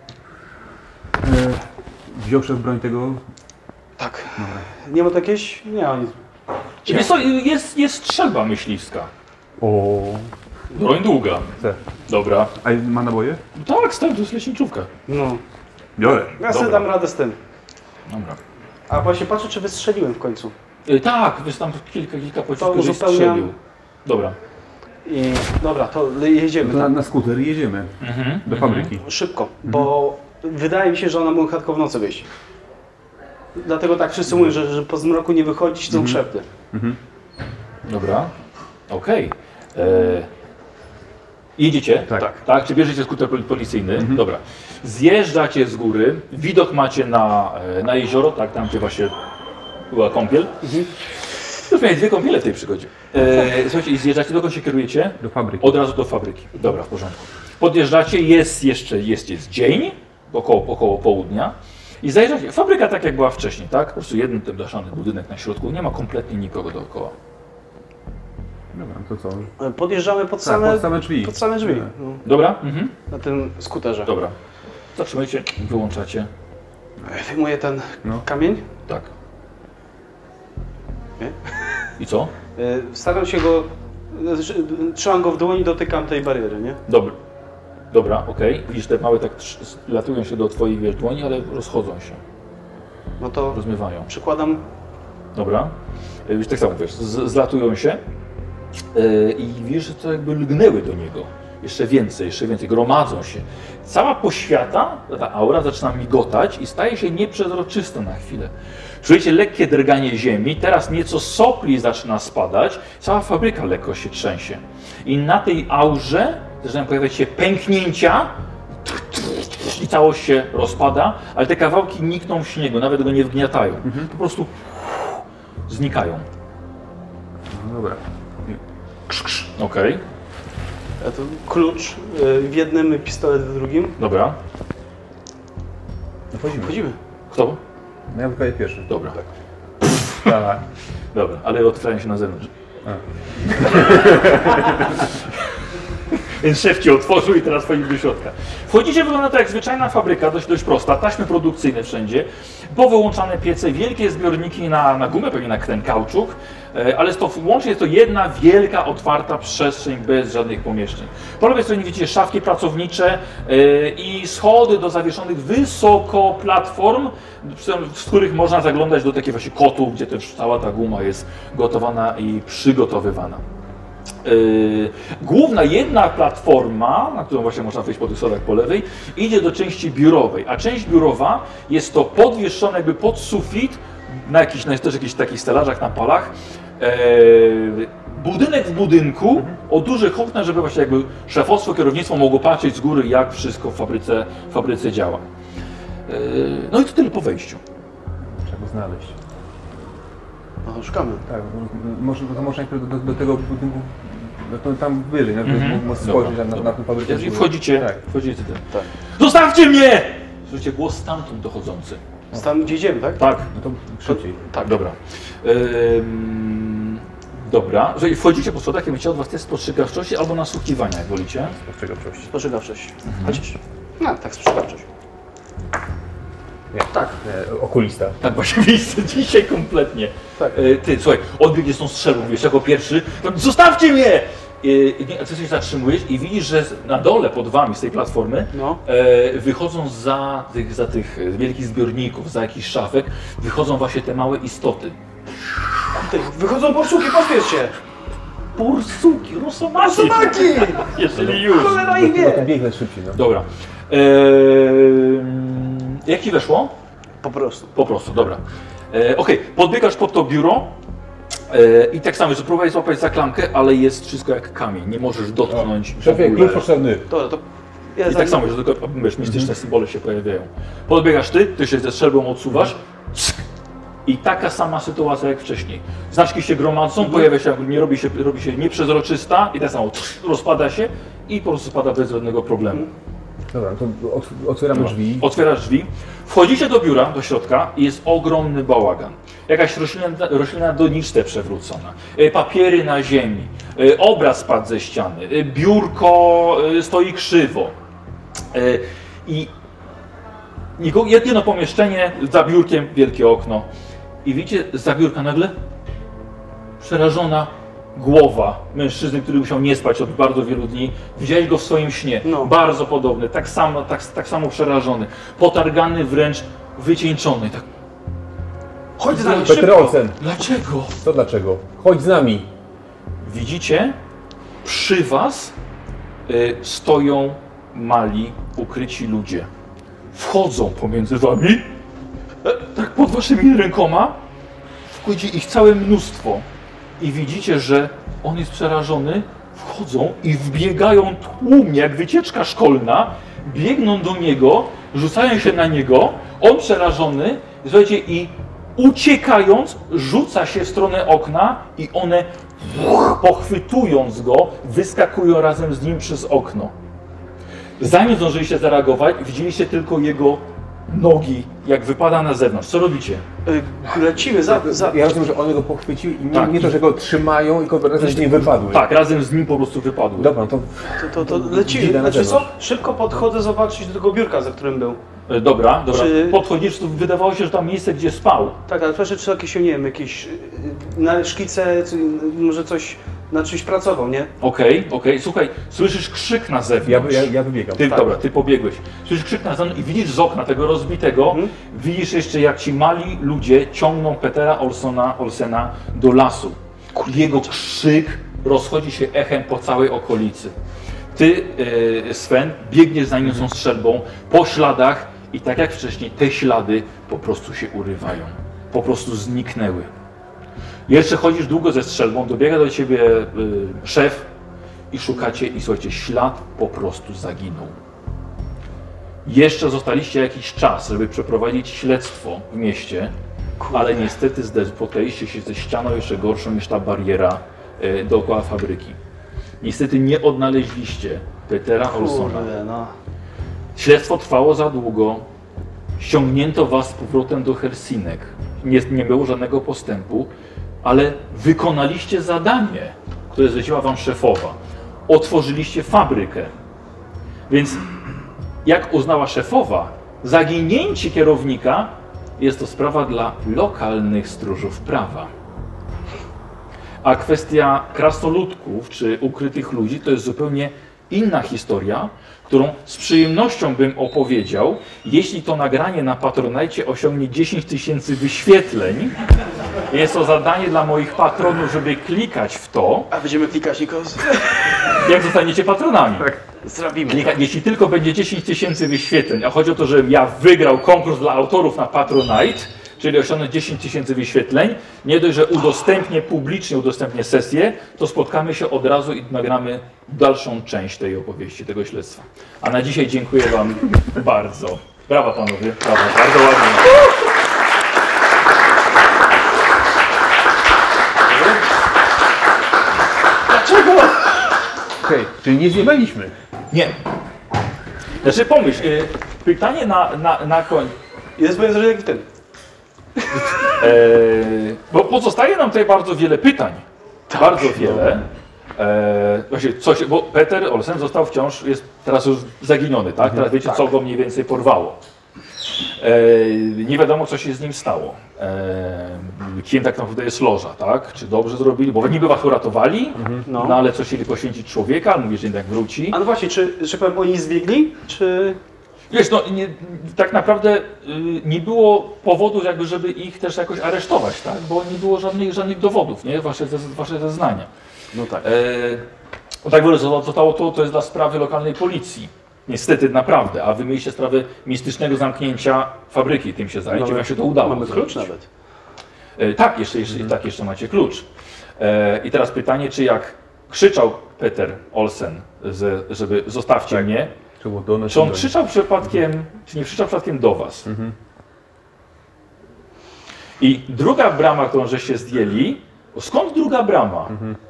E, wziąwszy broń tego... Tak. Nie ma to jakieś? Nie, oni... Wiesz co, jest, jest strzelba myśliwska. O. Broń długa. Chcę. Dobra. A ma naboje? Tak, stary, to jest leśniczówka. No. Biorę. Ja sobie Dobra. dam radę z tym. Dobra. A właśnie patrzę, czy wystrzeliłem w końcu. E, tak, wiesz, tam kilka, kilka pocisków żeś uzupełniam. strzelił. Dobra. I dobra, to jedziemy To na, tam. na skuter i jedziemy Mhm. do fabryki. Szybko, bo wydaje mi się, że ona mogła chatko w nocy wyjść. Dlatego tak wszyscy mówią, że, że po zmroku nie wychodzić, są szepty. Dobra. Okej. E, Jedziecie? Tak. tak. Tak, czy bierzecie skuter pol- policyjny? Dobra. Zjeżdżacie z góry, widok macie na, e, na jezioro, tak, tam gdzie właśnie była kąpiel. Już miałeś dwie kąpiele w tej przygodzie. E, słuchajcie, i zjeżdżacie, dokąd się kierujecie? Do fabryki. Od razu do fabryki. Dobra, w porządku. Podjeżdżacie, jest jeszcze jest, jest dzień, około, około południa. I zajeżdżacie. Fabryka tak jak była wcześniej, tak? Po prostu jeden ten blaszany budynek na środku, nie ma kompletnie nikogo dookoła. Dobra, to co? Podjeżdżamy pod Tak, same, pod same drzwi. pod same drzwi. Tak. No, Dobra? Mhm. na tym skuterze. Dobra. Zatrzymajcie, wyłączacie. Wyjmuję ten No. kamień. Tak. Nie? I co? Y, Staram się go, znaczy, trzymam go w dłoni, dotykam tej bariery, nie? Dobra. Dobra, okej. Widzisz, te małe tak trz- latują się do twoich wiesz, dłoni, ale rozchodzą się, No to rozmywają. przykładam. Dobra. Y, Już tak samo, wiesz, z- zlatują się yy, i widzisz, że to jakby lgnęły do niego. Jeszcze więcej, jeszcze więcej, gromadzą się. Cała poświata, ta aura zaczyna migotać i staje się nieprzezroczysta na chwilę. Czujecie lekkie drganie ziemi, teraz nieco sopli zaczyna spadać, cała fabryka lekko się trzęsie. I na tej aurze zaczynają pojawiać się pęknięcia i całość się rozpada, ale te kawałki nikną w śniegu, nawet go nie wgniatają. Po prostu znikają. No dobra. Okej, A to klucz y, w jednym, pistolet w drugim. dobra. No wchodzimy. Wchodzimy. Kto? No ja wykaję pierwszy. Dobra. Tak. Dobra, ale otwierają się na zewnątrz. Więc szef ci otworzył i teraz wchodzisz do środka. Wchodzicie, wygląda to jak zwyczajna fabryka, dość, dość prosta, taśmy produkcyjne wszędzie, powyłączane piece, wielkie zbiorniki na, na gumę, pewnie na ten kauczuk, e, ale to łącznie jest to jedna wielka, otwarta przestrzeń bez żadnych pomieszczeń. Po lewej stronie widzicie szafki pracownicze e, i schody do zawieszonych wysoko platform, z których można zaglądać do takich właśnie kotów, gdzie też cała ta guma jest gotowana i przygotowywana. Yy, główna jedna platforma, na którą właśnie można wejść po tych schodach po lewej, idzie do części biurowej, a część biurowa jest to podwieszone jakby pod sufit, na jakichś, na też jakichś takich stelażach na palach. Yy, budynek w budynku o dużych oknach, żeby właśnie jakby szefostwo, kierownictwo mogło patrzeć z góry, jak wszystko w fabryce, w fabryce działa. Yy, no i to tyle po wejściu. Trzeba go znaleźć. No, szukamy. Tak, może, to może najpierw do, do tego budynku, no to tam wyżej, żeby Mhm. mm-hmm. móc Dobra, spojrzeć na, dobra. na tę fabrykę. Jeżeli wchodzicie, Tak. wchodzicie ty. Tak. Zostawcie mnie! Słyszycie głos stamtąd dochodzący. Tam gdzie idziemy, tak? Tak, No to szybciej. tak, dobra. Ym, dobra, jeżeli wchodzicie po schodach, ja bym chciał od was test spostrzegawczości albo nasłuchiwania, jak wolicie. Spostrzegawczości. Spostrzegawczość. Chociaż. No, tak, spostrzegawczość. Nie. Tak. Nie, okulista. Tak właśnie miejsce dzisiaj kompletnie. Tak. E, ty, słuchaj, odbiegnie z tą strzelbą, wiesz, jako pierwszy. To, zostawcie mnie! E, ty się zatrzymujesz i widzisz, że na dole pod wami z tej platformy No. e, wychodzą za tych, za tych wielkich zbiorników, za jakichś szafek, wychodzą właśnie te małe istoty. Ty, wychodzą borsuki, pośpiesz się! Bursuki, rosomaki! Rosomaki! Jeżeli już. Cholera ich No to wie! biegnę szybciej, no. Dobra. E, jak ci weszło? Po prostu. Po prostu, dobra. E, Okej, podbiegasz pod to biuro e, i tak samo, że próbujesz złapać za klamkę, ale jest wszystko jak kamień, nie możesz dotknąć w Szefie, ogóle. klucz potrzebny. Dobra, to... Ja I tak samo, że tylko wiesz, mistyczne symbole się pojawiają. Podbiegasz ty, ty się ze strzelbą odsuwasz i taka sama sytuacja jak wcześniej. Znaczki się gromadzą, pojawia się, nie robi się, robi się nieprzezroczysta i tak samo rozpada się i po prostu spada bez żadnego problemu. Dobra, to ot- otwieramy drzwi. Otwierasz drzwi, wchodzicie do biura, do środka i jest ogromny bałagan. Jakaś roślina, roślina doniczne przewrócona, y, papiery na ziemi, y, obraz spadł ze ściany, y, biurko y, stoi krzywo. Y, I nikogo- jedno pomieszczenie, za biurkiem wielkie okno. I widzicie, za biurka nagle przerażona głowa mężczyzny, który musiał nie spać od bardzo wielu dni. Widziałeś go w swoim śnie. No. Bardzo podobny, tak samo, tak, tak samo przerażony. Potargany, wręcz wycieńczony. Tak, Chodź z nami, Petr szybko! Olsen. dlaczego? Co dlaczego? Chodź z nami. Widzicie, przy was y, stoją mali, ukryci ludzie. Wchodzą pomiędzy wami, e, tak pod waszymi rękoma. Wchodzi ich całe mnóstwo. I widzicie, że on jest przerażony. Wchodzą i wbiegają tłumnie, jak wycieczka szkolna. Biegną do niego, rzucają się na niego. On przerażony, słuchajcie, i uciekając, rzuca się w stronę okna i one, pochwytując go, wyskakują razem z nim przez okno. Zanim zdążyliście zareagować, widzieliście tylko jego nogi, jak wypada na zewnątrz. Co robicie? Y, lecimy za... za... Ja rozumiem, że one go pochwyciły i nie, Tak. nie to, że go trzymają, tylko razem z nim wypadły. Tak, razem z nim po prostu wypadły. Dobra, to To, to, to lecimy. Idę na Znaczy co? zewnątrz. Szybko podchodzę zobaczyć do tego biurka, za którym był. E, Dobra, dobra. Czy- Podchodzisz, to wydawało się, że tam miejsce, gdzie spał. Tak, ale proszę, czy jakieś, nie wiem, jakieś y, na szkice, czy, może coś, na czymś pracował, nie? Okej, okej. Słuchaj, słyszysz krzyk na ja, zewnątrz. ja, ja wybiegam. Ty, tak. dobra, ty pobiegłeś. Słyszysz krzyk na zewnątrz i widzisz z okna tego rozbitego, Mhm. widzisz jeszcze jak ci mali ludzie ciągną Petera Olsona, Olsena do lasu. Jego krzyk rozchodzi się echem po całej okolicy. Ty, e, Sven, biegniesz za nim z tą strzelbą po śladach i tak jak wcześniej, te ślady po prostu się urywają. Po prostu zniknęły. Jeszcze chodzisz długo ze strzelbą, dobiega do ciebie y, szef i szukacie i słuchajcie, ślad po prostu zaginął. Jeszcze zostaliście jakiś czas, żeby przeprowadzić śledztwo w mieście, ale niestety zde- spotkaliście się ze ścianą jeszcze gorszą niż ta bariera y, dookoła fabryki. Niestety nie odnaleźliście Petera Olsona. Kurde, no. Śledztwo trwało za długo. Ściągnięto was z powrotem do Helsinek. Nie, nie było żadnego postępu, ale wykonaliście zadanie, które zleciła wam szefowa. Otworzyliście fabrykę. Więc jak uznała szefowa, zaginięcie kierownika jest to sprawa dla lokalnych stróżów prawa. A kwestia krasnoludków czy ukrytych ludzi to jest zupełnie inna historia, którą z przyjemnością bym opowiedział, jeśli to nagranie na Patronite osiągnie dziesięć tysięcy wyświetleń. Jest to zadanie dla moich patronów, żeby klikać w to, A będziemy klikać, Nikos? jak zostaniecie patronami. Zrobimy. Klika, jeśli tylko będzie dziesięć tysięcy wyświetleń, a chodzi o to, żebym ja wygrał konkurs dla autorów na Patronite, czyli osiągnąć dziesięć tysięcy wyświetleń, nie dość, że udostępnię publicznie, udostępnię sesję, to spotkamy się od razu i nagramy dalszą część tej opowieści, tego śledztwa. A na dzisiaj dziękuję Wam bardzo. Brawa panowie, brawa, bardzo ładnie. Dlaczego? Okej, czyli nie zjebaliśmy. Nie. Znaczy pomyśl, y, pytanie na, na, na koń. Jest moje wrażenie jak ten. Eee, bo pozostaje nam tutaj bardzo wiele pytań. Bardzo wiele. Eee, właśnie coś, bo Peter Olsen został wciąż, jest teraz już zaginiony, tak? Teraz wiecie, co go mniej więcej porwało. Eee, nie wiadomo, co się z nim stało. Eee, kim tak naprawdę jest loża, tak? Czy dobrze zrobili? Bo niby was uratowali, No. no ale co chcieli poświęcić człowieka, ale mówisz, że jednak wróci. A no właśnie, czy, że powiem, oni zbiegli, czy... Wiesz, no nie, tak naprawdę y, nie było powodu, jakby, żeby ich też jakoś aresztować, tak? Bo nie było żadnych, żadnych dowodów, nie? Wasze, ze, wasze zeznania. No tak. E, no tak wiele zostało to, to jest dla sprawy lokalnej policji. Niestety, naprawdę. A wy mieliście sprawę mistycznego zamknięcia fabryki, tym się zajęcie, wam się to udało. Mamy zrobić. klucz nawet. E, tak, jeszcze, jeszcze, tak, jeszcze macie klucz. E, I teraz pytanie, czy jak krzyczał Peter Olsen, że, żeby zostawcie mnie, Czy było do nas? czy on krzyczał przypadkiem, czy nie krzyczał przypadkiem do was? I druga brama, którą żeście zdjęli, bo skąd druga brama?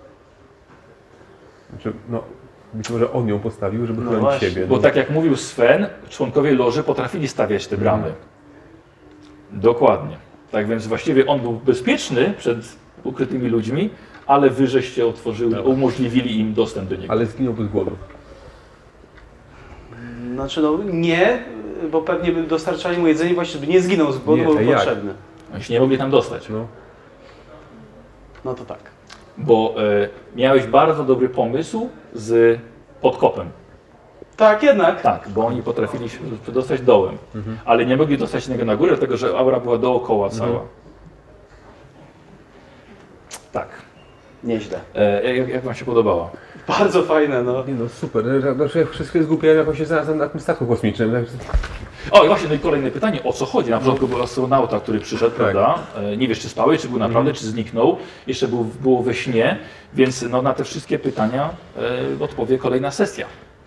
Znaczy, no, być może on ją postawił, żeby No chronić właśnie, siebie. Bo no. tak jak mówił Sven, członkowie loży potrafili stawiać te bramy. Dokładnie. Tak więc właściwie on był bezpieczny przed ukrytymi ludźmi, ale wy żeście otworzyli, umożliwili im dostęp do niego. Ale zginął bez głodu. Znaczy no nie, bo pewnie by dostarczali mu jedzenie właśnie, żeby nie zginął z głodu, Nie, bo a był jak? potrzebny. Oni się nie mogli tam dostać, No. No to tak. bo e, miałeś bardzo dobry pomysł z podkopem. Tak, jednak. Tak, bo oni potrafili się dostać dołem, ale nie mogli dostać niego na górę, dlatego że aura była dookoła cała. Tak. Nieźle. E, jak, jak wam się podobało? Bardzo fajne, no. Nie no, super. Znaczy, wszystko jest głupie, jak on się znalazł na tym statku kosmicznym. Tak, O i właśnie, no i kolejne pytanie, o co chodzi? Na początku był astronauta, który przyszedł, Tak. prawda? E, Nie wiesz, czy spałeś, czy był naprawdę, czy zniknął. Jeszcze był, było we śnie, więc no, na te wszystkie pytania e, odpowie kolejna sesja.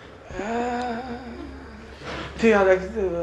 Ty, ale...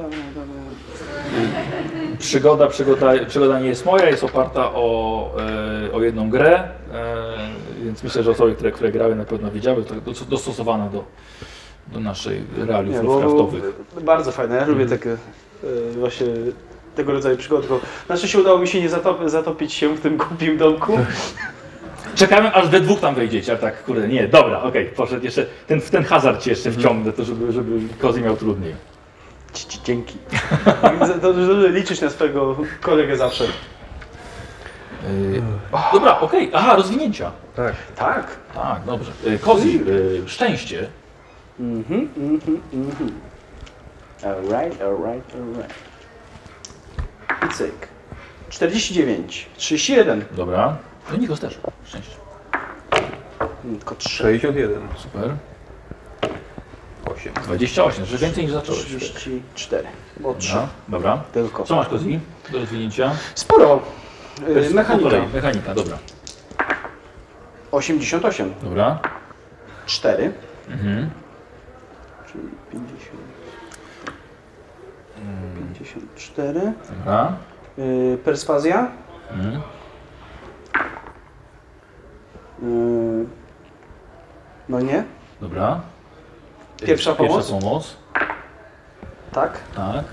Przygoda, przygoda, przygoda nie jest moja, jest oparta o, e, o jedną grę, e, więc myślę, że osoby, które, które grały, na pewno wiedziały, to dos- dostosowana do, do naszej realiów Nie, bo Lovecraftowych. bardzo fajne, ja lubię takie e, właśnie tego rodzaju przygody. Bo na szczęście udało mi się nie zatop- zatopić się w tym głupim domku. Czekamy, aż we dwóch tam wejdziecie, ale tak, kurde, nie, dobra, okej, poszedł jeszcze, ten, w ten hazard cię jeszcze wciągnę, to żeby, żeby Kozy miał trudniej. Ci- ci- Dzięki. To, że liczysz na swojego kolegę zawsze. Yy, dobra, okej, aha, rozwinięcia. tak. Tak. Tak, dobrze. Yy, Kozi, yy, szczęście. Mhm, mhm, mhm. Alright, alright, alright. I cyk. czterdzieści dziewięć, trzydzieści jeden. Dobra. No Nikos też, szczęście. Tylko trzy. sześćdziesiąt jeden. Super. osiem. dwadzieścia osiem, że więcej niż zacząłeś. trzydzieści cztery. Bo trzy. Dobra, dobra. Tylko. Co masz, Kozi, do rozwinięcia? Sporo. To jest Yy, mechanika. po kolei, Mechanika, dobra. osiemdziesiąt osiem. Dobra. cztery. Mhm. Czyli pięćdziesiąt. pięćdziesiąt cztery. Dobra. Yy, perswazja. Mhm. Yy, no nie. Dobra. Pierwsza pomoc. Pierwsza pomoc. Tak. Tak.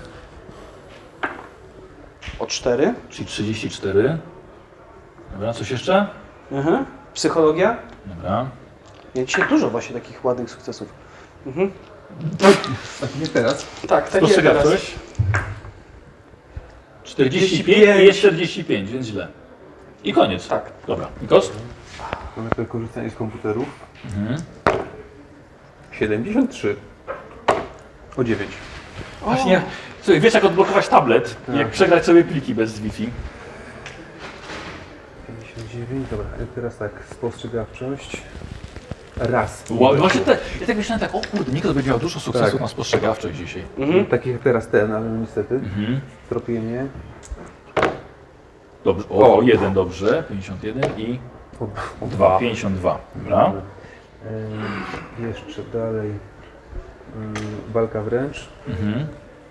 O cztery. Czyli trzydzieści cztery. Dobra, coś jeszcze? Mhm. Psychologia. Dobra. Ja dzisiaj dużo właśnie takich ładnych sukcesów. Mhm. Nie teraz. Tak, tak jest Spostrzega teraz. coś? czterdzieści pięć czterdzieści pięć. i jest czterdzieści pięć, więc źle. I koniec. Tak. Dobra. Nikos? Mamy to korzystanie z komputerów. Mhm. siedemdziesiąt trzy. O dziewięć. Właśnie, słuchaj, wiesz jak odblokować tablet, jak przegrać sobie pliki bez Wi-Fi. pięćdziesiąt dziewięć, dobra, teraz tak, spostrzegawczość. Raz. Wow, właśnie te, ja tak myślałem tak, o kurde, Nikos będzie miał dużo sukcesu Tak. na spostrzegawczość dzisiaj. Mhm. Taki jak teraz ten, ale niestety. Mhm. Tropienie. Dobrze, o, O. jeden dobrze, pięćdziesiąt jeden i O, o dwa, pięćdziesiąt dwa. Dobra. Yy, jeszcze dalej. Yy, walka wręcz. Mhm.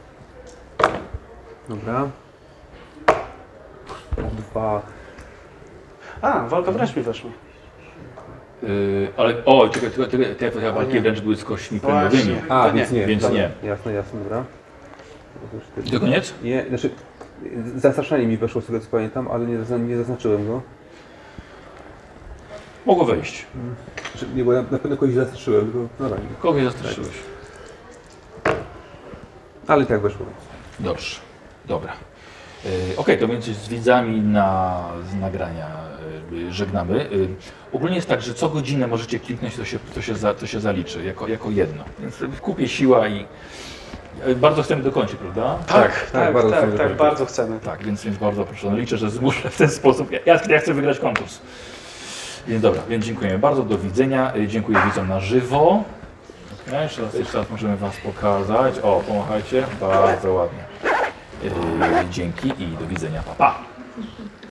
Dobra. O dwa. A, walka wręcz mi weszła. Yy, ale, o, czekaj, tylko te, te, te walki wręcz były z kośćmi premiowymi. Właśnie. A, To więc nie. Więc dobra. nie. Jasne, jasne, dobra. To już I ty- to koniec? Nie, znaczy zastraszanie mi weszło z tego co pamiętam, ale nie, zazna- nie zaznaczyłem go. Mogło wejść. Znaczy, nie, bo ja na pewno kogoś zastraszyłem, tylko no tak. Kogoś zastraszyłeś. Ale i tak weszło. Dobrze, dobra. Yy, Okej, to więc z widzami na, z nagrania yy, żegnamy. Yy, ogólnie jest tak, że co godzinę możecie kliknąć, to się, to się, za, to się zaliczy jako, jako jedno. Więc w kupie siła i yy, bardzo chcemy dokończyć, prawda? Tak, tak, bardzo tak, chcemy tak, dokończyć. bardzo chcemy. Tak, więc, więc bardzo proszę. No liczę, że zmuszę w ten sposób. Ja, ja chcę wygrać konkurs. Więc dobra, więc dziękujemy bardzo, do widzenia. Yy, Dziękuję widzom na żywo. Okay, jeszcze, raz, jeszcze raz możemy Was pokazać. O, pomachajcie. Bardzo ładnie. Yy, dzięki i do widzenia. Pa, pa.